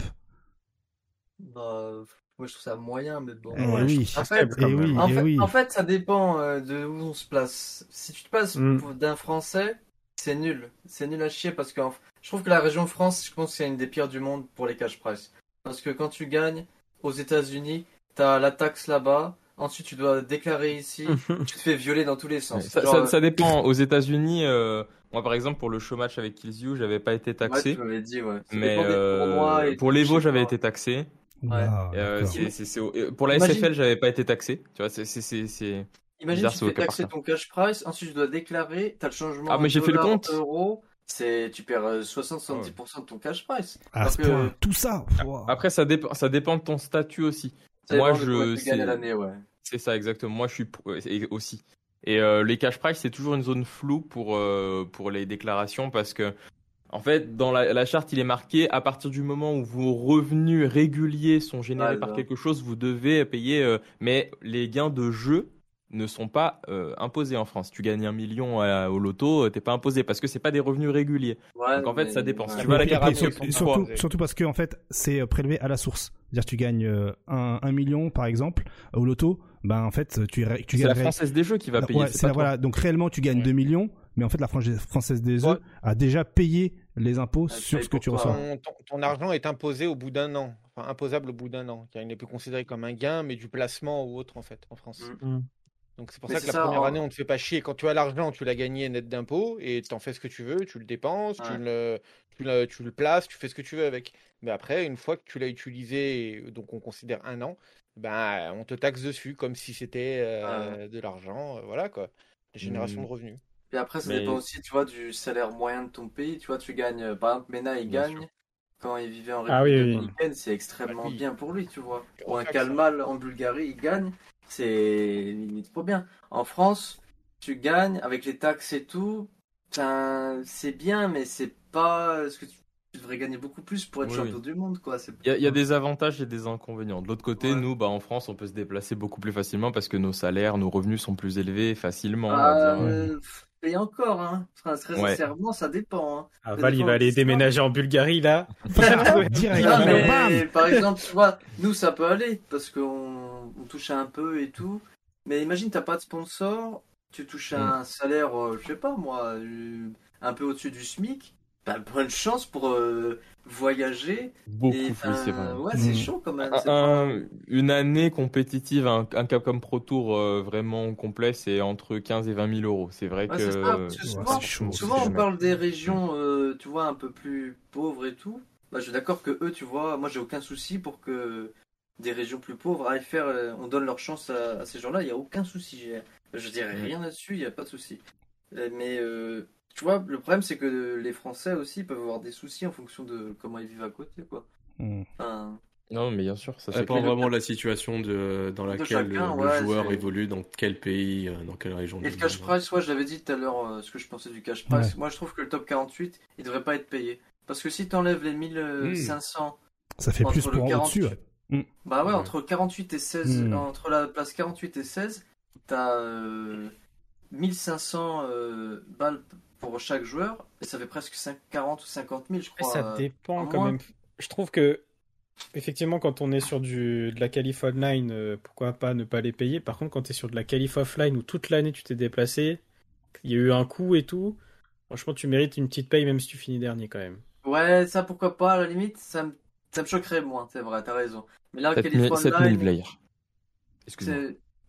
Bah, moi je trouve ça moyen, mais bon. Eh Ouais, oui. je- En fait, Eh oui, en, eh fait, oui. en fait, ça dépend euh, de où on se place. Si tu te passes Mm. pour- d'un Français, c'est nul. C'est nul à chier parce que en- je trouve que la région France, je pense que c'est une des pires du monde pour les cash price. Parce que quand tu gagnes aux États-Unis, t'as la taxe là-bas. Ensuite, tu dois déclarer ici. Tu te fais violer dans tous les Ouais, sens. ça, Genre, ça- euh, ça dépend. Aux États-Unis, euh, moi par exemple pour le showmatch avec Killzoo, j'avais pas été ouais, taxé, tu m'avais dit, ouais. Ça mais dépend des euh, tournois et pour tout, je l'Evo sais j'avais pas. été taxé. Ah, Euh, d'accord. c'est- c'est- c'est au- euh, pour la Imagine- S F L, j'avais pas été taxé. Tu vois, c'est c'est c'est c'est- Imagine, bizarre, tu c'est te au fais cas par taxer cas. ton cash price, ensuite tu dois déclarer, t'as le changement Ah, mais j'ai fait le dollar, compte. euro, c'est, tu perds euh, soixante à soixante-dix pour cent de ton cash price. À ce Parce que- point, tout ça. Wow. Après ça dépend, ça dépend de ton statut aussi. Ça Moi, dépend de combien je- tu gagnes à c'est- l'année, ouais. C'est ça exactement. Moi je suis pour- et aussi. Et euh, les cash price c'est toujours une zone floue pour euh, pour les déclarations parce que en fait dans la, la charte il est marqué à partir du moment où vos revenus réguliers sont générés Ouais, par ça. quelque chose vous devez payer. euh, mais les gains de jeu ne sont pas euh, imposés en France. Tu gagnes un million à- au loto, euh, t'es pas imposé parce que c'est pas des revenus réguliers. Ouais, Donc en fait mais- ça dépend. Si ouais. tu vas à la Et puis, Caramel, sur- ils font surtout, quoi surtout parce que en fait, c'est euh, prélevé à la source. C'est-à-dire, tu gagnes euh, un, un million, par exemple, au loto. Ben en fait, tu ré- tu C'est la gagnes. Française des Jeux qui va Ouais, payer. c'est pas la- toi. voilà. Donc réellement, tu gagnes Ouais. deux millions, mais en fait, la Fran- Française des Ouais. œufs a déjà payé les impôts Elle sur paye ce que pour tu toi. reçois. Ton, ton- ton argent est imposé au bout d'un an, enfin imposable au bout d'un an, car il n'est plus considéré comme un gain, mais du placement ou autre en fait en France. Mm. Donc c'est pour Mais ça que c'est la ça, première en- année on te fait pas chier. Quand tu as l'argent, tu l'as gagné net d'impôts et t'en fais ce que tu veux, tu le dépenses, tu Ouais. le, tu le, tu le places, tu fais ce que tu veux avec. Mais après, une fois que tu l'as utilisé, et donc on considère un an, ben on te taxe dessus comme si c'était euh, de l'argent, euh, voilà quoi, la génération Mm. de revenus. Et après, ça Mais- dépend aussi, tu vois, du salaire moyen de ton pays. Tu vois, tu gagnes, euh, par exemple, Mena, il Bien gagne. Quand il vivait en Ah République oui, oui, oui. dominicaine, c'est extrêmement Ah oui. bien pour lui, tu vois. On Ou un taxe, Kalmal en Bulgarie, il gagne. C'est limite trop bien. En France, tu gagnes avec les taxes et tout. Enfin, c'est bien, mais c'est pas ce que tu, tu devrais gagner beaucoup plus pour être Oui, champion oui. du monde, quoi. C'est- Il y, a- il y a des avantages et des inconvénients. De l'autre côté, Ouais. nous, bah, en France, on peut se déplacer beaucoup plus facilement parce que nos salaires, nos revenus sont plus élevés facilement. on Ah, va dire. euh, et encore, hein. Enfin, très Ouais. sincèrement, ça dépend. Hein. Ah, Ça Val, il dépend va de aller l'histoire. déménager en Bulgarie, là. Direct. Non, mais Bam. par exemple, tu vois, nous ça peut aller parce qu'on on touche un peu et tout. Mais imagine, t'as pas de sponsor, tu touches un salaire, euh, je sais pas moi, euh, un peu au-dessus du SMIC. Bah, bonne chance pour euh, voyager. Beaucoup Et, plus, c'est enfin, vrai. ouais, c'est Mm. chaud quand même. Un- c'est un- une année compétitive, un, un Capcom Pro Tour euh, vraiment complet, c'est entre quinze et vingt mille euros. C'est vrai pas- que. ouais, c'est ça, parce que Ouais, souvent, c'est chaud, souvent c'est on chaud. parle des régions, euh, tu vois, un peu plus pauvres et tout. Bah, je suis d'accord que eux, tu vois, moi j'ai aucun souci pour que des régions plus pauvres aillent faire, euh, on donne leur chance à, à ces gens-là, il n'y a aucun souci. j'ai- Je dirais rien là-dessus, il n'y a pas de souci. Euh, Mais euh, tu vois, le problème c'est que les Français aussi peuvent avoir des soucis en fonction de comment ils vivent à côté, quoi. Mm. Enfin, Non, mais bien sûr, ça Ça c'est dépend clair. vraiment de la situation de, dans laquelle chacun, le ouais, joueur c'est- évolue, dans quel pays, euh, dans quelle région Et le du cash monde. price, ouais, je l'avais dit tout à l'heure euh, ce que je pensais du cash price. Moi je trouve que le top quarante-huit, il devrait pas être payé. Parce que si tu enlèves les mille cinq cents, Ça fait plus Entre le pour en quarante-huit. au-dessus. Ouais. bah ouais, Ouais. entre quarante-huit et seize, Mm. entre la place quarante-huit et seize, t'as euh, mille cinq cents euh, balles pour chaque joueur, et ça fait presque cinq- quarante ou cinquante mille, je Après, crois. ça euh, dépend en quand moins. même. Je trouve que, effectivement, quand on est sur du, de la qualif online, euh, pourquoi pas ne pas les payer. Par contre, quand tu es sur de la qualif offline où toute l'année tu t'es déplacé, il y a eu un coût et tout, franchement, tu mérites une petite paye même si tu finis dernier quand même. Ouais, ça pourquoi pas, à la limite, ça me, ça me choquerait moins, c'est vrai, t'as raison. Mais là, sept Qualif mille Online, Blair. Excuse-moi. c'est-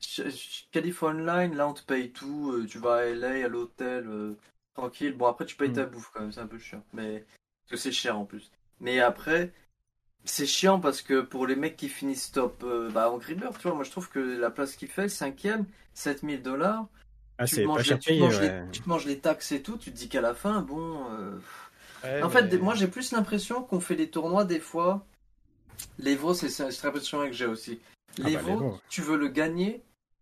je- je- qualif online, là on te paye tout, euh, tu vas à L A, à l'hôtel, euh, tranquille. Bon, après tu payes ta bouffe quand même, c'est un peu chiant. Mais... Parce que c'est cher en plus. Mais après, c'est chiant parce que pour les mecs qui finissent top euh, bah, Angry Bird, tu vois, moi je trouve que la place qu'il fait, cinquième, sept mille dollars. Ah, Tu c'est te pas manges cher les- tu te payé, manges les- ouais. tu te manges les taxes et tout, tu te dis qu'à la fin, bon. euh, Ouais, En mais- fait, des- moi j'ai plus l'impression qu'on fait des tournois des fois. L'Evo, c'est c'est cette impression que j'ai aussi. Ah bah, L'Evo, l'Evo. tu veux le gagner.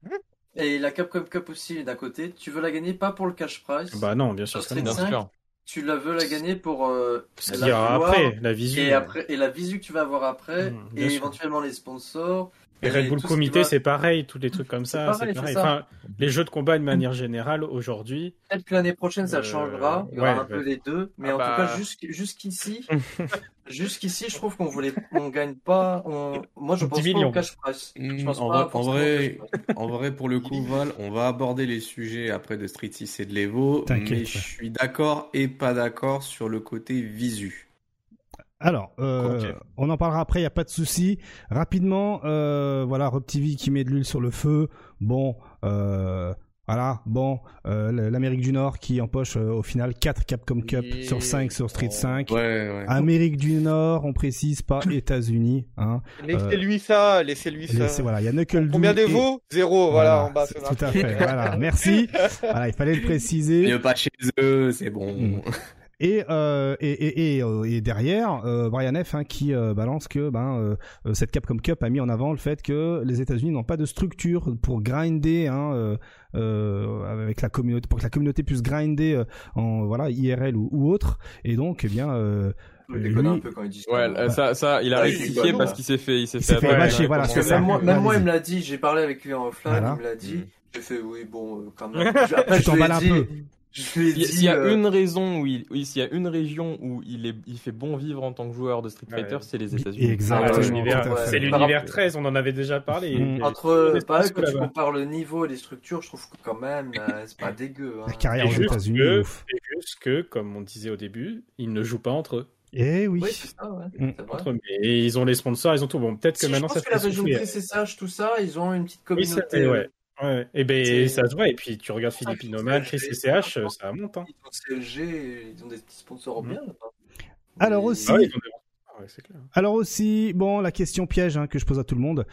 Et la Capcom Cup aussi est d'à côté. Tu veux la gagner pas pour le cash prize. Bah non, bien sûr Sur que non. hein. Street Bien cinq, sûr. tu la veux la gagner pour euh, Ce la qu'il y aura gloire après, la visu. et ouais. après et la visu que tu vas avoir après Mmh, bien et sûr. éventuellement les sponsors. Et Red Bull tout ce qui Comité, va- c'est pareil, tous les trucs comme C'est ça, pareil, c'est c'est pareil. ça. Enfin, les jeux de combat de manière générale aujourd'hui, Peut-être que l'année prochaine ça Euh, changera, il y aura ouais, un peu ouais. les deux, mais Ah en bah. tout cas jusqu'- jusqu'ici, jusqu'ici je trouve qu'on voulait, on gagne pas, on... moi je dix pense pas millions. au cash prize. Je Mm, pense en, pas vrai, en, forcément au vrai, cash prize. en vrai, pour le coup, Val, on va aborder les sujets après de Street six et de l'Evo, T'inquiète, mais ouais. je suis d'accord et pas d'accord sur le côté visu. Alors, euh, Ok. on en parlera après, il y a pas de souci. Rapidement, euh, voilà, Rob T V qui met de l'huile sur le feu. Bon, euh, voilà, bon, euh, l'Amérique du Nord qui empoche euh, au final quatre Capcom Cup Oui. sur cinq sur Street Oh. cinq. Ouais, ouais. Amérique du Nord, on précise pas États-Unis. Hein. Laissez-lui ça, laissez-lui ça. Laissez- voilà, il y a Knuckle Combien Doom de et- vous Zéro, voilà, en bas. c'est- ça marche. tout à fait. Voilà, merci. Voilà, il fallait le préciser. Mieux pas chez eux, c'est bon. Mm. Et, euh, et, et, et, euh, et derrière, euh, Brian F hein, qui euh, balance que ben, euh, euh, cette Capcom Cup a mis en avant le fait que les États-Unis n'ont pas de structure pour grinder hein, euh, euh, avec la communauté, pour que la communauté puisse grinder euh, en voilà I R L ou, ou autre. Et donc, eh bien, euh, Je déconne lui- un peu quand ils disent Ouais, ça. euh, ça, ça, il a Ouais, rectifié bah, parce non. qu'il s'est fait, il s'est Il fait, s'est fait attaquer bâcher, dans voilà, les c'est Parce que ça. même moi, même moi, Vas-y. il me l'a dit, j'ai parlé avec lui en offline, Voilà. il me l'a dit. Mm. J'ai fait oui, bon, euh, quand même. Après, Tu je lui ai t'emballes un dit, peu. je lui ai S'il y a- dit, S'il y a euh, une raison où il, oui, s'il y a une région où il est, il fait bon vivre en tant que joueur de Street Ouais. Fighter, c'est les Oui, États-Unis. exactement. c'est tout l'univers, à fait. c'est Ouais. l'univers treize, on en avait déjà parlé. Mm. Il y a- entre, il y a pareil, des quand tu là-bas. compares le niveau et les structures, je trouve que quand même, euh, c'est pas dégueu. Hein. La carrière Et aux juste États-Unis, que- ouf. C'est juste que, comme on disait au début, ils ne jouent pas entre eux. Eh oui. Oui, c'est ça, ouais. Mm. C'est vrai. Entre eux. Et ils ont les sponsors, ils ont tout. Bon, peut-être que Si, maintenant je ça pense que la fait région souffler. T C C H, tout ça, ils ont une petite Oui, c'est communauté. vrai, ouais. Ouais. Et ben C'est- ça se voit. Et puis tu regardes Ah, Philippe puis Inoman, c'est- Chris C C H, ça monte. Hein. Ils ont C L G, ils ont des petits sponsors Mm. bien là-bas. Alors Et- aussi- Ah ouais, ils ont des- ah ouais, c'est clair. Alors aussi, bon, la question piège hein, que je pose à tout le monde,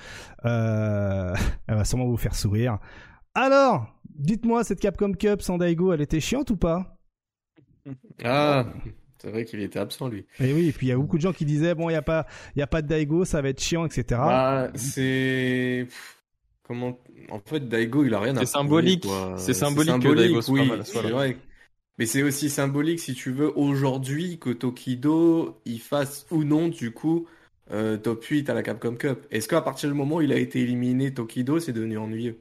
euh, elle va sûrement vous faire sourire. Alors, dites-moi, cette Capcom Cup sans Daigo, elle était chiante ou pas? Ah, c'est vrai qu'il était absent, lui. Et oui, et puis il y a beaucoup de gens qui disaient, bon, il n'y a pas, il y a pas de Daigo, ça va être chiant, et cetera. Bah, c'est... Comment... En fait, Daigo, il a rien à C'est prouver, symbolique. quoi. C'est symbolique que Daigo soit oui, pas là, soit c'est là. vrai. Mais c'est aussi symbolique, si tu veux, aujourd'hui, que Tokido, il fasse ou non, du coup, euh, top huit à la Capcom Cup. Est-ce qu'à partir du moment où il a été éliminé, Tokido, c'est devenu ennuyeux?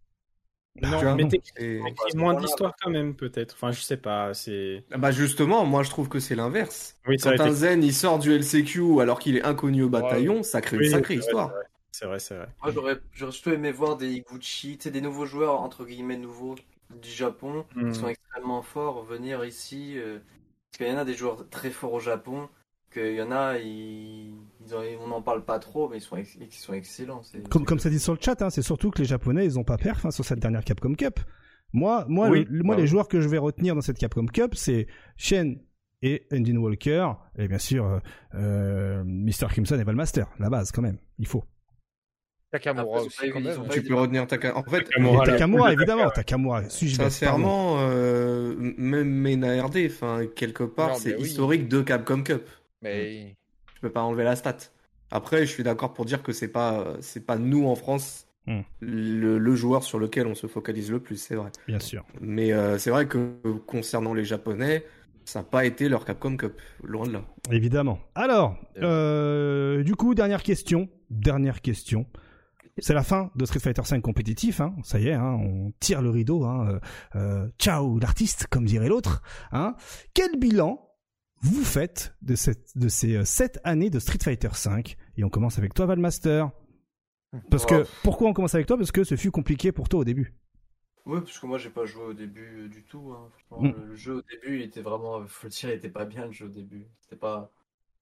Tu vois, Non, mais t'es c'est- écrit moins d'histoire quand même, peut-être. Enfin, je sais pas. C'est. Ah bah justement, moi je trouve que c'est l'inverse. Oui, ça Quand a un été. Zen il sort du L C Q alors qu'il est inconnu au bataillon, ça crée Oui, une sacrée c'est vrai, histoire. C'est vrai, c'est vrai. Moi, j'aurais, j'aurais surtout aimé voir des Higuchi, tu sais, des nouveaux joueurs, entre guillemets, nouveaux du Japon, Mm. qui sont extrêmement forts, venir ici. euh, parce qu'il y en a des joueurs très forts au Japon, qu'il y en a, ils, ils ont- on n'en parle pas trop, mais ils sont, ex- ils sont excellents. C'est, Comme, comme ça dit sur le chat, hein, c'est surtout que les Japonais, ils ont pas perf hein, sur cette dernière Capcom Cup. Moi, moi, Oui, le- moi bah les oui. joueurs que je vais retenir dans cette Capcom Cup, c'est Shen et Endin Walker, et bien sûr euh, euh, mister Crimson et Valmaster, la base quand même, il faut. Takamura Après, aussi, c'est pas- quand ils même. ont Tu pas peux retenir ta... En fait, Takamura, Et là. Takamura, évidemment, Takamura, suis-je bête, pardon. sincèrement, euh, même Mena R D, enfin, quelque part, Non, c'est mais oui. historique de Capcom Cup. Mais Tu peux pas enlever la stat. Après, je suis d'accord pour dire que c'est pas, c'est pas nous en France Hmm. le, le joueur sur lequel on se focalise le plus, c'est vrai. Bien sûr. Mais euh, c'est vrai que concernant les Japonais, ça n'a pas été leur Capcom Cup, loin de là. Évidemment. Alors, euh, du coup, dernière question. Dernière question. C'est la fin de Street Fighter cinq compétitif. Hein. Ça y est, hein, on tire le rideau. Hein. Euh, euh, ciao l'artiste, comme dirait l'autre. Hein. Quel bilan vous faites de, cette, de ces euh, sept années de Street Fighter cinq? Et on commence avec toi, Valmaster. Parce que, Oh. pourquoi on commence avec toi? Parce que ce fut compliqué pour toi au début. Oui, parce que moi, j'ai pas joué au début euh, du tout. Hein. Franchement, Mm. le, le jeu au début, il était vraiment, faut le dire, il était pas bien le jeu au début. C'était pas.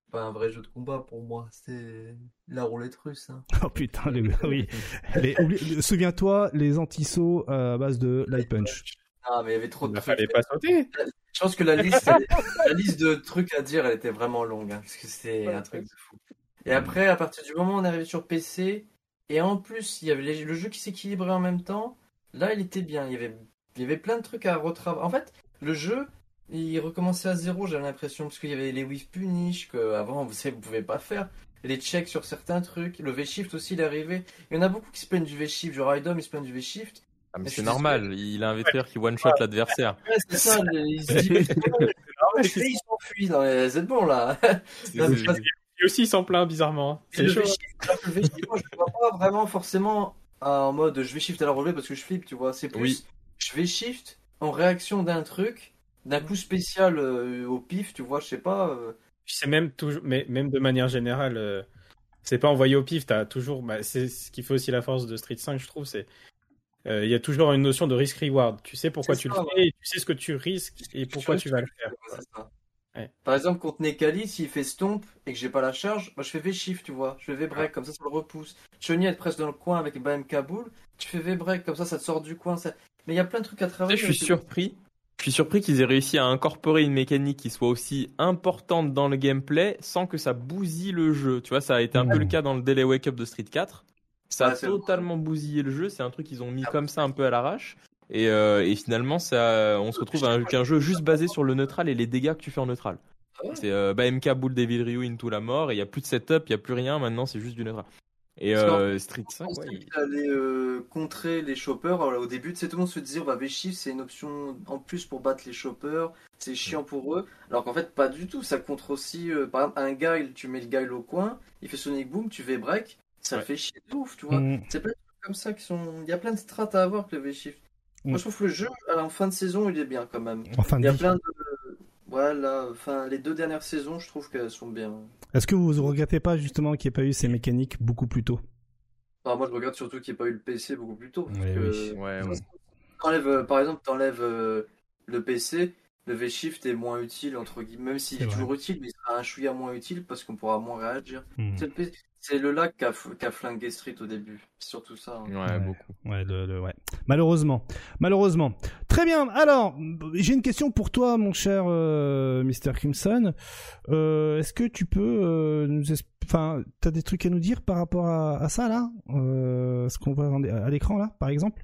pas un vrai jeu de combat pour moi. C'est la roulette russe. Hein. Oh putain, les... oui. Les... oublie- Souviens-toi, les anti-sauts à base de light punch. Ah, mais il y avait trop de Il ne trucs. fallait pas sauter. Je pense que la liste, la liste de trucs à dire, elle était vraiment longue, hein, parce que c'était un truc de fou. Et après, à partir du moment où on est arrivé sur P C, et en plus, il y avait les- le jeu qui s'équilibrait en même temps, là, il était bien. Il y avait, il y avait plein de trucs à retravailler. En fait, le jeu, il recommençait à zéro, j'avais l'impression, parce qu'il y avait les whiff punish, qu'avant, vous savez, vous pouvez pas faire. Les checks sur certains trucs. Le V-Shift aussi, il est arrivé. Il y en a beaucoup qui se plaignent du V-Shift. Genre Idom, il se plaignent du V-Shift. Ah, mais Mais c'est je suis normal, il a un vecteur qui one-shot l'adversaire. Ouais, c'est ça, il se dit, mais je fais, il s'enfuit. Non, mais c'est bon, là. C'est- Non, mais c'est- parce Lui aussi, il s'en plaint bizarrement. Et C'est le chaud. V-Shift, alors que le V-Shift, moi, je le vois pas vraiment forcément en mode je vais shift à la relevée parce que je flippe, tu vois. C'est plus Oui. je vais shift en réaction d'un truc, d'un coup spécial euh, au pif, tu vois, je sais pas. euh, Puis c'est même toujours, mais même de manière générale, euh, c'est pas envoyé au pif. T'as toujours, bah, c'est ce qui fait aussi la force de Street cinq, je trouve. C'est, euh, il y a toujours une notion de risk-reward. Tu sais pourquoi C'est tu ça, le fais, et tu sais ce que tu risques et pourquoi tu vas le faire. Ouais, c'est ça. Ouais. Par exemple, contre Nekali, s'il fait stomp et que j'ai pas la charge, bah, je fais V-shift, tu vois. Je fais V-break, comme ça, ça le repousse. Chonny, elle te presse dans le coin avec Bam Kaboul. Tu fais V-break, comme ça, ça te sort du coin. Ça... Mais il y a plein de trucs à Tu sais, travailler. je suis avec le- surpris. Je suis surpris qu'ils aient réussi à incorporer une mécanique qui soit aussi importante dans le gameplay sans que ça bousille le jeu. Tu vois, ça a été un peu le cas dans le Daily Wake Up de Street quatre. Ça Ouais, a c'est totalement bousillé le jeu. C'est un truc qu'ils ont mis comme ça un peu à l'arrache. Et, euh, et finalement, ça, on se retrouve avec un jeu juste basé sur le neutral et les dégâts que tu fais en neutral. Ah ouais. C'est euh, bah, M K, Bull, Devil Ryu, Into la mort. Et il n'y a plus de setup, il n'y a plus rien. Maintenant, c'est juste du neutral. Et Parce qu'en euh, Street Je cinq, pensais ouais, il- qu'il allait euh, contrer les choppers. Alors, au début, tu sais, tout le monde se disait, on va V-Shift, c'est une option en plus pour battre les choppers, c'est chiant pour eux. Alors qu'en fait, pas du tout. Ça contre aussi, euh, par exemple, un guile, tu mets le guile au coin, il fait Sonic Boom, tu V-Break, ça Ouais. fait chier de ouf, tu vois. Mm. C'est plein de trucs comme ça qui sont. Il y a plein de strates à avoir que le V-Shift. Mm. Moi, je trouve que le jeu, à en fin de saison, il est bien quand même. En fin Il de y a vie. plein de. Voilà, enfin, les deux dernières saisons, je trouve qu'elles sont bien. Est-ce que vous regrettez pas justement qu'il n'y ait pas eu ces mécaniques beaucoup plus tôt? Enfin, moi, je regarde surtout qu'il n'y ait pas eu le P C beaucoup plus tôt. Parce Oui, que... oui. ouais, ouais. T'enlèves, euh, par exemple, t'enlèves euh, le P C, le V-Shift est moins utile, entre guillemets, même s'il C'est est vrai. toujours utile, mais il sera un chouïa moins utile parce qu'on pourra moins réagir. Mm. C'est le, P- c'est le lag qui a, f- qui a flingué Street au début. C'est surtout ça. hein. Ouais, Ouais. beaucoup. Ouais, le, le- ouais. Malheureusement. Malheureusement. Très bien. Alors, j'ai une question pour toi, mon cher euh, mister Crimson. Euh, est-ce que tu peux euh, nous... es- Enfin, t'as des trucs à nous dire par rapport à, à ça, là euh, Ce qu'on voit en- à l'écran, là, par exemple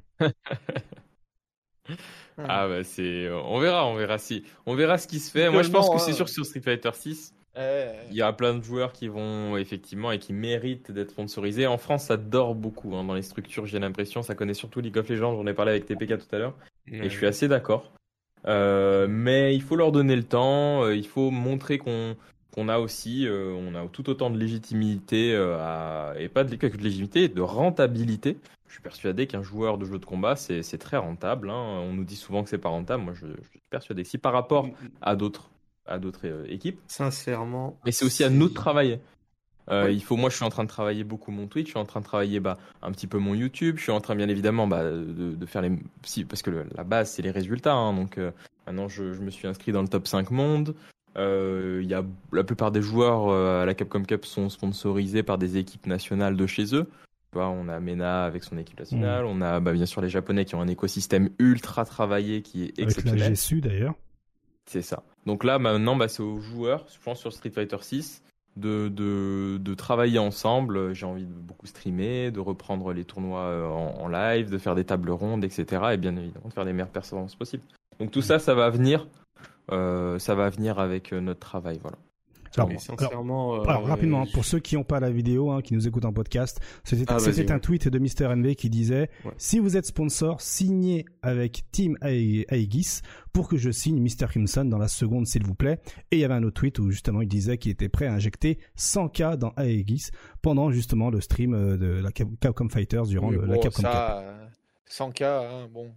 Ah bah c'est, on verra, on verra si, on verra ce qui se fait. Moi je pense que Actuellement, c'est hein. sûr que sur Street Fighter six, Ouais. il y a plein de joueurs qui vont effectivement et qui méritent d'être sponsorisés. En France, ça dort beaucoup hein, dans les structures. J'ai l'impression, ça connaît surtout League of Legends. J'en ai parlé avec T P K tout à l'heure et je suis assez d'accord. Euh, mais il faut leur donner le temps. euh, Il faut montrer qu'on qu'on a aussi, euh, on a tout autant de légitimité euh, à- et pas de, que de légitimité, de rentabilité. Je suis persuadé qu'un joueur de jeu de combat, c'est c'est très rentable. hein. On nous dit souvent que c'est pas rentable. Moi, je, je suis persuadé que si par rapport à d'autres à d'autres euh, équipes, Sincèrement. mais c'est aussi à nous de travailler. Euh, Oui. Il faut, moi, je suis en train de travailler beaucoup mon Twitch, je suis en train de travailler bah, un petit peu mon YouTube, je suis en train bien évidemment bah, de, de faire les, si, parce que le- la base c'est les résultats. hein. donc euh, maintenant, je, je me suis inscrit dans le top cinq monde. Euh, Il y a la plupart des joueurs euh, à la Capcom Cup sont sponsorisés par des équipes nationales de chez eux. Tu vois, on a Mena avec son équipe nationale, on a bah, bien sûr les Japonais qui ont un écosystème ultra travaillé qui est Avec la exceptionnel. G S U, d'ailleurs. C'est ça. Donc là, maintenant, bah, c'est aux joueurs, je pense sur Street Fighter six, de, de, de travailler ensemble. J'ai envie de beaucoup streamer, de reprendre les tournois euh, en, en live, de faire des tables rondes, et cetera. Et bien évidemment, de faire les meilleures performances possibles. Donc tout ça, ça va venir. Euh, ça va venir avec euh, notre travail, voilà. Alors, Mais sincèrement, Alors euh, rapidement, je- pour ceux qui n'ont pas la vidéo, hein, qui nous écoutent en podcast, c'était Ah, c'était vas-y, un ouais. tweet de mister N V qui disait Ouais. si vous êtes sponsor, signez avec Team Ae- Aegis pour que je signe mister Crimson dans la seconde, s'il vous plaît. Et il y avait un autre tweet où justement il disait qu'il était prêt à injecter cent K dans Aegis pendant justement le stream euh, de la Cap- Capcom Fighters durant Mais le- la bon, Capcom Cup. ça, euh, cent K, hein, bon.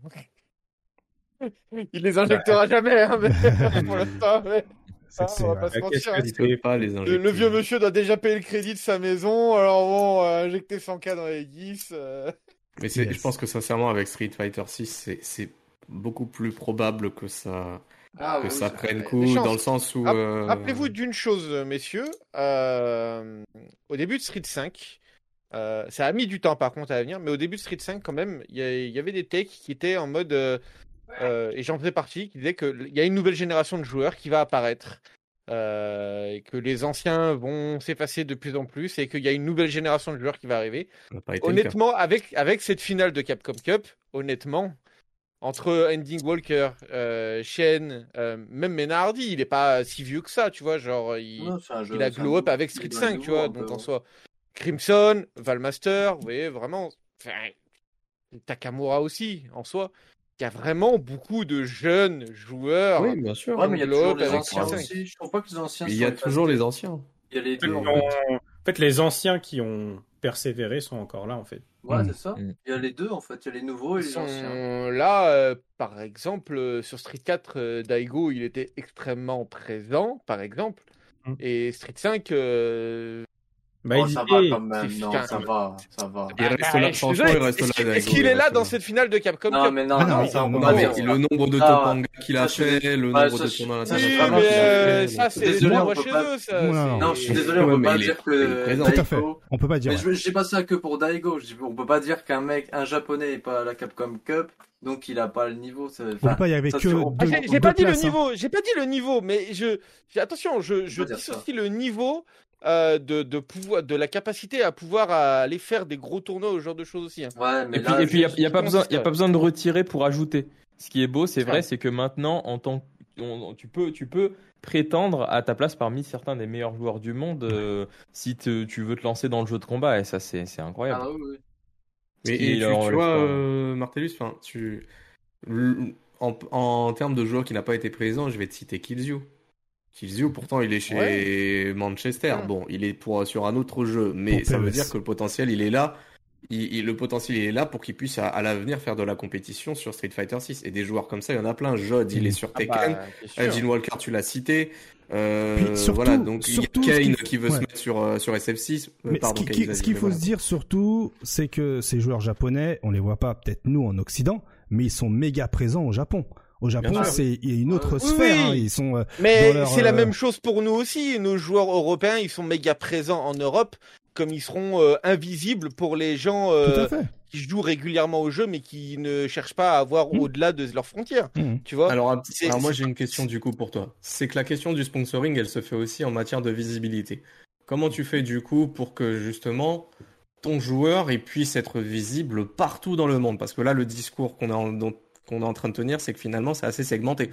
Il les injectera jamais, hein, mais pour l'instant, mais- C'est- Ah, c'est- on va pas se Qu'est-ce mentir. que hein. il peut pas les Le, injecter. le vieux monsieur doit déjà payer le crédit de sa maison, alors bon, euh, injecter cent K dans les guises. euh, Mais c'est- Yes. je pense que sincèrement, avec Street Fighter six, c'est c'est beaucoup plus probable que ça, Ah, que oui, ça ça prenne des coup chances. dans le sens où. Rapp- euh, Rappelez-vous d'une chose, messieurs. euh, Au début de Street cinq, euh, ça a mis du temps par contre à venir, mais au début de Street cinq, quand même, il y, a- il y avait des takes qui étaient en mode. euh, euh, et j'en faisais partie, qui disaient qu'il y a une nouvelle génération de joueurs qui va apparaître. euh, et que les anciens vont s'effacer de plus en plus et qu'il y a une nouvelle génération de joueurs qui va arriver. ça n'a pas été le cas. Honnêtement, avec, avec cette finale de Capcom Cup, honnêtement, entre Ending Walker, euh, Shen, euh, même Menardi, il est pas si vieux que ça, tu vois, genre il, Non, c'est un jeu- il a c'est un glow up nou- avec il Street doit cinq, nouveau, tu vois, un peu, donc en ouais. soi, Crimson, Valmaster, vous voyez, vraiment, enfin, Takamura aussi, en soi, il y a vraiment beaucoup de jeunes joueurs Oui, bien sûr. Ouais, mais il y a glow toujours up les avec anciens Street cinq. aussi. Je trouve pas que les anciens Mais il sont y a effacés. toujours les anciens. Il y a les En fait, deux, en on- fait. en fait, les anciens qui ont persévéré sont encore là, en fait. Ouais, Mm. c'est ça. Mm. Il y a les deux, en fait. Il y a les nouveaux et Ils les sont anciens. là, euh, par exemple, euh, sur Street quatre, euh, Daigo, il était extrêmement présent, par exemple. Mm. Et Street cinq, euh, Bah, Oh, il ça y va est. quand même. c'est- Non, c'est- ça va. Ça va. Il reste bah, là, je suis franchement, désolé, il reste est-ce là, qu'il- Daigo, est-ce qu'il il est là reste dans là. cette finale de Capcom Non, Cup? mais non, Ah non, non, il- ça, on peut non, pas Non, mais dire mais ça. le nombre de Ça, top manga qu'il a ça, je suis fait, dés- le ouais, nombre ça, de je- tournois ça, je suis Oui, vraiment mais désolé. euh, donc, ça, euh, c'est désolé, les on tournois peut chez pas- eux, ça. Non, non, c'est- Non, je suis Ouais, désolé, on peut mais pas il est- dire il est que présent. Tout à fait. Daigo. On peut pas dire. Mais ouais. je, je dis pas ça que pour Daigo. Je dis- on peut pas dire qu'un mec, un japonais, est pas à la Capcom Cup, donc il a pas le niveau. c'est- On Enfin, peut pas y arriver ça que se- on- Ah, deux, j'ai j'ai deux pas dit le places, hein. niveau, j'ai pas dit le niveau, mais je, j'ai- attention, je, je pas dire ça. dissocie le niveau euh, de, de pouvoir, de la capacité à pouvoir à aller faire des gros tournois, ce genre de choses aussi. hein. Ouais, mais Et puis, là, et puis, il je- n'y a, pas je besoin, pense y a que- pas besoin de retirer pour ajouter. Ce qui est beau, c'est Ouais. vrai, c'est que maintenant, en tant que- on- tu peux, tu peux prétendre à ta place parmi certains des meilleurs joueurs du monde euh, si te- tu veux te lancer dans le jeu de combat. Et ça, c'est c'est incroyable. Ah, oui, oui. Mais Ce qui et tu, leur tu enlève vois, pas. euh, Martellus, enfin, tu, le- en, en termes de joueur qui n'a pas été présent, je vais te citer Killzio. Killzio, pourtant, il est chez Manchester. Mm. Bon, il est pour, sur un autre jeu, mais Pour ça P E veut S. dire que le potentiel, il est là. Il, il- le potentiel, il est là pour qu'il puisse à, à l'avenir faire de la compétition sur Street Fighter six. Et des joueurs comme ça, il y en a plein. Jod, il Mm. est sur Ah Tekken. bah, bien sûr. Euh, Gene Walker, tu l'as cité. Euh, Puis surtout- voilà, donc surtout, il y a ce Kane qu'il- qui veut ouais. se mettre sur, euh, sur S F six. Euh, Mais pardon, ce qui- Kane, qui- vas-y, ce qu'il mais faut voilà. se dire surtout, c'est que ces joueurs japonais, on les voit pas peut-être nous en Occident, mais ils sont méga présents au Japon. Au Japon, sûr. c'est il y a une autre Oui, sphère. oui. hein, Ils sont euh, Mais dans leur, c'est la euh, même chose pour nous aussi. Nos joueurs européens, ils sont méga présents en Europe, comme ils seront euh, invisibles pour les gens euh, tout à fait. qui jouent régulièrement au jeu, mais qui ne cherchent pas à voir Mm. au-delà de leurs frontières. Mhm. Tu vois Alors, C'est- alors moi c'est- j'ai une question du coup pour toi. C'est que la question du sponsoring, elle se fait aussi en matière de visibilité. Comment tu fais du coup pour que justement ton joueur il puisse être visible partout dans le monde? Parce que là le discours qu'on est en, dont- qu'on est en train de tenir, c'est que finalement c'est assez segmenté.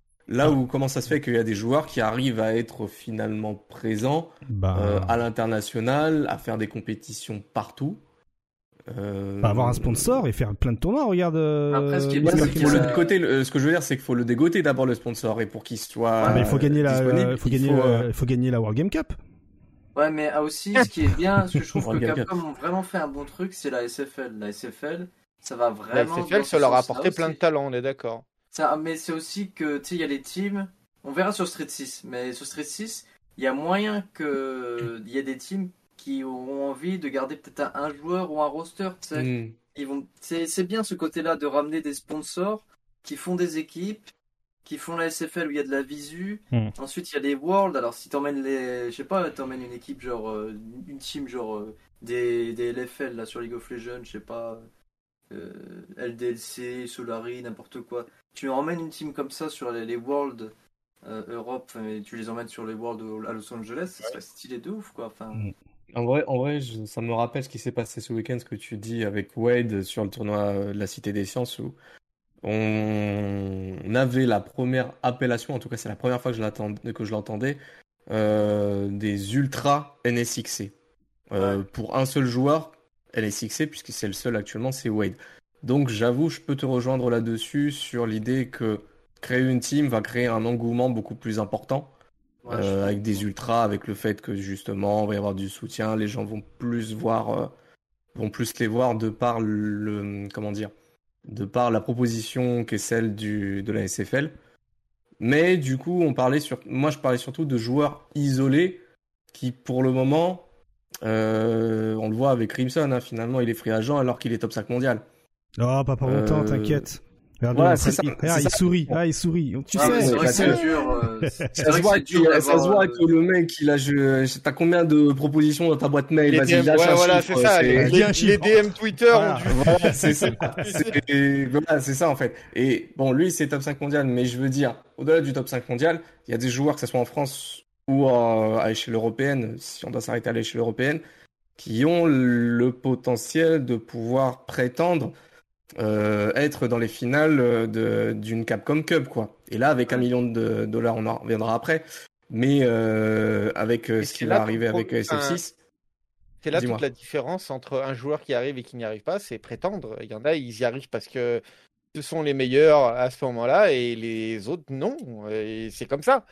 Là où comment ça se fait qu'il y a des joueurs qui arrivent à être finalement présents Bah, euh, à l'international, à faire des compétitions partout. Euh, bah, avoir un sponsor et faire plein de tournois. Regarde. euh, Après, ce qui est Ouais, bien, mais c'est faut qu'il y le a- dégoter, le- ce que je veux dire, c'est qu'il faut le dégoter d'abord le sponsor et pour qu'il soit Ah, mais il faut gagner la, disponible, euh, faut il gagner, faut, euh, euh, il faut gagner la World Game Cup. Ouais, mais ah, aussi, ce qui est bien, ce que je trouve que Regarde. Capcom ont vraiment fait un bon truc, c'est la S F L. La S F L, ça va La vraiment. S F L, dans ça ce leur a sens-là apporté plein de aussi. talents, on est d'accord. Ça, mais c'est aussi que, tu sais, il y a les teams. On verra sur Street six, mais sur Street six, il y a moyen que il y ait des teams qui auront envie de garder peut-être un, un joueur ou un roster, tu sais. hmm. Ils vont, c'est, c'est bien ce côté-là de ramener des sponsors qui font des équipes, qui font la S F L où il y a de la visu. Mm. Ensuite, il y a les Worlds. Alors, si t'emmènes les, je sais pas, t'emmènes une équipe genre, euh, une team genre euh, des, des L F L là sur League of Legends, je sais pas, euh, L D L C, Solari, n'importe quoi. Tu emmènes une team comme ça sur les, les Worlds euh, Europe, et tu les emmènes sur les Worlds au- à Los Angeles, ça serait stylé de ouf quoi. Enfin, Mm. En vrai, en vrai, je- ça me rappelle ce qui s'est passé ce week-end, ce que tu dis avec Wade sur le tournoi euh, de la Cité des Sciences où on avait la première appellation, en tout cas c'est la première fois que je l'entendais, que je l'entendais, euh, des ultra N S X C. Euh, Ouais. Pour un seul joueur, N S X C, puisque c'est le seul actuellement, c'est Wade. Donc j'avoue, je peux te rejoindre là-dessus sur l'idée que créer une team va créer un engouement beaucoup plus important. ouais, Euh, je- avec des ultras, avec le fait que justement, il va y avoir du soutien, les gens vont plus voir, euh, vont plus les voir de par le, comment dire, de par la proposition qui est celle du, de la S F L. Mais du coup, on parlait sur, moi je parlais surtout de joueurs isolés qui, pour le moment, euh, on le voit avec Crimson, hein, finalement, il est free agent alors qu'il est top cinq mondial. Oh, pas pour longtemps, Euh, t'inquiète. Regarde, Voilà, il- c'est ça, il, c'est regarde, il ça. sourit, ah, il sourit. Tu Ah, mais sais, c'est vrai que parce c'est que- dur. euh, c'est Ça vrai se que voit c'est que, dur ça se d'avoir, voit euh, que le mec, il a, je, t'as combien de propositions dans ta boîte mail? Les Vas-y, D M, lâche ouais, un voilà, chiffre, c'est ça. Les, Dis un les- chiffre. les D M Twitter Voilà. ont dû. Voilà, c'est ça. C'est voilà, c'est ça en fait. Et bon, lui, c'est top cinq mondial, mais je veux dire, au-delà du top cinq mondial, il y a des joueurs, que ce soit en France ou euh, à l'échelle européenne, si on doit s'arrêter à l'échelle européenne, qui ont le potentiel de pouvoir prétendre euh, être dans les finales de, d'une Capcom Cup, quoi. Et là, avec un million de dollars, on en reviendra après, mais euh, avec euh, Et ce c'est qui là va qu'on arriver pro- avec S F six, C'est là Dis-moi. toute la différence entre un joueur qui arrive et qui n'y arrive pas, c'est prétendre. Il y en a, ils y arrivent parce que ce sont les meilleurs à ce moment-là et les autres non. Et c'est comme ça.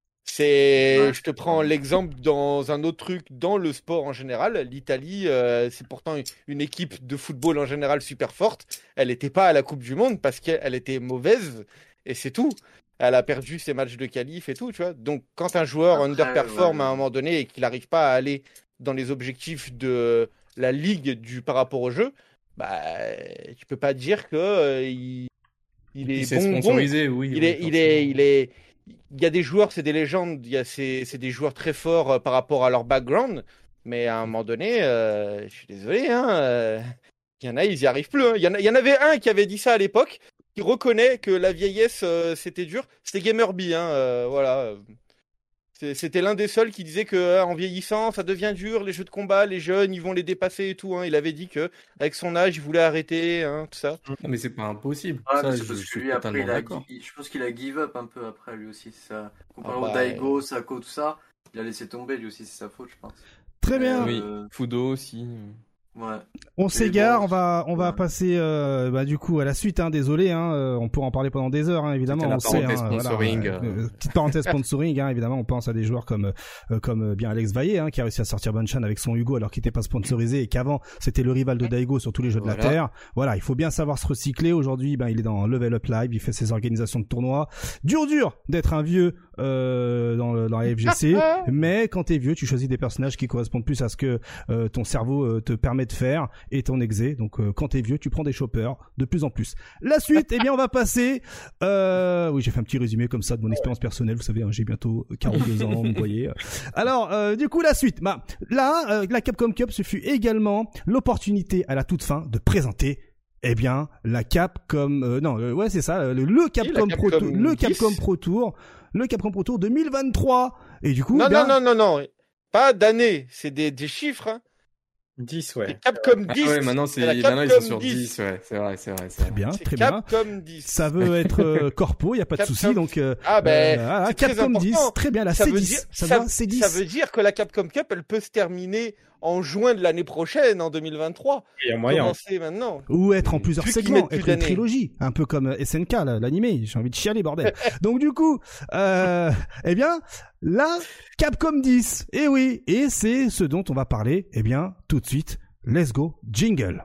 C'est, Ouais. je te prends l'exemple dans un autre truc, dans le sport en général. L'Italie, euh, c'est pourtant une équipe de football en général super forte. Elle n'était pas à la Coupe du Monde parce qu'elle était mauvaise et c'est tout. Elle a perdu ses matchs de qualif et tout, tu vois. Donc, quand un joueur Après, underperforme ouais. à un moment donné et qu'il n'arrive pas à aller dans les objectifs de la ligue du par rapport au jeu, bah, tu peux pas dire que euh, il, il est il s'est bon, bon. sponsorisé, oui. Il oui, est, il est, forcément. il est. Il y a des joueurs, c'est des légendes. Il y a c'est, c'est des joueurs très forts euh, par rapport à leur background. Mais à un moment donné, euh, je suis désolé, hein. euh, Il y en a, ils y arrivent plus. Hein. Il y en a, il y en avait un qui avait dit ça à l'époque, qui reconnaît que la vieillesse euh, c'était dur. C'était Gamerby, hein. euh, voilà. C'est- C'était l'un des seuls qui disait que euh, en vieillissant, ça devient dur. Les jeux de combat, les jeunes, ils vont les dépasser et tout. Hein. Il avait dit que avec son âge, il voulait arrêter, hein, tout ça. Non, mais c'est pas impossible. Ouais, Ça, mais je, c'est parce je que suis lui, après, totalement il a, d'accord. gi- je pense qu'il a give up un peu après, lui aussi. C'est ça. Comparé Ah bah, au Daigo, Sako, tout ça, il a laissé tomber, lui aussi, c'est sa faute, je pense. très bien. Euh, Oui, Fudo aussi. Ouais. On Mais s'égare, bon, on va on va ouais. passer euh, bah du coup à la suite. Hein, désolé, hein, euh, on pourra en parler pendant des heures, hein, évidemment. C'était la On sait, parenthèse hein, sponsoring, voilà, euh. euh, petite parenthèse sponsoring, hein, évidemment. On pense à des joueurs comme euh, comme euh, bien Alex Vaillé, hein, qui a réussi à sortir Banshan avec son Hugo alors qu'il n'était pas sponsorisé et qu'avant c'était le rival de Daigo sur tous les jeux de la Voilà. terre. Voilà, il faut bien savoir se recycler. Aujourd'hui, ben il est dans Level Up Live, il fait ses organisations de tournois. Dur dur d'être un vieux euh, dans le, dans la F G C, mais quand t'es vieux, tu choisis des personnages qui correspondent plus à ce que euh, ton cerveau euh, te permet de faire et ton exé. Donc euh, quand t'es vieux, tu prends des choppers de plus en plus. La suite, eh bien on va passer. Euh... Oui, j'ai fait un petit résumé comme ça de mon expérience personnelle. Vous savez, hein, j'ai bientôt quarante-deux ans, vous voyez. Alors euh, du coup la suite. Bah là, euh, la Capcom Cup, ce fut également l'opportunité à la toute fin de présenter. Eh bien, la Capcom, euh, non, euh, ouais, c'est ça, le, le Capcom, la Pro Capcom Tour, le dix. Capcom Pro Tour, le Capcom Pro Tour deux mille vingt-trois. Et du coup, Non, eh bien, non, non, non, non. Pas d'année, c'est des, des chiffres. Hein. dix, C'est ouais. Capcom Ah dix. ouais, maintenant, c'est, c'est la maintenant ils sont Capcom sur dix. dix, ouais, c'est vrai, c'est vrai, c'est très vrai. bien, C'est très bien. Capcom dix. Ça veut être euh, corpo, il y a pas de Capcom- souci. Donc, euh, Ah ben, euh, voilà, c'est très Capcom dix, important. très bien, la ça C veut dix, dire, ça, ça, va, C dix. ça veut dire que la Capcom Cup, elle peut se terminer en juin de l'année prochaine, en deux mille vingt-trois. Il y a moyen. Commencer maintenant. Ou être en plusieurs Vu qu'ils segments, mettent plus être une d'années. trilogie, un peu comme S N K, là, l'animé. J'ai envie de chialer, bordel. Donc du coup, euh, eh bien, la Capcom dix, et oui, et c'est ce dont on va parler, eh bien, tout de suite. Let's go, jingle.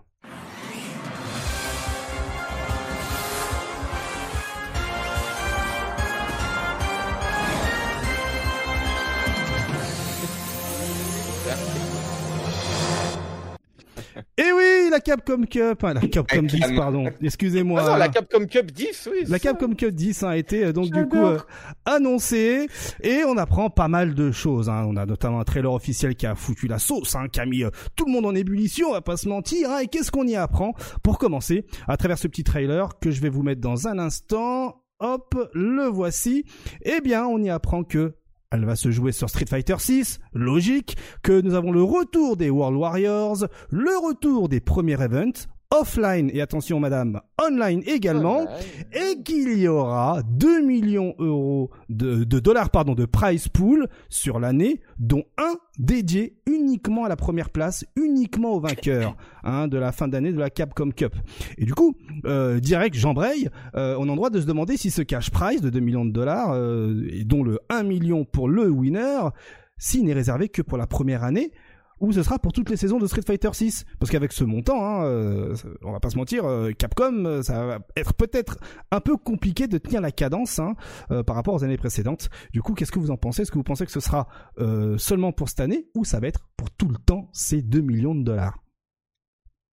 Et oui, la Capcom Cup, hein, la Capcom dix, pardon, excusez-moi. Ah non, la Capcom Cup dix, oui. La c'est ça. Capcom Cup dix a été euh, donc du coup euh, annoncée et on apprend pas mal de choses. Hein. On a notamment un trailer officiel qui a foutu la sauce, hein, qui a mis euh, tout le monde en ébullition, on va pas se mentir. Hein. Et qu'est-ce qu'on y apprend? Pour commencer, à travers ce petit trailer que je vais vous mettre dans un instant, hop, le voici. Eh bien, on y apprend que elle va se jouer sur Street Fighter six, logique, que nous avons le retour des World Warriors, le retour des premiers events, offline et attention madame, online également, Ah, et qu'il y aura deux millions d'euros de, de dollars pardon de prize pool sur l'année, dont un dédié uniquement à la première place, uniquement au vainqueur hein, de la fin d'année de la Capcom Cup. Et du coup, euh, direct j'embraye, euh, on a le droit de se demander si ce cash prize de deux millions de dollars, euh, et dont le un million pour le winner, s'il n'est réservé que pour la première année, ou ce sera pour toutes les saisons de Street Fighter six. Parce qu'avec ce montant, hein, euh, on va pas se mentir, euh, Capcom, euh, ça va être peut-être un peu compliqué de tenir la cadence hein, euh, par rapport aux années précédentes. Du coup, qu'est-ce que vous en pensez? Est-ce que vous pensez que ce sera euh, seulement pour cette année ou ça va être pour tout le temps ces deux millions de dollars?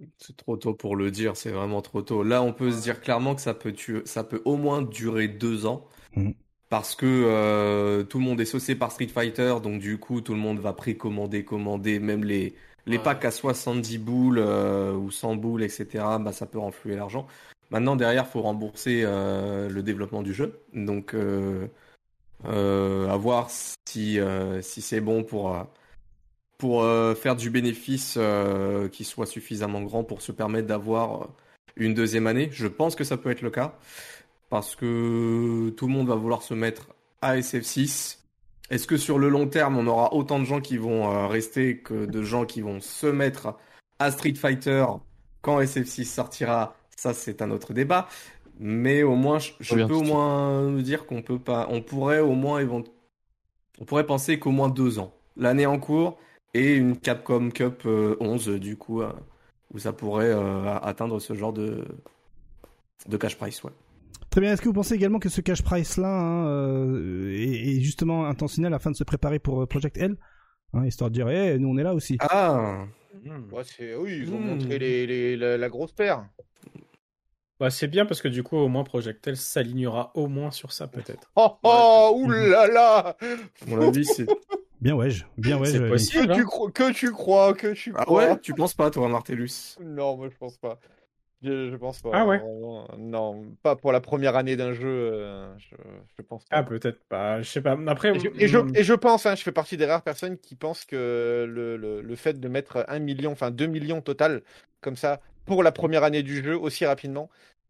C'est trop tôt pour le dire, c'est vraiment trop tôt. Là, on peut se dire clairement que ça peut, tu... ça peut au moins durer deux ans. Mhm. Parce que euh, tout le monde est saucé par Street Fighter, donc du coup, tout le monde va précommander, commander, même les, les Ouais. packs à soixante-dix boules euh, ou cent boules, et cetera, bah, ça peut renflouer l'argent. Maintenant, derrière, il faut rembourser euh, le développement du jeu. Donc, euh, euh, à voir si, euh, si c'est bon pour, euh, pour euh, faire du bénéfice euh, qui soit suffisamment grand pour se permettre d'avoir euh, une deuxième année. Je pense que ça peut être le cas. Parce que tout le monde va vouloir se mettre à S F six. Est-ce que sur le long terme, on aura autant de gens qui vont euh, rester que de gens qui vont se mettre à Street Fighter quand S F six sortira? Ça, c'est un autre débat. Mais au moins, je, je Bien peux au tout. moins me dire qu'on peut pas, on pourrait au moins évent- on pourrait penser qu'au moins deux ans, l'année en cours et une Capcom Cup euh, onze du coup euh, où ça pourrait euh, atteindre ce genre de de cash price, ouais. Très bien. Est-ce que vous pensez également que ce cash price-là hein, euh, est, est justement intentionnel afin de se préparer pour euh, Project L, hein, histoire de dire, eh, nous on est là aussi. Ah. Ouais, c'est... Oui, ils ont Hmm. montré les, les- la, la grosse paire. Bah, c'est bien parce que du coup, au moins, Projectel s'alignera au moins sur ça, peut-être. Oh oh, oulala. À mon avis, c'est. Bien ouais, bien ouais. C'est je- possible. Que tu hein. crois, que tu crois, que tu Ah crois. ouais, tu penses pas, toi, Martellus? Non, moi je pense pas. Je, je pense pas. Ah ouais. Vraiment, non, pas pour la première année d'un jeu. euh, je, je pense pas. Ah, peut-être pas. Je sais pas. Après, Et je, et je, mm, et je pense, hein, je fais partie des rares personnes qui pensent que le, le, le fait de mettre un million, enfin deux millions total, comme ça, pour la première année du jeu, aussi rapidement,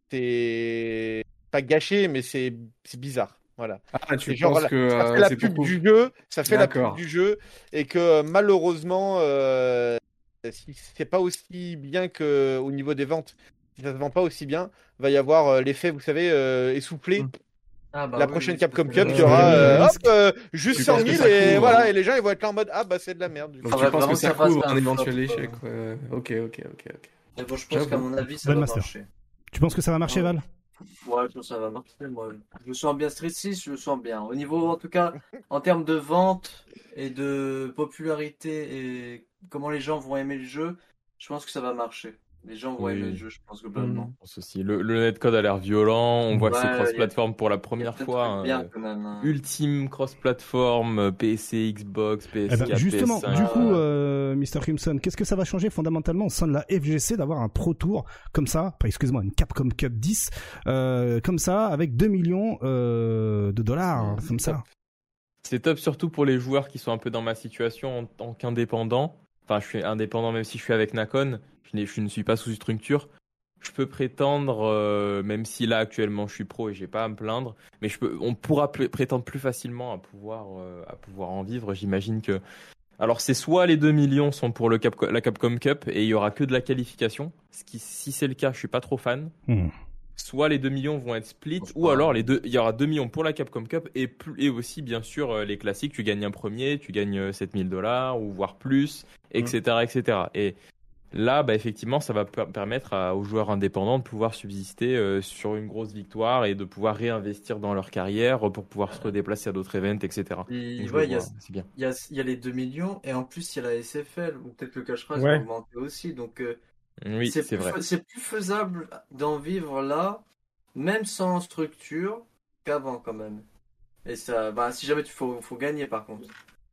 c'est pas gâché, mais c'est c'est bizarre. Voilà. Ah, tu C'est genre, penses la- que ça euh, fait la c'est pub pour. du jeu, ça fait la pub D'accord. du jeu, et que euh, malheureusement, euh, si c'est pas aussi bien que au niveau des ventes, si ça se vend pas aussi bien, va y avoir euh, l'effet, vous savez, euh, essoufflé. Ah, bah La oui, prochaine oui, Capcom c'est- Cup, il y Euh, aura le euh, hop, risque. euh, juste Tu cent penses que mille ça et couvre, voilà, hein. et les gens ils vont être là en mode ah bah c'est de la merde. Du coup. Donc Faudrait tu penses vraiment que ça que ça fasse couvre un un éventuel flop, échec, euh. ouais. Ok, ok, ok, ok. Mais bon, je pense J'avoue. qu'à mon avis, ça Bonne va master. marcher. Tu penses que ça va marcher, Ouais. Val? Ouais, je pense que ça va marcher, moi. Je me sens bien Street six, je me sens bien. Au niveau, en tout cas, en termes de vente et de popularité et comment les gens vont aimer le jeu, je pense que ça va marcher. Les gens vont Oui. aimer le jeu, je pense, globalement. Je pense aussi. Le, le netcode a l'air violent. On voit que c'est Ouais, cross-platform pour la Il y a première plein de fois. trucs hein, bien, euh, quand même. hein. Ultime cross-platform, euh, P C, Xbox, P S Eh ben, quatre, justement, P S cinq. du coup, ouais. euh, mister Crimson, qu'est-ce que ça va changer fondamentalement au sein de la F G C d'avoir un Pro Tour comme ça, pas excuse-moi, une Capcom Cup dix, euh, comme ça, avec deux millions euh, de dollars, C'est comme ça. top. C'est top surtout pour les joueurs qui sont un peu dans ma situation en tant qu'indépendant. Enfin, je suis indépendant même si je suis avec Nacon. Je, n'ai- je ne suis pas sous structure. Je peux prétendre, euh, même si là actuellement je suis pro et j'ai pas à me plaindre, mais je peux, on pourra pl- prétendre plus facilement à pouvoir, euh, à pouvoir en vivre. J'imagine que. Alors c'est soit les deux millions sont pour le Cap- la Capcom Cup et il y aura que de la qualification. Ce qui, si c'est le cas, je suis pas trop fan. Hmm. Soit les deux millions vont être split, Pense ou pas. alors les deux, il y aura deux millions pour la Capcom Cup et, plus, et aussi bien sûr euh, les classiques, tu gagnes un premier, tu gagnes euh, sept mille dollars ou voire plus, et cetera et cetera. Et là, bah, effectivement, ça va per- permettre à- aux joueurs indépendants de pouvoir subsister euh, sur une grosse victoire et de pouvoir réinvestir dans leur carrière euh, pour pouvoir se redéplacer à d'autres events, et cetera. Et Donc, je ouais, le il y a, vois, c'est bien. il y, a, il y a les deux millions et en plus il y a la S F L ou peut-être le cash prize Ouais. va augmenter aussi. Donc euh, Oui, c'est c'est plus, vrai. fa- c'est plus faisable d'en vivre là, même sans structure, qu'avant quand même. Et ça, bah, si jamais tu faut, faut gagner par contre.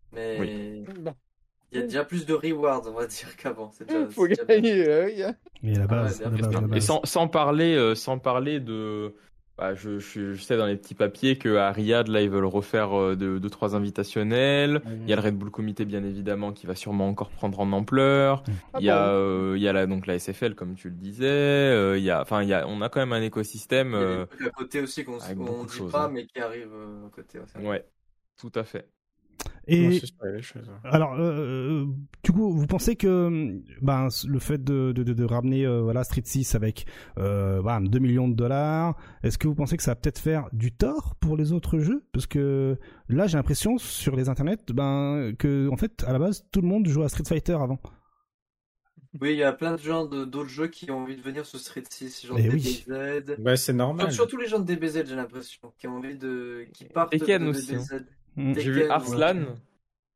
Mais Bon, il y a déjà plus de rewards, on va dire, qu'avant. C'est déjà, il faut c'est déjà bien. gagner. euh, oui, hein. Et la base, Ah ouais, la bien base, la fait. Et base. sans, sans parler, euh, sans parler de, bah, je, je, je sais dans les petits papiers que à Riyad là ils veulent refaire euh, deux, deux trois invitationnels. Il y a le Red Bull Comité bien évidemment qui va sûrement encore prendre en ampleur. Ah Il y a, bon. euh, il y a la, donc la S F L comme tu le disais. Euh, il y a, enfin il y a, on a quand même un écosystème. Il y a euh, des trucs à côté aussi qu'on avec ne beaucoup de dit choses, pas, hein. mais qui arrivent euh, à côté. Ouais, c'est vrai. Ouais, tout à fait. Et Non, c'est ça, les choses. alors, euh, du coup, vous pensez que ben, le fait de, de, de, de ramener euh, voilà, Street six avec euh, voilà, deux millions de dollars, est-ce que vous pensez que ça va peut-être faire du tort pour les autres jeux? Parce que là, j'ai l'impression sur les internets ben, que, en fait, à la base, tout le monde joue à Street Fighter avant. Oui, il y a plein de gens de- d'autres jeux qui ont envie de venir sur Street six, genre Eh D B oui. Z. Bah, c'est normal. Surtout les gens de D B Z, j'ai l'impression, qui ont envie de. qui partent Tekken de aussi, D B Z. Mm. J'ai vu Tekken, Arslan.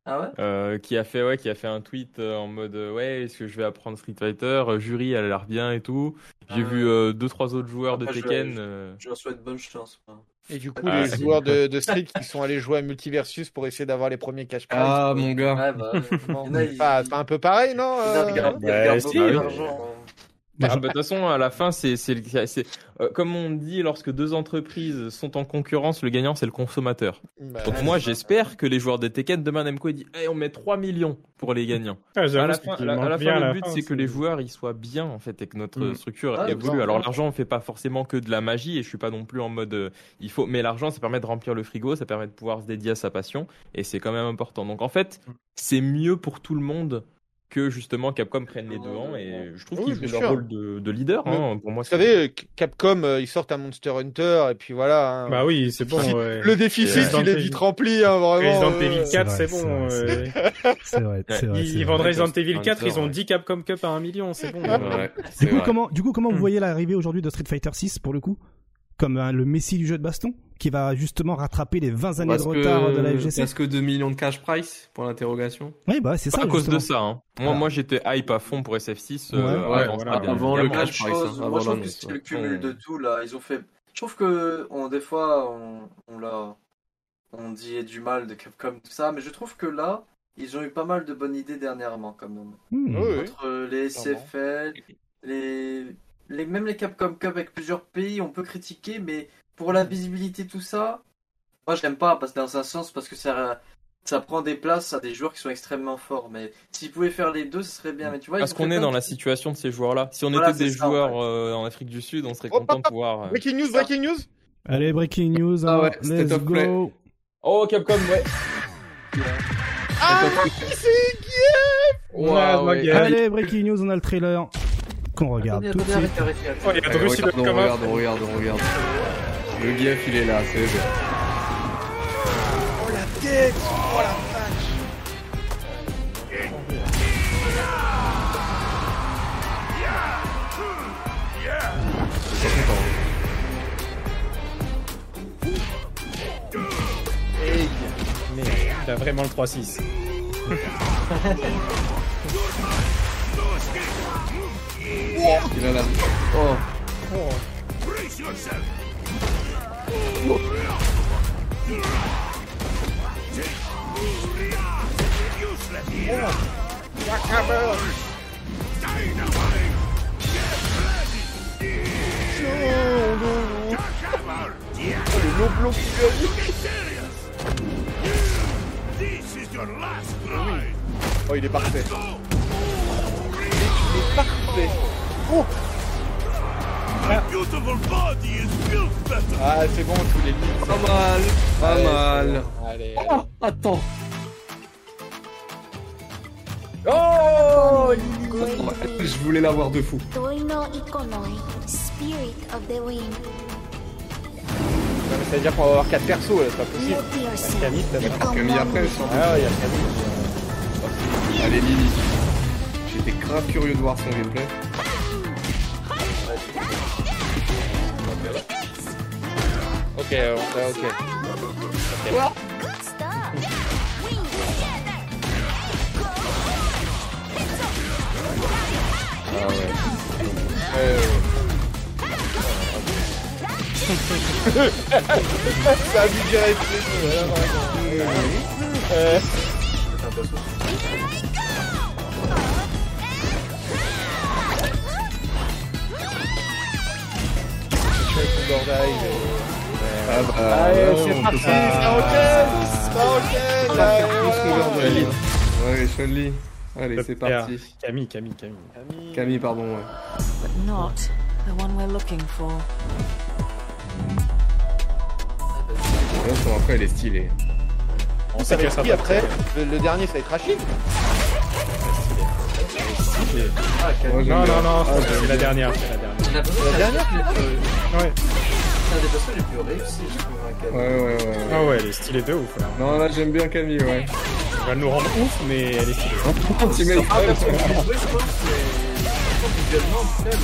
Ah ouais? euh, qui a fait ouais, qui a fait un tweet euh, en mode euh, ouais, est-ce que je vais apprendre Street Fighter? Euh, Jury, elle a l'air bien et tout. J'ai Ah vu ouais. euh, deux trois autres joueurs de Après, je- Tekken. je- euh, Je leur souhaite bonne chance. moi. Et du coup, Ah, les c'est joueurs de, de Street qui sont allés jouer à Multiversus pour essayer d'avoir les premiers cash prizes. Ah, mon gars. Ouais, bah, Bon, il y en a, c'est ils- pas, c'est pas un peu pareil, non il y en a, euh, ils regardent- ils Bah, regardent si, beaucoup oui. d'argent. Moi, Ah je- bah, de toute façon, à la fin, c'est, c'est, le- c'est euh, comme on dit, lorsque deux entreprises sont en concurrence, le gagnant, c'est le consommateur. Bah, Donc Ouais, moi, c'est ça. j'espère que les joueurs de Tekken, demain, Namco, ils disent hey, on met trois millions pour les gagnants. Ah, j'avoue, À la ce fin, qui à la, à manque la bien fin, à le la but, fin, c'est que les joueurs, ils soient bien, en fait, et que notre Mm. structure Ah, évolue. bien, Alors bien. l'argent, on fait pas forcément que de la magie, et je suis pas non plus en mode, euh, il faut, mais l'argent, ça permet de remplir le frigo, ça permet de pouvoir se dédier à sa passion, et c'est quand même important. Donc en fait, c'est mieux pour tout le monde que justement Capcom prenne les devants, et je trouve Oui, qu'ils jouent bien leur sûr. rôle de, de leader. Hein, pour moi, Vous savez, Capcom, euh, ils sortent un Monster Hunter, et puis voilà. hein. Bah oui, c'est bon. Si- ouais. Le déficit, Resident il est Evil. vite rempli, hein, vraiment. Resident euh, Evil quatre, c'est c'est vrai, bon. c'est vrai, euh, c'est vrai, c'est vrai. Ils, c'est ils vrai. vendent Resident Monster Evil quatre, Hunter, ils ont ouais. dit Capcom Cup à un million, c'est bon. Ouais, ouais, Du c'est coup, vrai. comment, du coup, comment vous Hmm. voyez l'arrivée aujourd'hui de Street Fighter six pour le coup? Comme hein, le messie du jeu de baston, qui va justement rattraper les vingt années Parce de retard que, de la F G C. parce que deux millions de cash price pour l'interrogation. Oui, bah c'est Pas ça. à cause justement. de ça. Hein. Moi, Voilà. moi, j'étais hype à fond pour S F six. euh, Ouais, ouais, avant ça, voilà. bien Avant le évidemment. cash Même price, chose, hein, moi je avant trouve que l'annonce, c'est le ouais. cumul Mm. de tout là. Ils ont fait. Je trouve que on, des fois on, on l'a, on dit du mal de Capcom tout ça, mais je trouve que là ils ont eu pas mal de bonnes idées dernièrement quand même. Hmm. Oui, oui. Entre euh, les S F L, les, les même les Capcom Cup avec plusieurs pays, on peut critiquer, mais pour la visibilité tout ça, moi j'aime pas parce que dans un sens parce que ça ça prend des places à des joueurs qui sont extrêmement forts. Mais s'ils pouvaient faire les deux, ce serait bien. Mais tu vois, Parce ils ont qu'on fait est plein dans de- la situation de ces joueurs-là. Si on Voilà, était des c'est ça, joueurs ouais. euh, en Afrique du Sud, on serait Hop, content hop, de pouvoir. euh, Breaking news, Ça. breaking news. Allez, breaking news. Ah hein. ouais, state Let's of play. go. Oh, Capcom, ouais. Ah, c'est Kiev. Waouh, ouais. Maga. Allez, breaking news, on a le trailer qu'on regarde Attendez, tout de attendez, suite. arrêtez, arrêtez, Oh, il y arrêtez. a Allez, Drusy de regarde, on Kama. regarde, on regarde, on regarde. Le Gief, il est là, c'est bon. Oh la tête. Oh la vache. Je suis pas content. Hey. Merde, il a vraiment le trois six. Il a la... Oh, Le low blow qui lui a mis. Oh, il est parfait. Il est parfait. Oh. Ah, c'est bon, tous les lignes. pas mal, pas Allez, mal. c'est bon. Allez, allez. Oh, attends. Oh, Je voulais l'avoir de fou. Toi no Ikonoi, Spirit of the Wind. Non, mais ça veut dire qu'on va avoir quatre persos, là, c'est pas possible. Let yourself Camille, t'as bien. become Camille one après, with sans doute. Ah, il y a Camille. Allez, Lily. J'étais grave curieux de voir son gameplay. Ok, euh, ouais, ok. good stuff. Win together. Ah ouais. Euh... Ça a vu direct. Voilà, voilà. Euh... Je fais tout bordel. Ah bah, Allez, non, c'est on parti, peut pas- ça enchaîne, ça enchaîne, allez, voilà. Chun-Li. Ouais, Chun-Li. Allez, c'est parti. Camille, Camille, Camille. Camille. Camille, pardon, ouais. but not the one we're looking for. Là, son après, elle est stylée. On Ça sait va que être ça qui va après le, le dernier, ça va être Rachid. Ah, Camille. Moi, j'aime Non, bien. non, non, Ah, c'est j'aime la bien. dernière, c'est la dernière. C'est la personne- La dernière c'est un des- Ouais. c'est un des personnes les plus réussies, je trouve, hein, Camille. Ouais, ouais, ouais. ouais. Ah ouais, elle est stylée de ouf. Là. Non, là, j'aime bien Camille, ouais. Elle va nous rendre ouf, mais elle est stylée. Tu mets Ah, parce que je l'ai joué, je pense, mais je pense que visuellement, en tout cas,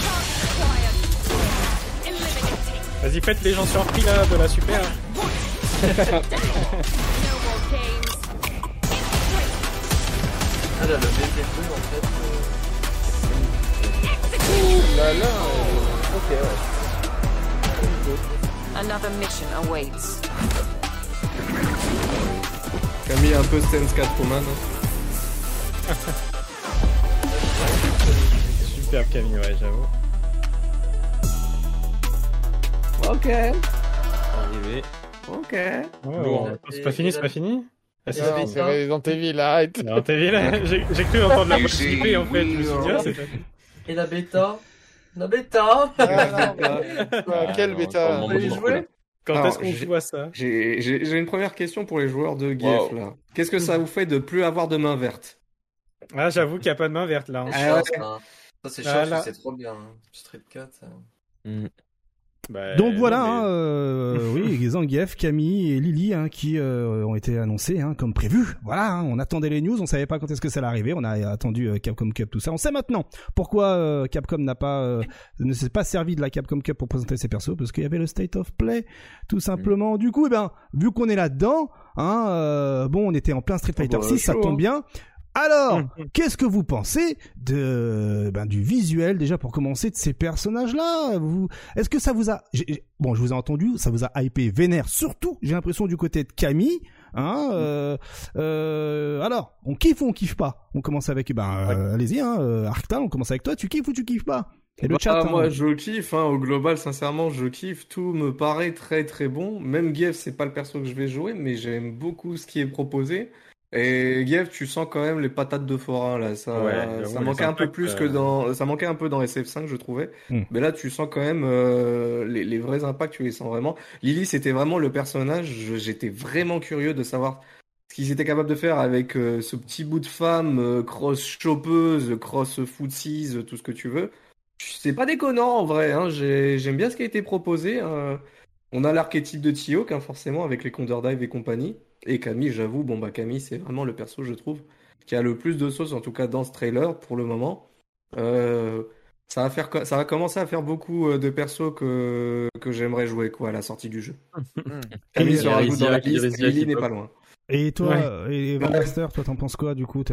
Vas-y, faites les gens surpris là de la super. Ah là, le B T deux en fait. Ouh là là, euh, ok, ouais. Another mission awaits. Camille un peu Stance Catwoman. Hein. Super Camille, ouais, j'avoue. Ok. Arrivé. Ok. Oh, c'est pas fini, c'est pas fini. Ah, c'est Non, fini. c'est Resident Evil, arrête. Non, t'as vu là, j'ai j'ai cru entendre la participer en fait. Je me suis dit, ah, c'est pas fini. Et la bêta La bêta Ah, non, bah, Ah, quelle non, bêta encore Vous allez beaucoup, jouer là. Quand Alors, est-ce qu'on j'ai- voit ça? J'ai j'ai- j'ai une première question pour les joueurs de G F Wow. là. Qu'est-ce que ça vous fait de plus avoir de main verte? Ah, j'avoue qu'il n'y a pas de main verte là. hein. C'est Ah ouais. chiant, ça. hein. Ça, c'est Ah, chiant, parce là. que c'est trop bien. hein. Street quatre. ça. Mm. Bah, Donc voilà, non, mais- hein, euh, oui, Zangief, Camille et Lily hein, qui euh, ont été annoncés hein, comme prévu. Voilà, hein, on attendait les news, on savait pas quand est-ce que ça allait arriver, on a attendu euh, Capcom Cup, tout ça. On sait maintenant pourquoi euh, Capcom n'a pas euh, ne s'est pas servi de la Capcom Cup pour présenter ses persos, parce qu'il y avait le State of Play, tout simplement. Mm. Du coup, eh ben, vu qu'on est là-dedans, hein, euh, bon, on était en plein Street Oh, Fighter bah, six, ça chaud, tombe hein. bien. Alors, qu'est-ce que vous pensez de ben, du visuel déjà pour commencer de ces personnages-là? Vous, est-ce que ça vous a, j'ai- j'ai- bon, je vous ai entendu, ça vous a hypé vénère, surtout, j'ai l'impression du côté de Camille, hein. Euh, euh, alors, on kiffe ou on kiffe pas? On commence avec, ben, euh, allez-y, hein, euh, Arctal, on commence avec toi. Tu kiffes ou tu kiffes pas? Et le Bah, chat, hein. moi je kiffe, hein, au global sincèrement je kiffe, tout me paraît très très bon, même G F c'est pas le perso que je vais jouer mais j'aime beaucoup ce qui est proposé. Et G F tu sens quand même les patates de forain là, ça, Ouais, ça j'avoue, manquait les un peu impacts, plus que euh, dans, ça manquait un peu dans S F cinq je trouvais, Mm. mais là tu sens quand même euh, les, les vrais impacts, tu les sens vraiment. Lily c'était vraiment le personnage, je- j'étais vraiment curieux de savoir ce qu'ils étaient capables de faire avec euh, ce petit bout de femme euh, cross chopeuse, cross footsies, tout ce que tu veux. C'est pas déconnant en vrai, hein. J'ai- J'aime bien ce qui a été proposé. hein. On a l'archétype de T-Hawk, hein, forcément, avec les Condor Dive et compagnie. Et Camille, j'avoue, bon bah Camille, c'est vraiment le perso, je trouve, qui a le plus de sauce, en tout cas dans ce trailer, pour le moment. Euh, ça va faire, co- ça va commencer à faire beaucoup euh, de persos que, que j'aimerais jouer, quoi, à la sortie du jeu. Camille Et se rajoute Irisia dans la qui- liste, Irisia Lily qui n'est pop. pas loin. Et toi, Ouais. euh, et Van Aster, toi, t'en penses quoi, du coup? t'as-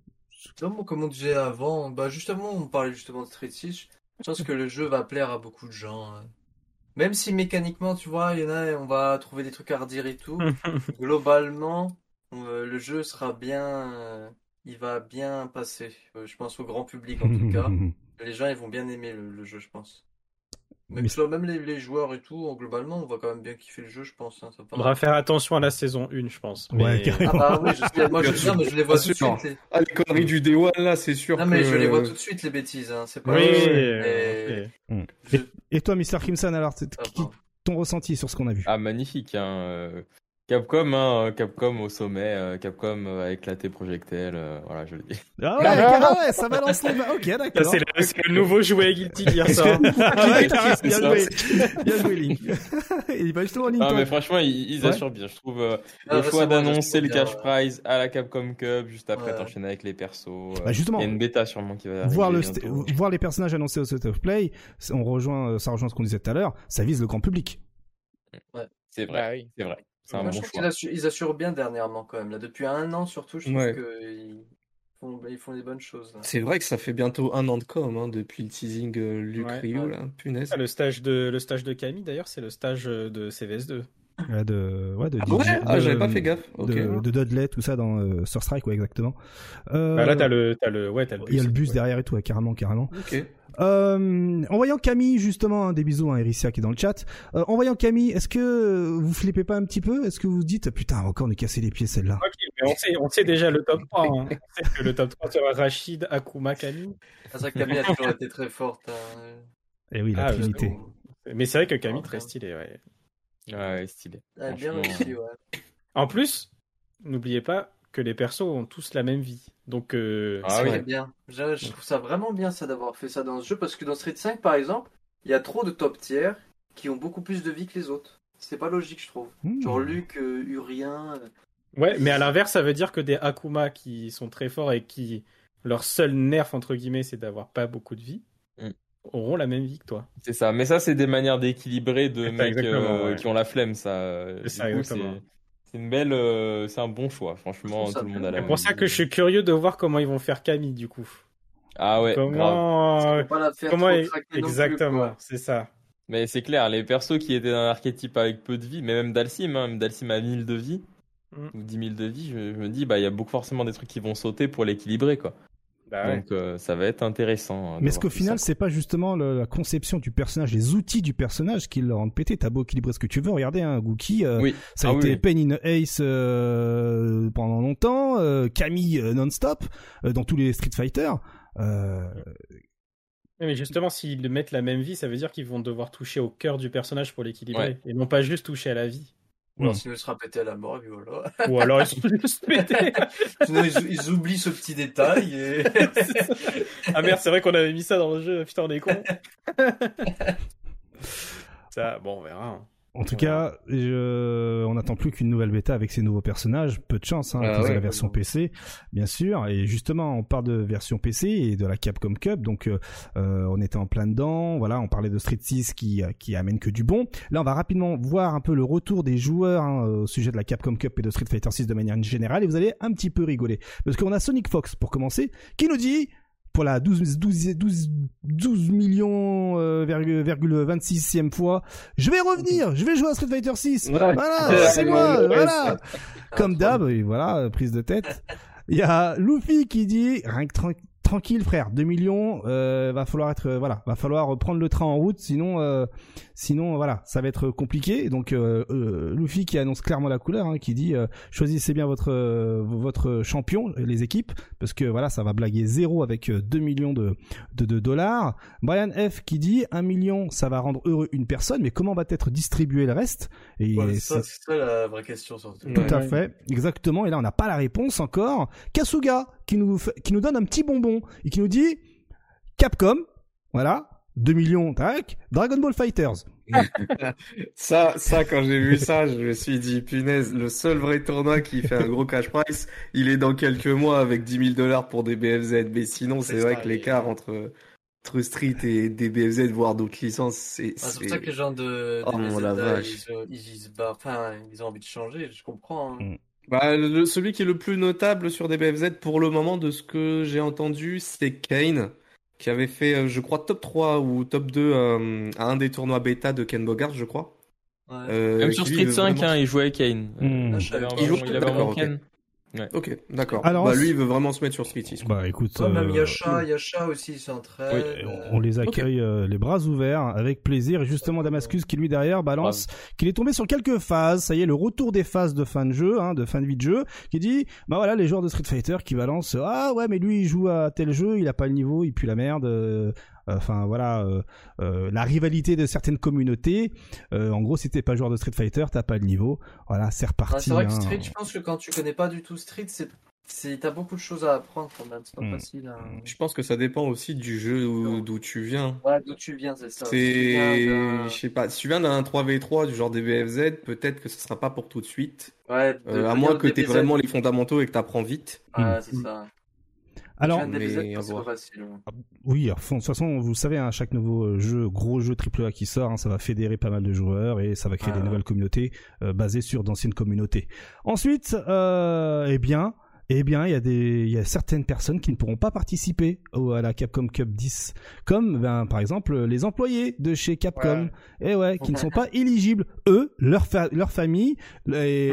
Non, moi, comme on disait avant, bah justement, on parlait justement de Street six. Je pense que le jeu va plaire à beaucoup de gens. hein. Même si mécaniquement, tu vois, il y en a, on va trouver des trucs à redire et tout. Globalement, euh, le jeu sera bien, euh, il va bien passer. Euh, je pense au grand public en tout cas. Les gens, ils vont bien aimer le, le jeu, je pense. Même, Mais- que ce soit- même les, les joueurs et tout, globalement, on va quand même bien kiffer le jeu, je pense. hein, ça va. Faudra faire attention à la saison un, je pense. Ouais, Mais- carrément. Ah bah oui, je sais, moi je, Bien sûr. non, mais je les vois Bien tout de sûr. suite. les- Ah, les conneries du Day One, là, c'est sûr Non mais que... je les vois tout de suite les bêtises, hein. C'est pas. Oui, oui, Et- oui. Mm. Je- Et toi, mister Crimson, alors, c'est- Ah, qui- pardon. ton ressenti sur ce qu'on a vu? Ah, magnifique, hein. euh, Capcom, hein, Capcom au sommet, euh, Capcom euh, a éclaté Projectel, euh, voilà, je le dis. Ah ouais, ah ouais, ça balance les mains. Ok, Ça, d'accord. c'est le, c'est le nouveau jouet Guilty Gear, ça. Ah ouais, carrément, C'est bien ça. joué. Bien joué, Link. Il va justement Link. Non, toi. mais franchement, ils, ils Ouais. assurent bien. Je trouve euh, Ah, le bah, choix c'est bon, d'annoncer le j'assume bien, cash ouais. prize à la Capcom Cup, juste après Ouais. t'enchaîner avec les persos. euh, Bah, justement. Il y a une bêta sûrement qui va arriver Voir, le bientôt. st- voir les personnages annoncés au State of Play, on rejoint, ça rejoint ce qu'on disait tout à l'heure, ça vise le grand public. C'est vrai, Bah oui. c'est vrai. C'est un Moi, bon je trouve choix. qu'ils assurent, ils assurent bien dernièrement quand même. Là, depuis un an surtout, je trouve Ouais. qu'ils font, ils font des bonnes choses. là. C'est vrai que ça fait bientôt un an de com, hein, depuis le teasing euh, Luke Ouais, Ryu, ouais. là, punaise. Ah, le stage de le stage de Camille d'ailleurs, c'est le stage de C V S deux. Ouais, de, ouais, de Ah D J, ouais? Ah, de- j'avais pas fait gaffe. Ok. De, de Dudley, tout ça dans euh, Sur Strike, ouais, exactement. Euh, Bah, là, t'as le, t'as le, ouais, t'as le bus. il y a le bus ouais. derrière et tout, ouais, carrément, carrément. Ok. Euh, en voyant Camille, justement, hein, des bisous à Ericia qui est dans le chat. Euh, en voyant Camille, est-ce que euh, vous flippez pas un petit peu? Est-ce que vous vous dites, putain, encore on est cassé les pieds celle-là? Ok, mais on sait, on sait déjà le top trois. Hein. On sait que le top trois sera Rachid, Akuma, Camille. Ah, ça, Camille a toujours été très forte. hein. Eh oui, la Ah, trinité. Mais c'est vrai que Camille très stylé, ouais. Ouais, stylé. Elle a bien Franchement, réussi, ouais. En plus, n'oubliez pas que les persos ont tous la même vie. Donc, euh, Ah C'est oui. très bien. Je, je trouve ça vraiment bien ça d'avoir fait ça dans ce jeu parce que dans Street cinq par exemple, il y a trop de top tiers qui ont beaucoup plus de vie que les autres. C'est pas logique, je trouve. Mmh. Genre Luc, euh, Urien. euh, ouais, mais à l'inverse, ça veut dire que des Akuma qui sont très forts et qui leur seul nerf entre guillemets, c'est d'avoir pas beaucoup de vie. Mm. auront la même vie que toi. C'est ça. Mais ça, c'est des manières d'équilibrer de C'est ça, mecs exactement, euh, ouais. qui ont la flemme, ça. C'est Du ça, coup, exactement. c'est c'est une belle, euh, c'est un bon choix. Franchement, Je trouve ça tout le monde bien. a la C'est même pour ça vie. que je suis curieux de voir comment ils vont faire Camille, du coup. Ah ouais, grave. Comment... Faut pas la faire Comment trop est- craquer non plus, Exactement, quoi. c'est ça. Mais c'est clair, les persos qui étaient dans l'archétype avec peu de vie, mais même Dalsim, hein, même Dalsim a mille de vie, Mm. ou dix mille de vie, je, je me dis, bah, il y a beaucoup forcément des trucs qui vont sauter pour l'équilibrer, quoi. Bah ouais. Donc, euh, ça va être intéressant. hein, de Mais est-ce voir qu'au tout final, ça, c'est pas justement le- la conception du personnage, les outils du personnage qui le rendent péter? T'as beau équilibrer ce que tu veux, regardez, hein, Gookie, euh, quoi. Oui. ça a Ah oui, été oui. Pain in Ace euh, pendant longtemps, euh, Camille euh, non-stop, euh, dans tous les Street Fighter. Euh, Oui, mais justement, s'ils mettent la même vie, ça veut dire qu'ils vont devoir toucher au cœur du personnage pour l'équilibrer. Ouais. Et non pas juste toucher à la vie. Ou alors Mm. sinon il sera pété à la mort, et puis voilà. Ou alors ils sont juste pétés. Sinon ils, ils oublient ce petit détail et... Ah merde, c'est vrai qu'on avait mis ça dans le jeu. Putain, on est con. Ça, bon, on verra. hein. En tout Ouais. cas, je... on n'attend plus qu'une nouvelle bêta avec ces nouveaux personnages. Peu de chance, hein, à Ah cause de ouais, la version ouais. P C, bien sûr. Et justement, on parle de version P C et de la Capcom Cup. Donc, euh, euh, on était en plein dedans. Voilà, on parlait de Street six qui qui amène que du bon. Là, on va rapidement voir un peu le retour des joueurs hein, au sujet de la Capcom Cup et de Street Fighter six de manière générale. Et vous allez un petit peu rigoler parce qu'on a Sonic Fox pour commencer, qui nous dit pour la douze, douze, douze, douze millions, euh, virgule, virgule vingt-sixième fois, je vais revenir, je vais jouer à Street Fighter six. Ouais. Voilà, Ouais, c'est ouais, moi, ouais, voilà. Comme d'hab, et voilà, euh, prise de tête. Il y a Luffy qui dit, rien que tran- tranquille frère, deux millions, euh, va falloir être, euh, voilà, va falloir prendre le train en route, sinon, euh, sinon, voilà, ça va être compliqué. Et donc, euh, euh, Luffy qui annonce clairement la couleur, hein, qui dit, euh, choisissez bien votre, euh, votre champion, les équipes, parce que voilà, ça va blaguer zéro avec euh, deux millions de, de, de dollars. Brian F qui dit, un million, ça va rendre heureux une personne, mais comment va être distribué le reste? Et Ouais, c'est- ça, c'est ça la vraie question surtout. tout Ouais. à fait, exactement. Et là, on n'a pas la réponse encore. Kasuga, qui nous, fait- qui nous donne un petit bonbon et qui nous dit Capcom, voilà, deux millions, tac, Dragon Ball Fighters. Ça, ça, quand j'ai vu ça, je me suis dit, punaise, le seul vrai tournoi qui fait un gros cash price, il est dans quelques mois avec dix mille dollars pour des B F Z. Mais sinon, c'est C'est vrai ça, que et- l'écart entre, entre Street et des B F Z, voire d'autres licences, c'est, Ah, c'est pour c'est- ça que les gens de, Oh, des mon B Z, la là, vache. ils, euh, ils, ils se barrent, enfin, ils ont envie de changer, je comprends. hein. Mm. Bah, le- celui qui est le plus notable sur des B F Z pour le moment, de ce que j'ai entendu, c'est Kane, qui avait fait, euh, je crois, top trois ou top deux euh, à un des tournois bêta de Ken Bogart, je crois. Ouais. Euh, Même qui, sur lui, Street veut cinq, vraiment- hein, il jouait avec Kane. Hmm. Euh, Ah, je il avait savais un pas. Il joue- moment- il avait un d'accord, moment ok. Ken. Ok, d'accord. Alors, Bah, on lui, s- il veut vraiment se mettre sur Street six, quoi. Bah écoute, Ouais, même euh, Yasha, Yasha aussi, ils s'entraînent. oui, euh, on les accueille euh, les bras ouverts avec plaisir. Et justement, Damascus qui lui derrière balance qu'il est tombé sur quelques phases. Ça y est, le retour des phases de fin de jeu, hein, de fin de vie de jeu, qui dit bah voilà les joueurs de Street Fighter qui balancent ah ouais mais lui il joue à tel jeu, il a pas le niveau, il pue la merde. euh, Enfin voilà, euh, euh, la rivalité de certaines communautés. Euh, en gros, si t'es pas joueur de Street Fighter, t'as pas le niveau. Voilà, c'est ah, reparti. c'est vrai que hein. Street, je pense que quand tu connais pas du tout Street, c'est, c'est, t'as beaucoup de choses à apprendre quand même, c'est pas Mm. facile. hein. Je pense que ça dépend aussi du jeu ou d'où tu viens. Ouais, d'où tu viens, c'est ça. Si tu viens C'est, d'un- je sais pas, si tu viens d'un trois v trois du genre des B F Z, peut-être que ce sera pas pour tout de suite. Ouais, de Euh, à venir moins de que t'aies D B Z. vraiment les fondamentaux et que t'apprends vite. Ouais, c'est ça. Alors, Tu viens de D B Z, mais à c'est voir. pas facile. ouais. oui, à fond. De toute façon, vous le savez, hein, chaque nouveau euh, jeu, gros jeu triple A qui sort, hein, ça va fédérer pas mal de joueurs et ça va créer Ah. des nouvelles communautés euh, basées sur d'anciennes communautés. Ensuite, euh, eh bien, eh bien, il y a des, il y a certaines personnes qui ne pourront pas participer au, à la Capcom Cup dix, comme ben, par exemple les employés de chez Capcom, et ouais, qui ne sont pas éligibles. Eux, leur fa- leur famille et,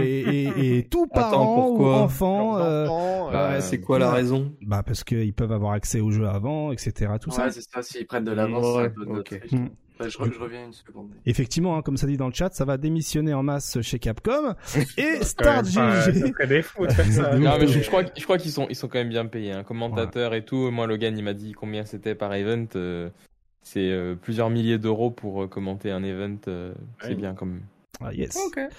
et, et tout Attends, parent ou pourquoi enfant. Leurs euh, enfants, Bah, euh, c'est quoi la ouais. raison? bah parce qu'ils peuvent avoir accès au jeu avant, et cetera. Tout ça. Ouais, c'est ça, s'ils prennent de l'avance, c'est Ouais, un peu de ok. triche. Mm. Ouais, je, re- je reviens une seconde. Effectivement, hein, comme ça dit dans le chat, ça va démissionner en masse chez Capcom. Et Quand même pas, ça StarGG. serait des fous de faire ça. Non, mais je, je crois, je crois qu'ils sont, ils sont quand même bien payés. Hein. Commentateurs et tout. Moi, Logan, il m'a dit combien c'était par event. euh, c'est euh, plusieurs milliers d'euros pour euh, commenter un event. euh, c'est Ouais. bien quand même. Ah, yes. Ok.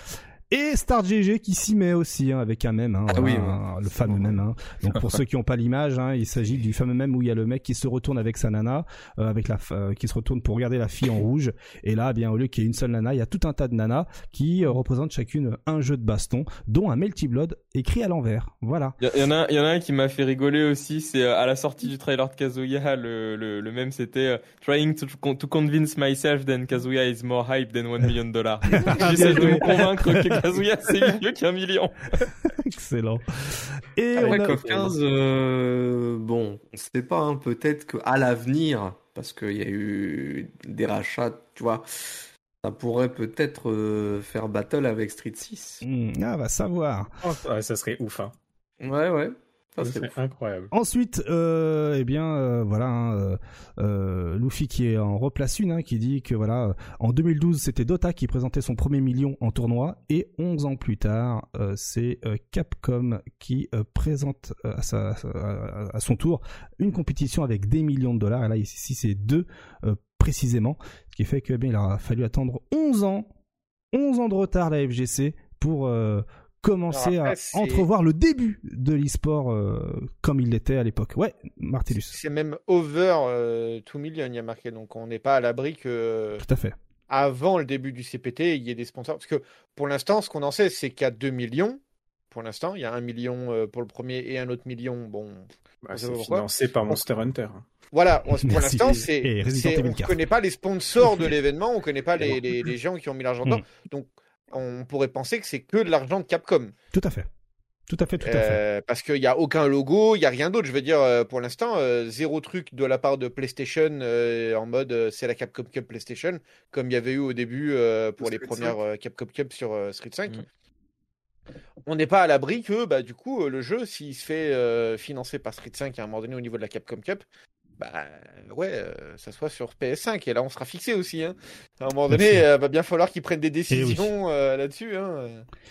Et Star G G qui s'y met aussi, hein, avec un mème, hein, Ah voilà, oui, ouais. hein, le fameux mème. Hein. Donc pour ceux qui n'ont pas l'image, hein, il s'agit du fameux mème où il y a le mec qui se retourne avec sa nana, euh, avec la, euh, qui se retourne pour regarder la fille en rouge. Et là, eh bien au lieu qu'il y ait une seule nana, il y a tout un tas de nanas qui euh, représentent chacune un jeu de baston, dont un Melty Blood écrit à l'envers. Voilà. Il y, y en a, il y en a un qui m'a fait rigoler aussi. C'est euh, à la sortie du trailer de Kazuya, le le, le même c'était euh, trying to to convince myself that Kazuya is more hype than one million dollars. J'essaie de me convaincre que Kazuya c'est mieux qu'un million. Excellent. Et Après, on a... C O F quinze, euh, bon, on sait pas, hein, peut-être qu'à l'avenir, parce qu'il y a eu des rachats, tu vois, ça pourrait peut-être euh, faire battle avec Street six. Mmh, ah, va savoir. Oh, ouais, ça serait ouf, hein. Ouais, ouais. Ça, Ça c'est serait ouf. incroyable. Ensuite, euh, eh bien, euh, voilà, hein, euh, euh, Luffy qui est en replace une, hein, qui dit que voilà, euh, en deux mille douze, c'était Dota qui présentait son premier million en tournoi, et onze ans plus tard, euh, c'est euh, Capcom qui euh, présente euh, à, sa, à, à son tour une compétition avec des millions de dollars. Et là, ici, c'est deux euh, précisément, ce qui fait que eh bien, il a fallu attendre onze ans, onze ans de retard la F G C pour euh, commencer Alors après, à c'est- entrevoir le début de l'e-sport euh, comme il l'était à l'époque. Ouais, Martellus. C'est même over euh, deux millions, il y a marqué. Donc on n'est pas à l'abri que Tout à fait. avant le début du C P T, il y ait des sponsors. Parce que pour l'instant, ce qu'on en sait, c'est qu'il y a deux millions. Pour l'instant, il y a un million euh, pour le premier et un autre million. Bon, Bah, on sait c'est pas pourquoi. financé par Monster Hunter. Voilà, on- pour Merci. l'instant, c'est, Et Resident c'est- Evil on ne quatre. connaît pas les sponsors de l'événement, on ne connaît pas les, les, les gens qui ont mis l'argent dedans. Mm. Donc, on pourrait penser que c'est que de l'argent de Capcom. Tout à fait. Tout à fait, tout à fait. Euh, parce qu'il n'y a aucun logo, il n'y a rien d'autre. Je veux dire, euh, pour l'instant, euh, zéro truc de la part de PlayStation euh, en mode euh, c'est la Capcom Cup PlayStation, comme il y avait eu au début euh, pour les Street premières euh, Capcom Cup sur euh, Street cinq. Mm. On n'est pas à l'abri que, bah, du coup, euh, le jeu, s'il se fait euh, financer par Street cinq à un moment donné au niveau de la Capcom Cup, bah ouais, euh, ça soit sur P S cinq. Et là, on sera fixé aussi. Hein. À un moment donné, Merci. euh, va bien falloir qu'ils prennent des décisions euh, là-dessus. Hein.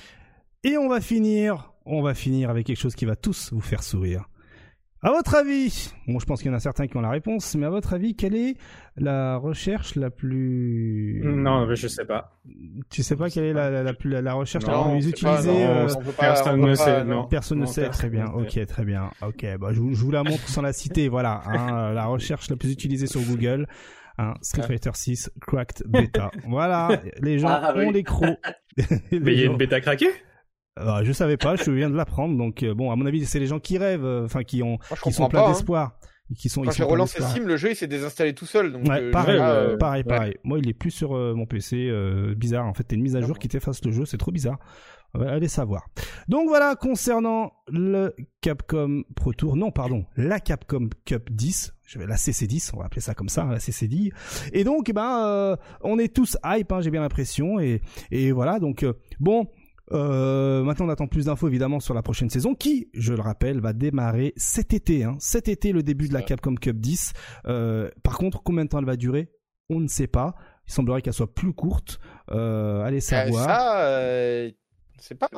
Et on va finir, on va finir avec quelque chose qui va tous vous faire sourire. À votre avis, bon, je pense qu'il y en a certains qui ont la réponse, mais à votre avis, quelle est la recherche la plus... Non, mais je sais pas. Tu sais pas quelle est la, la, la, plus, la, la recherche la Non, plus c'est pas- utilisée non, euh, on peut pas- personne on peut ne pas- sait, non. non. Personne ne Non, sait, personne très bien. ne sait. Ok, très bien. Ok, bah, je, vous- je vous la montre sans la citer. Voilà, hein, la recherche la plus utilisée sur Google. Hein, Street Fighter six Cracked Beta. Voilà, les gens Ah, oui. ont les crocs. Les Mais il y a gens- une bêta craquée? Euh, je savais pas, je viens de l'apprendre. Donc euh, bon, à mon avis, c'est les gens qui rêvent, euh, enfin qui ont, Moi, je qui sont comprends pleins pas. hein. d'espoir, et qui sont. Quand ils j'ai sont pleins relancé d'espoir. Steam, le jeu il s'est désinstallé tout seul. Donc, Ouais, euh, pareil, je- là, euh, pareil, ouais. pareil. Moi, il est plus sur euh, mon P C. Euh, bizarre. En fait, t'as une mise à jour qui t'efface le jeu. C'est trop bizarre. Euh, allez savoir. Donc voilà, concernant le Capcom Pro Tour, non, pardon, la Capcom Cup dix. Je vais la C C dix, on va appeler ça comme ça, hein, la C C dix. Et donc, eh ben, euh, on est tous hype, hein, j'ai bien l'impression. Et, et voilà, donc euh, bon. Euh, maintenant on attend plus d'infos évidemment sur la prochaine saison qui, je le rappelle, va démarrer cet été, hein. Cet été, le début de la Ouais. Capcom Cup dix. Euh, par contre, combien de temps elle va durer, on ne sait pas. Il semblerait qu'elle soit plus courte. Euh, allez Euh, savoir. ça, euh, c'est pas.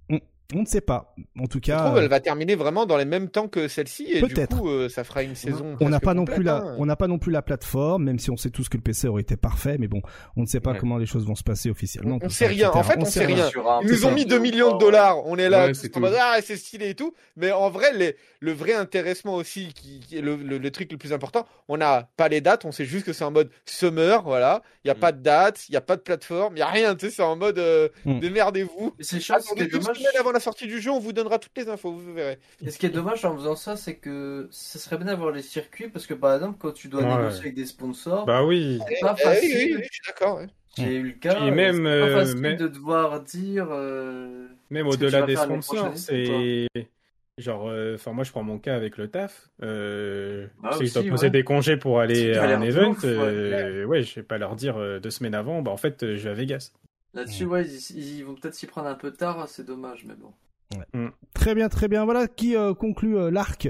On ne sait pas. En tout Je cas, trouve elle va terminer vraiment dans les mêmes temps que celle-ci et du Peut-être. coup euh, ça fera une saison. on n'a presque pas non complète, plus la, hein. on n'a pas non plus la plateforme, même si on sait tous que le P C aurait été parfait, mais bon, on ne sait pas Ouais. comment les choses vont se passer officiellement. On tout sait ça, rien. et cetera. En fait, on sait rien. Sur un Ils nous ont peu mis de- deux millions de dollars. On est là, Ouais, tous c'est en mode, tout. ah, c'est stylé et tout. Mais en vrai, les- le vrai intéressement aussi, qui, qui est le, le- le truc le plus important, on n'a pas les dates. On sait juste que c'est en mode summer, voilà. Il n'y a Mm. pas de date, il n'y a pas de plateforme, il n'y a rien. Tu sais, c'est en mode euh, Mm. démerdez-vous. Mais c'est chiant, ce qui Attendez est une dommage. semaine avant la sortie du jeu, on vous donnera toutes les infos, vous verrez. Et ce qui est dommage en faisant ça, c'est que ce serait bien d'avoir les circuits parce que par exemple, quand tu dois Ouais. négocier avec des sponsors, Bah oui. c'est pas Eh, eh, oui, facile. oui, oui, je suis d'accord. ouais. J'ai eu le cas. Et même, c'est pas euh, facile même- de devoir dire. euh, Même ce que tu au-delà vas des faire l'année sponsors, prochaine, c'est genre, enfin moi je prends mon cas avec le taf. Euh, Bah si je aussi, dois poser ouais. des congés pour aller C'est à un galère de event, ouf, ouais. euh, ouais, je vais pas leur dire euh, deux semaines avant. Bah en fait, euh, je vais à Vegas. Là-dessus, ouais, ils, ils vont peut-être s'y prendre un peu tard, c'est dommage, mais bon. Très bien, très bien. Voilà qui euh, conclut euh, l'arc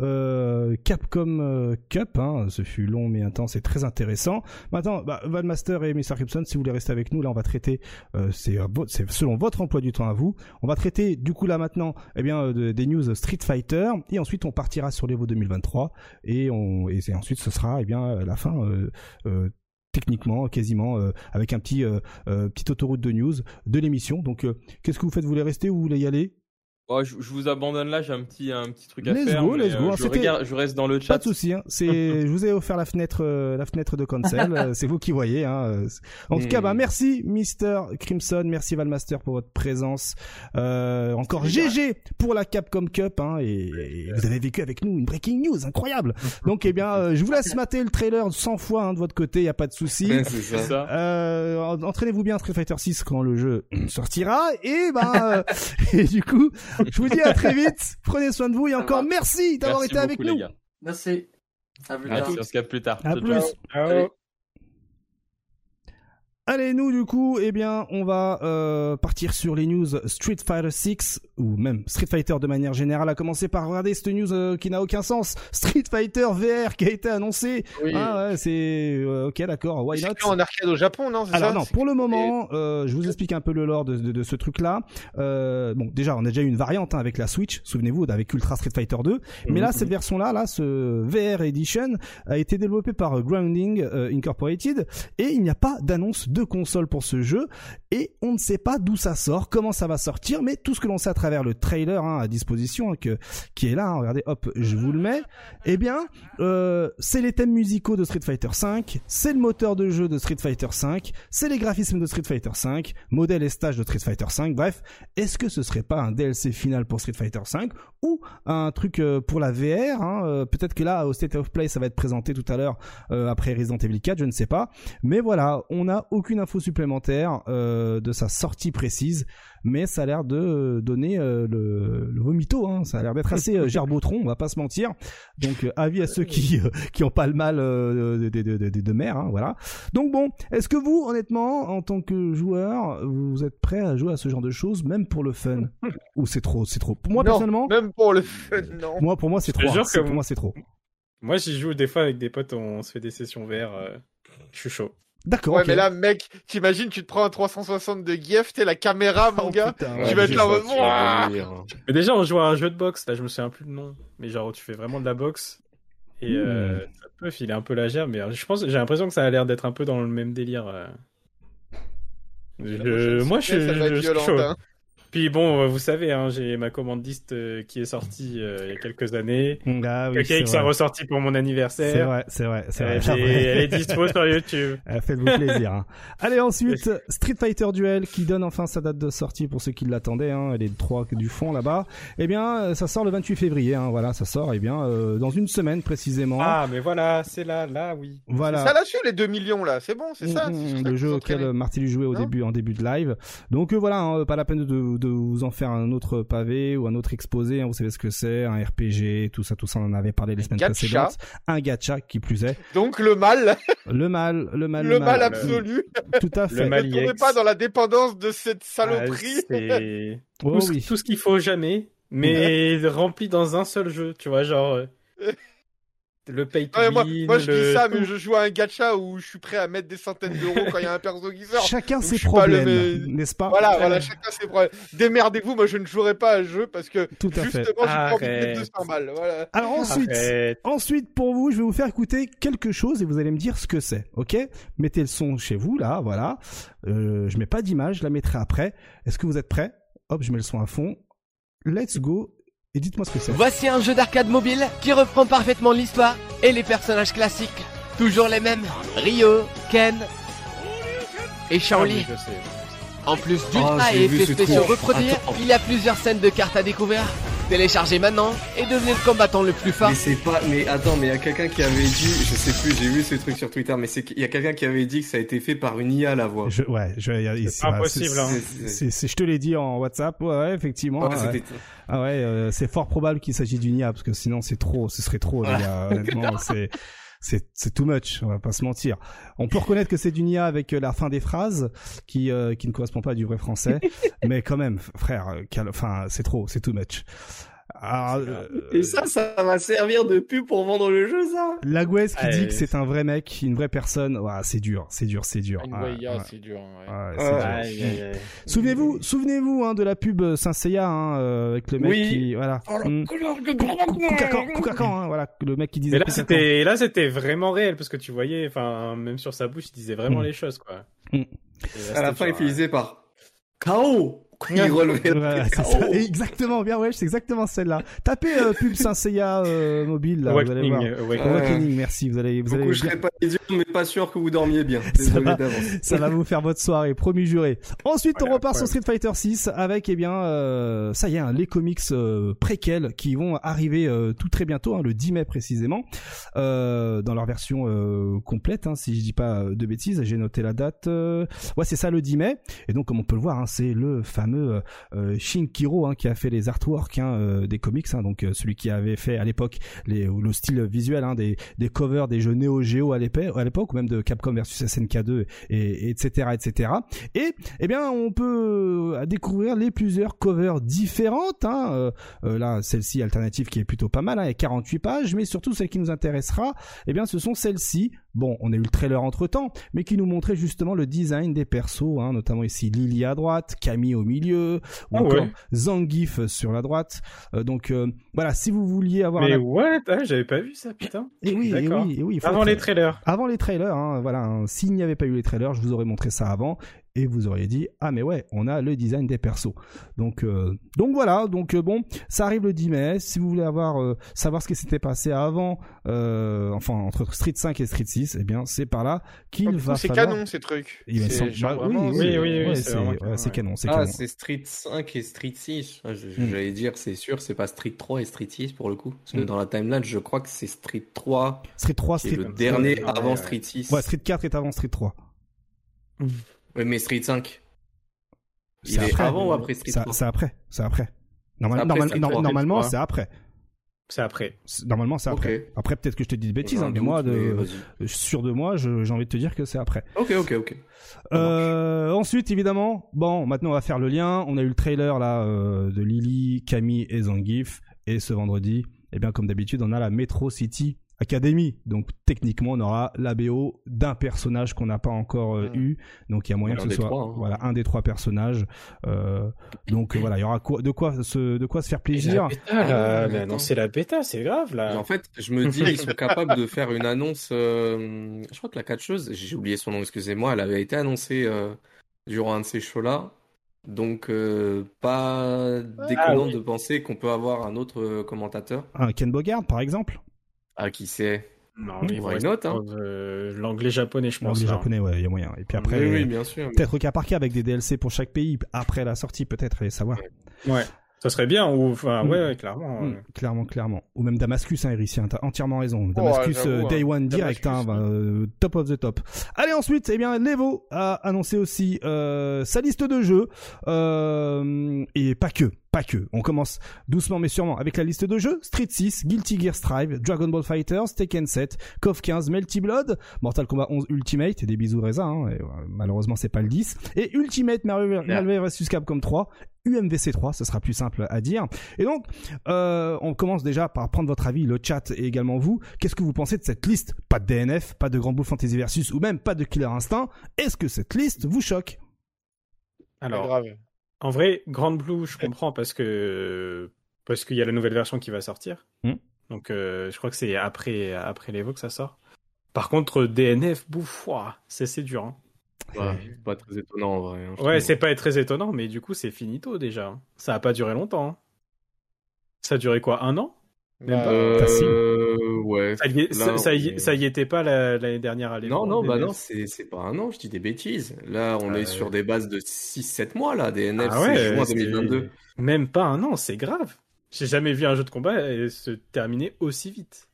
euh, Capcom euh, Cup. Hein. Ce fut long mais intense et très intéressant. Maintenant, bah, Vadmaster et mister Crimson, si vous voulez rester avec nous, là, on va traiter. Euh, c'est, euh, vo- c'est selon votre emploi du temps à vous. On va traiter du coup là maintenant, eh bien, euh, de- des news Street Fighter et ensuite on partira sur l'Evo deux mille vingt-trois et on et c'est- ensuite ce sera eh bien la fin. Euh, euh, techniquement, quasiment, euh, avec un petit euh, euh, petite autoroute de news de l'émission. Donc, euh, qu'est-ce que vous faites? Vous voulez rester ou vous voulez y aller? Oh, je, je vous abandonne là, j'ai un petit, un petit truc à Let's faire. go, mais, let's go. euh, je, C'était- regarde, je reste dans le chat. Pas de souci. Hein. C'est, je vous ai offert la fenêtre, euh, la fenêtre de cancel. euh, c'est vous qui voyez. Hein. euh, En tout cas, bah merci Mister Crimson, merci Valmaster pour votre présence. Euh, encore G G pour la Capcom Cup. Hein, et, et vous avez vécu avec nous une breaking news incroyable. Donc, eh bien, euh, je vous laisse mater le trailer cent fois hein, de votre côté. Y a pas de souci. Ouais, c'est ça. C'est ça. Euh, en- entraînez-vous bien à Street Fighter six quand le jeu sortira et ben euh, et du coup je vous dis à très vite, prenez soin de vous et encore merci d'avoir Merci été avec beaucoup, nous. les gars. Merci. À plus tard. Merci, on se capte plus tard. À Ciao, plus. ciao. Ciao. Allez, nous du coup, eh bien, on va euh, partir sur les news Street Fighter six ou même Street Fighter de manière générale. À commencer par regarder cette news euh, qui n'a aucun sens. Street Fighter V R qui a été annoncé. Oui. Ah ouais, c'est euh, ok, d'accord. Why C'est not? que en arcade au Japon, non c'est Alors ça non, C'est- pour le moment, euh, je vous explique un peu le lore de, de, de ce truc-là. Euh, bon, déjà, on a déjà eu une variante hein, avec la Switch, souvenez-vous, avec Ultra Street Fighter deux. Mais là, cette version-là, là, ce V R Edition, a été développé par euh, Grounding euh, Incorporated, et il n'y a pas d'annonce de console pour ce jeu, et on ne sait pas d'où ça sort, comment ça va sortir, mais tout ce que l'on sait à travers le trailer hein, à disposition, hein, que, qui est là, hein, regardez, hop, je vous le mets, eh bien, euh, c'est les thèmes musicaux de Street Fighter cinq, c'est le moteur de jeu de Street Fighter cinq, c'est les graphismes de Street Fighter cinq, modèle et stage de Street Fighter cinq, bref, est-ce que ce serait pas un D L C final pour Street Fighter cinq ou un truc euh, pour la V R hein, euh, peut-être que là, au State of Play, ça va être présenté tout à l'heure euh, après Resident Evil quatre, je ne sais pas, mais voilà, on n'a aucune info supplémentaire euh, de sa sortie précise, mais ça a l'air de euh, donner euh, le, le vomito, hein. Ça a l'air d'être assez euh, gerbotron, on va pas se mentir. Donc euh, avis à ceux qui euh, qui ont pas le mal euh, de, de, de, de, de mer, hein, voilà. Donc bon, est-ce que vous, honnêtement, en tant que joueur, vous êtes prêt à jouer à ce genre de choses, même pour le fun? Ou c'est trop, c'est trop. Pour moi Non, personnellement, même pour le fun, non. moi pour moi c'est Je te trop. jure hein. C'est- que pour moi c'est trop. Moi, j'y joue des fois avec des potes, on se fait des sessions V R. euh, Je suis chaud. D'accord. Ouais, ok. mais là, mec, t'imagines, tu te prends un trois cent soixante de G F, t'es la caméra, mon Oh, gars. putain, Ouais, Tu vas être je là en vois, mode, tu vas Ouah venir. Mais déjà, on joue à un jeu de boxe. Là, je me souviens plus le nom. Mais genre, tu fais vraiment de la boxe. Et euh, ça peut filer un peu la gerbe. Mais je pense, j'ai l'impression que ça a l'air d'être un peu dans le même délire. euh. Je- Moi, je, Ça va je, être je suis violent, chaud. hein. Puis bon, euh, vous savez, hein, j'ai ma commandiste euh, qui est sortie euh, il y a quelques années. Ah oui, Quelqu'un c'est qui s'est vrai. ressorti pour mon anniversaire. C'est vrai, c'est vrai, c'est vrai. Elle, c'est est, vrai. elle est dispo sur YouTube. Euh, Faites-vous plaisir. Hein. Allez, ensuite, Street Fighter Duel qui donne enfin sa date de sortie pour ceux qui l'attendaient, hein, les trois du fond là-bas. Eh bien, euh, ça sort le vingt-huit février, hein, voilà, ça sort, eh bien, euh, dans une semaine précisément. Ah, mais voilà, c'est là, là, oui. voilà. C'est ça là-dessus, les deux millions, là. C'est bon, c'est ça. Mm, c'est mm, sur ça le que jeu vous auquel entraînez. euh, Marty jouait au Non début, en début de live. Donc euh, voilà, hein, pas la peine de, de vous en faire un autre pavé ou un autre exposé. Hein, vous savez ce que c'est, un R P G, tout ça, tout ça, on en avait parlé les semaines gacha. précédentes. Un gacha qui plus est. Donc, le mal, Le mal, le mal, le mal mal. absolu. Tout à fait. Le mal. Ne tombez Maliex. pas dans la dépendance de cette Ah, saloperie. c'est Oh tout, ce- oui. tout ce qu'il faut jamais, mais rempli dans un seul jeu, tu vois, genre euh, le pay to Ouais, moi, win, moi, je le... dis ça, mais je joue à un gacha où je suis prêt à mettre des centaines d'euros quand il y a un perso qui sort. Chacun Donc, ses je suis pas le problèmes, mé- n'est-ce pas? Voilà, voilà, chacun ses problèmes. Démerdez-vous, moi je ne jouerai pas à ce jeu parce que Tout à fait. justement j'ai pas envie de mettre Arrête. deux cents balles. Voilà. Alors ensuite, Arrête. ensuite pour vous, je vais vous faire écouter quelque chose et vous allez me dire ce que c'est, ok? Mettez le son chez vous là, voilà. Euh, je mets pas d'image, je la mettrai après. Est-ce que vous êtes prêts? Hop, je mets le son à fond. Let's go. Et dites-moi ce que c'est. Voici un jeu d'arcade mobile qui reprend parfaitement l'histoire et les personnages classiques. Toujours les mêmes, Ryo, Ken et Ah, Shaolin. oui, je sais. En plus Oh, d'ultra j'ai et vu effets ce spéciaux truc. reproduire, Attends. il y a plusieurs scènes de cartes à découvrir. Téléchargez maintenant et devenez le combattant le plus fort. Mais c'est pas, mais attends, mais il y a quelqu'un qui avait dit, je sais plus, j'ai vu ce truc sur Twitter, mais c'est qu'il y a quelqu'un qui avait dit que ça a été fait par une I A la voix. Je, ouais, je, y- C'est pas impossible, c'est- hein. c'est- c'est- c'est- je te l'ai dit en WhatsApp, ouais, ouais, effectivement. Ouais, ouais. c'était- Ah ouais, euh, c'est fort probable qu'il s'agisse d'une I A parce que sinon c'est trop, ce serait trop, les gars. Honnêtement, c'est c'est c'est too much. On va pas se mentir. On peut reconnaître que c'est d'une I A avec euh, la fin des phrases qui euh, qui ne correspond pas à du vrai français, mais quand même, frère, euh, quel- enfin c'est trop, c'est too much. Alors, euh, Et ça, ça va servir de pub pour vendre le jeu, ça. Lagwes qui Ouais, dit que c'est un vrai mec, une vraie personne. Ouais, c'est dur, c'est dur, c'est dur. Une Ah, voie I A, ouais. c'est dur. Ouais. Ouais, c'est Ouais. dur. Aïe, aïe, aïe. Souvenez-vous, souvenez-vous hein, de la pub Saint Seiya hein, euh, avec le mec Oui. qui voilà. Mm. Kukakan, Kukakan, hein, voilà, le mec qui disait. Et là, Kukakan. c'était, là, c'était vraiment réel parce que tu voyais, enfin, même sur sa bouche, il disait vraiment Mm. les choses, quoi. Mm. Et là, À la c'était fin, il dur, finissait par K O. Il relevait Voilà, le c'est K ça. O. Exactement, bien ouais, c'est exactement celle-là. Tapez euh, pub Saint Seiya euh, mobile là, vous allez Awakening, voir. euh, Awakening. Awakening, merci, vous allez vous Vous allez coucherez pas les yeux, mais pas sûr que vous dormiez bien. Ça Désolé va. d'avance. Ça va vous faire votre soirée, promis juré. Ensuite, Ouais, on repart incroyable. sur Street Fighter six avec, eh bien, euh, ça y est, hein, les comics euh, préquels qui vont arriver euh, tout très bientôt, hein, le dix mai précisément, euh, dans leur version euh, complète, hein, si je dis pas de bêtises. J'ai noté la date. Euh... Ouais, c'est ça, le dix mai. Et donc, comme on peut le voir, hein, c'est le fameux euh, Shinkiro hein, qui a fait les artworks hein, euh, des comics. Hein, donc, euh, celui qui avait fait à l'époque les, le style visuel hein, des, des covers des jeux Neo Geo à l'époque, à l'époque, ou même de Capcom versus S N K deux, et, et etc., et cetera. Et eh bien, on peut euh, découvrir les plusieurs covers différentes. Hein. Euh, euh, là, celle-ci alternative qui est plutôt pas mal, hein, et quarante-huit pages, mais surtout celle qui nous intéressera, eh bien, ce sont celles-ci. Bon, on a eu le trailer entre-temps, mais qui nous montrait justement le design des persos, hein, notamment ici Lily à droite, Camille au milieu, ou Ah encore ouais. Zangief sur la droite. Euh, donc euh, voilà, si vous vouliez avoir Mais un... what? Ah, j'avais pas vu ça, putain. Et oui, et D'accord. oui, et oui, il faut Avant être- les trailers. avant les trailers, hein, voilà. Hein, s'il n'y avait pas eu les trailers, je vous aurais montré ça avant et vous auriez dit ah mais ouais, on a le design des persos. Donc euh, donc voilà, donc euh, bon, ça arrive le dix mai. Si vous voulez avoir euh, savoir ce qui s'était passé avant, euh, enfin entre Street cinq et Street six, eh bien c'est par là qu'il Oh, va c'est falloir. canon ces trucs. Il me C'est semble- genre bah, vraiment, oui, oui, oui, oui, oui, ouais, c'est c'est vraiment ouais, canon, c'est ouais. canon, c'est Ah, canon. c'est Street cinq et Street six. Ah, je- Mm. J'allais dire, c'est sûr, c'est pas Street trois et Street six pour le coup. Parce que Mm. dans la timeline, je crois que c'est Street trois Street trois, qui est Street le dernier ouais, avant ouais. Street six. ouais, Street quatre est avant Street trois. Oui, mais Street cinq. C'est Il est après. avant ou après Street Ça- trois? C'est après, c'est après. Normal- C'est après normal- Street norm- trois. normalement, Street c'est après. C'est après. C'est- Normalement, c'est après. Ok. Après, peut-être que je te dis des bêtises, J'ai un hein, mais doute, moi, mais de, vas-y. sûr de moi, je- j'ai envie de te dire que c'est après. Ok, ok, ok. Ça Euh, ensuite, évidemment, bon, maintenant on va faire le lien. On a eu le trailer là euh, de Lily, Camille et Zangief, et ce vendredi, eh bien comme d'habitude, on a la Metro City Academy. Donc techniquement, on aura la B O d'un personnage qu'on n'a pas encore euh, Mmh. eu. Donc il y a moyen Un que ce des soit trois, hein. voilà un des trois personnages. Euh, donc euh, voilà, il y aura quoi, de quoi se de quoi se faire plaisir. La bêta, là, Ah, mais attends. annoncer la bêta, c'est grave, Mais là. en fait, je me dis, ils sont capables de faire une annonce. euh, je crois que la catcheuse, j'ai oublié son nom, excusez-moi, elle avait été annoncée euh, durant un de ces shows-là. Donc, euh, pas déconnant oui. de penser qu'on peut avoir un autre euh, commentateur. Un Ken Bogard, par exemple. Ah, qui sait? Non, Mmh. ils vont Why rester not, hein. dans, euh, l'anglais-japonais, je pense. L'anglais là. japonais, ouais, il y a moyen. Et puis après, Oui, euh, oui, bien sûr. peut-être au cas par cas avec des D L C pour chaque pays après la sortie, peut-être, allez savoir. Ouais. Ça serait bien, ou, enfin, Mm. ouais, ouais, clairement. Mm, ouais. clairement, clairement. Ou même Damascus, hein, Iris, hein, t'as entièrement raison. Damascus, j'avoue, euh, hein. Day One direct, hein, Damascus, bah, euh, top of the top. Allez, ensuite, eh bien, Levo a annoncé aussi euh, sa liste de jeux, euh, et pas que, pas que. On commence doucement mais sûrement avec la liste de jeux. Street six, Guilty Gear Strive, Dragon Ball FighterZ, Tekken sept, K O F quinze, Melty Blood, Mortal Kombat onze Ultimate, et des bisous Reza, hein, et, euh, malheureusement c'est pas le dix, et Ultimate Marvel Marvel versus. Capcom trois, U M V C trois, ce sera plus simple à dire. Et donc, euh, on commence déjà par prendre votre avis, le chat et également vous. Qu'est-ce que vous pensez de cette liste? Pas de D N F, pas de Grand Blue Fantasy Versus, ou même pas de Killer Instinct. Est-ce que cette liste vous choque? Alors, grave. en vrai, Grand Blue, je comprends parce que parce qu'il y a la nouvelle version qui va sortir. Mm. Donc, euh, je crois que c'est après après l'Evo que ça sort. Par contre, D N F, bouf, ouah, c'est c'est dur. Hein. Ouais, c'est pas très étonnant en vrai. hein, je Ouais, trouve. c'est pas très étonnant, mais du coup, c'est finito déjà. hein. Ça a pas duré longtemps. hein. Ça a duré quoi, un an? Même Bah, pas. Euh, Facile. ouais. Ça y, est- Là, ça, ça y, on est- ça y était pas la- l'année dernière à l'Evo. Non, non, D bah N F. non, c'est c'est pas un an, je dis des bêtises. Là, on Euh, est sur des bases de six sept mois, là. D N F, Ah c'est ouais, juin c'est- deux mille vingt-deux. Même pas un an, c'est grave. J'ai jamais vu un jeu de combat euh, se terminer aussi vite.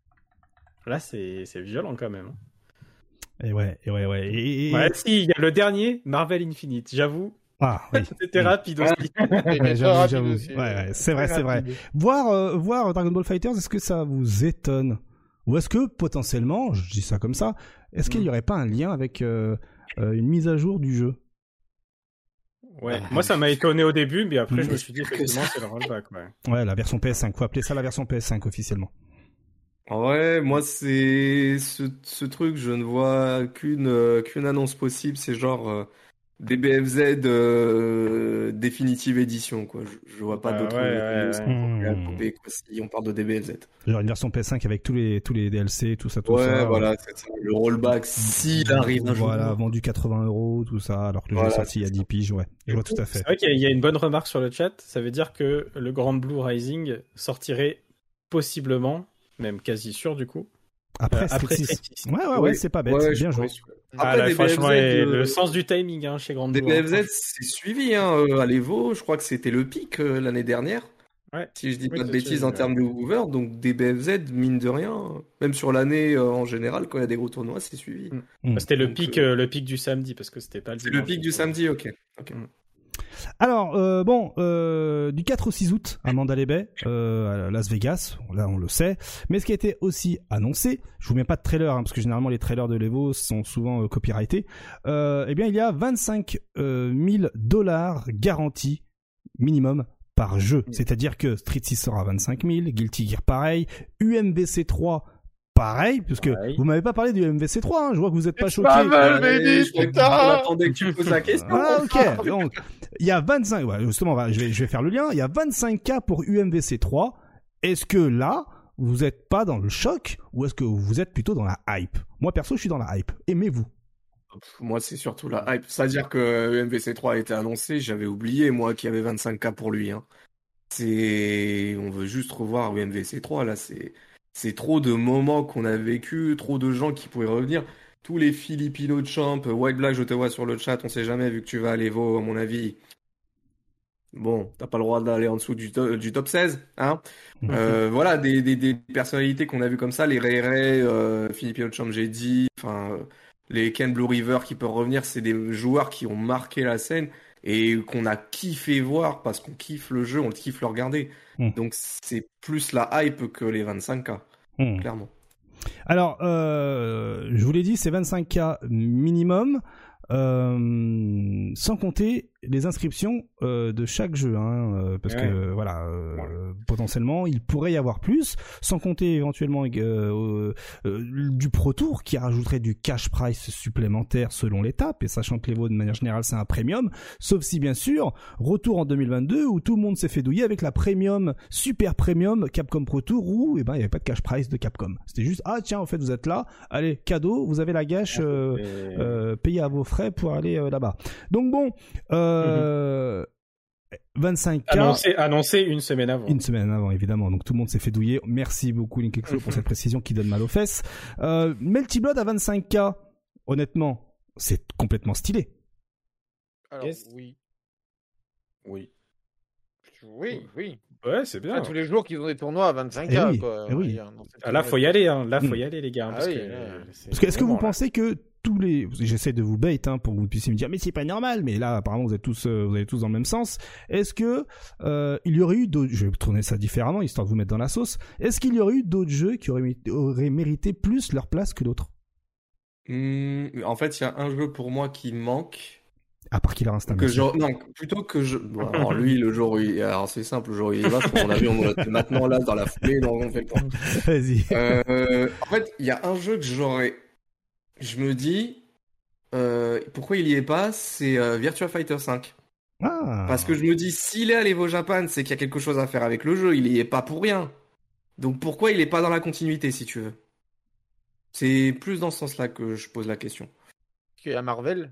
Là, c'est c'est violent quand même. hein. Et ouais, et ouais, ouais. Et, et- Ouais, si, il y a le dernier, Marvel Infinite, j'avoue. Ah, oui. C'était rapide aussi. il est Ouais, très j'avoue, rapide j'avoue. aussi. Ouais, ouais, c'est vrai, Très c'est vrai. rapide. Voir, euh, voir Dragon Ball FighterZ, est-ce que ça vous étonne? Ou est-ce que, potentiellement, je dis ça comme ça, est-ce qu'il y aurait pas un lien avec euh, euh, une mise à jour du jeu? Ouais, moi ça m'a étonné au début, mais après je me suis dit Que effectivement ça. c'est le rollback. Ouais. Ouais, la version P S cinq. Faut appeler ça la version P S cinq officiellement. Ouais, moi c'est ce, ce truc, je ne vois qu'une euh, qu'une annonce possible, c'est genre euh, D B F Z euh, définitive édition quoi. Je, je vois pas Ah, d'autres ouais, news ouais, qui ouais. pourraient popper, quoi, si on parle de D B F Z. Genre une version P S cinq avec tous les tous les D L C, tout ça, tout Ouais, ça. voilà, c'est ça. Le rollback s'il arrive un jour. Voilà, vendu quatre-vingts euros, tout ça, alors que le jeu Voilà, est sorti il y a c'est dix piges, ouais. Je vois tout à fait. C'est vrai qu'il y a- il y a une bonne remarque sur le chat. Ça veut dire que le Grand Blue Rising sortirait possiblement, même quasi sûr du coup. Après, Euh, Street après six. Street six. Ouais, ouais, ouais, Oui. c'est pas bête, Ouais, je bien joué. pense. Ah, Après, là, D B F Z, franchement, et euh, le sens du timing hein, chez Grand Blue. D B F Z, hein. c'est suivi hein, euh, à l'Evo, je crois que c'était le pic euh, l'année dernière. Ouais. Si je dis Oui, pas de c'est bêtises sûr, en ouais. termes de Hoover, donc D B F Z, mine de rien, euh, même sur l'année euh, en général, quand il y a des gros tournois, c'est suivi. Mm. Mm. Bah, c'était le Donc, pic, euh, euh, le pic du samedi parce que c'était pas le C'est le dimanche, pic du donc, samedi, ok. ok. Mm. Alors, euh, bon, euh, du quatre au six août à Mandalay Bay, euh, à Las Vegas, là on le sait, mais ce qui a été aussi annoncé, je vous mets pas de trailer, hein, parce que généralement les trailers de l'Evo sont souvent euh, copyrightés, euh, eh bien il y a vingt-cinq mille dollars garantis minimum par jeu, c'est-à-dire que Street six sera à vingt-cinq mille, Guilty Gear pareil, U M V C trois pareil, puisque Pareil. vous m'avez pas parlé du U M V C trois, hein, je vois que vous êtes pas choqués. Marvel, Allez, baby, je crois que- putain. on attendait que tu poses la question. Ah ok, donc il y a vingt-cinq, ouais, justement, voilà, je vais, je vais faire le lien, il y a vingt-cinq K pour U M V C trois, est-ce que là, vous êtes pas dans le choc, ou est-ce que vous êtes plutôt dans la hype? Moi perso, je suis dans la hype, aimez-vous? Pff, Moi, c'est surtout la hype. C'est-à-dire que U M V C trois a été annoncé, j'avais oublié, moi, qu'il y avait vingt-cinq K pour lui. Hein. C'est... On veut juste revoir U M V C trois, là, c'est... C'est trop de moments qu'on a vécu, trop de gens qui pouvaient revenir. Tous les Filipinos de champ, White Black, je te vois sur le chat, on sait jamais, vu que tu vas à l'Evo, à mon avis. Bon, t'as pas le droit d'aller en dessous du, to- du top seize, hein. Euh, voilà, des, des, des personnalités qu'on a vues comme ça, les Ray Ray, euh, Filipino de champ, j'ai dit, enfin, euh, les Ken Blue River qui peuvent revenir, c'est des joueurs qui ont marqué la scène et qu'on a kiffé voir parce qu'on kiffe le jeu, on le kiffe le regarder. Mm. Donc c'est plus la hype que les vingt-cinq K, Hmm. clairement. Alors, euh, je vous l'ai dit, c'est vingt-cinq K minimum, euh, sans compter les inscriptions euh, de chaque jeu, hein, euh, parce Ouais. que voilà, euh, potentiellement, il pourrait y avoir plus, sans compter éventuellement euh, euh, euh, du Pro Tour qui rajouterait du cash price supplémentaire selon l'étape, et sachant que l'Evo de manière générale c'est un premium, sauf si bien sûr, retour en deux mille vingt-deux où tout le monde s'est fait douiller avec la premium, super premium Capcom Pro Tour où eh ben, il n'y avait pas de cash price de Capcom. C'était juste, ah tiens, en fait vous êtes là, allez, cadeau, vous avez la gâche, euh, Et- euh, payez à vos frais pour aller euh, là-bas. Donc bon, euh, vingt-cinq K... Annoncé, annoncé une semaine avant. Une semaine avant, évidemment. Donc tout le monde s'est fait douiller. Merci beaucoup, Linkexo, pour cette précision qui donne mal aux fesses. Euh, Melty Blood à vingt-cinq K, honnêtement, c'est complètement stylé. Alors, Yes. oui. Oui. Oui, oui. Ouais, c'est bien. Enfin, tous les jours qu'ils ont des tournois à vingt-cinq K, Eh oui, quoi. eh on va oui. dire, dans cette Ah, là, faut y aller, hein. Là, faut Mm. y aller, les gars. hein, Ah parce oui, que, là. euh, c'est Parce que est-ce que vous vraiment, là. pensez que tous les... J'essaie de vous bait hein, pour que vous puissiez me dire mais c'est pas normal, mais là apparemment vous êtes tous euh, vous allez tous dans le même sens. Est-ce que euh, il y aurait eu d'autres... Je vais tourner ça différemment histoire de vous mettre dans la sauce. Est-ce qu'il y aurait eu d'autres jeux qui auraient, mé- auraient mérité plus leur place que d'autres? Hmm, en fait, il y a un jeu pour moi qui manque. À part Killer Instinct. Que bien je... sûr. Non, plutôt que je. Bon, alors lui, le jour où il. Alors c'est simple, le jour où il y va, à mon avis, on va maintenant là, dans la foulée, donc on fait le point. Vas-y. Euh, en fait, il y a un jeu que j'aurais. Je me dis. Euh, pourquoi il y est pas? C'est euh, Virtua Fighter cinq. Ah. Parce que je me dis, s'il est à l'Evo Japan, c'est qu'il y a quelque chose à faire avec le jeu. Il y est pas pour rien. Donc pourquoi il est pas dans la continuité, si tu veux? C'est plus dans ce sens-là que je pose la question. qu'il y a Marvel.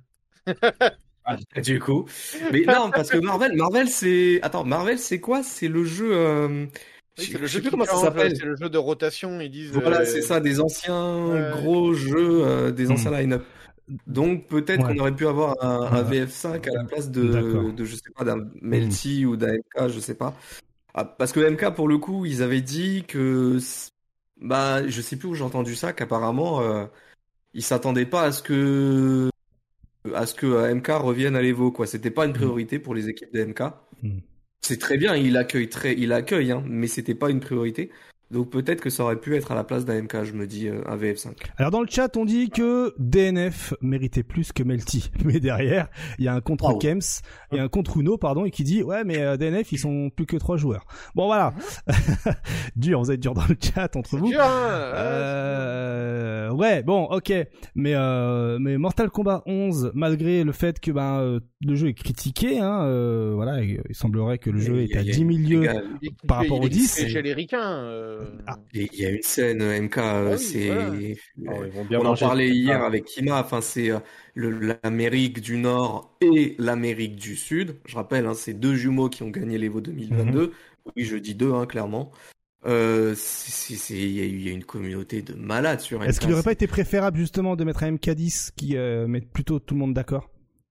Ah, du coup. Mais non, parce que Marvel, Marvel, c'est. Attends, Marvel, c'est quoi? C'est le jeu. euh, Oui, je- c'est le je jeu sais plus qui comment ça change, s'appelle. C'est le jeu de rotation, ils disent. Voilà, euh, c'est ça, des anciens Ouais. gros jeux, euh, des Hmm. anciens line-up. Donc peut-être Ouais. qu'on aurait pu avoir un, un Ouais. V F cinq à la place D'accord. de, de je sais pas, d'un Melty ou d'un M K, je sais pas. Ah, parce que M K, pour le coup, ils avaient dit que, c- bah, je sais plus où j'ai entendu ça, qu'apparemment, euh, ils s'attendaient pas à ce que, à ce que euh, M K revienne à l'Evo, quoi. C'était pas une priorité pour les équipes de M K. Hmm. C'est très bien, il accueille très, il accueille, hein, mais c'était pas une priorité. Donc peut-être que ça aurait pu être à la place d'A M K, je me dis, euh, un V F cinq. Alors dans le chat, on dit que D N F méritait plus que Melty. Mais derrière, il y a un contre Wow. Kems et un contre Uno, pardon, et qui dit ouais, mais euh, D N F ils sont plus que trois joueurs. Bon voilà, dur, vous êtes dur dans le chat entre vous. Dur, hein, Euh... Ouais, bon, ok, mais euh, mais Mortal Kombat onze, malgré le fait que ben euh, le jeu est critiqué, hein, euh, voilà, il, il semblerait que le jeu Il est y a- à il y a dix une- mille lieues les gars, Il est- par rapport il aux est dix. chez les ricains. euh, Ah. Et il y a une scène M K, euh, oui, c'est, voilà. Oh, ils vont bien on en manger parlait le hier Kombat. avec Kima. Enfin, c'est euh, le- l'Amérique du Nord et l'Amérique du Sud. Je rappelle, hein, c'est deux jumeaux qui ont gagné l'Evo deux mille vingt-deux. Oui, je dis deux, hein, clairement. Euh, c'est, c'est, c'est- il y a eu, il y a une communauté de malades sur M K. Est-ce qu'il n'aurait pas été préférable justement de mettre un M K dix qui euh, met plutôt tout le monde d'accord?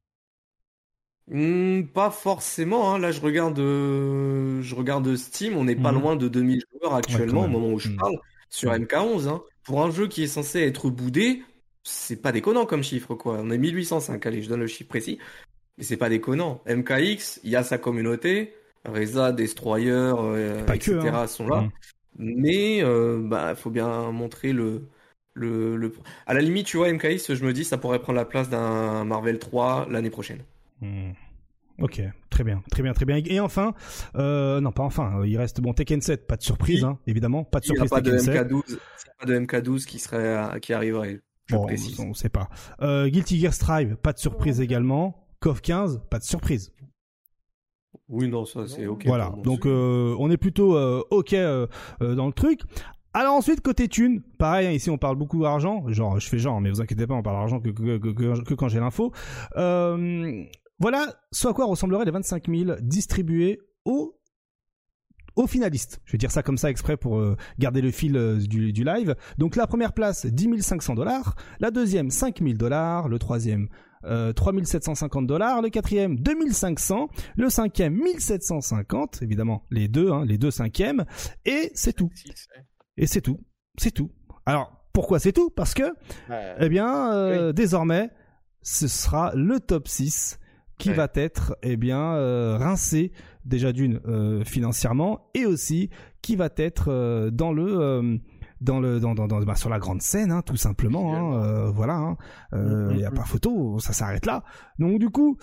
Hmm, pas forcément, hein. Là, je regarde, euh, je regarde Steam. On n'est pas Mhm. loin de deux mille joueurs actuellement Ouais, au quand même. moment où je Mhm. parle sur Mhm. M K onze. Hein. Pour un jeu qui est censé être boudé, c'est pas déconnant comme chiffre, quoi. On est mille huit cent cinq. Allez, je donne le chiffre précis. Mais c'est pas déconnant. M K X, il y a sa communauté. Reza, Destroyer, euh, Pas que, et cetera hein. sont là. Mhm. Mais euh, bah, faut bien montrer le, le, le. À la limite, tu vois, M K X, je me dis, ça pourrait prendre la place d'un Marvel trois l'année prochaine. Hmm. Ok, très bien, très bien, très bien. Et enfin, euh, non pas enfin, euh, il reste bon Tekken sept, pas de surprise, Oui. hein, évidemment, pas de Il n'y a surprise pas de Tekken sept. M K douze, il y a pas de M K douze qui serait, euh, qui arriverait, je Bon, précise. on sait pas. Euh, Guilty Gear Strive, pas de surprise également. C O V quinze, pas de surprise. Oui, non, ça c'est ok. Voilà, pour moi. donc euh, on est plutôt euh, ok euh, euh, dans le truc. Alors ensuite, côté thune, pareil, hein, ici on parle beaucoup d'argent, genre je fais genre, mais vous inquiétez pas, on parle d'argent que, que, que, que, que quand j'ai l'info. Euh, voilà ce à quoi ressembleraient les vingt-cinq mille distribués aux, aux finalistes. Je vais dire ça comme ça exprès pour euh, garder le fil euh, du, du live. Donc la première place, dix mille cinq cents dollars, la deuxième, cinq mille dollars, le troisième, Euh, trois mille sept cent cinquante dollars, le quatrième deux mille cinq cents, le cinquième mille sept cent cinquante, évidemment les deux, hein, les deux cinquièmes, et c'est tout. Et c'est tout, c'est tout. Alors pourquoi c'est tout? Parce que, Ouais. eh bien, euh, Oui. désormais, ce sera le top six qui Ouais. va être, eh bien, euh, rincé déjà d'une euh, financièrement et aussi qui va être euh, dans le euh, dans le dans dans, dans bah, sur la grande scène, hein, tout simplement. Hein, euh, voilà, hein, euh, il y a pas photo, ça s'arrête là. Donc du coup,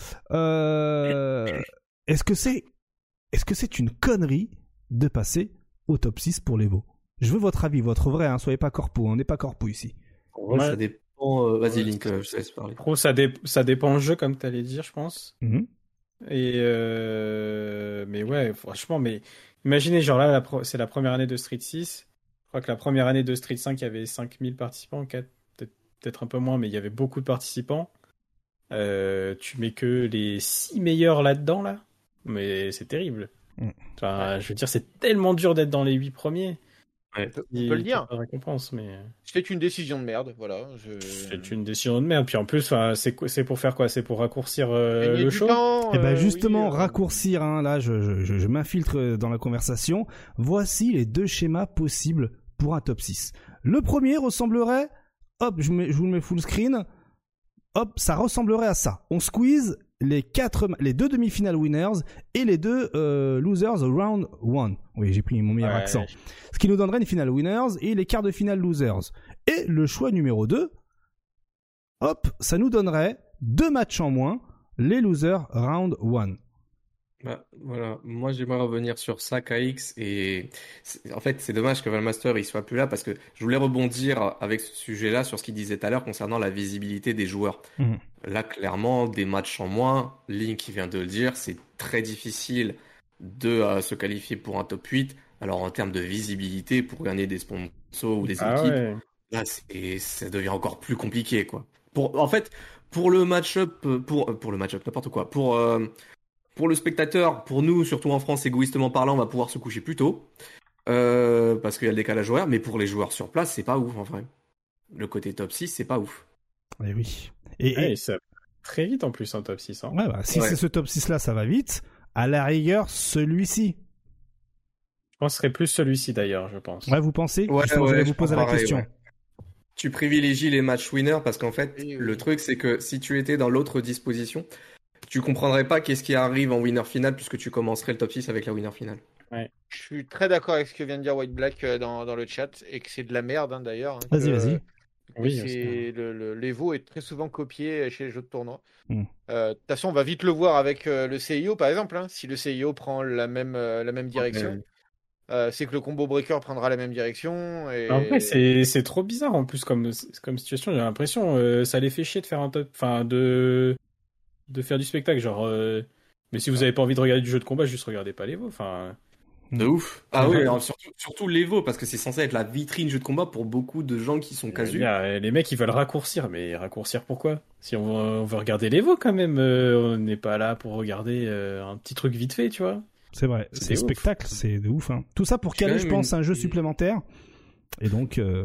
euh, est-ce que c'est est-ce que c'est une connerie de passer au top six pour l'Evo? Je veux votre avis, votre vrai, hein, soyez pas corpo, on n'est pas corpo ici. En vrai, Ouais. ça dépend. euh, Vas-y, Link, euh, je te laisse parler. Pro, ça, dé- ça dépend le jeu, comme tu allais dire, je pense. Mhm. Et euh... Mais ouais, franchement, mais imaginez, genre là, la pro- c'est la première année de Street six. Je crois que la première année de Street cinq, il y avait cinq mille participants, quatre, peut-être, peut-être un peu moins, mais il y avait beaucoup de participants. Euh, tu mets que les six meilleurs là-dedans, là. Mais c'est terrible. Mm. Enfin, je veux dire, c'est tellement dur d'être dans les huit premiers. Ouais. Il- peut le dire. pas de récompense, mais C'était une décision de merde, voilà. Je... c'est une décision de merde. Puis en plus, enfin, c'est quoi- c'est pour faire quoi? C'est pour raccourcir euh, Gagner le du show. temps, Et ben euh, justement, oui, euh, raccourcir, hein, là je, je, je, je m'infiltre dans la conversation. Voici les deux schémas possibles pour un top six. Le premier ressemblerait, hop, je, mets, je vous le mets full screen, hop, ça ressemblerait à ça. On squeeze les quatre, les deux demi-finales winners et les deux euh, losers round one. Oui, j'ai pris mon meilleur Ouais. accent. Ce qui nous donnerait une finale winners et les quarts de finale losers. Et le choix numéro deux, hop, ça nous donnerait deux matchs en moins, les losers round one. Bah, voilà, moi j'aimerais revenir sur ça, K X, et c'est- en fait c'est dommage que Valmaster il soit plus là parce que je voulais rebondir avec ce sujet-là sur ce qu'il disait tout à l'heure concernant la visibilité des joueurs. Mhm. Là clairement, des matchs en moins, Link qui vient de le dire, c'est très difficile de euh, se qualifier pour un top huit. Alors en termes de visibilité, pour gagner des sponsors ou des Ah équipes, ouais. là c'est, ça devient encore plus compliqué quoi. Pour, en fait, pour le match-up, euh, pour, euh, pour le match-up, n'importe quoi, pour... euh, Pour le spectateur, pour nous, surtout en France, égoïstement parlant, on va pouvoir se coucher plus tôt. Euh, parce qu'il y a le décalage horaire. Mais pour les joueurs sur place, c'est pas ouf en vrai. Le côté top six, c'est pas ouf. Eh oui. Et, Ouais, et- et ça très vite en plus un top six. Hein. ouais, bah, si Ouais. c'est ce top six là, ça va vite. À la rigueur, celui-ci. Je pense que ce serait plus celui-ci d'ailleurs, je pense. Ouais, vous pensez? Ouais, Justement, ouais, je vais je vous poser pense la pareil, question. ouais. Tu privilégies les matchs winners parce qu'en fait, Oui, oui. le truc, c'est que si tu étais dans l'autre disposition, tu comprendrais pas qu'est-ce qui arrive en winner final puisque tu commencerais le top six avec la winner finale. Je suis très d'accord avec ce que vient de dire White Black euh, dans, dans le chat et que c'est de la merde hein, d'ailleurs. hein, Vas-y, que, vas-y. euh, Oui, c'est- c'est- le, le- l'Evo est très souvent copié chez les jeux de tournoi. Mm. Euh, De toute façon, on va vite le voir avec euh, le C I O par exemple. hein. Si le C I O prend la même, euh, la même direction, Ouais. euh, c'est que le combo breaker prendra la même direction. Et... En vrai, c'est c'est trop bizarre en plus comme comme situation. J'ai l'impression euh, ça les fait chier de faire un top, enfin de de faire du spectacle, genre. euh, Mais si vous avez pas envie de regarder du jeu de combat, juste regardez pas les veaux. Enfin. De ouf. Ah Ouais. oui, alors surtout, surtout l'Evo, parce que c'est censé être la vitrine jeu de combat pour beaucoup de gens qui sont casus. Bien, les mecs ils veulent raccourcir, mais raccourcir pourquoi? Si on veut, on veut regarder les veaux quand même, euh, on n'est pas là pour regarder euh, un petit truc vite fait, tu vois. C'est vrai, C'est c'est ouf. spectacle, c'est de ouf. Hein. Tout ça pour C'est caler, quand je même pense, une- un jeu supplémentaire. Et donc, euh,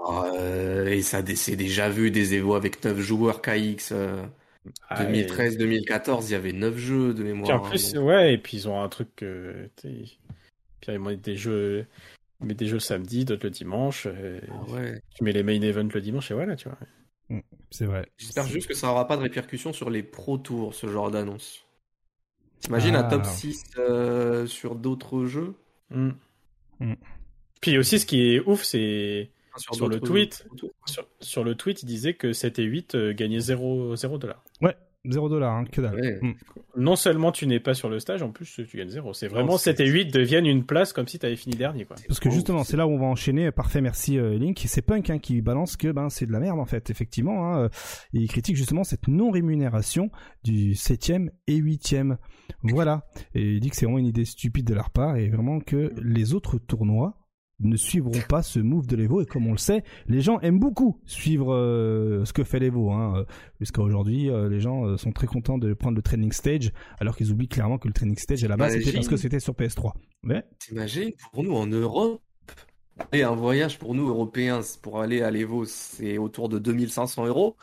Euh, et ça, c'est déjà vu des Evo avec neuf joueurs K X. euh, Ah, deux mille treize deux mille quatorze, il y avait neuf jeux de Puis mémoire. en plus, hein, donc. ouais, et puis ils ont un truc. Euh, tu sais, puis ils mettent des jeux, ils mettent des jeux le samedi, d'autres le dimanche. euh, Ah ouais. Tu mets les main events le dimanche et voilà, tu vois. c'est vrai. J'espère juste que ça aura pas de répercussions sur les Pro Tours, ce genre d'annonce. T'imagines un Ah. top six euh, sur d'autres jeux? Mm. Mm. Puis aussi, ce qui est ouf, c'est Enfin, sur le d'autres tweet. Pro Tours. sur, sur le tweet, il disait que sept et huit euh, gagnaient zéro dollars. Ouais, zéro dollar, hein, que dalle. Ouais. Mm. Non seulement tu n'es pas sur le stage, en plus tu gagnes zéro. C'est vraiment Non, c'est- sept et huit deviennent une place comme si tu avais fini dernier, quoi. Parce que Oh, justement, c'est- c'est là où on va enchaîner. Parfait, merci euh, Link. C'est Punk hein, qui balance que ben c'est de la merde en fait, effectivement. Hein, euh, et il critique justement cette non-rémunération du septième et huitième. Voilà. Et il dit que c'est vraiment une idée stupide de leur part et vraiment que les autres tournois ne suivront pas ce move de l'Evo. Et comme on le sait, les gens aiment beaucoup suivre euh, ce que fait l'Evo. Hein. Jusqu'à aujourd'hui, euh, les gens euh, sont très contents de prendre le training stage, alors qu'ils oublient clairement que le training stage à la base c'était T'imagines parce que c'était sur P S trois. Mais T'imagines, pour nous en Europe, et un voyage pour nous Européens c'est pour aller à l'Evo, c'est autour de deux mille cinq cents euros.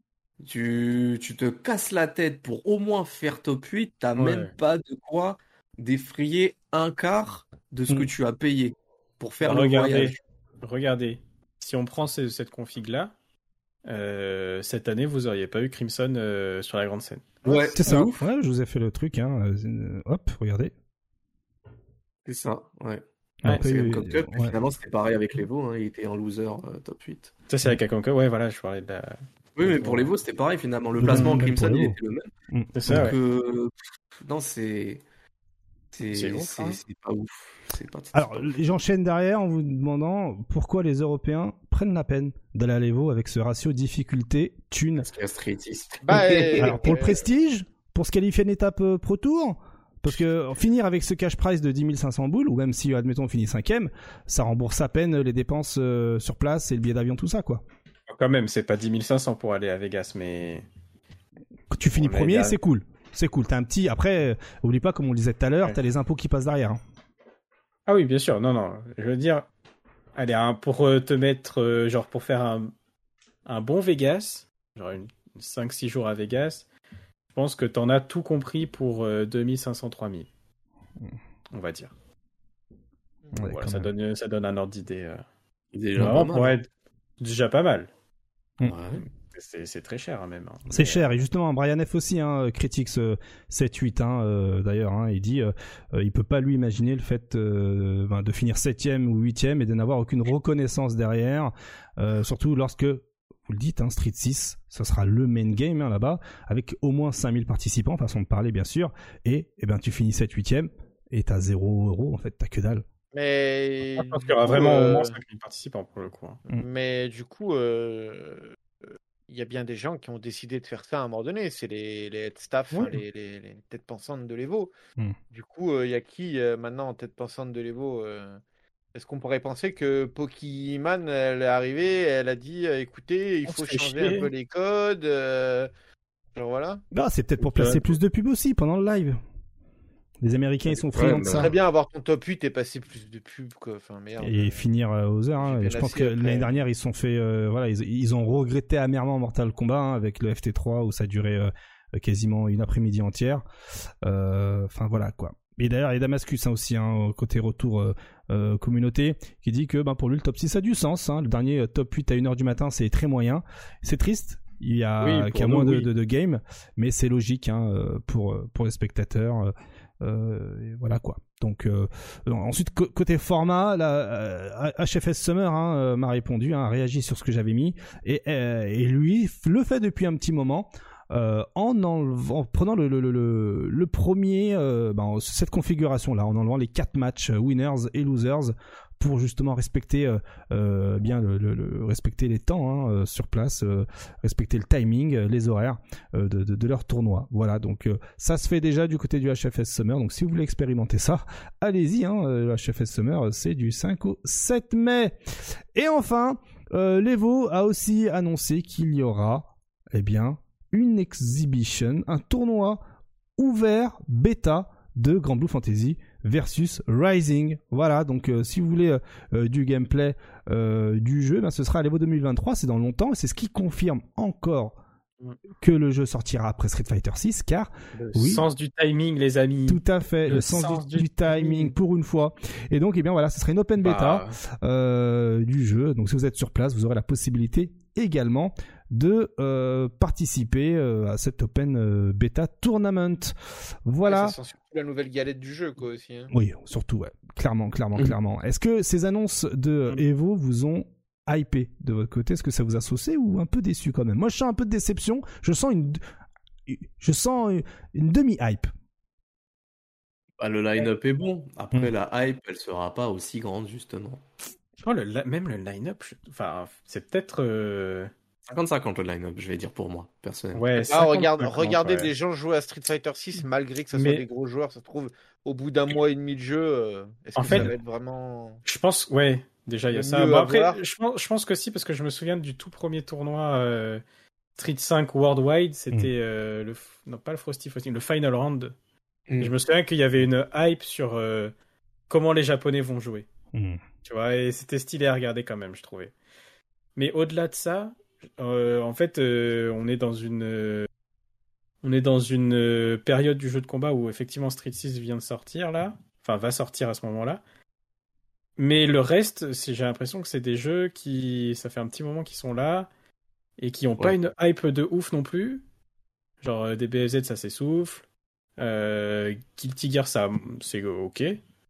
Tu, tu te casses la tête pour au moins faire top huit, t'as Ouais. même pas de quoi défrayer un quart de ce Mm. que tu as payé pour faire le regardez, voyage. regardez. Si on prend ce- cette config-là, euh, cette année, vous auriez pas eu Crimson euh, sur la grande scène. Ouais, c'est ça. ouf. Ouais, je vous ai fait le truc. Hein. Euh, hop, regardez. C'est ça, ouais. Un Ouais, peu, C'est comme Cup Cup, ouais. finalement c'était pareil avec l'Evo, hein, il était en loser euh, top huit. Ça, c'est la Kakanka. Ouais, voilà, je parlais de la. Oui, mais pour l'Evo c'était pareil finalement, le Le placement en même pour Crimson il l'Evo. était le même. C'est ça, Donc, ouais. euh, pff, non, c'est. C'est C'est ouf, c'est- hein. c'est pas ouf. C'est pas, c'est Alors, pas ouf. j'enchaîne derrière en vous demandant pourquoi les Européens prennent la peine d'aller à l'Evo avec ce ratio difficulté thune. Parce qu'il y a Street East. Bah, et- Alors, pour le euh, prestige, pour se qualifier une étape euh, Pro Tour, parce que finir avec ce cash prize de dix mille cinq cents boules, ou même si, admettons, on finit cinquième, ça rembourse à peine les dépenses euh, sur place et le billet d'avion, tout ça, quoi. Quand même, c'est pas dix mille cinq cents pour aller à Vegas, mais. Quand tu finis On est premier, là. c'est cool. C'est cool. T'as un petit. Après, euh, oublie pas, comme on le disait tout à l'heure, Ouais. t'as les impôts qui passent derrière. Hein. Ah oui, bien sûr. Non, non. Je veux dire, allez, hein, pour euh, te mettre, euh, genre, pour faire un, un bon Vegas, genre une, cinq six jours à Vegas, je pense que t'en as tout compris pour euh, deux mille cinq cents trois mille. On va dire. Ouais, Voilà, quand ça, même. donne, ça donne un ordre d'idée. euh. Déjà Vraiment, pas pour mal. être déjà pas mal. Mm. Ouais. C'est c'est très cher, hein, même. hein. C'est Mais, cher. Et justement, Brian F aussi hein, critique ce sept huit. Hein, euh, d'ailleurs, hein, il dit euh, euh, il peut pas lui imaginer le fait euh, ben, de finir septième ou huitième et de n'avoir aucune reconnaissance derrière. Euh, surtout lorsque, vous le dites, hein, Street six, ça sera le main game hein, là-bas, avec au moins cinq mille participants, façon de parler bien sûr. Et eh ben, tu finis sept huitième et t'as zéro euro en fait, t'as que dalle. Mais Je pense du qu'il y aura coup, vraiment au euh, moins cinq mille participants pour le coup. hein. Mm. Mais du coup, euh, il y a bien des gens qui ont décidé de faire ça à un moment donné. C'est les, les head staff, Ouais. hein, les, les, les têtes pensantes de l'Evo. Mm. Du coup, euh, il y a qui euh, maintenant en tête pensante de l'Evo euh, Est-ce qu'on pourrait penser que Pokémon, elle est arrivée, elle a dit euh, écoutez, il On faut se fait changer chier. un peu les codes euh, Genre voilà. Ah, c'est peut-être pour Donc, euh, placer plus de pubs aussi pendant le live. Les Américains, ils sont Ouais, friands de bah, ça. Très bien avoir ton top huit et passer plus de pubs, quoi. Enfin, merde. Et finir euh, aux heures. hein. J'ai Et je pense que menacé après. l'année dernière, ils se sont fait, euh, voilà, ils, ils ont regretté amèrement Mortal Kombat hein, avec le F T trois où ça durait euh, quasiment une après-midi entière. Euh, Enfin voilà quoi. Et d'ailleurs, il y a Damascus hein, aussi, hein, au côté retour euh, euh, communauté, qui dit que ben, pour lui, le top six a du sens. Hein. Le dernier euh, top huit à une heure du matin, c'est très moyen. C'est triste. Il y a, Oui, pour qu'il y a nous, moins de, oui. de, de games, mais c'est logique hein, euh, pour, pour les spectateurs. Euh, et voilà quoi. Donc euh, ensuite co- côté format, la euh, H F S Summer hein, euh, m'a répondu, hein, a réagi sur ce que j'avais mis et, euh, et lui le fait depuis un petit moment. Euh, en, enlevant, en prenant le, le, le, le premier, euh, ben, cette configuration-là, en enlevant les quatre matchs winners et losers pour justement respecter euh, euh, bien le, le, le respecter les temps hein, euh, sur place, euh, respecter le timing, euh, les horaires euh, de, de, de leur tournoi. Voilà, donc euh, ça se fait déjà du côté du H F S Summer. Donc si vous voulez expérimenter ça, allez-y. Hein, le H F S Summer, c'est du cinq au sept mai. Et enfin, euh, l'Evo a aussi annoncé qu'il y aura, eh bien, une exhibition, un tournoi ouvert bêta de Grand Blue Fantasy versus Rising. Voilà, donc euh, si vous voulez euh, du gameplay euh, du jeu, ben, ce sera à l'Evo deux mille vingt-trois, c'est dans longtemps, et c'est ce qui confirme encore que le jeu sortira après Street Fighter six, car le oui, sens du timing, les amis. Tout à fait, le, le sens, sens du, du timing pour une fois. Et donc, eh bien voilà, ce sera une open beta bah... euh, du jeu. Donc, si vous êtes sur place, vous aurez la possibilité également de euh, participer euh, à cette open euh, beta tournament. Voilà. Ouais, ça sent surtout la nouvelle galette du jeu, quoi, aussi. Hein. Oui, surtout, ouais. Clairement, clairement, mmh. clairement. Est-ce que ces annonces de mmh. Evo vous ont hypé de votre côté? Est-ce que ça vous a saucé ou un peu déçu quand même? Moi, je sens un peu de déception. Je sens une, je sens une, une demi-hype. Bah, le line-up est bon. Après, mmh. la hype, elle sera pas aussi grande, justement. Je crois le, même le line-up, je... enfin, c'est peut-être... Euh... cinquante cinquante le line-up, je vais dire pour moi, personnellement. Ouais, ah, regarde, regardez ouais. des gens jouer à Street Fighter six, malgré que ce soit Mais... des gros joueurs, ça se trouve, au bout d'un mois et demi de jeu, est-ce en que fait, ça va être vraiment... Je pense, ouais, déjà il y a ça. Bon, après, je pense, je pense que si, parce que je me souviens du tout premier tournoi euh, Street cinq Worldwide, c'était mm. euh, le... Non, pas le Frosty Frosty, le Final Round. Mm. Et je me souviens qu'il y avait une hype sur euh, comment les Japonais vont jouer. Mm. Tu vois, et c'était stylé à regarder quand même, je trouvais. Mais au-delà de ça, euh, en fait, euh, on est dans une, euh, on est dans une euh, période du jeu de combat où effectivement Street six vient de sortir là, enfin va sortir à ce moment-là. Mais le reste, c'est, j'ai l'impression que c'est des jeux qui, ça fait un petit moment qu'ils sont là et qui n'ont ouais. pas une hype de ouf non plus. Genre euh, D B F Z, ça s'essouffle. Euh, Guilty Gear, ça, c'est ok.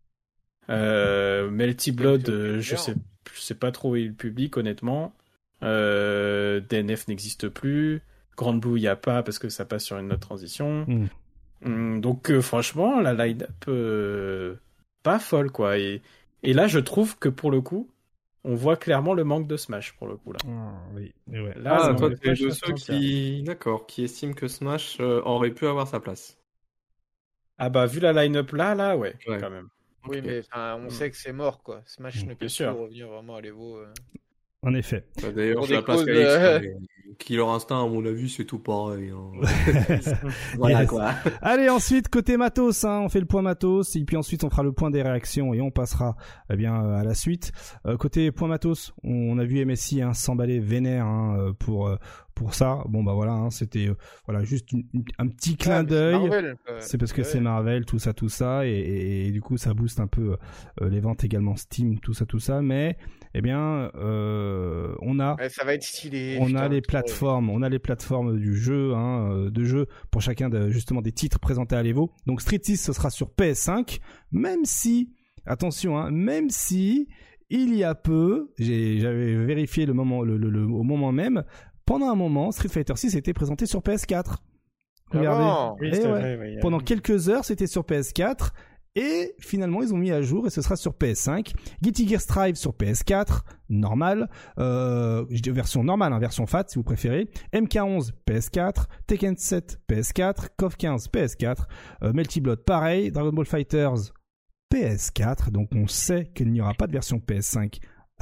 Euh, Melty Blood, euh, je sais, je sais pas trop où est le public, honnêtement. Euh, D N F n'existe plus. Grand Blue, il n'y a pas parce que ça passe sur une autre transition. Mm. Mm, donc, euh, franchement, la line-up, euh, pas folle, quoi. Et, et là, je trouve que pour le coup, on voit clairement le manque de Smash, pour le coup, là. Ah, oui. Et ouais. Là, ah, toi, t'es de ceux qui, d'accord, qui estiment que Smash euh, aurait pu avoir sa place. Ah bah, vu la line-up là, là, ouais, ouais. quand même. Oui, okay. mais on sait que c'est mort, quoi. Smash mmh, ne peut plus revenir vraiment à l'Evo. Euh... En effet. Bah, d'ailleurs, pour la place euh... Killer Instinct, à mon avis, c'est tout pareil. Hein. Voilà, yes. quoi. Allez, ensuite, côté matos, hein, on fait le point matos, et puis ensuite, on fera le point des réactions, et on passera eh bien, à la suite. Euh, côté point matos, on a vu M S I hein, s'emballer vénère hein, pour... pour ça. Bon bah voilà, hein, c'était euh, voilà juste une, une, un petit clin ah, d'œil. C'est, c'est parce que ouais. c'est Marvel, tout ça, tout ça, et, et, et du coup ça booste un peu euh, les ventes également Steam, tout ça, tout ça. Mais eh bien, euh, on a, ouais, ça va être stylé. On putain, a les plateformes, on a les plateformes du jeu, hein, de jeu pour chacun de, justement des titres présentés à l'Evo. Donc Street six, ce sera sur P S cinq, même si, attention, hein, même si il y a peu, j'ai, j'avais vérifié le moment, le, le, le, au moment même. Pendant un moment, Street Fighter six était présenté sur P S quatre. Regardez. Oh, oui, ouais. vrai, oui, Pendant oui. quelques heures, c'était sur P S quatre. Et finalement, ils ont mis à jour et ce sera sur P S cinq. Guilty Gear Strive sur P S quatre, normal. Euh, version normale, hein, version F A T si vous préférez. M K onze, P S quatre. Tekken sept, P S quatre. C O F quinze, P S quatre. Euh, Melty Blood, pareil. Dragon Ball Fighters, P S quatre. Donc on sait qu'il n'y aura pas de version P S cinq.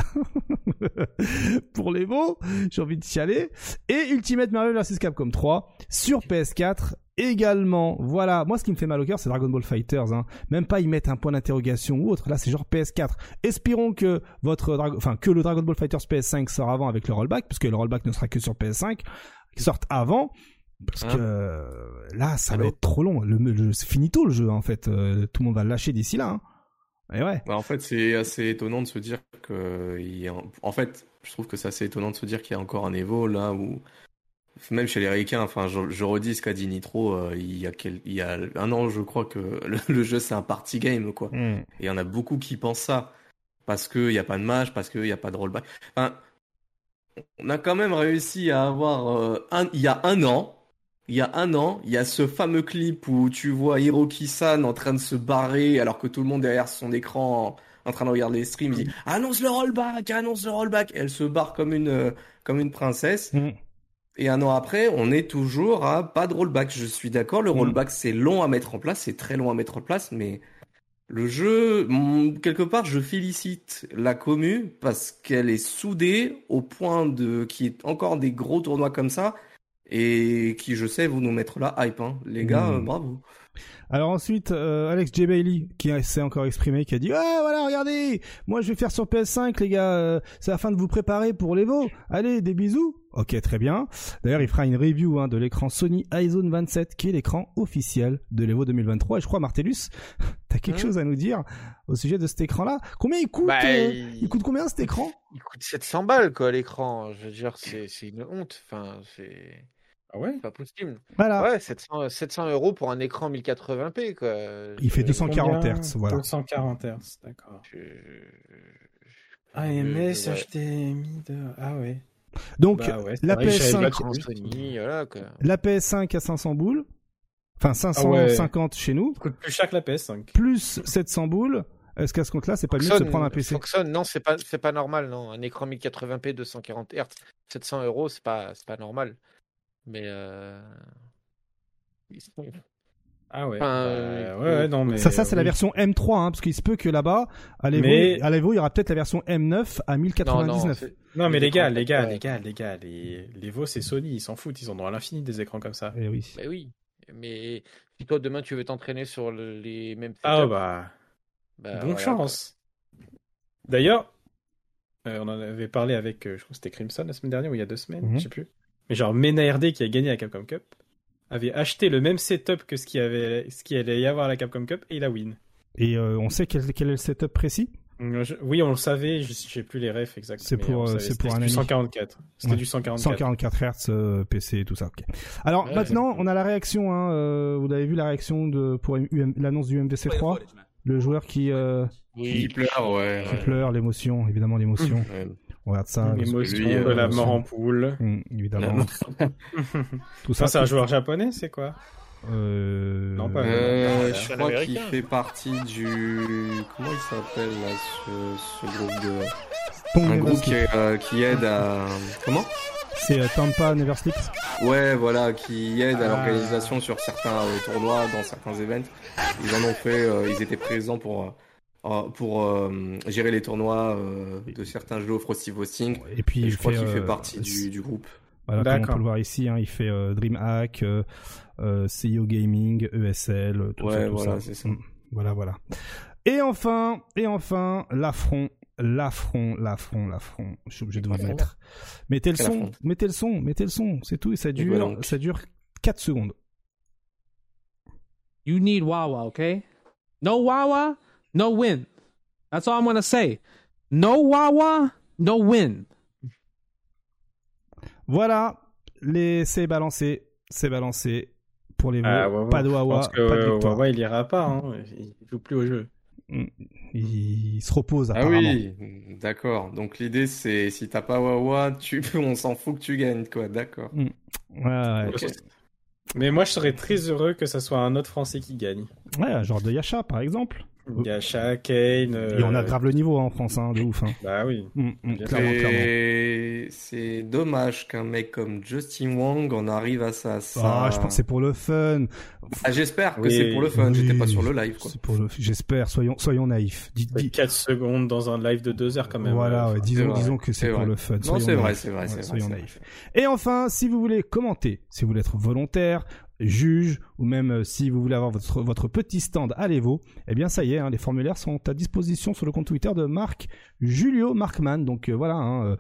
Pour les mots, j'ai envie de chialer. Et Ultimate Marvel versus. Capcom trois sur P S quatre également. Voilà, moi ce qui me fait mal au cœur, c'est Dragon Ball Fighters. Hein. Même pas y mettre un point d'interrogation ou autre. Là, c'est genre P S quatre. Espérons que votre, Dra- enfin que le Dragon Ball Fighters P S cinq sort avant avec le rollback, parce que le rollback ne sera que sur P S cinq, qui sorte avant. Parce hein que euh, là, ça Hello. va être trop long. Le, le, c'est finito le jeu en fait. Euh, tout le monde va le lâcher d'ici là. Hein. Et ouais. Bah en fait, c'est assez étonnant de se dire que, il y a... en fait, je trouve que c'est assez étonnant de se dire qu'il y a encore un Evo là où même chez les Ricains, enfin, je, je redis ce qu'a dit Nitro, euh, il y a quel, il y a un an, je crois que le, le jeu c'est un party game, quoi. Mm. Et il y en a beaucoup qui pensent ça parce que il y a pas de match, parce que il y a pas de rollback. Enfin, on a quand même réussi à avoir euh, un, il y a un an. Il y a un an, il y a ce fameux clip où tu vois Hiroki-san en train de se barrer alors que tout le monde derrière son écran en, en train de regarder les streams. Il dit « Annonce le rollback, annonce le rollback !» Elle se barre comme une, euh, comme une princesse. Mm. Et un an après, on est toujours à pas de rollback. Je suis d'accord, le Mm. rollback c'est long à mettre en place, c'est très long à mettre en place, mais le jeu, mm, quelque part, je félicite la commu parce qu'elle est soudée au point de qu'il y ait encore des gros tournois comme ça. Et qui, je sais, vous nous mettre la hype, hein. Les gars, Mmh. euh, bravo. Alors ensuite, euh, Alex J. Bailey, qui s'est encore exprimé, qui a dit « Ah, voilà, regardez, moi je vais faire sur P S cinq, les gars, euh, c'est afin de vous préparer pour l'Evo. Allez, des bisous !» Ok, très bien. D'ailleurs, il fera une review hein, de l'écran Sony iZone vingt-sept, qui est l'écran officiel de l'Evo deux mille vingt-trois. Et je crois, Martellus, t'as quelque Mmh. chose à nous dire au sujet de cet écran-là? Combien il coûte Bah, euh, il- il coûte combien cet écran? Il coûte sept cents balles, quoi, l'écran. Je veux dire, c'est c'est une honte. Enfin, c'est Ah ouais? pas possible. Voilà. Ouais, sept cents, sept cents euros pour un écran mille quatre-vingts p, quoi. Il fait Je- deux cent quarante Combien hertz, voilà. deux cent quarante hertz, d'accord. je- A M S, ouais. H D M I de... Ah ouais. Donc, Bah ouais, c'est la vrai que j'avais P S cinq, pas Écran trouvé. Sony, voilà, quoi. la P S cinq à cinq cents boules, enfin cinq cent cinquante chez nous, Ça coûte plus cher que la P S cinq. plus sept cents boules. Est-ce qu'à ce compte-là, c'est pas mieux de se Foxconn, prendre un P C? Foxconn, non, c'est pas, c'est pas normal, non. Un écran mille quatre-vingts p deux cent quarante hertz, sept cents euros, c'est pas, c'est pas normal. Mais euh... Ah ouais. Enfin, Bah, euh, ouais, ouais, non, mais. Ça, ça c'est la oui. version M trois, hein, parce qu'il se peut que là-bas, à l'Evo, Mais- à l'Evo, il y aura peut-être la version M neuf à mille non, non, quatre-vingt-dix-neuf. c'est- Non, mais les les gars, écrans, les gars, ouais. les gars, les gars, les, les Vos, c'est Sony, ils s'en foutent, ils en ont à l'infini des écrans comme ça. Eh oui. Bah oui, mais si toi demain tu veux t'entraîner sur le- les mêmes Ah setups, bah, bah, bonne voilà, chance. D'ailleurs, euh, on en avait parlé avec, euh, je crois que c'était Crimson la semaine dernière ou il y a deux semaines, Mhm. je sais plus. Mais genre, Mena R D qui a gagné la Capcom Cup avait acheté le même setup que ce qu'il y avait, ce qu'il allait y avoir à la Capcom Cup et il a win. Et euh, on sait quel, quel est le setup précis? Euh, je- Oui, on le savait, je sais plus les refs exacts. C'est mais pour, on euh, savait, c'est c'était pour un du ami. cent quarante-quatre. C'était Ouais. du cent quarante-quatre. cent quarante-quatre hertz, euh, P C et tout ça. Ok. Alors Ouais, maintenant, on a la réaction. Hein, euh, vous avez vu la réaction de pour U M l'annonce du M V C trois, le joueur qui, euh, Il pleure, ouais. qui ouais. pleure, l'émotion, évidemment l'émotion. Ouais. On regarde ça. L'émotion lui, de euh, la l'émotion. mort en poule. Hum, évidemment. La Tout ça. Ça, c'est un joueur japonais, c'est quoi? Euh... Non, pas- Euh, Ouais, je c'est un crois qu'il Américain. fait partie du. Comment il s'appelle là, ce, ce groupe de. Pong Un Never groupe qui, Sleep. est, euh, qui aide à. Comment? C'est euh, Tampa Never Sleep. Ouais, voilà, qui aide à Ah. l'organisation sur certains euh, tournois, dans certains events. Ils en ont fait, euh, ils étaient présents pour euh, pour euh, gérer les tournois euh, de certains jeux au Frosty Hosting. Et puis Et il je crois fait, qu'il fait euh, partie du, du groupe. Voilà, comme on D'accord. peut le voir ici, hein, il fait euh, DreamHack, euh, euh, C I O Gaming, E S L, tout Ouais, ça, tout voilà, ça. c'est ça. Mm. Voilà, voilà. Et enfin, et enfin, l'affront, l'affront, l'affront, l'affront. Je suis obligé de vous le L'affront. mettre. Mettez le Quel son, affront. mettez le son, mettez le son, c'est tout. Et ça Et dure, voilà, donc. ça dure quatre secondes. You need Wawa, okay? No Wawa, no win. That's all I'm gonna say. No Wawa, no win. Voilà, les, c'est balancé, c'est balancé pour les Ah, mots. Wawa, Pas de je Wawa, pense que pas de euh, victoire. Wawa, il ira pas, hein. Il joue plus au jeu. Mm. Il, il se repose Ah apparemment. oui, d'accord. Donc l'idée c'est si t'as pas Wawa, tu peux, on s'en fout que tu gagnes quoi. D'accord. Ouais, ouais. Ok. Mais moi, je serais très heureux que ça soit un autre Français qui gagne. Ouais, un genre de Yasha par exemple. Gacha, Kane. euh, Et on a grave le niveau hein, en France, hein, de ouf. Hein. Bah oui. Mm, mm, Bien clairement, clairement. Et c'est dommage qu'un mec comme Justin Wong en arrive à ça. ça... Ah, je pense que c'est pour le fun. Ah, j'espère que Oui. c'est pour le fun. J'étais pas Oui, sur le live quoi. c'est pour le... J'espère, soyons, soyons naïfs. Dites, Ouais, dites- quatre secondes dans un live de deux heures quand même. Voilà, euh, ouais, enfin, disons, vrai, disons que c'est c'est pour vrai. le fun. Non, Soyons c'est vrai, naïfs. c'est vrai, Ouais, c'est vrai, soyons c'est naïfs. Et enfin, si vous voulez commenter, si vous voulez être volontaire, juge, ou même euh, si vous voulez avoir votre, votre petit stand à l'Evo, eh bien ça y est, hein, les formulaires sont à disposition sur le compte Twitter de Marc Julio Markman. Donc euh, voilà, hein,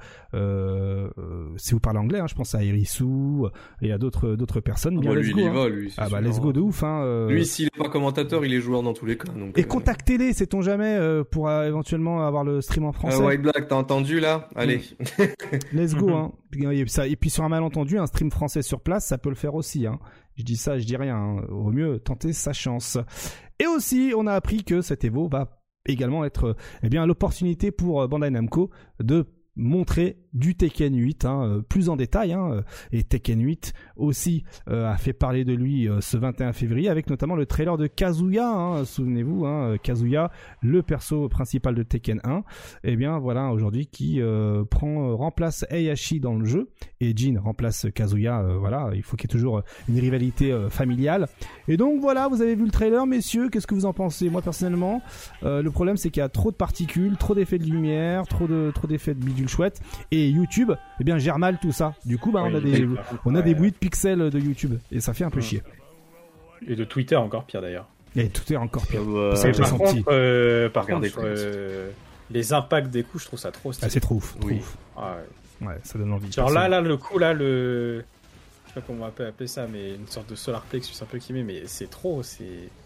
euh, euh, si vous parlez anglais, hein, je pense à Erisu et à d'autres d'autres personnes. Ah bien, bah, let's lui, go, il y hein. va, lui. Ah sûr. bah let's go de ouf. Hein, euh... Lui, s'il est pas commentateur, il est joueur dans tous les cas. Donc, et euh... contactez-les, sait-on jamais, euh, pour euh, éventuellement avoir le stream en français. Euh, White Black, t'as entendu là? Allez. Let's go. Hein. Et, ça, et puis sur un malentendu, un stream français sur place, ça peut le faire aussi. Hein. Je dis ça, je dis rien. Hein. Au mieux, tenter sa chance. Et aussi, on a appris que cet Evo va également être eh bien, l'opportunité pour Bandai Namco de montrer du Tekken huit, hein, plus en détail, hein, et Tekken huit aussi euh, a fait parler de lui euh, ce vingt et un février avec notamment le trailer de Kazuya, hein, souvenez-vous, hein, Kazuya, le perso principal de Tekken un, et eh bien voilà aujourd'hui qui euh, prend euh, remplace Heihachi dans le jeu et Jin remplace Kazuya, euh, voilà, il faut qu'il y ait toujours une rivalité euh, familiale. Et donc voilà, vous avez vu le trailer, messieurs, qu'est-ce que vous en pensez? Moi personnellement, euh, le problème c'est qu'il y a trop de particules, trop d'effets de lumière, trop de trop d'effets de bidule chouette. Et YouTube, eh bien, gère mal tout ça. Du coup, bah, oui, on a des, on a ouais. des bruits de pixels de YouTube. Et ça fait un peu ouais. chier. Et de Twitter encore pire d'ailleurs. Et Twitter encore pire. Euh, ça, par senti. contre, euh, par contre euh, les impacts des coups, je trouve ça trop stylé. Ah, c'est trop ouf. Trop oui. ouf. Ah, ouais. ouais, ça donne envie. Genre là, là, le coup, là, le. Je sais pas comment on va appeler ça, mais une sorte de solar plexus un peu kimmé, mais c'est trop, c'est.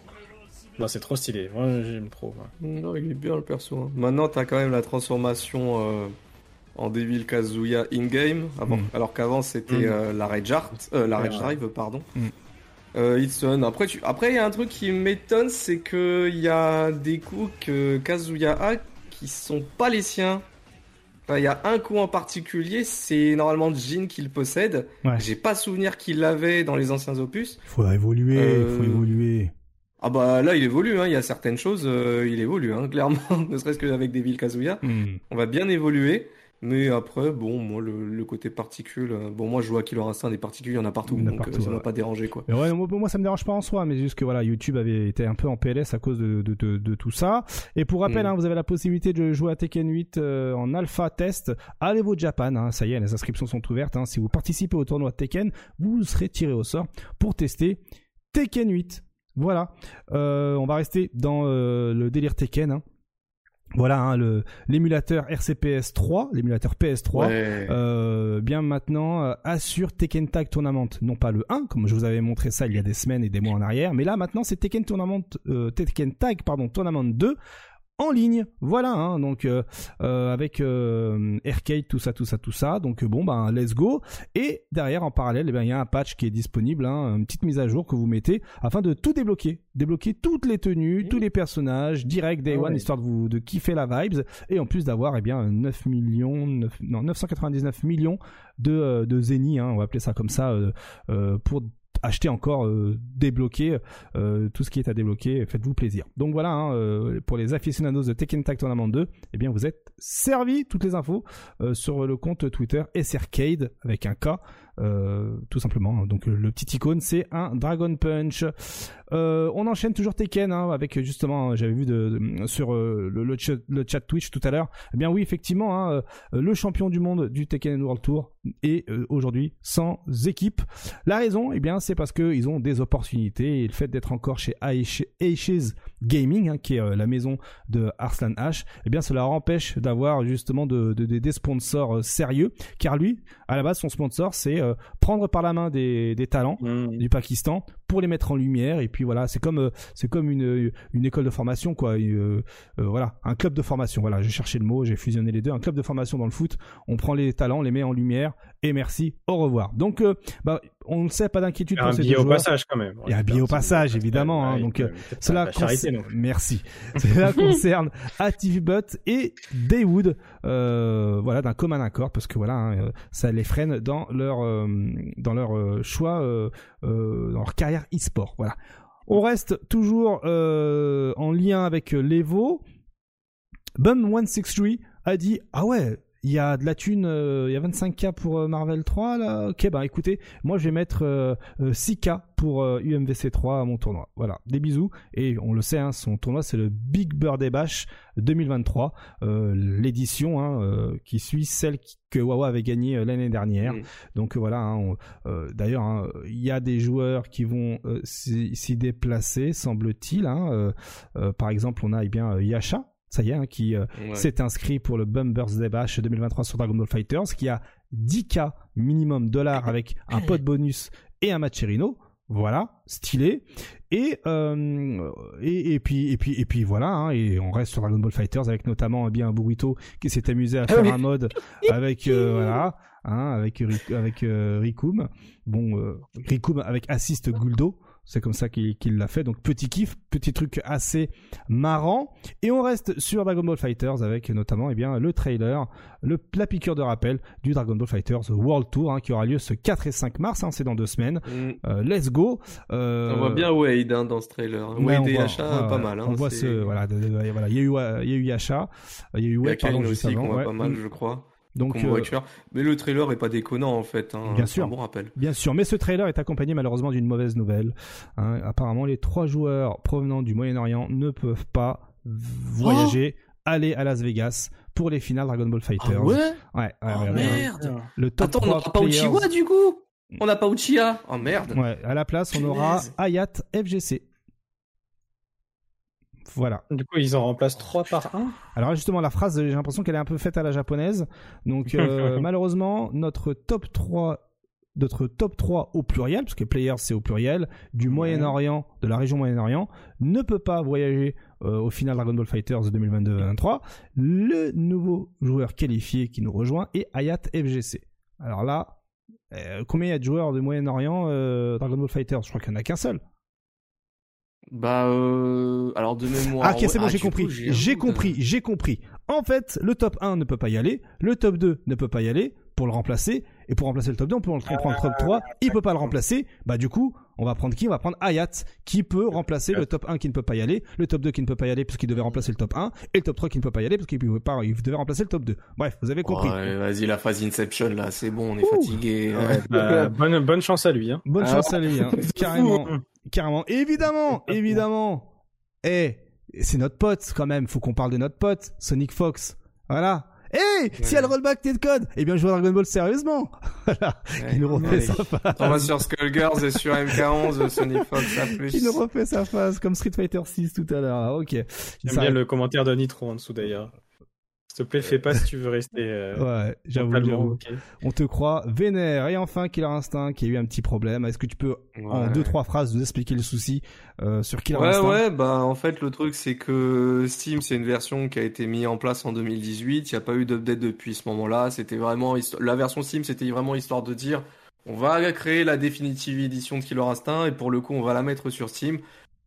Non, c'est trop stylé. Moi, j'aime trop. Ouais. Non, il est bien le perso. Hein. Maintenant, t'as quand même la transformation. Euh... en Devil Kazuya in-game, avant, mm. alors qu'avant c'était mm. euh, la Rage Art, euh, la Rage Drive, pardon. Mm. Euh, Hitson. Après, tu... Après, il y a un truc qui m'étonne, c'est que il y a des coups que Kazuya a qui sont pas les siens. Il enfin, y a un coup en particulier, c'est normalement Jin qui le possède. Ouais. J'ai pas souvenir qu'il l'avait dans les anciens opus. Il faudra évoluer, il euh... faut évoluer. Ah bah là, il évolue, hein. Il y a certaines choses, euh, il évolue, hein, clairement, ne serait-ce qu'avec Devil Kazuya. Mm. On va bien évoluer. Mais après, bon, moi, le, le côté particules, euh, bon, moi, je joue à Killer Instinct, des particules, il y en a partout, il y en a donc partout, euh, ça ouais. m'a pas dérangé, quoi. Mais ouais, moi, moi, ça me dérange pas en soi, mais juste que voilà, YouTube avait été un peu en P L S à cause de, de, de, de tout ça. Et pour rappel, mm. hein, vous avez la possibilité de jouer à Tekken huit euh, en alpha test à l'Evo Japan, hein, ça y est, les inscriptions sont ouvertes, hein. Si vous participez au tournoi de Tekken, vous serez tiré au sort pour tester Tekken huit. Voilà, euh, on va rester dans euh, le délire Tekken, hein. Voilà, hein, le, l'émulateur R C P S trois, l'émulateur P S trois, ouais. euh, bien maintenant euh, assure Tekken Tag Tournament, non pas le un, comme je vous avais montré ça il y a des semaines et des mois en arrière, mais là maintenant c'est Tekken Tournament, euh, Tekken Tag pardon Tournament deux en ligne, voilà, hein, donc euh, euh, avec euh, Arcade, tout ça, tout ça, tout ça, donc bon, ben let's go. Et derrière, en parallèle, eh ben il y a un patch qui est disponible, hein, une petite mise à jour que vous mettez afin de tout débloquer, débloquer toutes les tenues, mmh. tous les personnages, direct day one, ouais. histoire de vous de kiffer la vibes, et en plus d'avoir eh bien neuf millions, neuf, non neuf cent quatre-vingt-dix-neuf millions de euh, de zénith, hein, on va appeler ça comme ça, euh, euh, pour acheter encore, euh, débloquer euh, tout ce qui est à débloquer, faites-vous plaisir. Donc voilà, hein, euh, pour les aficionados de Tekken Tag Tournament deux, eh bien vous êtes servis, toutes les infos euh, sur le compte Twitter S-Arcade avec un K, euh, tout simplement. Donc le petit icône c'est un Dragon Punch. Euh, on enchaîne toujours Tekken, hein, avec justement, j'avais vu de, de, sur euh, le, le, chat, le chat Twitch tout à l'heure, eh bien oui effectivement, hein, euh, le champion du monde du Tekken World Tour est euh, aujourd'hui sans équipe. La raison, eh bien c'est parce qu'ils ont des opportunités, et le fait d'être encore chez Aces Gaming, hein, qui est euh, la maison de Arslan H, eh bien cela empêche d'avoir justement de, de, de, des sponsors euh, sérieux, car lui, à la base, son sponsor, c'est euh, prendre par la main des, des talents mmh. du Pakistan pour les mettre en lumière, et puis voilà, c'est comme euh, c'est comme une une école de formation, quoi, et, euh, euh, voilà, un club de formation, voilà, j'ai cherché le mot, j'ai fusionné les deux, un club de formation dans le foot, on prend les talents, on les met en lumière, et merci, au revoir. Donc, euh, bah, on ne sait, pas d'inquiétude pour ces deux joueurs. Il y a un billet au passage quand même. Il y a un billet au passage, évidemment. Hein, donc, cela concerne... Merci. Cela concerne ActiveBot et Daywood, euh, voilà, d'un commun accord, parce que voilà, hein, ça les freine dans leur euh, dans leur euh, choix, euh, euh, dans leur carrière e-sport. Voilà. On reste toujours euh, en lien avec l'Evo. Bum cent soixante-treize a dit ah ouais. il y a de la thune, euh, il y a vingt-cinq K pour euh, Marvel trois là. Ok, bah écoutez, moi je vais mettre euh, euh, six K pour euh, U M V C trois à mon tournoi. Voilà, des bisous. Et on le sait, hein, son tournoi c'est le Big Birthday Bash deux mille vingt-trois, euh, l'édition hein, euh, qui suit celle que Wawa avait gagnée euh, l'année dernière. Mmh. Donc euh, voilà, hein, on, euh, d'ailleurs hein, il y a des joueurs qui vont euh, s'y, s'y déplacer, semble-t-il. Hein, euh, euh, par exemple, on a eh bien euh, Yasha. Ça y est, hein, qui euh, ouais. s'est inscrit pour le Bum Birthday Bash deux mille vingt-trois sur Dragon Ball Fighters, qui a dix K minimum dollars avec un pot bonus et un Macherino. Voilà, stylé. Et, euh, et, et, puis, et, puis, et puis voilà, hein, et on reste sur Dragon Ball Fighters avec notamment eh bien Burrito qui s'est amusé à faire un mode avec, euh, voilà, hein, avec, avec euh, Rikum. Bon, euh, Rikum avec assist Guldo. C'est comme ça qu'il, qu'il l'a fait. Donc, petit kiff, petit truc assez marrant. Et on reste sur Dragon Ball Fighters avec notamment eh bien, le trailer, le, la piqûre de rappel du Dragon Ball Fighters World Tour hein, qui aura lieu ce quatre et cinq mars. Hein, c'est dans deux semaines. Mm. Euh, let's go. Euh... On voit bien Wade hein, dans ce trailer. Ouais, Wade et voit, Yasha, ouais, pas mal. Hein, on voit c'est... ce. Voilà, de, de, de, voilà. Il y a eu, il y a eu Yasha. Il y a eu Wade, pardon, juste aussi, avant. qu'on voit ouais. pas mal, je crois. Donc, euh... mais le trailer est pas déconnant en fait. Hein. Bien c'est sûr, un bon rappel. Bien sûr, mais ce trailer est accompagné malheureusement d'une mauvaise nouvelle. Hein. Apparemment, les trois joueurs provenant du Moyen-Orient ne peuvent pas voyager, oh aller à Las Vegas pour les finales Dragon Ball Fighters. Ah ouais. Ouais. ouais oh ouais, merde. Ouais. Le top Attends, on n'aura pas players... Uchiwa du coup. On n'a pas Uchiha. Oh merde. Ouais. À la place, on aura Hayat F G C. Voilà. Du coup, ils en remplacent trois par un. Alors justement, la phrase, j'ai l'impression qu'elle est un peu faite à la japonaise. Donc euh, malheureusement, notre top trois, notre top trois au pluriel, parce que players c'est au pluriel, du ouais. Moyen-Orient, de la région Moyen-Orient, ne peut pas voyager euh, au final Dragon Ball Fighters deux mille vingt-deux vingt-trois. Le nouveau joueur qualifié qui nous rejoint est Hayat F G C. Alors là, euh, combien il y a de joueurs du Moyen-Orient euh, Dragon Ball Fighters? Je crois qu'il n'y en a qu'un seul. Bah euh... alors de mémoire. Ah ok, c'est bon, ah, j'ai compris. Coup, j'ai, j'ai compris, de... j'ai compris. En fait, le top un ne peut pas y aller, le top deux ne peut pas y aller pour le remplacer, et pour remplacer le top deux, on peut le prendre le top trois, il peut pas le remplacer. Bah du coup, on va prendre qui? On va prendre Hayat qui peut remplacer le top un qui ne peut pas y aller, le top deux qui ne peut pas y aller parce qu'il devait remplacer le top un, et le top trois qui ne peut pas y aller parce qu'il pouvait pas, il devait remplacer le top deux. Bref, vous avez compris. Ouais, vas-y, la phase Inception là, c'est bon, on est Ouh. fatigué. Ouais, bah, bonne bonne chance à lui hein. Bonne ah, chance à lui hein. Carrément. Carrément. Évidemment, évidemment. Eh, hey, c'est notre pote quand même. Faut qu'on parle de notre pote, Sonic Fox. Voilà. Eh, hey, ouais. Si y a le rollback t'es de code, eh bien je joue à Dragon Ball sérieusement. Voilà. Ouais. Qui nous refait sa phase. On va sur Skullgirls et sur M K onze, Sonic Fox à plus. Qui nous refait sa phase comme Street Fighter six tout à l'heure. Ah, ok. J'aime ça bien le commentaire de Nitro en dessous d'ailleurs. S'il te plaît, fais pas si tu veux rester. Euh, ouais, j'avoue, j'avoue. Okay. On te croit vénère. Et enfin, Killer Instinct qui a eu un petit problème. Est-ce que tu peux, ouais. en deux, trois phrases, nous expliquer le souci euh, sur Killer ouais, Instinct? Ouais, ouais, bah en fait, le truc, c'est que Steam, c'est une version qui a été mise en place en deux mille dix-huit. Il n'y a pas eu d'update depuis ce moment-là. C'était vraiment. La version Steam, c'était vraiment histoire de dire on va créer la définitive édition de Killer Instinct et pour le coup, on va la mettre sur Steam.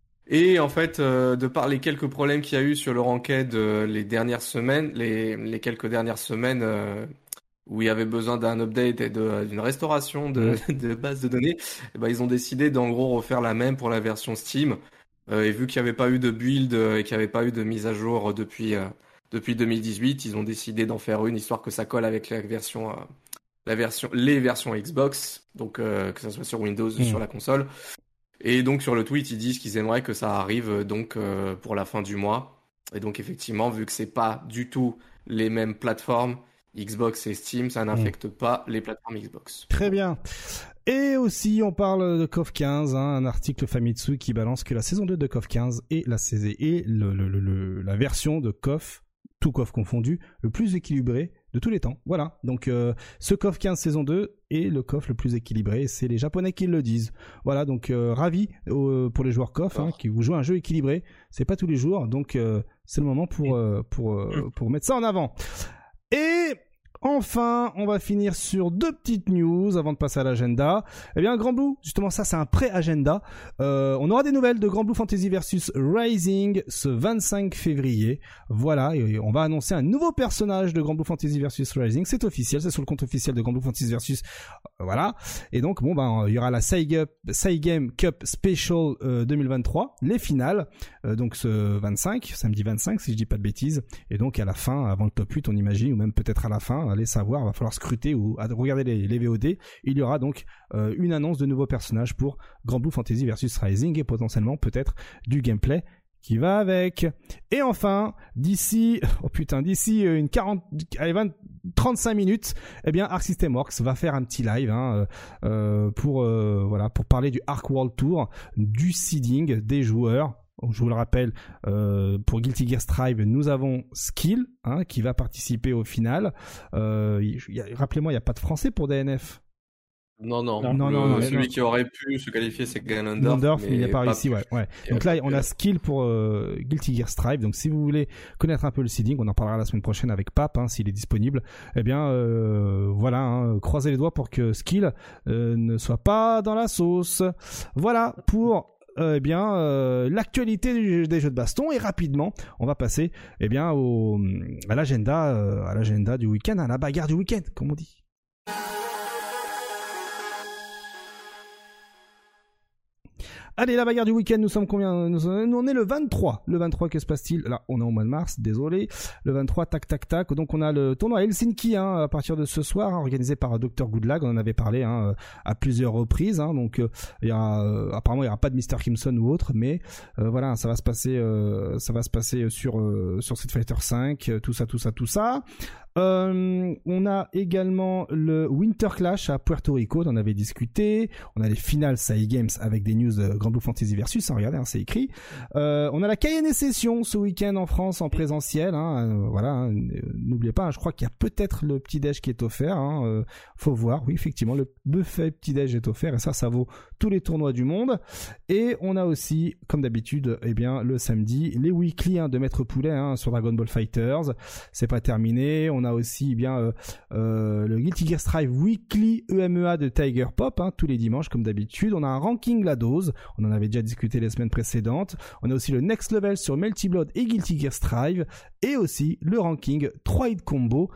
Et en fait, euh, de par les quelques problèmes qu'il y a eu sur le ranked euh, les dernières semaines, les, les quelques dernières semaines euh, où il y avait besoin d'un update et de, d'une restauration de, mmh. de base de données, et ben, ils ont décidé d'en gros refaire la même pour la version Steam. Euh, et vu qu'il n'y avait pas eu de build et qu'il n'y avait pas eu de mise à jour depuis, euh, depuis deux mille dix-huit, ils ont décidé d'en faire une histoire que ça colle avec la version, euh, la version, les versions Xbox, donc euh, que ça soit sur Windows ou mmh. sur la console. Et donc sur le tweet, ils disent qu'ils aimeraient que ça arrive donc euh, pour la fin du mois. Et donc effectivement, vu que c'est pas du tout les mêmes plateformes, Xbox et Steam, ça n'affecte mmh. pas les plateformes Xbox. Très bien. Et aussi, on parle de C O F quinze, hein, un article Famitsu qui balance que la saison deux de C O F quinze est la, et le, le, le, le, la version de C O F, tout C O F confondu, le plus équilibré de tous les temps. Voilà. Donc, euh, ce C O F quinze saison deux est le C O F le plus équilibré. C'est les Japonais qui le disent. Voilà. Donc, euh, ravi euh, pour les joueurs C O F, hein, qui vous jouent un jeu équilibré. C'est pas tous les jours. Donc, euh, c'est le moment pour, euh, pour, euh, pour mettre ça en avant. Et enfin, on va finir sur deux petites news avant de passer à l'agenda. Eh bien, Grand Blue, justement, ça, c'est un pré-agenda. Euh, on aura des nouvelles de Grand Blue Fantasy versus Rising ce vingt-cinq février. Voilà, et on va annoncer un nouveau personnage de Grand Blue Fantasy versus Rising. C'est officiel, c'est sur le compte officiel de Grand Blue Fantasy versus. Euh, voilà. Et donc, bon, ben, il y aura la Saigame Cup Special euh, deux mille vingt-trois, les finales. Euh, donc, ce vingt-cinq, samedi vingt-cinq, si je dis pas de bêtises. Et donc, à la fin, avant le top huit, on imagine, ou même peut-être à la fin. hein, allez savoir, va falloir scruter ou regarder les, les V O D. Il y aura donc euh, une annonce de nouveaux personnages pour Grand Blue Fantasy versus Rising et potentiellement peut-être du gameplay qui va avec. Et enfin, d'ici, oh putain, d'ici une quarante, allez, vingt, trente-cinq minutes, eh bien, Arc System Works va faire un petit live, hein, euh, pour, euh, voilà, pour parler du Arc World Tour, du seeding des joueurs. Je vous le rappelle, euh, pour Guilty Gear Strive, nous avons Skill, hein, qui va participer au final. Euh, y a, rappelez-moi, il n'y a pas de français pour D N F. Non, non, non, non, le, non, non celui non. qui aurait pu se qualifier, c'est Ganondorf. Ganondorf, mais il n'est pas pas réussi, ouais, ouais. Donc là, on a Skill pour euh, Guilty Gear Strive. Donc si vous voulez connaître un peu le seeding, on en parlera la semaine prochaine avec Pape, hein, s'il est disponible. Eh bien, euh, voilà, hein, croisez les doigts pour que Skill euh, ne soit pas dans la sauce. Voilà pour euh, eh bien euh, l'actualité des, des jeux de baston. Et rapidement, on va passer eh bien au à l'agenda, euh, à l'agenda du week-end, à la bagarre du week-end, comme on dit. Allez, la bagarre du week-end, nous sommes combien? Nous sommes, on est le vingt-trois. Le vingt-trois, que se passe-t-il? Là, on est au mois de mars, désolé. Le vingt-trois, tac, tac, tac. Donc, on a le tournoi à Helsinki, hein, à partir de ce soir, hein, organisé par docteur Goodlag. On en avait parlé, hein, à plusieurs reprises, hein. Donc, euh, il y a, euh, apparemment, il n'y aura pas de mister Crimson ou autre, mais, euh, voilà, ça va se passer, euh, ça va se passer sur, euh, sur Street Fighter cinq, tout ça, tout ça, tout ça. Euh, on a également le Winter Clash à Puerto Rico, on en avait discuté. On a les finales Sai Games avec des news de Grand Blue Fantasy Versus, hein, regardez, hein, c'est écrit. Euh, on a la Cayenne Session ce week-end en France en présentiel, hein, euh, voilà, hein, n'oubliez pas, hein, je crois qu'il y a peut-être le petit-déj qui est offert, hein, euh, faut voir, oui, effectivement, le buffet petit-déj est offert, et ça, ça vaut tous les tournois du monde. Et on a aussi, comme d'habitude, eh bien, le samedi, les weekly, hein, de Maître Poulet, hein, sur Dragon Ball Fighters, c'est pas terminé. On a aussi, eh bien, euh, euh, le Guilty Gear Strive Weekly E M E A de Tiger Pop, hein, tous les dimanches, comme d'habitude. On a un ranking la dose, on en avait déjà discuté les semaines précédentes. On a aussi le Next Level sur Melty Blood et Guilty Gear Strive, et aussi le ranking trois hit combo,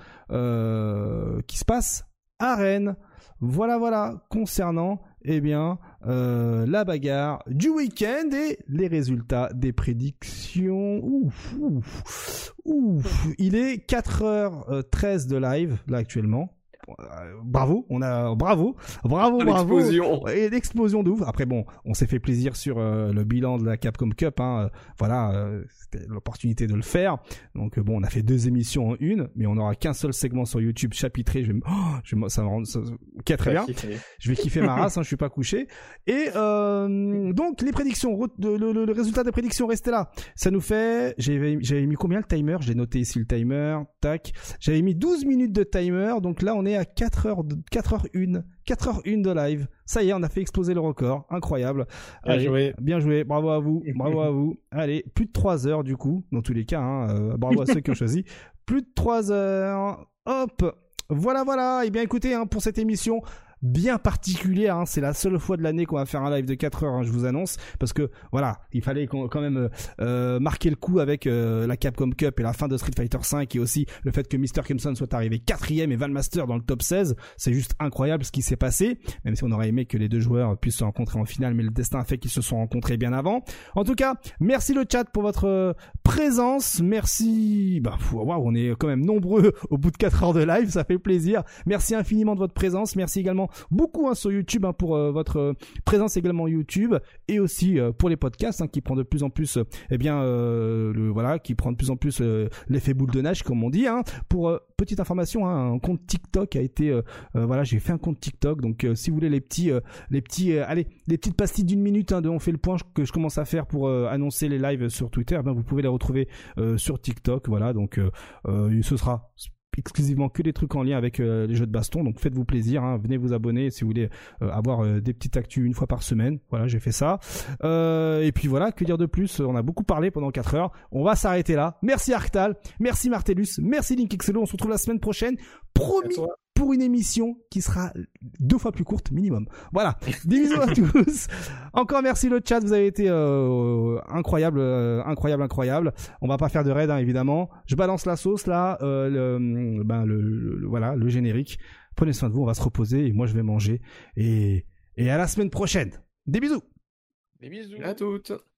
euh, qui se passe à Rennes. Voilà, voilà, concernant, eh bien, euh, la bagarre du week-end et les résultats des prédictions. Ouf, ouf, ouf. Il est quatre heures treize de live, là, actuellement. Euh, bravo, on a bravo, bravo, bravo. L'explosion. Et l'explosion de ouf. Après bon, on s'est fait plaisir sur euh, le bilan de la Capcom Cup, hein. Euh, voilà, euh, c'était l'opportunité de le faire. Donc euh, bon, on a fait deux émissions en une, mais on n'aura qu'un seul segment sur YouTube chapitré. Je vais, me... oh, je vais me... ça me rend, ça... ok, très bien. Je vais kiffer ma race, hein, je suis pas couché. Et euh, donc les prédictions, le, le, le résultat des prédictions, restez là. Ça nous fait, j'avais, j'avais mis combien le timer? J'ai noté ici le timer. Tac. J'avais mis douze minutes de timer. Donc là, on est à quatre heures de, quatre heures une, quatre heures une de live. Ça y est, on a fait exploser le record. Incroyable. Bien Allez, joué. Bien joué. Bravo à vous. Bravo à vous. Allez, plus de trois heures du coup, dans tous les cas, hein. Euh, bravo à ceux qui ont choisi. Plus de trois heures. Hop. Voilà, voilà. Et bien écoutez, hein, pour cette émission bien particulière, hein, c'est la seule fois de l'année qu'on va faire un live de quatre heures, hein, je vous annonce, parce que voilà, il fallait quand même euh, marquer le coup avec euh, la Capcom Cup et la fin de Street Fighter cinq, et aussi le fait que mister Crimson soit arrivé quatrième et Valmaster dans le top seize. C'est juste incroyable ce qui s'est passé, même si on aurait aimé que les deux joueurs puissent se rencontrer en finale, mais le destin a fait qu'ils se sont rencontrés bien avant. En tout cas, merci le chat pour votre présence, merci, bah waouh, on est quand même nombreux au bout de quatre heures de live, ça fait plaisir. Merci infiniment de votre présence, merci également beaucoup, hein, sur YouTube, hein, pour euh, votre euh, présence également YouTube, et aussi euh, pour les podcasts, hein, qui prend de plus en plus, euh, eh bien, euh, le, voilà, qui prend de plus en plus euh, l'effet boule de neige, comme on dit, hein. Pour euh, petite information, hein, un compte TikTok a été, euh, euh, voilà, j'ai fait un compte TikTok, donc euh, si vous voulez les petits, euh, les petits, euh, allez, les petites pastilles d'une minute, hein, de on fait le point que je commence à faire pour euh, annoncer les lives sur Twitter, eh bien, vous pouvez les retrouver euh, sur TikTok, voilà, donc euh, euh, ce sera exclusivement que des trucs en lien avec euh, les jeux de baston, donc faites-vous plaisir, hein, venez vous abonner si vous voulez euh, avoir euh, des petites actus une fois par semaine. Voilà, j'ai fait ça, euh, et puis voilà, que dire de plus, on a beaucoup parlé pendant quatre heures, on va s'arrêter là. Merci Arctal, merci Martellus, merci LinkXelo, on se retrouve la semaine prochaine, promis, pour une émission qui sera deux fois plus courte minimum. Voilà, des bisous à tous. Encore merci le chat, vous avez été euh, incroyable, euh, incroyable, incroyable. On va pas faire de raid, hein, évidemment. Je balance la sauce là, euh, le, ben le, le, le voilà, le générique. Prenez soin de vous, on va se reposer et moi je vais manger, et et à la semaine prochaine. Des bisous. Des bisous à toutes.